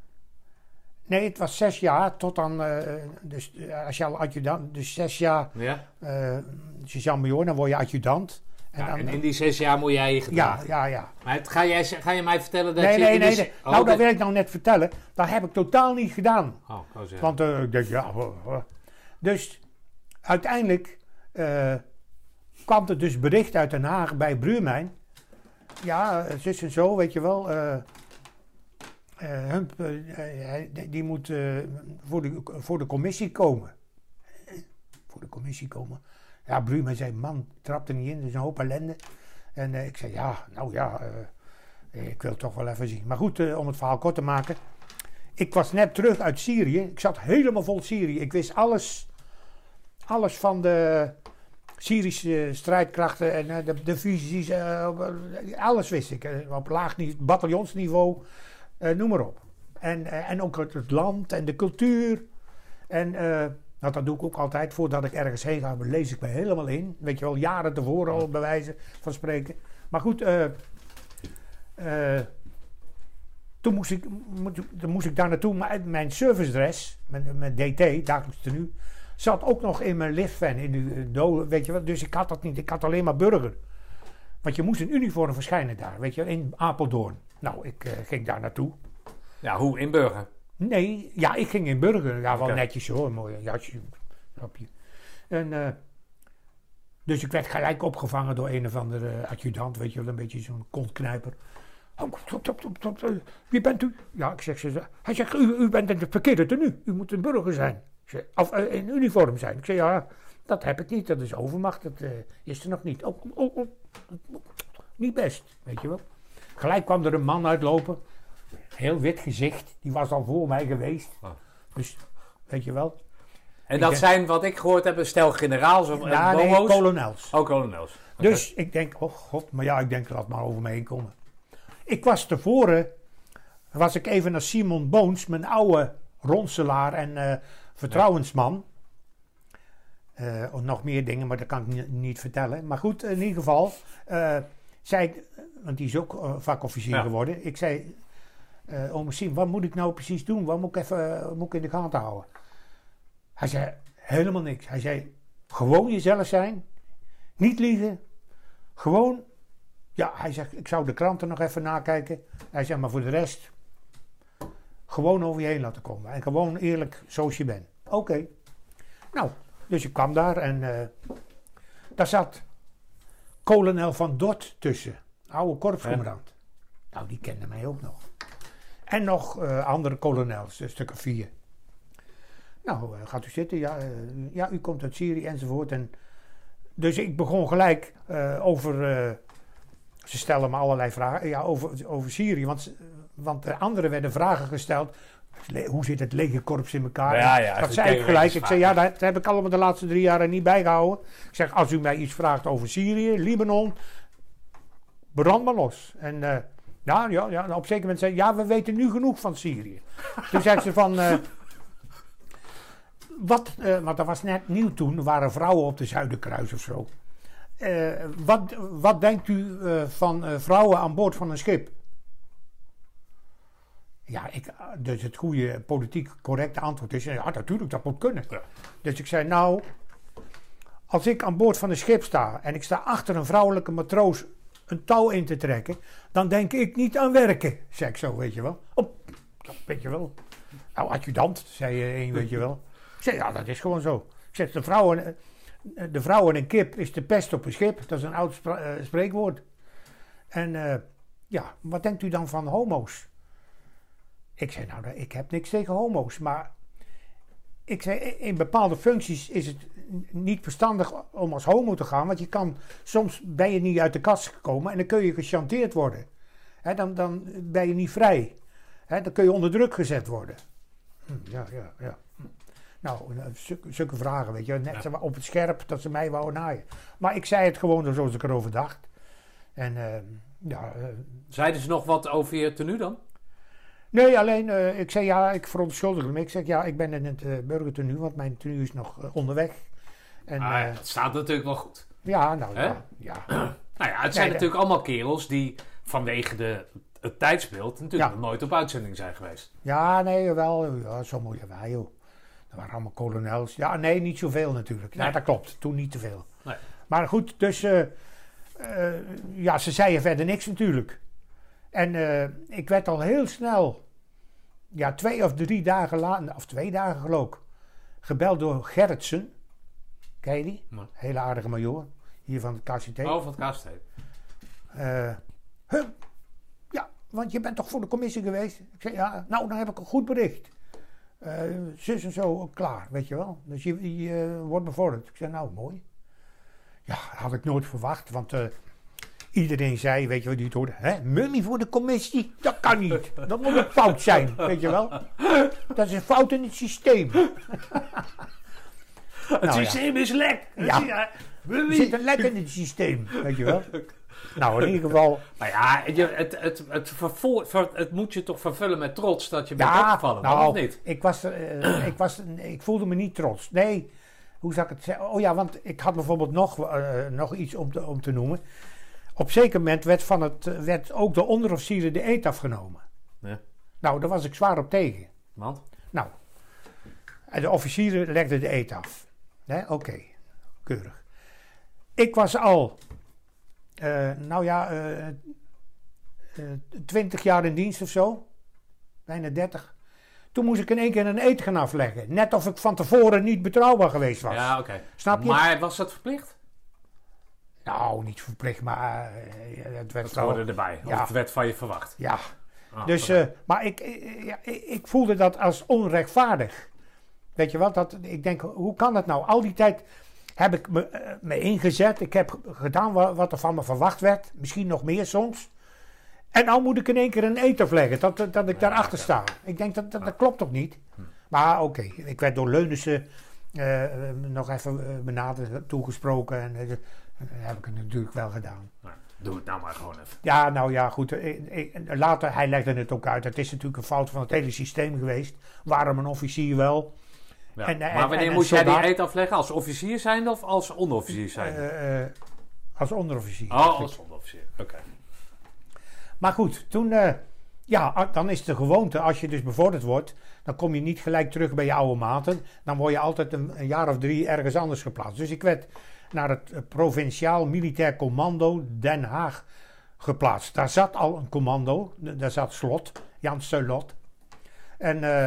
Speaker 2: Nee, het was zes jaar tot dan, uh, dus als je al adjudant, dus zes jaar,
Speaker 3: ja.
Speaker 2: uh, sergeant-majoor, dan word je adjudant.
Speaker 3: En,
Speaker 2: ja, dan,
Speaker 3: en in die zes jaar moet jij je gedragen?
Speaker 2: Ja, ja, ja.
Speaker 3: Maar het, ga, jij, ga je mij vertellen dat
Speaker 2: nee,
Speaker 3: je...
Speaker 2: Nee, nee,
Speaker 3: die,
Speaker 2: nee.
Speaker 3: Oh,
Speaker 2: nou, dat
Speaker 3: dat
Speaker 2: wil ik nou net vertellen. Dat heb ik totaal niet gedaan.
Speaker 3: Oh, ik wou zeggen.
Speaker 2: Want uh, ik denk, ja... Uh, uh. Dus, uiteindelijk uh, kwam er dus bericht uit Den Haag bij Bruurmijn. Ja, zus en zo, weet je wel. Uh, uh, Hump, uh, die moet uh, voor, de, voor de commissie komen. voor de commissie komen. Ja, Bruma zei, man, trap er niet in, er is een hoop ellende. En uh, ik zei, ja, nou ja, uh, ik wil het toch wel even zien. Maar goed, uh, om het verhaal kort te maken. Ik was net terug uit Syrië. Ik zat helemaal vol Syrië. Ik wist alles, alles van de Syrische strijdkrachten en uh, de divisies. Uh, alles wist ik. Uh, op laag bataljonsniveau, uh, noem maar op. En, uh, en ook het, het land en de cultuur. En uh, nou, dat doe ik ook altijd. Voordat ik ergens heen ga, lees ik me helemaal in. Weet je wel, jaren tevoren al bij wijze van spreken. Maar goed, uh, uh, toen, moest ik, toen moest ik daar naartoe. Maar mijn servicedress, mijn, mijn D T, dagelijks tenue, zat ook nog in mijn liftvan. In de do, weet je wel. Dus ik had dat niet. Ik had alleen maar burger. Want je moest in uniform verschijnen daar, weet je, in Apeldoorn. Nou, ik uh, ging daar naartoe.
Speaker 3: Ja, hoe? In burger?
Speaker 2: Nee, ja, ik ging in burger. Ja, wel
Speaker 3: okay.
Speaker 2: netjes hoor, mooi jasje, snapje. En, uh, dus ik werd gelijk opgevangen door een of andere adjudant, weet je wel, een beetje zo'n kontknijper. Oh, stop, stop, stop, stop. Wie bent u? Ja, ik zeg ze. Hij zegt, u, u bent in de verkeerde tenue. U moet een burger zijn. Ik zeg, of uh, in uniform zijn. Ik zeg, ja, dat heb ik niet. Dat is overmacht. Dat uh, is er nog niet. Oh, oh, oh. Niet best, weet je wel. Gelijk kwam er een man uitlopen. Heel wit gezicht. Die was al voor mij geweest. Oh. Dus, weet je wel.
Speaker 3: En dat denk, zijn, wat ik gehoord heb, een stel generaals of
Speaker 2: ja, nee,
Speaker 3: bomo's?
Speaker 2: kolonels.
Speaker 3: Oh, kolonels. Okay.
Speaker 2: Dus ik denk, oh god, maar ja, ik denk, laat maar over me heen komen. Ik was tevoren, was ik even naar Simon Boons, mijn oude ronselaar en uh, vertrouwensman. Uh, nog meer dingen, maar dat kan ik niet, niet vertellen. Maar goed, in ieder geval, uh, zei, want die is ook uh, vakofficier ja. geworden. Ik zei, uh, ome Sim, wat moet ik nou precies doen? Wat moet ik even uh, moet ik in de gaten houden? Hij zei, helemaal niks. Hij zei, gewoon jezelf zijn, niet liegen, gewoon... Ja, hij zegt, ik zou de kranten nog even nakijken. Hij zegt, maar voor de rest, gewoon over je heen laten komen. En gewoon eerlijk zoals je bent. Oké. Okay. Nou, dus ik kwam daar en uh, daar zat kolonel Van Dort tussen. Oude korpscommandant. Ja. Nou, die kende mij ook nog. En nog uh, andere kolonels, een stuk of vier. Nou, uh, gaat u zitten. Ja, uh, ja, u komt uit Syrië enzovoort. En dus ik begon gelijk uh, over... Uh, Ze stellen me allerlei vragen ja, over, over Syrië. Want, want de anderen werden vragen gesteld. Hoe zit het legerkorps in elkaar?
Speaker 3: Ja, ja,
Speaker 2: dat zei ik gelijk. Ik zei, ja, dat heb ik allemaal de laatste drie jaren niet bijgehouden. Ik zeg, als u mij iets vraagt over Syrië, Libanon, brand maar los. En uh, ja, ja, ja, op een zeker moment zei ja, we weten nu genoeg van Syrië. Toen zei ze van... Uh, wat, uh, want dat was net nieuw toen. Er waren vrouwen op de Zuiderkruis of zo. Uh, wat, wat denkt u uh, van uh, vrouwen aan boord van een schip? Ja, ik, dus het goede politiek correcte antwoord is... Ja, natuurlijk, dat moet kunnen. Ja. Dus ik zei, nou... Als ik aan boord van een schip sta... en ik sta achter een vrouwelijke matroos... een touw in te trekken... dan denk ik niet aan werken, zei ik zo, weet je wel. Oh, weet je wel. Nou, adjudant, zei een, weet je wel. Ik zei, ja, dat is gewoon zo. Ik zeg, de vrouwen... De vrouw en een kip is de pest op een schip. Dat is een oud spra- uh, spreekwoord. En uh, ja, wat denkt u dan van homo's? Ik zei, nou, ik heb niks tegen homo's. Maar ik zei, in bepaalde functies is het niet verstandig om als homo te gaan. Want je kan, soms ben je niet uit de kast gekomen en dan kun je gechanteerd worden. Hè, dan, dan ben je niet vrij. Hè, dan kun je onder druk gezet worden. Hm, ja, ja, ja. Nou, zulke, zulke vragen, weet je, net ja. op het scherp dat ze mij wouden naaien. Maar ik zei het gewoon zoals ik erover dacht. En uh, ja... Uh,
Speaker 3: Zeiden ze nog wat over je tenue dan?
Speaker 2: Nee, alleen, uh, ik zei ja, ik verontschuldig me. Ik zeg ja, ik ben in het uh, burgertenue, want mijn tenue is nog uh, onderweg. En,
Speaker 3: ah, ja,
Speaker 2: uh,
Speaker 3: het staat natuurlijk wel goed.
Speaker 2: Ja, nou ja. ja.
Speaker 3: nou ja, het zijn nee, natuurlijk de... allemaal kerels die vanwege de... het tijdsbeeld natuurlijk ja. nog nooit op uitzending zijn geweest.
Speaker 2: Ja, nee, wel. Ja, zo mooi wij, joh. Er waren allemaal kolonels. Ja, nee, niet zoveel natuurlijk. Nee. Ja, dat klopt. Toen niet te veel. Nee. Maar goed, dus... Uh, uh, ja, ze zeiden verder niks natuurlijk. En uh, ik werd al heel snel... Ja, twee of drie dagen later... Of twee dagen geloof ik. Gebeld door Gerritsen. Ken je die? Nee. Hele aardige majoor. Hier van het K C T.
Speaker 3: Oh, van het K C T.
Speaker 2: Uh, huh, ja, want je bent toch voor de commissie geweest? Ik zei, ja, nou, dan heb ik een goed bericht. uh, zus en zo, klaar, weet je wel. Dus je, je uh, wordt bevorderd. Ik zei, nou, mooi. Ja, dat had ik nooit verwacht, want uh, iedereen zei, weet je wat die het hoorde? Hè, mummie voor de commissie? Dat kan niet. Dat moet een fout zijn, weet je wel. Dat is een fout in het systeem.
Speaker 3: Het nou, systeem ja. is lek.
Speaker 2: Ja, er zit een lek in het systeem, weet je wel. Nou, in ieder geval...
Speaker 3: Maar ja, je, het, het, het, vervol, ver, het moet je toch vervullen met trots dat je bent
Speaker 2: ja,
Speaker 3: opgevallen,
Speaker 2: nou,
Speaker 3: of niet?
Speaker 2: Ik, was, uh, ik, was, ik voelde me niet trots. Nee, hoe zou ik het zeggen? Oh ja, want ik had bijvoorbeeld nog, uh, nog iets om te, om te noemen. Op een zeker moment werd, van het, werd ook de onderofficieren de eed afgenomen. Ja. Nou, daar was ik zwaar op tegen.
Speaker 3: Want?
Speaker 2: Nou, de officieren legden de eed af. Oké, okay, keurig. Ik was al... Uh, nou ja, uh, uh, twintig jaar in dienst of zo. Bijna dertig. Toen moest ik in één keer een eed gaan afleggen. Net of ik van tevoren niet betrouwbaar geweest was.
Speaker 3: Ja, oké. Okay.
Speaker 2: Snap je?
Speaker 3: Maar was dat verplicht?
Speaker 2: Nou, niet verplicht, maar uh, het werd
Speaker 3: dat hoorde erbij. Ja. Of het werd van je verwacht.
Speaker 2: Ja. Oh, dus, uh, maar ik, ik, ik, ik voelde dat als onrechtvaardig. Weet je wat? Dat, ik denk, hoe kan dat nou? Al die tijd... heb ik me, uh, me ingezet. Ik heb gedaan wat, wat er van me verwacht werd. Misschien nog meer soms. En nou moet ik in één keer een eed afleggen. Dat, dat, dat ik ja, daarachter ja. sta. Ik denk, dat, dat, dat klopt toch niet? Hm. Maar oké, okay, ik werd door Leunissen uh, nog even uh, benaderd, toegesproken. En uh, heb ik het natuurlijk wel gedaan.
Speaker 3: Ja, doe het nou maar gewoon even.
Speaker 2: Ja, nou ja, goed. Ik, ik, later, hij legde het ook uit. Het is natuurlijk een fout van het hele systeem geweest. Waarom een officier wel...
Speaker 3: Ja. En, maar wanneer en moest jij die eed afleggen? Als officier zijnde of als onderofficier zijnde?
Speaker 2: Uh, uh, als onderofficier.
Speaker 3: Oh, als onderofficier. Oké. Okay.
Speaker 2: Maar goed, toen... Uh, ja, dan is de gewoonte, als je dus bevorderd wordt... dan kom je niet gelijk terug bij je oude maten. Dan word je altijd een, een jaar of drie ergens anders geplaatst. Dus ik werd naar het uh, Provinciaal Militair Commando Den Haag geplaatst. Daar zat al een commando. Daar zat Slot, Jan Seulot. En... Uh,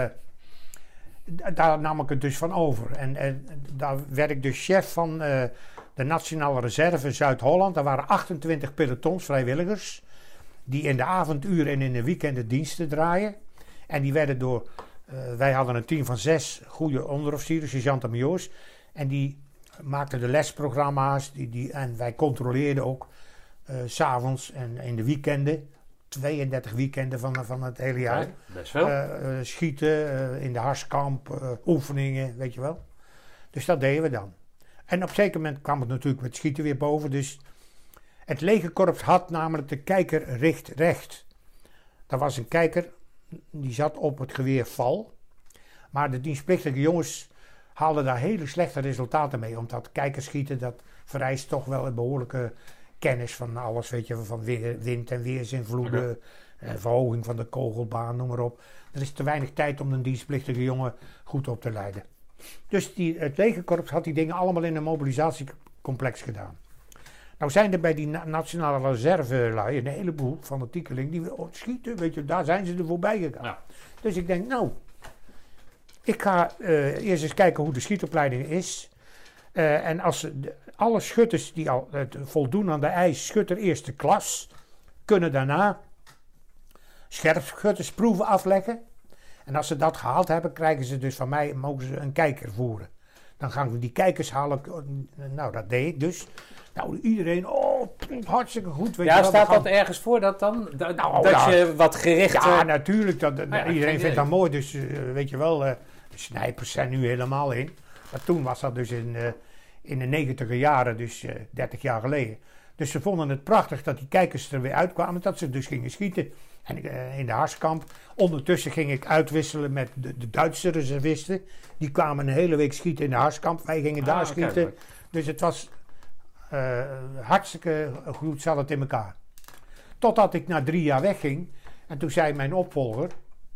Speaker 2: daar nam ik het dus van over. En, en daar werd ik dus chef van uh, de Nationale Reserve Zuid-Holland. Daar waren achtentwintig pelotons vrijwilligers. Die in de avonduren en in de weekenden diensten draaien. En die werden door... Uh, wij hadden een team van zes goede onderofficieren, sergeanten-majoors. En die maakten de lesprogramma's. Die, die, en wij controleerden ook uh, 's avonds en in de weekenden. tweeëndertig weekenden van, van het hele jaar.
Speaker 3: Okay, best wel.
Speaker 2: Uh, uh, schieten, uh, in de Harskamp, uh, oefeningen, weet je wel. Dus dat deden we dan. En op een zeker moment kwam het natuurlijk met schieten weer boven. Dus het legerkorps had namelijk de kijker richt recht. Er was een kijker, die zat op het geweer val. Maar de dienstplichtige jongens haalden daar hele slechte resultaten mee. Omdat kijkerschieten, dat vereist toch wel een behoorlijke... kennis van alles, weet je, van weer, wind en weersinvloeden, okay. eh, verhoging van de kogelbaan, noem maar op. Er is te weinig tijd om een dienstplichtige jongen goed op te leiden. Dus die, het legerkorps had die dingen allemaal in een mobilisatiecomplex gedaan. Nou zijn er bij die na- Nationale Reserve-lui een heleboel fanatiekelingen die oh, schieten, weet je, daar zijn ze er voorbij gegaan. Ja. Dus ik denk, nou, ik ga uh, eerst eens kijken hoe de schietopleiding is. Uh, en als de, alle schutters die al uh, voldoen aan de eis schutter eerste klas, kunnen daarna scherpschuttersproeven afleggen. En als ze dat gehaald hebben, krijgen ze dus van mij, mogen ze een kijker voeren. Dan gaan we die kijkers halen. Nou, dat deed ik dus. Nou, iedereen, oh, hartstikke goed. Weet
Speaker 3: ja,
Speaker 2: je wel,
Speaker 3: staat
Speaker 2: gaan...
Speaker 3: dat ergens voor dat dan? Dat,
Speaker 2: nou,
Speaker 3: dat
Speaker 2: ja,
Speaker 3: je wat gericht...
Speaker 2: Ja, natuurlijk. Dat, dat,
Speaker 3: ja,
Speaker 2: iedereen vindt dat mooi. Dus uh, weet je wel, uh, de snijpers zijn nu helemaal in. Maar toen was dat dus in, uh, in de negentiger jaren, dus uh, dertig jaar geleden. Dus ze vonden het prachtig dat die kijkers er weer uitkwamen, dat ze dus gingen schieten. En uh, in de Harskamp. Ondertussen ging ik uitwisselen met de, de Duitse reservisten. Die kwamen een hele week schieten in de Harskamp. Wij gingen daar ah, schieten. Okay. Dus het was uh, hartstikke goed, zat het in elkaar. Totdat ik na drie jaar wegging. En toen zei mijn opvolger,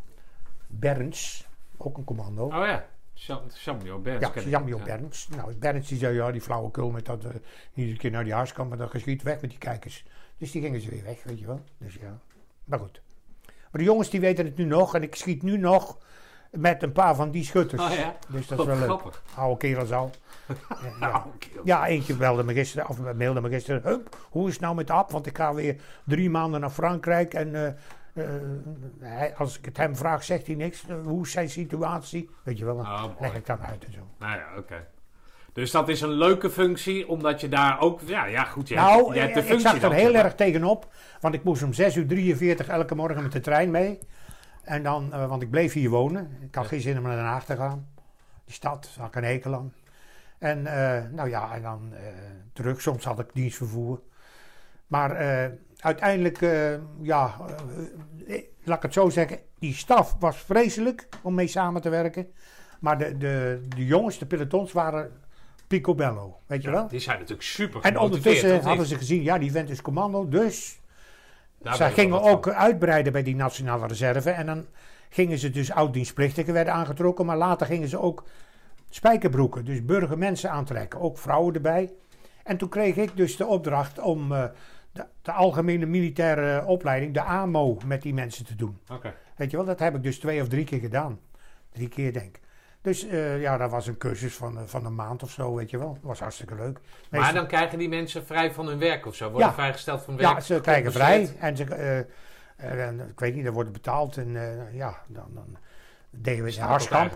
Speaker 2: Berns, ook een commando.
Speaker 3: Oh ja, Samuel Berns.
Speaker 2: Ja, Samuel ja. Berns. Nou, Berns die zei, ja, die flauwekul met dat, uh, iedere keer naar die Harskamp en dan geschiet, weg met die kijkers. Dus die gingen ze weer weg, weet je wel. Dus ja, maar goed. Maar de jongens die weten het nu nog en ik schiet nu nog met een paar van die schutters.
Speaker 3: Oh ja?
Speaker 2: Dus dat is wel
Speaker 3: grappig.
Speaker 2: leuk. Oude kerels al. Ja,
Speaker 3: kerel.
Speaker 2: ja, eentje belde me gisteren, of mailde me gisteren. Hup, hoe is het nou met de app? Want ik ga weer drie maanden naar Frankrijk en uh, Uh, hij, als ik het hem vraag, zegt hij niks. Uh, hoe is zijn situatie? Weet je wel, dan
Speaker 3: Oh,
Speaker 2: leg ik dan uit en zo.
Speaker 3: Nou ja, oké. Okay. Dus dat is een leuke functie, omdat je daar ook... Ja, ja goed, je
Speaker 2: nou,
Speaker 3: hebt, je hebt de
Speaker 2: ik
Speaker 3: functie
Speaker 2: zag er
Speaker 3: dan,
Speaker 2: heel
Speaker 3: maar.
Speaker 2: erg tegenop. Want ik moest om zes uur drieënveertig elke morgen met de trein mee. En dan, uh, want ik bleef hier wonen. Ik had geen zin om naar Den Haag te gaan. Die stad, daar had ik een hekel aan. En uh, nou ja, en dan uh, terug. Soms had ik dienstvervoer. Maar uh, uiteindelijk, uh, ja, uh, laat ik het zo zeggen. Die staf was vreselijk om mee samen te werken. Maar de, de, de jongens, de pelotons waren picobello, weet je
Speaker 3: Ja,
Speaker 2: wel?
Speaker 3: die zijn natuurlijk super
Speaker 2: En ondertussen hadden ze gezien, ja, die vent is commando. Dus
Speaker 3: daar
Speaker 2: zij gingen ook van. uitbreiden bij die nationale reserve. En dan gingen ze dus oud-dienstplichtigen werden aangetrokken. Maar later gingen ze ook spijkerbroeken, dus burgermensen aantrekken. Ook vrouwen erbij. En toen kreeg ik dus de opdracht om uh, de, de algemene militaire opleiding, de A M O, met die mensen te doen.
Speaker 3: Okay.
Speaker 2: Weet je wel, dat heb ik dus twee of drie keer gedaan. Drie keer denk ik. Dus uh, ja, dat was een cursus van, uh, van een maand of zo, weet je wel. Dat was hartstikke leuk. Meestal...
Speaker 3: Maar dan krijgen die mensen vrij van hun werk of zo? Worden
Speaker 2: ja.
Speaker 3: vrijgesteld van werk?
Speaker 2: Ja, ze krijgen vrij. En ze, uh, uh, uh, ik weet niet, er wordt betaald. En uh, ja, dan, dan deden we een harskamp.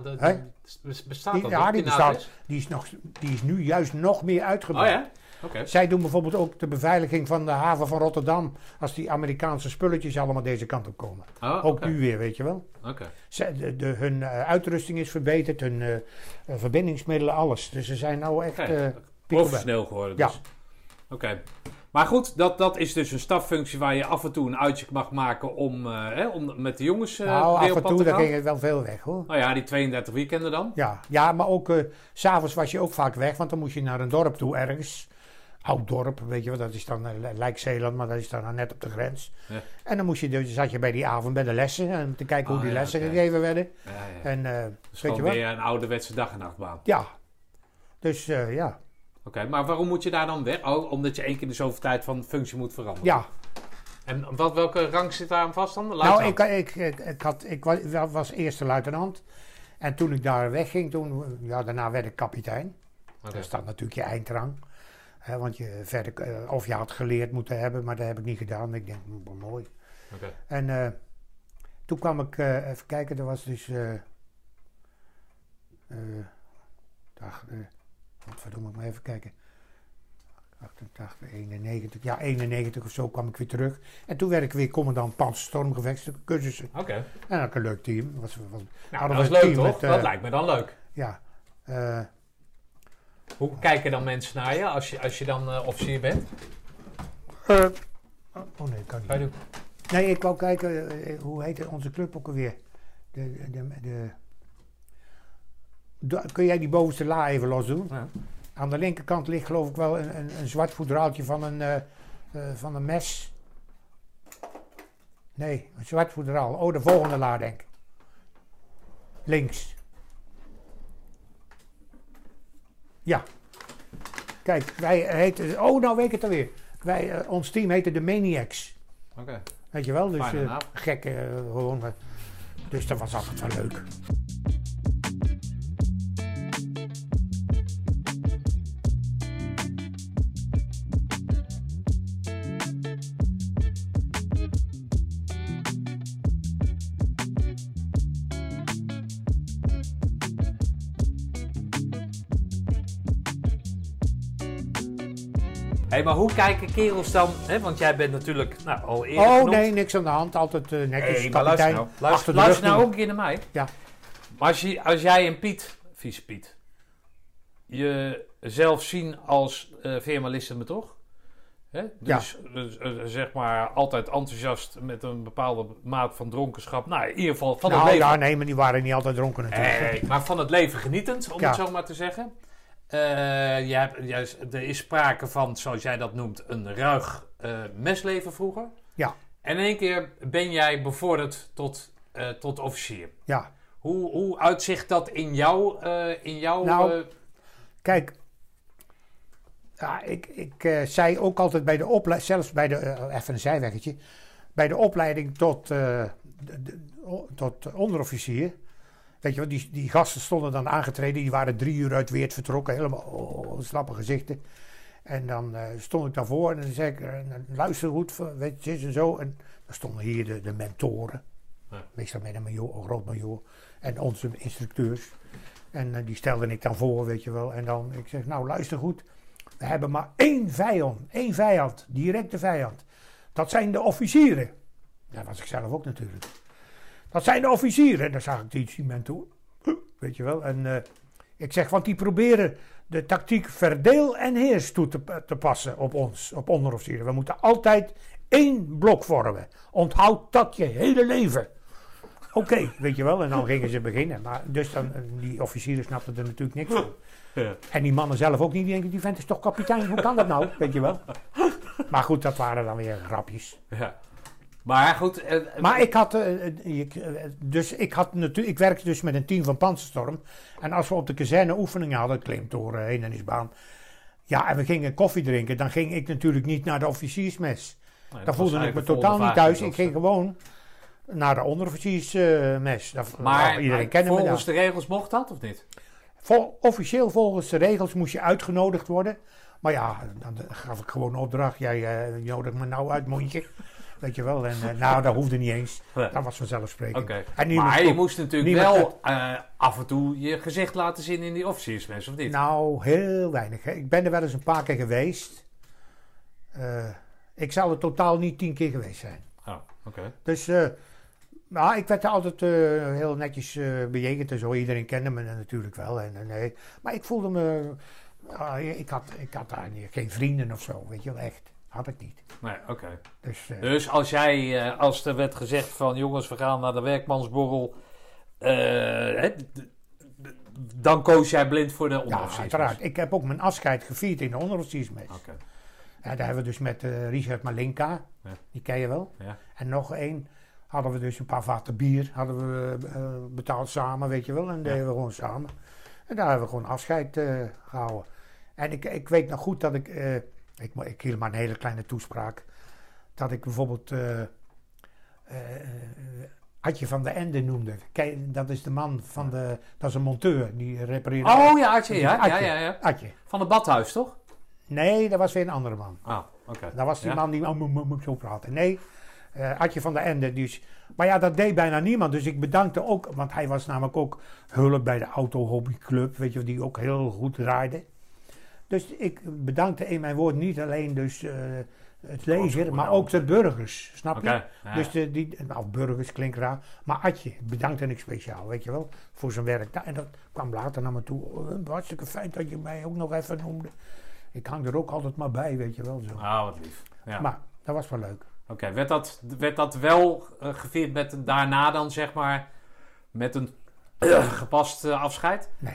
Speaker 3: Bestaat
Speaker 2: die,
Speaker 3: dat
Speaker 2: ja,
Speaker 3: nog?
Speaker 2: die bestaat. Die is, nog, die is nu juist nog meer uitgebreid.
Speaker 3: Oh ja? Okay.
Speaker 2: Zij doen bijvoorbeeld ook de beveiliging van de haven van Rotterdam. Als die Amerikaanse spulletjes allemaal deze kant op komen.
Speaker 3: Oh,
Speaker 2: ook
Speaker 3: okay.
Speaker 2: nu weer, weet je wel.
Speaker 3: Okay.
Speaker 2: Zij, de, de, hun uh, uitrusting is verbeterd, hun uh, uh, verbindingsmiddelen, alles. Dus ze zijn nou echt
Speaker 3: okay.
Speaker 2: uh,
Speaker 3: professioneel geworden. Dus. Ja. Oké. Okay. Maar goed, dat, dat is dus een staffunctie waar je af en toe een uitje mag maken om, uh, hè, om met de jongens uh,
Speaker 2: nou,
Speaker 3: weer
Speaker 2: af en toe, daar ging je wel veel weg hoor.
Speaker 3: Nou ja, die tweeëndertig weekenden dan.
Speaker 2: Ja, ja maar ook uh, 's avonds was je ook vaak weg, want dan moest je naar een dorp toe ergens. Oud dorp, weet je wel, dat is dan uh, lijkt Zeeland, maar dat is dan net op de grens. Ja. En dan moest je, dus zat je bij die avond bij de lessen, en te kijken oh, hoe die ja, lessen okay. gegeven werden.
Speaker 3: Ja, ja.
Speaker 2: En, uh,
Speaker 3: dus
Speaker 2: weet je
Speaker 3: weer een ouderwetse dag- en nachtbaan.
Speaker 2: Ja, dus uh, ja.
Speaker 3: Oké, okay, maar waarom moet je daar dan weg? Oh, omdat je één keer in de zoveel tijd van functie moet veranderen?
Speaker 2: Ja.
Speaker 3: En wat, welke rang zit daar aan vast dan?
Speaker 2: Nou, ik, ik, ik, ik, had, ik was, was eerste luitenant. En toen ik daar wegging, toen, ja, daarna werd ik kapitein. Okay. Dat is dan natuurlijk je eindrang. He, want je verder, uh, of je had geleerd moeten hebben, maar dat heb ik niet gedaan. Ik denk, oh, mooi.
Speaker 3: Okay.
Speaker 2: En uh, toen kwam ik, uh, even kijken, er was dus... Uh, uh, dag, uh, wat verdomme, ik maar even kijken. achtentachtig, eenennegentig, ja eenennegentig of zo kwam ik weer terug. En toen werd ik weer commandant panzerstormgevechtscursussen. cursussen.
Speaker 3: Oké. Okay.
Speaker 2: En dan had ik een leuk team. Was, was,
Speaker 3: nou, dat is leuk toch? Met, uh, dat lijkt me dan leuk.
Speaker 2: Ja. Uh,
Speaker 3: Hoe kijken dan mensen naar je als je, als je dan uh, officier bent?
Speaker 2: Uh, oh nee, kan niet.
Speaker 3: Ga je doen?
Speaker 2: Nee, ik wou kijken, uh, hoe heet onze club ook alweer? De, de, de, de, de, kun jij die bovenste la even los doen? Ja. Aan de linkerkant ligt geloof ik wel een, een, een zwart voedraaltje van een, uh, uh, van een mes. Nee, een zwart voedraal. Oh, de volgende la denk ik. Links. Ja. Kijk, wij heten... Oh, nou weet ik het alweer. Wij, uh, ons team heette de Maniacs.
Speaker 3: Oké. Okay.
Speaker 2: Weet je wel? Dus uh, gek uh, gewoon. Uh, dus dat was altijd wel leuk.
Speaker 3: Hé, hey, maar hoe kijken kerels dan, hè? Want jij bent natuurlijk nou, al eerder
Speaker 2: Oh
Speaker 3: genoemd.
Speaker 2: nee, niks aan de hand, altijd uh, netjes
Speaker 3: hey,
Speaker 2: kapitein.
Speaker 3: Nou. Luister, luister nou ook een keer naar mij.
Speaker 2: Ja.
Speaker 3: Maar als, je, als jij en Piet, vieze Piet, jezelf zien als uh, veerman is het me toch? Hè? Dus, ja. dus uh, zeg maar altijd enthousiast met een bepaalde maat van dronkenschap. Nou, in ieder geval van
Speaker 2: nou,
Speaker 3: het leven.
Speaker 2: Ja, nee, maar die waren niet altijd dronken natuurlijk.
Speaker 3: Hey, maar van het leven genietend, om ja. het zo maar te zeggen. Uh, je hebt, je, er is sprake van, zoals jij dat noemt, een ruig uh, mesleven vroeger.
Speaker 2: Ja.
Speaker 3: En in één keer ben jij bevorderd tot, uh, tot officier.
Speaker 2: Ja.
Speaker 3: Hoe, hoe uitzicht dat in jou? Uh, in jou
Speaker 2: nou,
Speaker 3: uh...
Speaker 2: kijk, ja, ik, ik uh, zei ook altijd bij de opleiding, zelfs bij de, uh, even een zijweggetje, bij de opleiding tot, uh, de, de, o, tot onderofficier. Weet je wel, die, die gasten stonden dan aangetreden, die waren drie uur uit Weert vertrokken, helemaal oh, slappe gezichten. En dan uh, stond ik daarvoor en dan zei ik, uh, luister goed, weet je, en zo. En dan stonden hier de, de mentoren. Ja. Meestal met een major, een groot major. En onze instructeurs. En uh, die stelde ik dan voor, weet je wel. En dan, ik zeg, nou luister goed. We hebben maar één vijand. Één vijand. Directe vijand. Dat zijn de officieren. Dat was ik zelf ook natuurlijk. Dat zijn de officieren. En dan zag ik die mentor. Weet je wel. En uh, ik zeg, want die proberen de tactiek verdeel en heers toe te, te passen op ons. Op onderofficieren. We moeten altijd één blok vormen. Onthoud dat je hele leven. Oké, okay, weet je wel. En dan gingen ze beginnen. Maar dus dan, die officieren snapten er natuurlijk niks van. Ja. En die mannen zelf ook niet. Die denken, die vent is toch kapitein? Hoe kan dat nou? Weet je wel. Maar goed, dat waren dan weer grapjes. Ja.
Speaker 3: Maar goed. Uh,
Speaker 2: maar ik had, uh, ik, uh, dus ik had natuurlijk, ik werkte dus met een team van Panzerstorm. En als we op de kazerne oefeningen hadden, Klimtoren, hindernisbaan. Ja, en we gingen koffie drinken. Dan ging ik natuurlijk niet naar de officiersmes. Nee, dan voelde ik me totaal niet thuis. Ik ging gewoon naar de onderofficiersmes. Uh,
Speaker 3: maar nou, iedereen kende volgens me de regels mocht dat of niet?
Speaker 2: Vol, officieel volgens de regels moest je uitgenodigd worden. Maar ja, dan gaf ik gewoon opdracht. Jij uh, nodigt me nou uit, mondje. Weet je wel. En uh, nou, dat hoefde niet eens. Ja. Dat was vanzelfsprekend.
Speaker 3: Okay. En maar je moest natuurlijk wel uh, af en toe je gezicht laten zien in die officiersmes, of niet?
Speaker 2: Nou, heel weinig. Hè. Ik ben er wel eens een paar keer geweest. Uh, ik zal er totaal niet tien keer geweest zijn.
Speaker 3: Oh, oké. Okay.
Speaker 2: Dus... Uh, Nou, ik werd er altijd uh, heel netjes uh, bejegend en zo. Iedereen kende me natuurlijk wel. En, en, nee. Maar ik voelde me... Uh, ik, had, ik had daar niet, geen vrienden of zo, weet je wel, echt. Had ik niet.
Speaker 3: Nee, oké. Okay. Dus, uh, dus als jij, uh, als er werd gezegd van... jongens, we gaan naar de werkmansborrel... Uh, hè, d- d- dan koos jij blind voor de onderofficiersmes?
Speaker 2: Ja, uiteraard. Ik heb ook mijn afscheid gevierd in de onderofficiersmes. Oké. Okay. Ja, daar hebben we dus met uh, Richard Malinka. Ja. Die ken je wel. Ja. En nog één... hadden we dus een paar vaten bier, hadden we uh, betaald samen, weet je wel. En deden ja. we gewoon samen. En daar hebben we gewoon afscheid uh, gehouden. En ik, ik weet nog goed dat ik, uh, ik, ik hield maar een hele kleine toespraak. Dat ik bijvoorbeeld uh, uh, Adje van de Ende noemde. Kijk, dat is de man van de, dat is een monteur, die repareerde.
Speaker 3: Oh ja, Adje, ja, Adje. ja, ja, ja.
Speaker 2: Adje.
Speaker 3: Van het badhuis, toch?
Speaker 2: Nee, dat was weer een andere man.
Speaker 3: Ah, oké. Okay.
Speaker 2: Dat was die
Speaker 3: ja.
Speaker 2: man die oh, moet, moet zo praten. Nee. Uh, Adje van der Ende. Dus, maar ja, dat deed bijna niemand. Dus ik bedankte ook, want hij was namelijk ook hulp bij de Auto Hobby Club, weet je, die ook heel goed draaide. Dus ik bedankte in mijn woord niet alleen dus uh, het leger, oh, maar ook de burgers, snap okay. je? Ja. Dus de, die, nou, burgers klinkt raar, maar Adje bedankte ik speciaal, weet je wel, voor zijn werk. En dat kwam later naar me toe. Oh, hartstikke fijn dat je mij ook nog even noemde. Ik hang er ook altijd maar bij, weet je wel. Zo.
Speaker 3: Ah, wat lief. Ja.
Speaker 2: Maar dat was wel leuk.
Speaker 3: Oké, okay, werd, dat, werd dat wel uh, gevierd met een, daarna dan zeg maar met een uh, gepast uh, afscheid?
Speaker 2: Nee.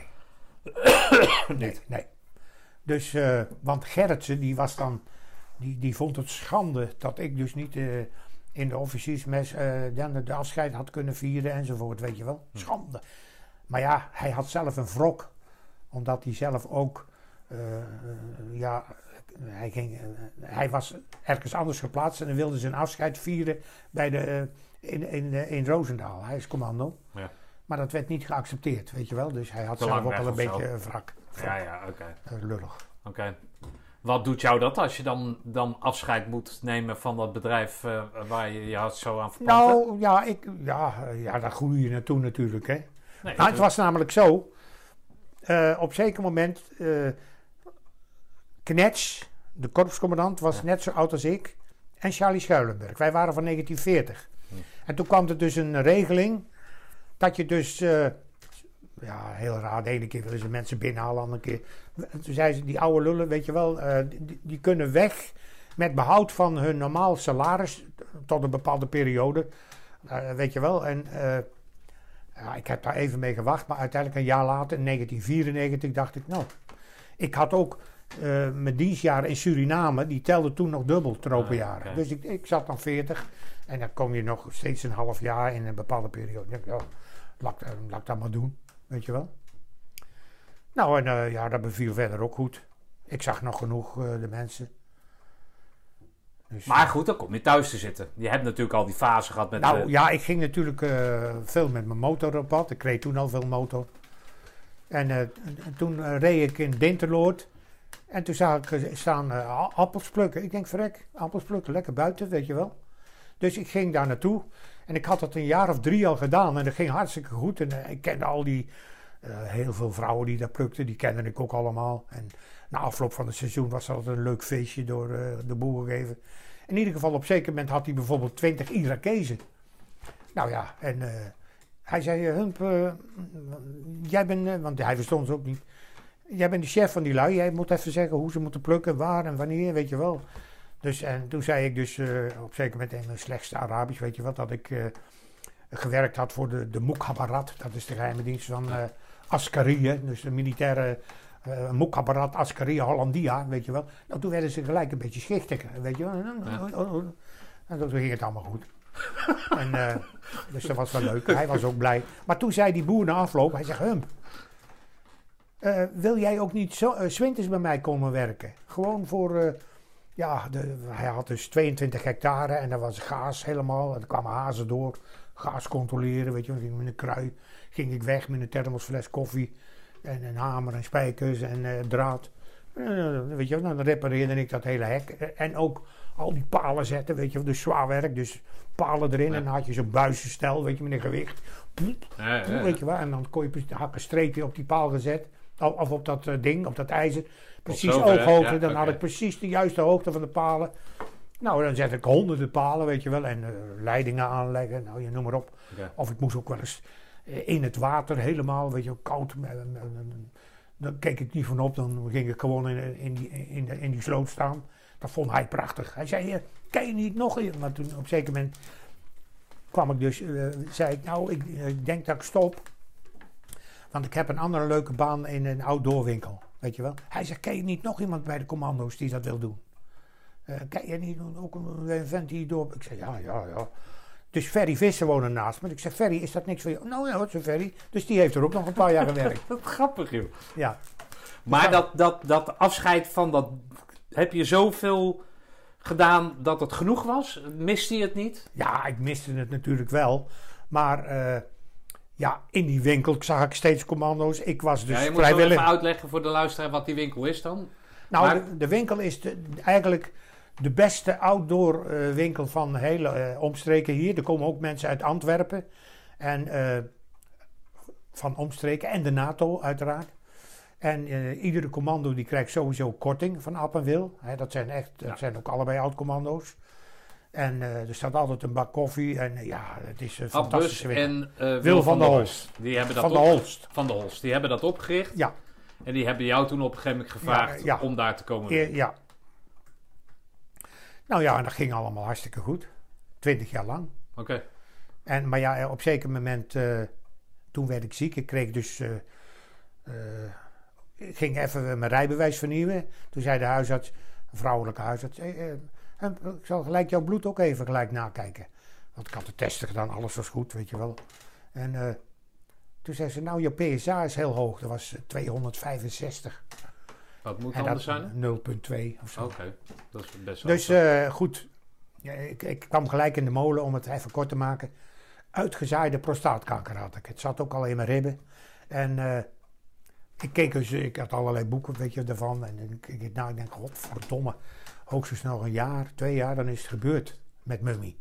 Speaker 2: nee, nee. Dus, uh, want Gerritsen die was dan, die, die vond het schande dat ik dus niet uh, in de officiersmes uh, dan de afscheid had kunnen vieren enzovoort, weet je wel. Schande. Maar ja, hij had zelf een wrok, omdat hij zelf ook, uh, uh, ja... Hij, ging, uh, hij was ergens anders geplaatst en dan wilde zijn afscheid vieren bij de, uh, in, in, uh, in Roosendaal. Hij is commando. Ja. Maar dat werd niet geaccepteerd, weet je wel. Dus hij had zelf ook al een beetje een wrak.
Speaker 3: Ja, ja, oké. Okay.
Speaker 2: Uh, lullig.
Speaker 3: Oké. Okay. Wat doet jou dat als je dan, dan afscheid moet nemen van dat bedrijf uh, waar je je hart zo aan verpand?
Speaker 2: Nou, ja, ik, ja, ja, daar groei je naartoe natuurlijk, hè. Nee, nou, het was namelijk zo. Uh, op zeker moment... Uh, Knets, de korpscommandant, was ja. net zo oud als ik. En Charlie Schuilenberg. Wij waren van negentien veertig. Hm. En toen kwam er dus een regeling. Dat je dus... Uh, ja, heel raar. De ene keer willen ze mensen binnenhalen. De andere keer... Toen zeiden ze, die oude lullen, weet je wel... Uh, die, die kunnen weg met behoud van hun normaal salaris. Tot een bepaalde periode. Uh, weet je wel. En... Uh, ja, ik heb daar even mee gewacht. Maar uiteindelijk een jaar later, in negentien vierennegentig, dacht ik... Nou, ik had ook... Uh, mijn dienstjaren in Suriname, die telden toen nog dubbel tropenjaren. Ah, okay. Dus ik, ik zat dan veertig en dan kom je nog steeds een half jaar in een bepaalde periode. Ik dacht, ja, laat, uh, laat ik dat maar doen, weet je wel. Nou, en uh, ja, dat beviel verder ook goed. Ik zag nog genoeg uh, de mensen.
Speaker 3: Dus, maar goed, dan kom je thuis te zitten. Je hebt natuurlijk al die fase gehad met...
Speaker 2: Nou
Speaker 3: uh...
Speaker 2: ja, ik ging natuurlijk uh, veel met mijn motor op pad. Ik reed toen al veel motor. En uh, toen uh, reed ik in Dinterloord. En toen zag ik eh, staan uh, appels plukken. Ik denk, verrek, appels plukken, lekker buiten, weet je wel. Dus ik ging daar naartoe. En ik had het een jaar of drie al gedaan. En dat ging hartstikke goed. En uh, ik kende al die, uh, heel veel vrouwen die daar plukten. Die kende ik ook allemaal. En na afloop van het seizoen was dat een leuk feestje door uh, de boer gegeven. In ieder geval, op een zeker moment had hij bijvoorbeeld twintig Irakezen. Nou ja, en uh, hij zei, Hump, uh, jij bent, uh, want hij verstond ze ook niet. Jij bent de chef van die lui. Jij moet even zeggen hoe ze moeten plukken, waar en wanneer, weet je wel. Dus, en toen zei ik dus uh, op een zeker moment in mijn slechtste Arabisch, weet je wat, dat ik uh, gewerkt had voor de, de Mukhabarat. Dat is de geheime dienst van uh, Askari, dus de militaire uh, Mukhabarat Askari Hollandia, weet je wel. Nou, toen werden ze gelijk een beetje schichtig, weet je wel. Ja. En toen ging het allemaal goed. en, uh, dus dat was wel leuk. Hij was ook blij. Maar toen zei die boer na afloop, hij zegt, Hump, uh, wil jij ook niet zo, uh, 's winters bij mij komen werken? Gewoon voor... Uh, Ja, de, hij had dus tweeëntwintig hectare en daar was gaas helemaal. En er kwamen hazen door. Gaas controleren, weet je wel. Met een krui ging ik weg met een thermosfles koffie. En een hamer en spijkers en uh, draad. Uh, weet je wel, dan repareerde ik dat hele hek. En ook al die palen zetten, weet je wel. Dus zwaar werk, dus palen erin. Ja. En dan had je zo'n buizenstel, weet je, met een gewicht. Ja, ja, ja. Weet je wel. En dan kon je een streepje op die paal gezet. Of op dat uh, ding, op dat ijzer. Precies ooghoogte, ja, dan okay. had ik precies de juiste hoogte van de palen. Nou, dan zet ik honderden palen, weet je wel. En uh, leidingen aanleggen, nou, je noem maar op. Okay. Of ik moest ook wel eens uh, in het water helemaal, weet je wel, koud. Uh, uh, uh, dan keek ik niet van op, dan ging ik gewoon in, in, die, in, de, in die sloot staan. Dat vond hij prachtig. Hij zei, uh, kan je niet nog in? Maar toen op een zeker moment kwam ik dus, uh, zei ik, nou, ik uh, denk dat ik stop. Want ik heb een andere leuke baan in een outdoorwinkel. Weet je wel? Hij zegt, ken je niet nog iemand bij de commando's die dat wil doen? Uh, ken je niet ook een, een vent die door... Ik zeg, ja, ja, ja. Dus Ferry Visser woonde naast me. Ik zeg, Ferry, is dat niks voor jou? Nou ja, wat is een Ferry? Dus die heeft er ook nog een paar jaar gewerkt.
Speaker 3: Dat is grappig, joh.
Speaker 2: Ja.
Speaker 3: Maar ja. Dat, dat, dat afscheid van dat... Heb je zoveel gedaan dat het genoeg was? Miste je het niet?
Speaker 2: Ja, ik miste het natuurlijk wel. Maar... Uh, Ja, in die winkel zag ik steeds commando's. Ik was dus
Speaker 3: ja, je moet vrijwillig... even uitleggen voor de luisteraar wat die winkel is dan.
Speaker 2: Nou,
Speaker 3: maar...
Speaker 2: de, de winkel is de, eigenlijk de beste outdoor uh, winkel van hele uh, omstreken hier. Er komen ook mensen uit Antwerpen. En uh, van omstreken. En de NATO uiteraard. En uh, iedere commando die krijgt sowieso korting van App en Wil. He, dat zijn echt, ja. dat zijn ook allebei oud-commando's. En uh, er staat altijd een bak koffie. En uh, ja, het is een fantastische winkel.
Speaker 3: En uh, Wil, Wil van, van de Holst.
Speaker 2: Die hebben dat
Speaker 3: van
Speaker 2: op, de Holst.
Speaker 3: Van de Holst. Die hebben dat opgericht.
Speaker 2: Ja.
Speaker 3: En die hebben jou toen op een gegeven moment gevraagd ja, ja. om daar te komen.
Speaker 2: Ja, ja. Nou ja, en dat ging allemaal hartstikke goed. Twintig jaar lang.
Speaker 3: Oké. Okay.
Speaker 2: En Maar ja, op een zeker moment, uh, toen werd ik ziek. Ik kreeg dus... Uh, uh, ik ging even mijn rijbewijs vernieuwen. Toen zei de huisarts, een vrouwelijke huisarts... Hey, uh, ik zal gelijk jouw bloed ook even gelijk nakijken. Want ik had de testen gedaan, alles was goed, weet je wel. En uh, toen zei ze, nou, je P S A is heel hoog. Dat was tweehonderdvijfenzestig.
Speaker 3: Wat moet anders zijn?
Speaker 2: nul komma twee of zo.
Speaker 3: Oké, okay. Dat is best wel.
Speaker 2: Dus uh, goed, ja, ik, ik kwam gelijk in de molen om het even kort te maken. Uitgezaaide prostaatkanker had ik. Het zat ook al in mijn ribben. En uh, ik keek dus, ik had allerlei boeken, weet je, ervan. En ik keek nou, ik denk, godverdomme. Hoogstens nog een jaar, twee jaar, dan is het gebeurd met Mummy.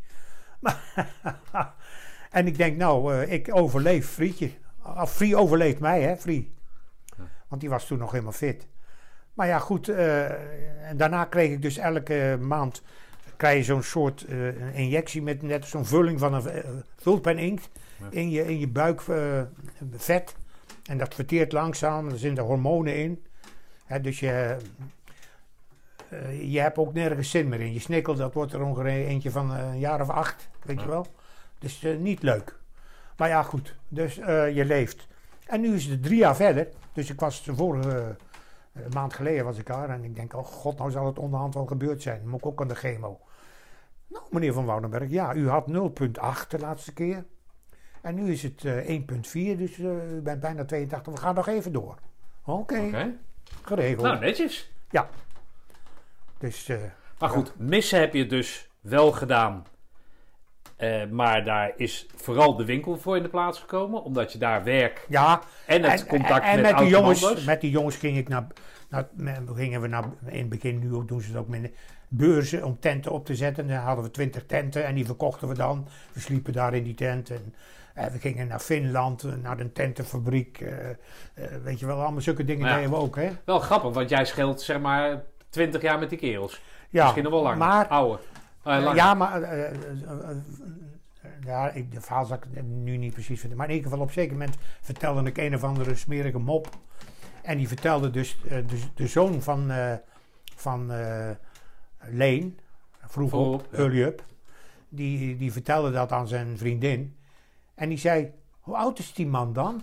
Speaker 2: En ik denk, nou, uh, ik overleef Frietje. Of Frie overleeft mij, hè, Frie. Ja. Want die was toen nog helemaal fit. Maar ja, goed. Uh, en daarna kreeg ik dus elke maand... krijg je zo'n soort uh, injectie met net zo'n vulling van een uh, vulpen inkt. Ja. In, je, in je buik uh, vet. En dat verteert langzaam. Er zitten hormonen in. Hè, dus je... Uh, je hebt ook nergens zin meer in. Je snikkel, dat wordt er ongeveer eentje van uh, een jaar of acht, weet ja. je wel. Dus uh, niet leuk. Maar ja, goed. Dus uh, je leeft. En nu is het drie jaar verder. Dus ik was de vorige uh, maand geleden was ik daar. En ik denk, oh god, nou zal het onderhand wel gebeurd zijn. Dan moet ik ook aan de chemo. Nou, meneer Van Woudenberg, ja, u had nul komma acht de laatste keer. En nu is het uh, één komma vier, dus uh, u bent bijna tweeëntachtig. We gaan nog even door. Oké, okay. okay. Geregeld.
Speaker 3: Nou, netjes.
Speaker 2: Ja. Dus, uh,
Speaker 3: maar goed, ja. missen heb je dus wel gedaan. Uh, maar daar is vooral de winkel voor in de plaats gekomen. Omdat je daar werk
Speaker 2: ja,
Speaker 3: en het
Speaker 2: en,
Speaker 3: contact
Speaker 2: en, en
Speaker 3: met,
Speaker 2: met die jongens.
Speaker 3: commando's.
Speaker 2: Met die jongens ging ik naar, naar, gingen we naar, in het begin, nu doen ze het ook met beurzen om tenten op te zetten. Dan hadden we twintig tenten en die verkochten we dan. We sliepen daar in die tent. En, uh, we gingen naar Finland, uh, naar een tentenfabriek. Uh, uh, weet je wel, allemaal zulke dingen
Speaker 3: Ja.
Speaker 2: deden we ook. Hè?
Speaker 3: Wel grappig, want jij scheelt zeg maar twintig jaar met die kerels.
Speaker 2: Ja,
Speaker 3: Misschien nog wel langer.
Speaker 2: maar,
Speaker 3: Ouder. Uh, langer.
Speaker 2: ja, maar uh, uh, uh, uh, ja, ik, de verhaal zal ik nu niet precies vinden. Maar in ieder geval op een zeker moment vertelde ik een of andere smerige mop. En die vertelde dus uh, de, de zoon van, uh, van uh, Leen, vroeg op,
Speaker 3: Vroeg, ja.
Speaker 2: Hurry Up. Die, die vertelde dat aan zijn vriendin. En die zei, hoe oud is die man dan?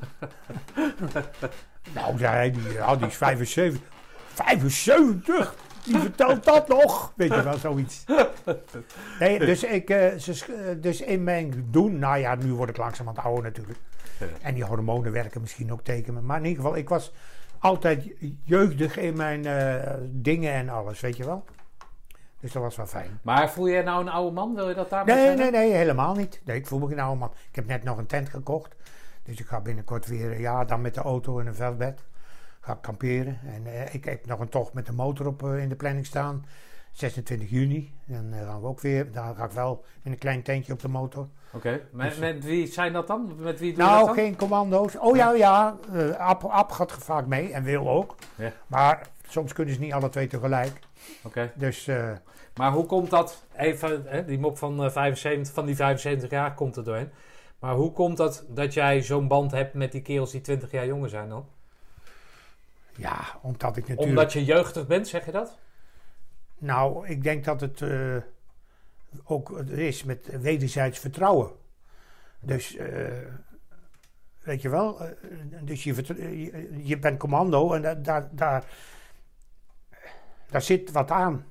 Speaker 2: Nou, zei hij, die, oh, die is vijfenzeventig. vijfenzeventig? Die vertelt dat nog? Weet je wel, zoiets. Nee, dus, ik, uh, ze, dus in mijn doen, nou ja, nu word ik langzamerhand ouder natuurlijk.
Speaker 3: Ja.
Speaker 2: En die hormonen werken misschien ook tegen me. Maar in ieder geval, ik was altijd jeugdig in mijn uh, dingen en alles, weet je wel. Dus dat was wel fijn.
Speaker 3: Maar voel jij nou een oude man? Wil je dat daar
Speaker 2: Nee, nee, nee, helemaal niet. Nee, ik voel me geen oude man. Ik heb net nog een tent gekocht. Dus ik ga binnenkort weer, ja, dan met de auto in een veldbed. Ga ik kamperen. En uh, ik heb nog een tocht met de motor op uh, in de planning staan. zesentwintig juni. Dan uh, gaan we ook weer. Daar ga ik wel in een klein tentje op de motor.
Speaker 3: Oké. Okay. Met,
Speaker 2: Dus,
Speaker 3: met wie zijn dat dan? Met wie doe
Speaker 2: nou,
Speaker 3: je dat dan?
Speaker 2: geen commando's. Oh ja, ja. Uh, Ab, Ab gaat vaak mee en wil ook.
Speaker 3: Ja.
Speaker 2: Maar soms kunnen ze niet alle twee tegelijk.
Speaker 3: Oké. Okay.
Speaker 2: Dus... Uh,
Speaker 3: maar hoe komt dat? Even, hè, die mop van, uh, vijfenzeventig, van die vijfenzeventig jaar komt er doorheen. Maar hoe komt dat dat jij zo'n band hebt met die kerels die twintig jaar jonger zijn dan?
Speaker 2: Ja, omdat ik natuurlijk...
Speaker 3: Omdat je jeugdig bent, zeg je dat?
Speaker 2: Nou, ik denk dat het uh, ook is met wederzijds vertrouwen. Dus, uh, weet je wel, uh, dus je, je, je bent commando en da, da, daar, daar zit wat aan.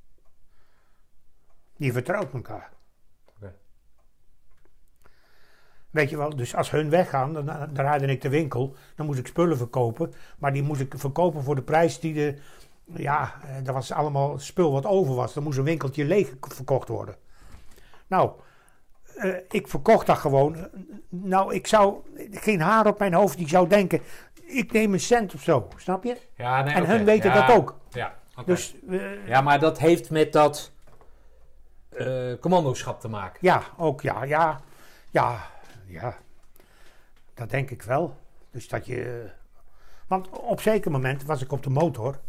Speaker 2: Je vertrouwt elkaar.
Speaker 3: Okay.
Speaker 2: Weet je wel, dus als hun weggaan, dan, dan draaide ik de winkel. Dan moest ik spullen verkopen. Maar die moest ik verkopen voor de prijs die de... Ja, dat was allemaal spul wat over was. Dan moest een winkeltje leeg verkocht worden. Nou, uh, ik verkocht dat gewoon. Nou, ik zou... Geen haar op mijn hoofd die zou denken... Ik neem een cent of zo, snap je?
Speaker 3: Ja, nee,
Speaker 2: en
Speaker 3: okay.
Speaker 2: hun weten
Speaker 3: ja,
Speaker 2: dat ook.
Speaker 3: Ja, okay.
Speaker 2: Dus, uh,
Speaker 3: ja, maar dat heeft met dat... Uh, commandoschap te maken.
Speaker 2: Ja, ook ja, ja, ja, ja, dat denk ik wel. Dus dat je, want op zeker moment was ik op de motor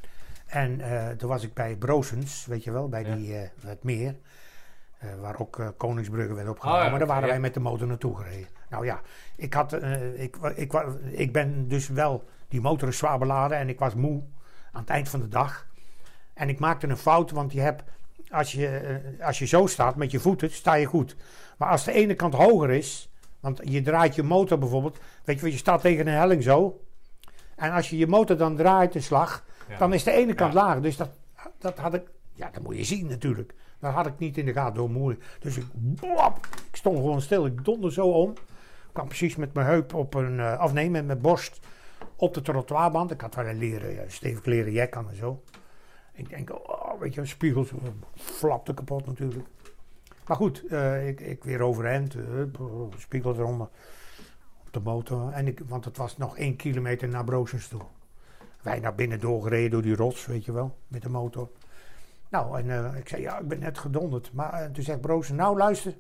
Speaker 2: en uh, toen was ik bij Broosens, weet je wel, bij
Speaker 3: ja.
Speaker 2: die, uh, het meer, uh, waar ook uh, Koningsbrugge werd opgenomen, oh, ja, maar daar waren ja. wij met de motor naartoe gereden. Nou ja, ik had, uh, ik, ik, ik, ik ben dus wel, die motor is zwaar beladen en ik was moe aan het eind van de dag en ik maakte een fout, want je hebt Als je, als je zo staat met je voeten, sta je goed. Maar als de ene kant hoger is, want je draait je motor bijvoorbeeld, weet je wel, je staat tegen een helling zo. En als je je motor dan draait, de slag, ja. dan is de ene kant ja. lager. Dus dat, dat had ik, ja, dat moet je zien natuurlijk. Dat had ik niet in de gaten door moeilijk. Dus ik, boap, ik stond gewoon stil, ik donder zo om. Ik kwam precies met mijn heup op een, uh, of nee, met mijn borst op de trottoirband. Ik had wel een leren, ja, stevig leren jek aan en zo. Ik denk, oh, weet je, een spiegel flapte kapot natuurlijk. Maar goed, uh, ik, ik weer overeind, uh, spiegel eronder op de motor. En ik, want het was nog één kilometer naar Broosens toe. Wij naar binnen doorgereden door die rots, weet je wel, met de motor. Nou, en uh, ik zei, ja, ik ben net gedonderd. Maar uh, toen zegt Broosens, nou luister,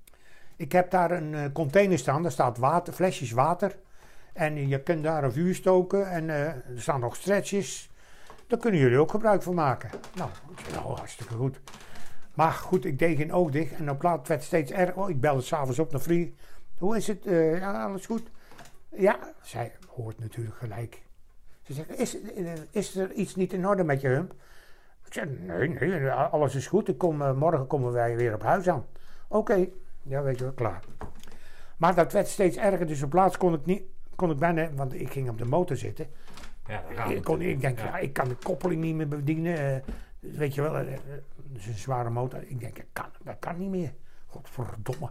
Speaker 2: ik heb daar een uh, container staan, daar staat water, flesjes water. En je kunt daar een vuur stoken en uh, er staan nog stretches. Daar kunnen jullie ook gebruik van maken. Nou, ik zei, nou, hartstikke goed. Maar goed, ik deed geen oog dicht. En op laat werd steeds erger. Oh, ik belde s'avonds op naar Vrie. Hoe is het? Uh, ja, alles goed? Ja, zij hoort natuurlijk gelijk. Ze zegt, is, is er iets niet in orde met je hump? Ik zeg, nee, nee, alles is goed. Ik kom, uh, morgen komen wij weer op huis aan. Oké, okay. Ja, weet je wel, klaar. Maar dat werd steeds erger. Dus op plaats kon ik niet, kon ik bijna, want ik ging op de motor zitten. Ja, ik, kon, ik denk, ja. Ja, ik kan de koppeling niet meer bedienen. Uh, weet je wel, uh, dat is een zware motor. Ik denk, ik kan, dat kan niet meer. Godverdomme.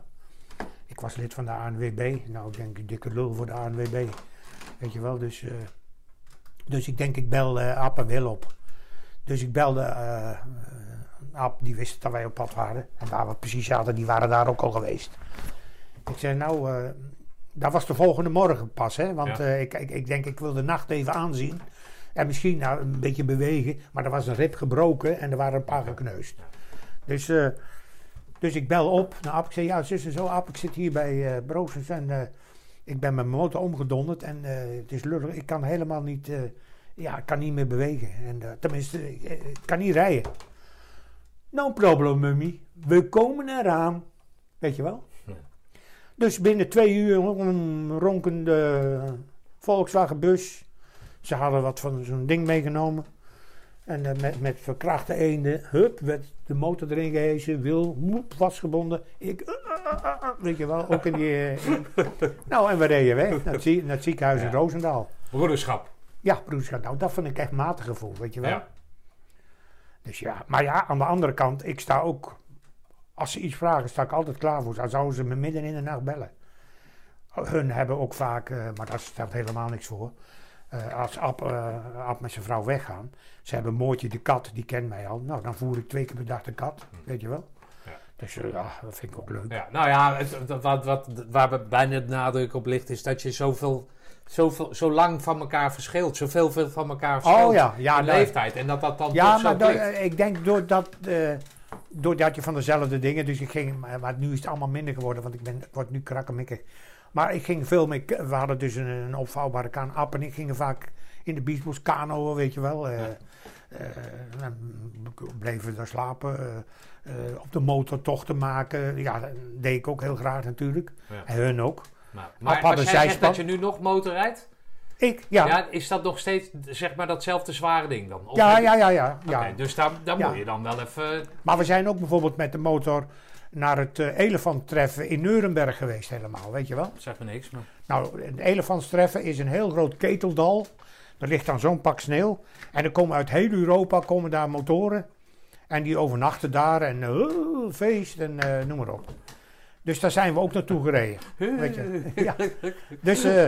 Speaker 2: Ik was lid van de A N W B. Nou, ik denk, dikke lul voor de A N W B. Weet je wel, dus... Uh, dus ik denk, ik bel uh, App en Wil op. Dus ik belde uh, Ab, die wisten dat wij op pad waren. En waar we precies zaten, die waren daar ook al geweest. Ik zei, nou, uh, dat was de volgende morgen pas, hè. Want ja. uh, ik, ik, ik denk, ik wil de nacht even aanzien. En misschien nou, een beetje bewegen. Maar er was een rib gebroken en er waren een paar gekneusd. Dus, uh, dus ik bel op naar Ab. Ik zei, ja, zus en zo, Ab, ik zit hier bij uh, Broosens en uh, ik ben met mijn motor omgedonderd. En uh, het is lullig, ik kan helemaal niet, uh, ja, ik kan niet meer bewegen. En, uh, tenminste, ik, ik kan niet rijden. No problem, mummy. We komen eraan. Weet je wel? Ja. Dus binnen twee uur een ronkende Volkswagen bus. Ze hadden wat van zo'n ding meegenomen. En uh, met, met verkrachte eenden. Hup, werd de motor erin gehezen. Wil, woep, vastgebonden. Ik, uh, uh, uh, uh, weet je wel, ook in die... Uh, in. Nou, en we reden weg naar het, zie, naar het ziekenhuis ja. in Roosendaal.
Speaker 3: Broederschap.
Speaker 2: Ja, broederschap. Nou, dat vond ik echt matig gevoel, weet je wel.
Speaker 3: Ja.
Speaker 2: Dus ja, maar ja, aan de andere kant, ik sta ook... Als ze iets vragen, sta ik altijd klaar voor. Dan zouden ze me midden in de nacht bellen. Hun hebben ook vaak, uh, maar daar stelt helemaal niks voor... Uh, als Ab, uh, Ab met zijn vrouw weggaan. Ze hebben Moortje de kat, die kent mij al. Nou, dan voer ik twee keer per dag de kat. Weet je wel? Ja. Dus uh, ja, dat vind ik ook leuk.
Speaker 3: Ja, nou ja, het, wat, wat, waar we bijna de nadruk op ligt... is dat je zoveel, zoveel, zo lang van elkaar verschilt. Zoveel veel van elkaar verschilt
Speaker 2: oh, ja, ja,
Speaker 3: in
Speaker 2: nou,
Speaker 3: leeftijd. En dat dat dan
Speaker 2: ja,
Speaker 3: toch zo
Speaker 2: maar door,
Speaker 3: uh,
Speaker 2: ik denk doordat... Uh, doordat je van dezelfde dingen... Dus ik ging... Maar nu is het allemaal minder geworden. Want ik, ben, ik word nu krakkemikkig. Maar ik ging veel mee... We hadden dus een, een opvouwbare kaan Ab. En ik ging vaak... In de biesbos kanoën, weet je wel. Uh,
Speaker 3: ja.
Speaker 2: uh, bleven we daar slapen. Uh, uh, op de motor tochten maken. Ja, dat deed ik ook heel graag natuurlijk. Ja. En hun ook.
Speaker 3: Nou, maar als jij zegt dat je nu nog motor rijdt...
Speaker 2: Ik, ja.
Speaker 3: ja. Is dat nog steeds, zeg maar, datzelfde zware ding dan? Of
Speaker 2: ja, ja, ja, ja,
Speaker 3: ja. Oké, dus daar, daar
Speaker 2: ja.
Speaker 3: moet je dan wel even...
Speaker 2: Maar we zijn ook bijvoorbeeld met de motor... naar het uh, elefanttreffen in Nuremberg geweest helemaal, weet je wel?
Speaker 3: Dat zegt me niks, maar...
Speaker 2: Nou, het elefantstreffen is een heel groot keteldal... Er ligt dan zo'n pak sneeuw. En er komen uit heel Europa komen daar motoren. En die overnachten daar. En uh, feest en uh, noem maar op. Dus daar zijn we ook naartoe gereden. Weet je. Ja. Dus uh, uh,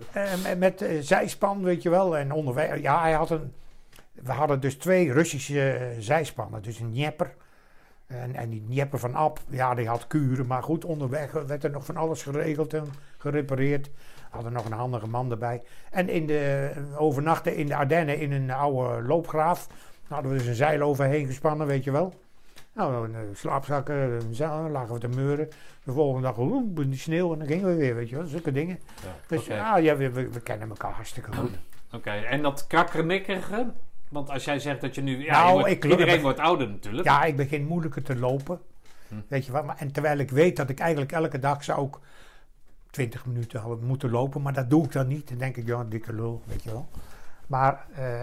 Speaker 2: met uh, zijspan, weet je wel. En onderweg. Ja, hij had een... We hadden dus twee Russische uh, zijspannen. Dus een Dnieper. En, en die Dnieper van Ab, ja, die had kuren. Maar goed, onderweg werd er nog van alles geregeld en gerepareerd. We hadden nog een handige man erbij. En in de overnachten in de Ardennen in een oude loopgraaf. Hadden we dus een zeil overheen gespannen, weet je wel. Nou, een slaapzakken, een zeil, lagen we te meuren. De volgende dag, oeh, in die sneeuw en dan gingen we weer, weet je wel. Zulke dingen. Ja, dus okay. ja, ja we, we, we kennen elkaar hartstikke goed.
Speaker 3: Oké, okay. En dat krakkemikkige? Want als jij zegt dat je nu... Ja,
Speaker 2: nou,
Speaker 3: je wordt,
Speaker 2: ik,
Speaker 3: iedereen ik, wordt ouder natuurlijk.
Speaker 2: Ja, ik begin moeilijker te lopen. Hm. Weet je wat? Maar, en terwijl ik weet dat ik eigenlijk elke dag zou ik twintig minuten had moeten lopen. Maar dat doe ik dan niet. Dan denk ik, ja, dikke lul, weet je wel. Maar uh,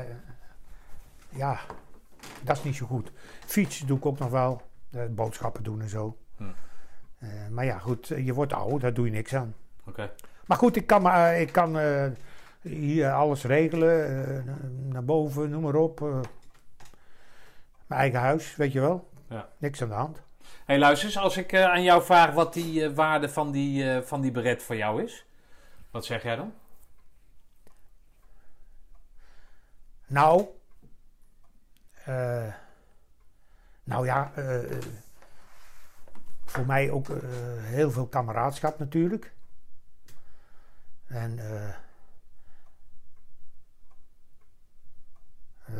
Speaker 2: ja, dat is niet zo goed. Fietsen doe ik ook nog wel. Uh, boodschappen doen en zo. Hm. Uh, maar ja, goed, je wordt oud, daar doe je niks aan.
Speaker 3: Okay.
Speaker 2: Maar goed, ik kan, uh, ik kan uh, hier alles regelen. Uh, naar boven, noem maar op. Uh, mijn eigen huis, weet je wel. Ja. Niks aan de hand.
Speaker 3: Hé, hey, luister eens, als ik uh, aan jou vraag wat die uh, waarde van die, uh, van die beret voor jou is. Wat zeg jij dan?
Speaker 2: Nou... Uh, nou ja... Uh, voor mij ook uh, heel veel kameraadschap natuurlijk. En... Uh, uh,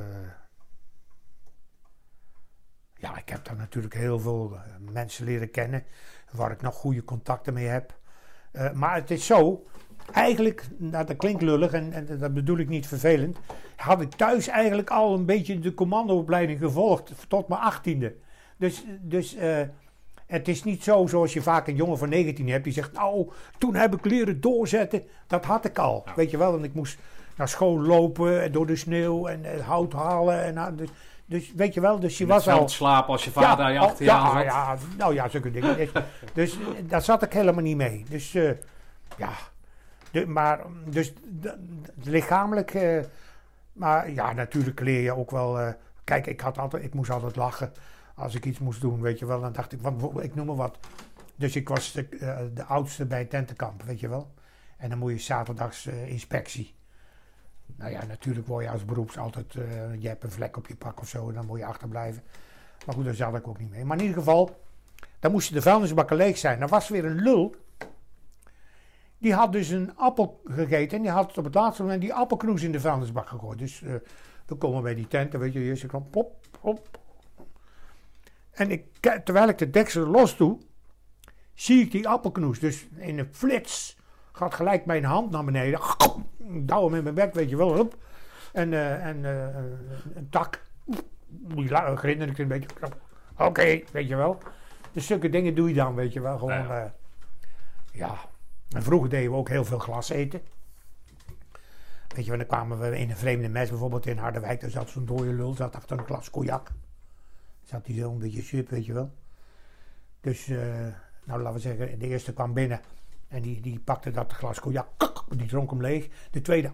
Speaker 2: ja, ik heb daar natuurlijk heel veel uh, mensen leren kennen. Waar ik nog goede contacten mee heb. Uh, maar het is zo... Eigenlijk, nou, dat klinkt lullig en, en dat bedoel ik niet vervelend. Had ik thuis eigenlijk al een beetje de commandoopleiding gevolgd. Tot mijn achttiende. Dus... dus uh, het is niet zo zoals je vaak een jongen van negentien hebt die zegt... Nou, toen heb ik leren doorzetten. Dat had ik al. Ja. Weet je wel, want ik moest naar school lopen door de sneeuw en uh, hout halen. En, uh, dus, dus weet je wel, dus je was al...
Speaker 3: slapen als je vader
Speaker 2: ja,
Speaker 3: je achter je
Speaker 2: ja, ja, nou ja, zulke dingen. Dus, dus daar zat ik helemaal niet mee. Dus uh, ja, de, maar dus de, de, lichamelijk... Uh, maar ja, natuurlijk leer je ook wel... Uh, kijk, ik, had altijd, ik moest altijd lachen... Als ik iets moest doen, weet je wel, dan dacht ik, want ik noem maar wat. Dus ik was de, uh, de oudste bij het tentenkamp, weet je wel. En dan moet je zaterdags uh, inspectie. Nou ja, natuurlijk word je als beroeps altijd, uh, je hebt een vlek op je pak of zo, en dan moet je achterblijven. Maar goed, daar zat ik ook niet mee. Maar in ieder geval, dan moesten de vuilnisbakken leeg zijn. Er was weer een lul. Die had dus een appel gegeten en die had op het laatste moment die appelknoes in de vuilnisbak gegooid. Dus uh, we komen bij die tent, weet je, eerst kwam pop, pop. En ik, terwijl ik de deksel los doe, zie ik die appelknoes. Dus in een flits gaat gelijk mijn hand naar beneden. Ik douw hem in mijn bek, weet je wel. Hup. En, uh, en uh, een tak. Die grinder ik een beetje. Oké, okay, weet je wel. Dus zulke dingen doe je dan, weet je wel. Gewoon, uh, ja. En vroeger deden we ook heel veel glas eten. Weet je wel, dan kwamen we in een vreemde mes, bijvoorbeeld in Harderwijk. Daar zat zo'n dode lul, zat achter een glas cognac. Zat hij zo een beetje sup, weet je wel. Dus, uh, nou laten we zeggen, de eerste kwam binnen. En die, die pakte dat glas cognac, die dronk hem leeg. De tweede,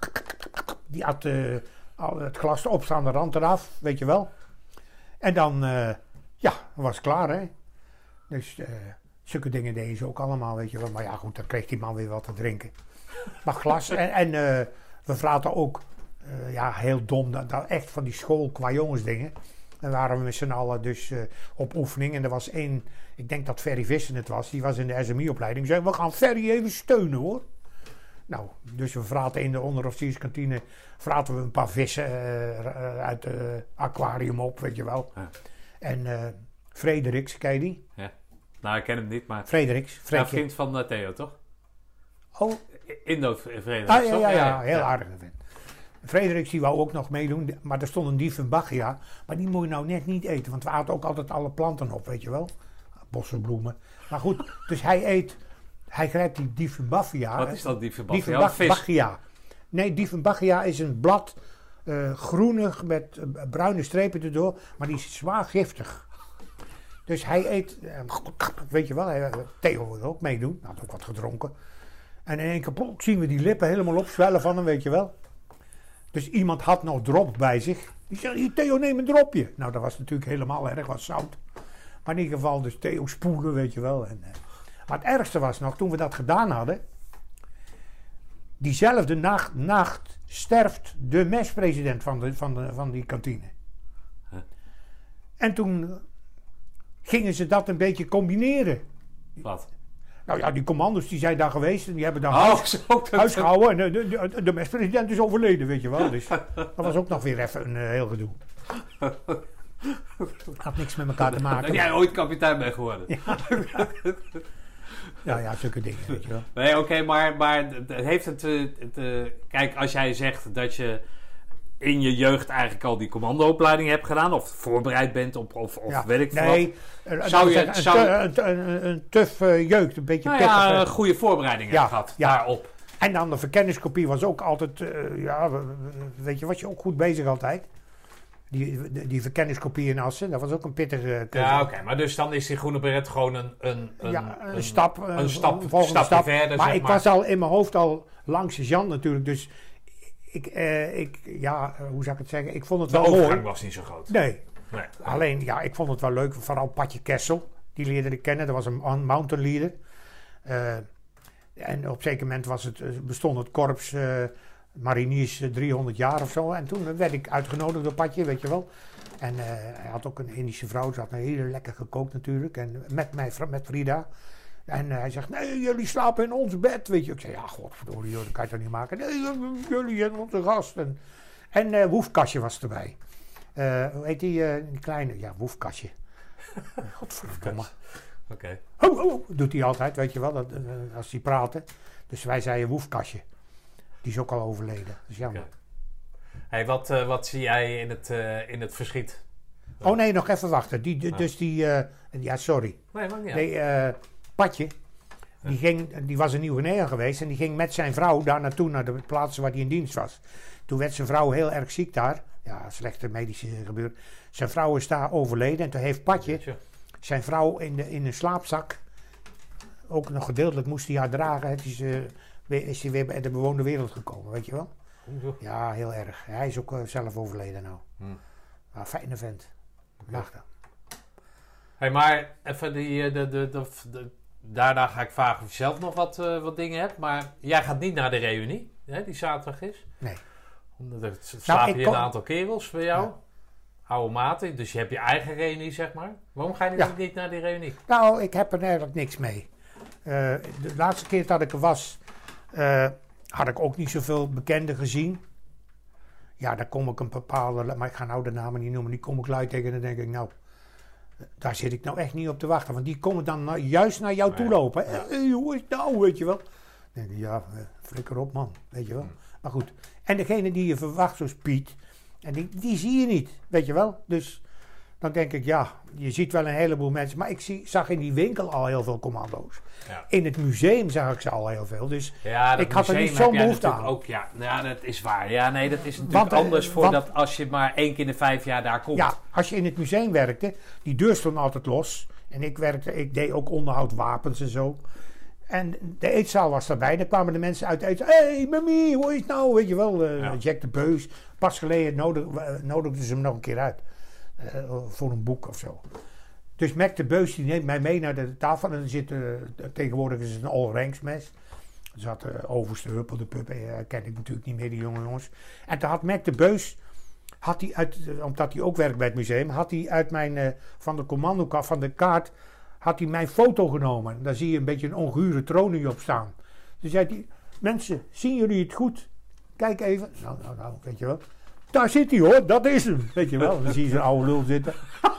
Speaker 2: die had uh, het glas de opstaande rand eraf, weet je wel. En dan, uh, ja, was het klaar, hè. Dus, uh, zulke dingen deden ze ook allemaal, weet je wel. Maar ja, goed, dan kreeg die man weer wat te drinken. Maar glas, en, en uh, we vraten ook, uh, ja, heel dom, dat, dat echt van die school qua jongensdingen. Dan waren we met z'n allen dus uh, op oefening. En er was één, ik denk dat Ferry Vissen het was, die was in de S M I-opleiding. Die zei, we gaan Ferry even steunen, hoor. Nou, dus we vraten in de onderofficierskantine, vraten we een paar vissen uh, uit het uh, aquarium op, weet je wel. Ja. En uh, Frederiks, ken je die?
Speaker 3: Ja. Nou, ik ken hem niet, maar...
Speaker 2: Frederiks.
Speaker 3: Ja, vriend van uh, Theo, toch?
Speaker 2: Oh.
Speaker 3: Indo-Frederiks,
Speaker 2: ah, ja, ja, ja,
Speaker 3: ja,
Speaker 2: heel
Speaker 3: ja.
Speaker 2: aardig vent. Frederiks die wou ook nog meedoen, maar er stond een Diefenbachia. Maar die moet je nou net niet eten, want we aten ook altijd alle planten op, weet je wel. Bossenbloemen. Maar goed, dus hij eet, hij grijpt die Diefenbachia.
Speaker 3: Wat is dat, Diefenbachia?
Speaker 2: Diefenbachia. Nee, Diefenbachia is een blad, uh, groenig met uh, bruine strepen erdoor, maar die is zwaar giftig. Dus hij eet, uh, weet je wel, hij, Theo wil ook meedoen, hij had ook wat gedronken. En in één keer plok, zien we die lippen helemaal opzwellen van hem, weet je wel. Dus iemand had nog drop bij zich. Die zei, Theo, neem een dropje. Nou, dat was natuurlijk helemaal erg wat zout. Maar in ieder geval, dus Theo spoelen, weet je wel. En, uh, maar het ergste was nog, toen we dat gedaan hadden. Diezelfde nacht, nacht sterft de mespresident van, de, van, de, van die kantine. Huh? En toen gingen ze dat een beetje combineren.
Speaker 3: Wat?
Speaker 2: Nou ja, die commando's die zijn daar geweest en die hebben daar
Speaker 3: oh,
Speaker 2: huis,
Speaker 3: zo,
Speaker 2: huis gehouden. En de, de, de, de mespresident is overleden, weet je wel. Dus dat was ook nog weer even een uh, heel gedoe. Had niks met elkaar te maken.
Speaker 3: Dat jij ooit kapitein bent geworden.
Speaker 2: Ja, ja, ja, zulke dingen, weet je wel.
Speaker 3: Nee, oké, okay, maar, maar heeft het... het uh, kijk, als jij zegt dat je in je jeugd eigenlijk al die commandoopleiding hebt gedaan, of voorbereid bent op, of, of ja, weet ik veel
Speaker 2: nee,
Speaker 3: wat. Zou je
Speaker 2: zeggen,
Speaker 3: zou,
Speaker 2: een, een, een, een tuf uh, jeugd, een beetje
Speaker 3: nou
Speaker 2: pittig.
Speaker 3: Ja, een goede voorbereiding
Speaker 2: ja,
Speaker 3: hebt gehad
Speaker 2: ja.
Speaker 3: daarop.
Speaker 2: En dan de verkenningskopie was ook altijd, uh, ja, weet je, was je ook goed bezig altijd. Die, die, die verkenningskopie in Assen, dat was ook een pittige... Uh,
Speaker 3: ja, oké, okay, maar dus dan is die groene beret gewoon een... Een, een,
Speaker 2: ja, een,
Speaker 3: een
Speaker 2: stap,
Speaker 3: een, een stap,
Speaker 2: een
Speaker 3: stap
Speaker 2: stap
Speaker 3: verder,
Speaker 2: maar
Speaker 3: zeg
Speaker 2: ik
Speaker 3: maar.
Speaker 2: was al in mijn hoofd al langs sergeant natuurlijk, dus ik, uh, ik ja, uh, hoe zou ik het zeggen, ik vond het
Speaker 3: de
Speaker 2: wel mooi.
Speaker 3: De overgang was niet zo groot.
Speaker 2: Nee.
Speaker 3: nee.
Speaker 2: Alleen, ja, ik vond het wel leuk, vooral Patje Kessel, die leerde ik kennen, dat was een mountain leader. Uh, en op een zeker moment was het, bestond het korps uh, mariniers uh, driehonderd jaar of zo, en toen werd ik uitgenodigd door Patje, weet je wel. En uh, hij had ook een Indische vrouw, ze had een hele lekker gekookt natuurlijk, en met, mij, met Frida. En uh, hij zegt, nee, jullie slapen in ons bed, weet je. Ik zei, ja, godverdorie, joh, dat kan je toch niet maken. Nee, jullie zijn onze gasten. En uh, Woefkastje was erbij. Uh, hoe heet die, uh, die kleine? Ja, Woefkastje. Godverdomme.
Speaker 3: Oké.
Speaker 2: Okay. Oh, oh, doet hij altijd, weet je wel, dat, uh, als die praten. Dus wij zeiden Woefkastje. Die is ook al overleden, dat is jammer. Okay.
Speaker 3: Hey, wat, uh, wat zie jij in het, uh, in het verschiet?
Speaker 2: Oh nee, nog even wachten. Die, die, dus die, uh, ja, sorry.
Speaker 3: Nee, mag niet.
Speaker 2: Nee, uh, Patje, die, ging, die was in Nieuw-Guinea geweest en die ging met zijn vrouw daar naartoe, naar de plaatsen waar hij in dienst was. Toen werd zijn vrouw heel erg ziek daar. Ja, slechte medische gebeuren. Zijn vrouw is daar overleden en toen heeft Patje zijn vrouw in, de, in een slaapzak, ook nog gedeeltelijk moest hij haar dragen. Het is, uh, is hij weer bij de bewoonde wereld gekomen, weet je wel? Ja, heel erg. Hij is ook uh, zelf overleden nou. Hmm. Maar fijne vent. Mag dat.
Speaker 3: Hey, maar even die, de, de, de, de, daarna ga ik vragen of je zelf nog wat, uh, wat dingen hebt. Maar jij gaat niet naar de reunie, hè, die zaterdag is?
Speaker 2: Nee.
Speaker 3: Omdat er slapen nou, hier
Speaker 2: kon...
Speaker 3: een aantal kerels bij jou. Ja. oude maten. Dus je hebt je eigen reunie, zeg maar. Waarom ga je
Speaker 2: Ja.
Speaker 3: niet, niet naar die reunie?
Speaker 2: Nou, ik heb er eigenlijk niks mee. Uh, de laatste keer dat ik er was, uh, had ik ook niet zoveel bekenden gezien. Ja, daar kom ik een bepaalde, maar ik ga nou de namen niet noemen, die kom ik luid tegen en dan denk ik, nou, daar zit ik nou echt niet op te wachten. Want die komen dan na, juist naar jou toe lopen. Ja. Hey, hoe is het nou, weet je wel. Dan denk ik, ja, flikker op man, weet je wel. Maar goed, en degene die je verwacht, zoals Piet, en die, die zie je niet, weet je wel. Dus dan denk ik, ja, je ziet wel een heleboel mensen. Maar ik zie, zag in die winkel al heel veel commando's. Ja. In het museum zag ik ze al heel veel. Dus
Speaker 3: ja,
Speaker 2: ik had er niet zo'n behoefte aan.
Speaker 3: Ook, ja, ja, dat is waar. Ja, nee, dat is natuurlijk want, anders voor want, dat als je maar één keer in de vijf jaar daar komt.
Speaker 2: Ja, als je in het museum werkte, die deur stond altijd los. En ik werkte, ik deed ook onderhoud wapens en zo. En de eetzaal was daarbij. Dan kwamen de mensen uit de eetzaal. Hé, hey, mami, hoe is het nou? Weet je wel, uh, ja. Jack de Beus. Pas geleden nodig, uh, nodigden ze hem nog een keer uit. Uh, voor een boek of zo. Dus Mac de Beus die neemt mij mee naar de tafel. En dan zit uh, tegenwoordig is het een all-ranks mes. Er zat uh, overste Huppel de Pup. Uh, ken ik natuurlijk niet meer, die jonge jongens. En toen had Mac de Beus, had hij uit, uh, omdat hij ook werkt bij het museum, had hij uit mijn, uh, van de commando van de kaart, had hij mijn foto genomen. En daar zie je een beetje een ongure tronie op staan. Dus zei hij, mensen, zien jullie het goed? Kijk even. Nou, nou, nou, weet je wel. Daar zit hij hoor, dat is hem. Weet je wel, dan zie je zo'n oude lul zitten.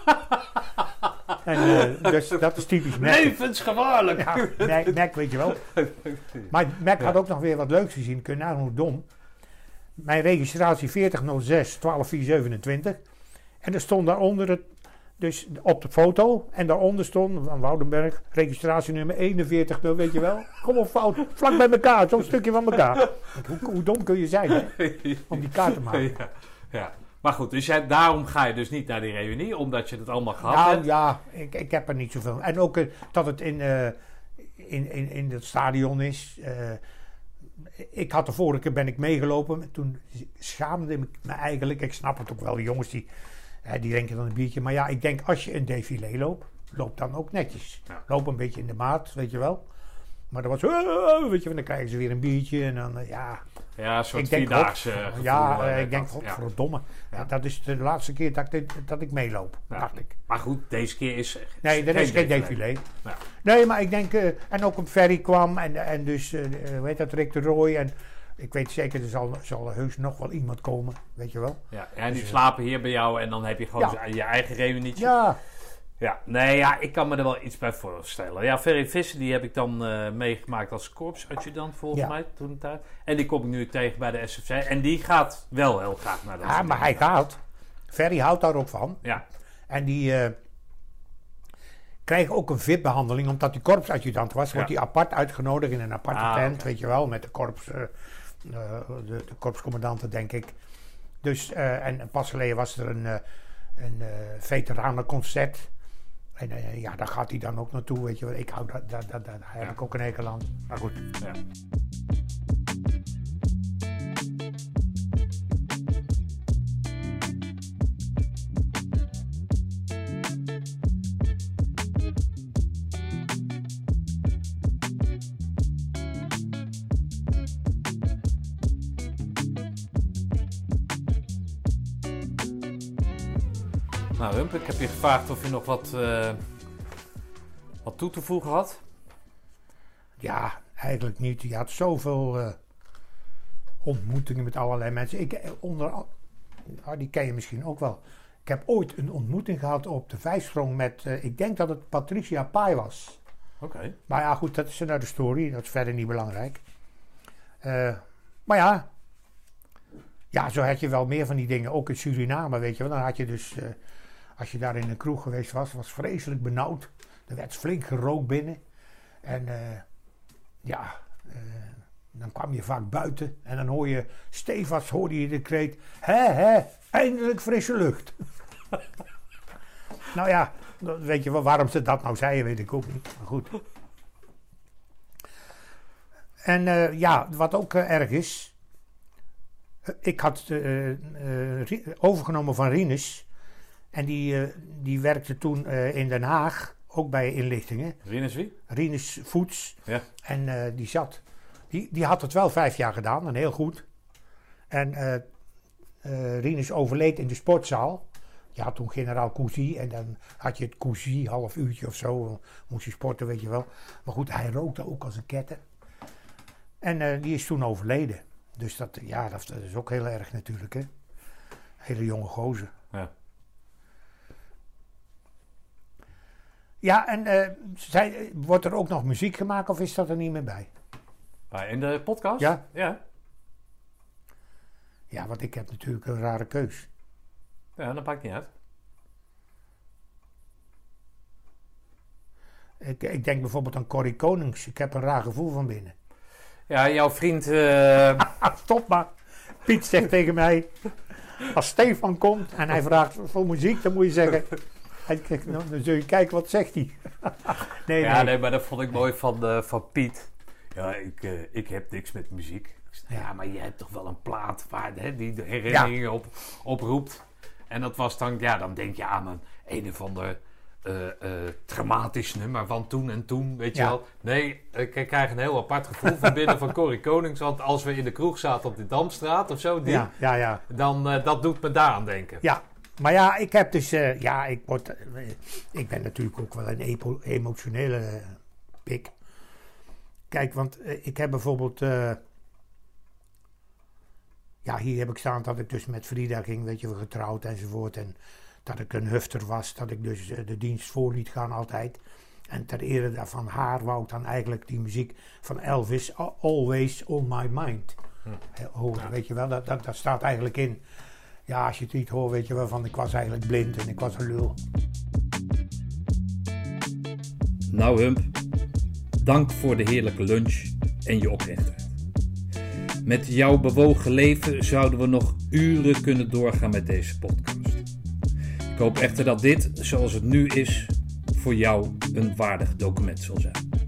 Speaker 2: En uh, dus dat is typisch Mac.
Speaker 3: Levensgevaarlijk.
Speaker 2: Ja, Mac, Mac, weet je wel. Maar Mac had ook nog weer wat leuks gezien. Kun je nou hoe dom. Mijn registratie veertig nul zes twaalf vier zevenentwintig. En er stond daaronder het, dus op de foto. En daaronder stond van Woudenberg, registratienummer eenenveertig, weet je wel. Kom op fout, vlak bij elkaar, zo'n stukje van elkaar. Hoe, hoe dom kun je zijn, hè? Om die kaart te maken.
Speaker 3: Ja, ja. Maar goed, dus jij, daarom ga je dus niet naar die reunie, omdat je het allemaal gehad
Speaker 2: nou,
Speaker 3: hebt?
Speaker 2: Ja, ik, ik heb er niet zoveel. En ook uh, dat het in, uh, in, in, in het stadion is. Uh, ik had de vorige keer ben ik meegelopen. Toen schaamde ik me eigenlijk. Ik snap het ook wel, de jongens die, uh, die denken dan een biertje. Maar ja, ik denk als je een défilé loopt, loop dan ook netjes. Ja. Loop een beetje in de maat, weet je wel. Maar dan was uh, weet je, dan krijgen ze weer een biertje en dan, uh, ja...
Speaker 3: Ja, een soort vierdaagse gevoel.
Speaker 2: Ja, uh, ik denk, godverdomme. Ja. Ja, dat is de laatste keer dat ik, dat ik meeloop, ja. dacht ik.
Speaker 3: Maar goed, deze keer is...
Speaker 2: Nee, er is geen défilé. Ja. Nee, maar ik denk... Uh, en ook een ferry kwam en, en dus, uh, hoe heet dat, Rick de Rooij en... Ik weet zeker, er zal, zal heus nog wel iemand komen, weet je wel.
Speaker 3: Ja, en die dus, slapen hier bij jou en dan heb je gewoon ja. je eigen reunietje.
Speaker 2: Ja.
Speaker 3: Ja, nee, ja, ik kan me er wel iets bij voorstellen. Ja, Ferry Visser, die heb ik dan uh, meegemaakt als korpsadjudant volgens ja. mij toen de tijd. En die kom ik nu tegen bij de S F C. En die gaat wel heel graag naar de
Speaker 2: Ja, maar hij gaat. Ferry houdt daar ook van.
Speaker 3: Ja.
Speaker 2: En die uh, krijgt ook een V I P-behandeling, omdat hij korpsadjudant was. Wordt hij ja. apart uitgenodigd in een aparte ah, tent, okay. weet je wel, met de korps, uh, uh, de, de korpscommandanten, denk ik. Dus, uh, en pas geleden was er een, uh, een uh, veteranenconcert. En uh, ja, daar gaat hij dan ook naartoe, weet je wel. Ik hou daar, daar, daar, daar heb ja. ik ook een hekel aan. Maar goed. Ja.
Speaker 3: Nou, Hump, ik heb je gevraagd of je nog wat, uh, wat toe te voegen had.
Speaker 2: Ja, eigenlijk niet. Je had zoveel uh, ontmoetingen met allerlei mensen. Ik, onder, nou, die ken je misschien ook wel. Ik heb ooit een ontmoeting gehad op de vijfsprong met, uh, ik denk dat het Patricia Pai was.
Speaker 3: Oké. Okay.
Speaker 2: Maar ja, goed, dat is een de story. Dat is verder niet belangrijk. Uh, maar ja, ja, zo had je wel meer van die dingen. Ook in Suriname, weet je wel. Dan had je dus... Uh, Als je daar in een kroeg geweest was, was vreselijk benauwd. Er werd flink gerookt binnen. En uh, ja, uh, dan kwam je vaak buiten. En dan hoor je, stevast hoorde je de kreet. Hè, hè, eindelijk frisse lucht. Nou ja, weet je wel, waarom ze dat nou zeiden, weet ik ook niet. Maar goed. En uh, ja, wat ook uh, erg is. Uh, ik had uh, uh, overgenomen van Rinus. En die, uh, die werkte toen uh, in Den Haag, ook bij inlichtingen.
Speaker 3: Rinus wie?
Speaker 2: Rinus Voets.
Speaker 3: Ja.
Speaker 2: En uh, die zat, die, die had het wel vijf jaar gedaan en heel goed. En uh, uh, Rinus overleed in de sportzaal. Je had toen generaal Cousy en dan had je het Cousy, half uurtje of zo. Moest je sporten, weet je wel. Maar goed, hij rookte ook als een ketter. En uh, die is toen overleden. Dus dat, ja, dat, dat is ook heel erg natuurlijk, hè. Hele jonge gozer.
Speaker 3: Ja.
Speaker 2: Ja, en uh, zij, wordt er ook nog muziek gemaakt of is dat er niet meer bij?
Speaker 3: In de podcast?
Speaker 2: Ja.
Speaker 3: Ja.
Speaker 2: Ja, want ik heb natuurlijk een rare keus.
Speaker 3: Ja, dat maakt niet uit.
Speaker 2: Ik, ik denk bijvoorbeeld aan Corrie Konings. Ik heb een raar gevoel van binnen.
Speaker 3: Ja, jouw vriend... Uh...
Speaker 2: Stop maar. Piet zegt tegen mij... Als Stefan komt en hij vraagt voor muziek, dan moet je zeggen... Hij zegt, nou, dan zul je kijken wat zegt hij. nee,
Speaker 3: ja,
Speaker 2: nee.
Speaker 3: nee, maar dat vond ik mooi van, uh, van Piet. Ja, ik, uh, ik heb niks met muziek. Ja, ja, maar je hebt toch wel een plaat waar, hè, die de herinneringen ja. op, oproept. En dat was dan, ja, dan denk je aan een een of ander uh, uh, dramatisch nummer van toen en toen, weet je
Speaker 2: ja.
Speaker 3: wel. Nee, ik krijg een heel apart gevoel van binnen van Corrie Konings. Want als we in de kroeg zaten op de Damstraat of zo, die,
Speaker 2: ja, ja, ja.
Speaker 3: dan uh, dat doet me daaraan denken.
Speaker 2: Ja, maar ja, ik heb dus, uh, ja, ik word, uh, ik ben natuurlijk ook wel een epo- emotionele uh, pik. Kijk, want uh, ik heb bijvoorbeeld... Uh, Ja, hier heb ik staan dat ik dus met Frida ging, weet je, getrouwd enzovoort. En dat ik een hufter was, dat ik dus uh, de dienst voor liet gaan altijd. En ter ere van haar wou ik dan eigenlijk die muziek van Elvis, Always on My Mind, hm. horen. Ja. Weet je wel, dat, dat, dat staat eigenlijk in. Ja, als je het niet hoort, weet je wel, van ik was eigenlijk blind en ik was een lul.
Speaker 1: Nou Hump, dank voor de heerlijke lunch en je oprechtheid. Met jouw bewogen leven zouden we nog uren kunnen doorgaan met deze podcast. Ik hoop echter dat dit, zoals het nu is, voor jou een waardig document zal zijn.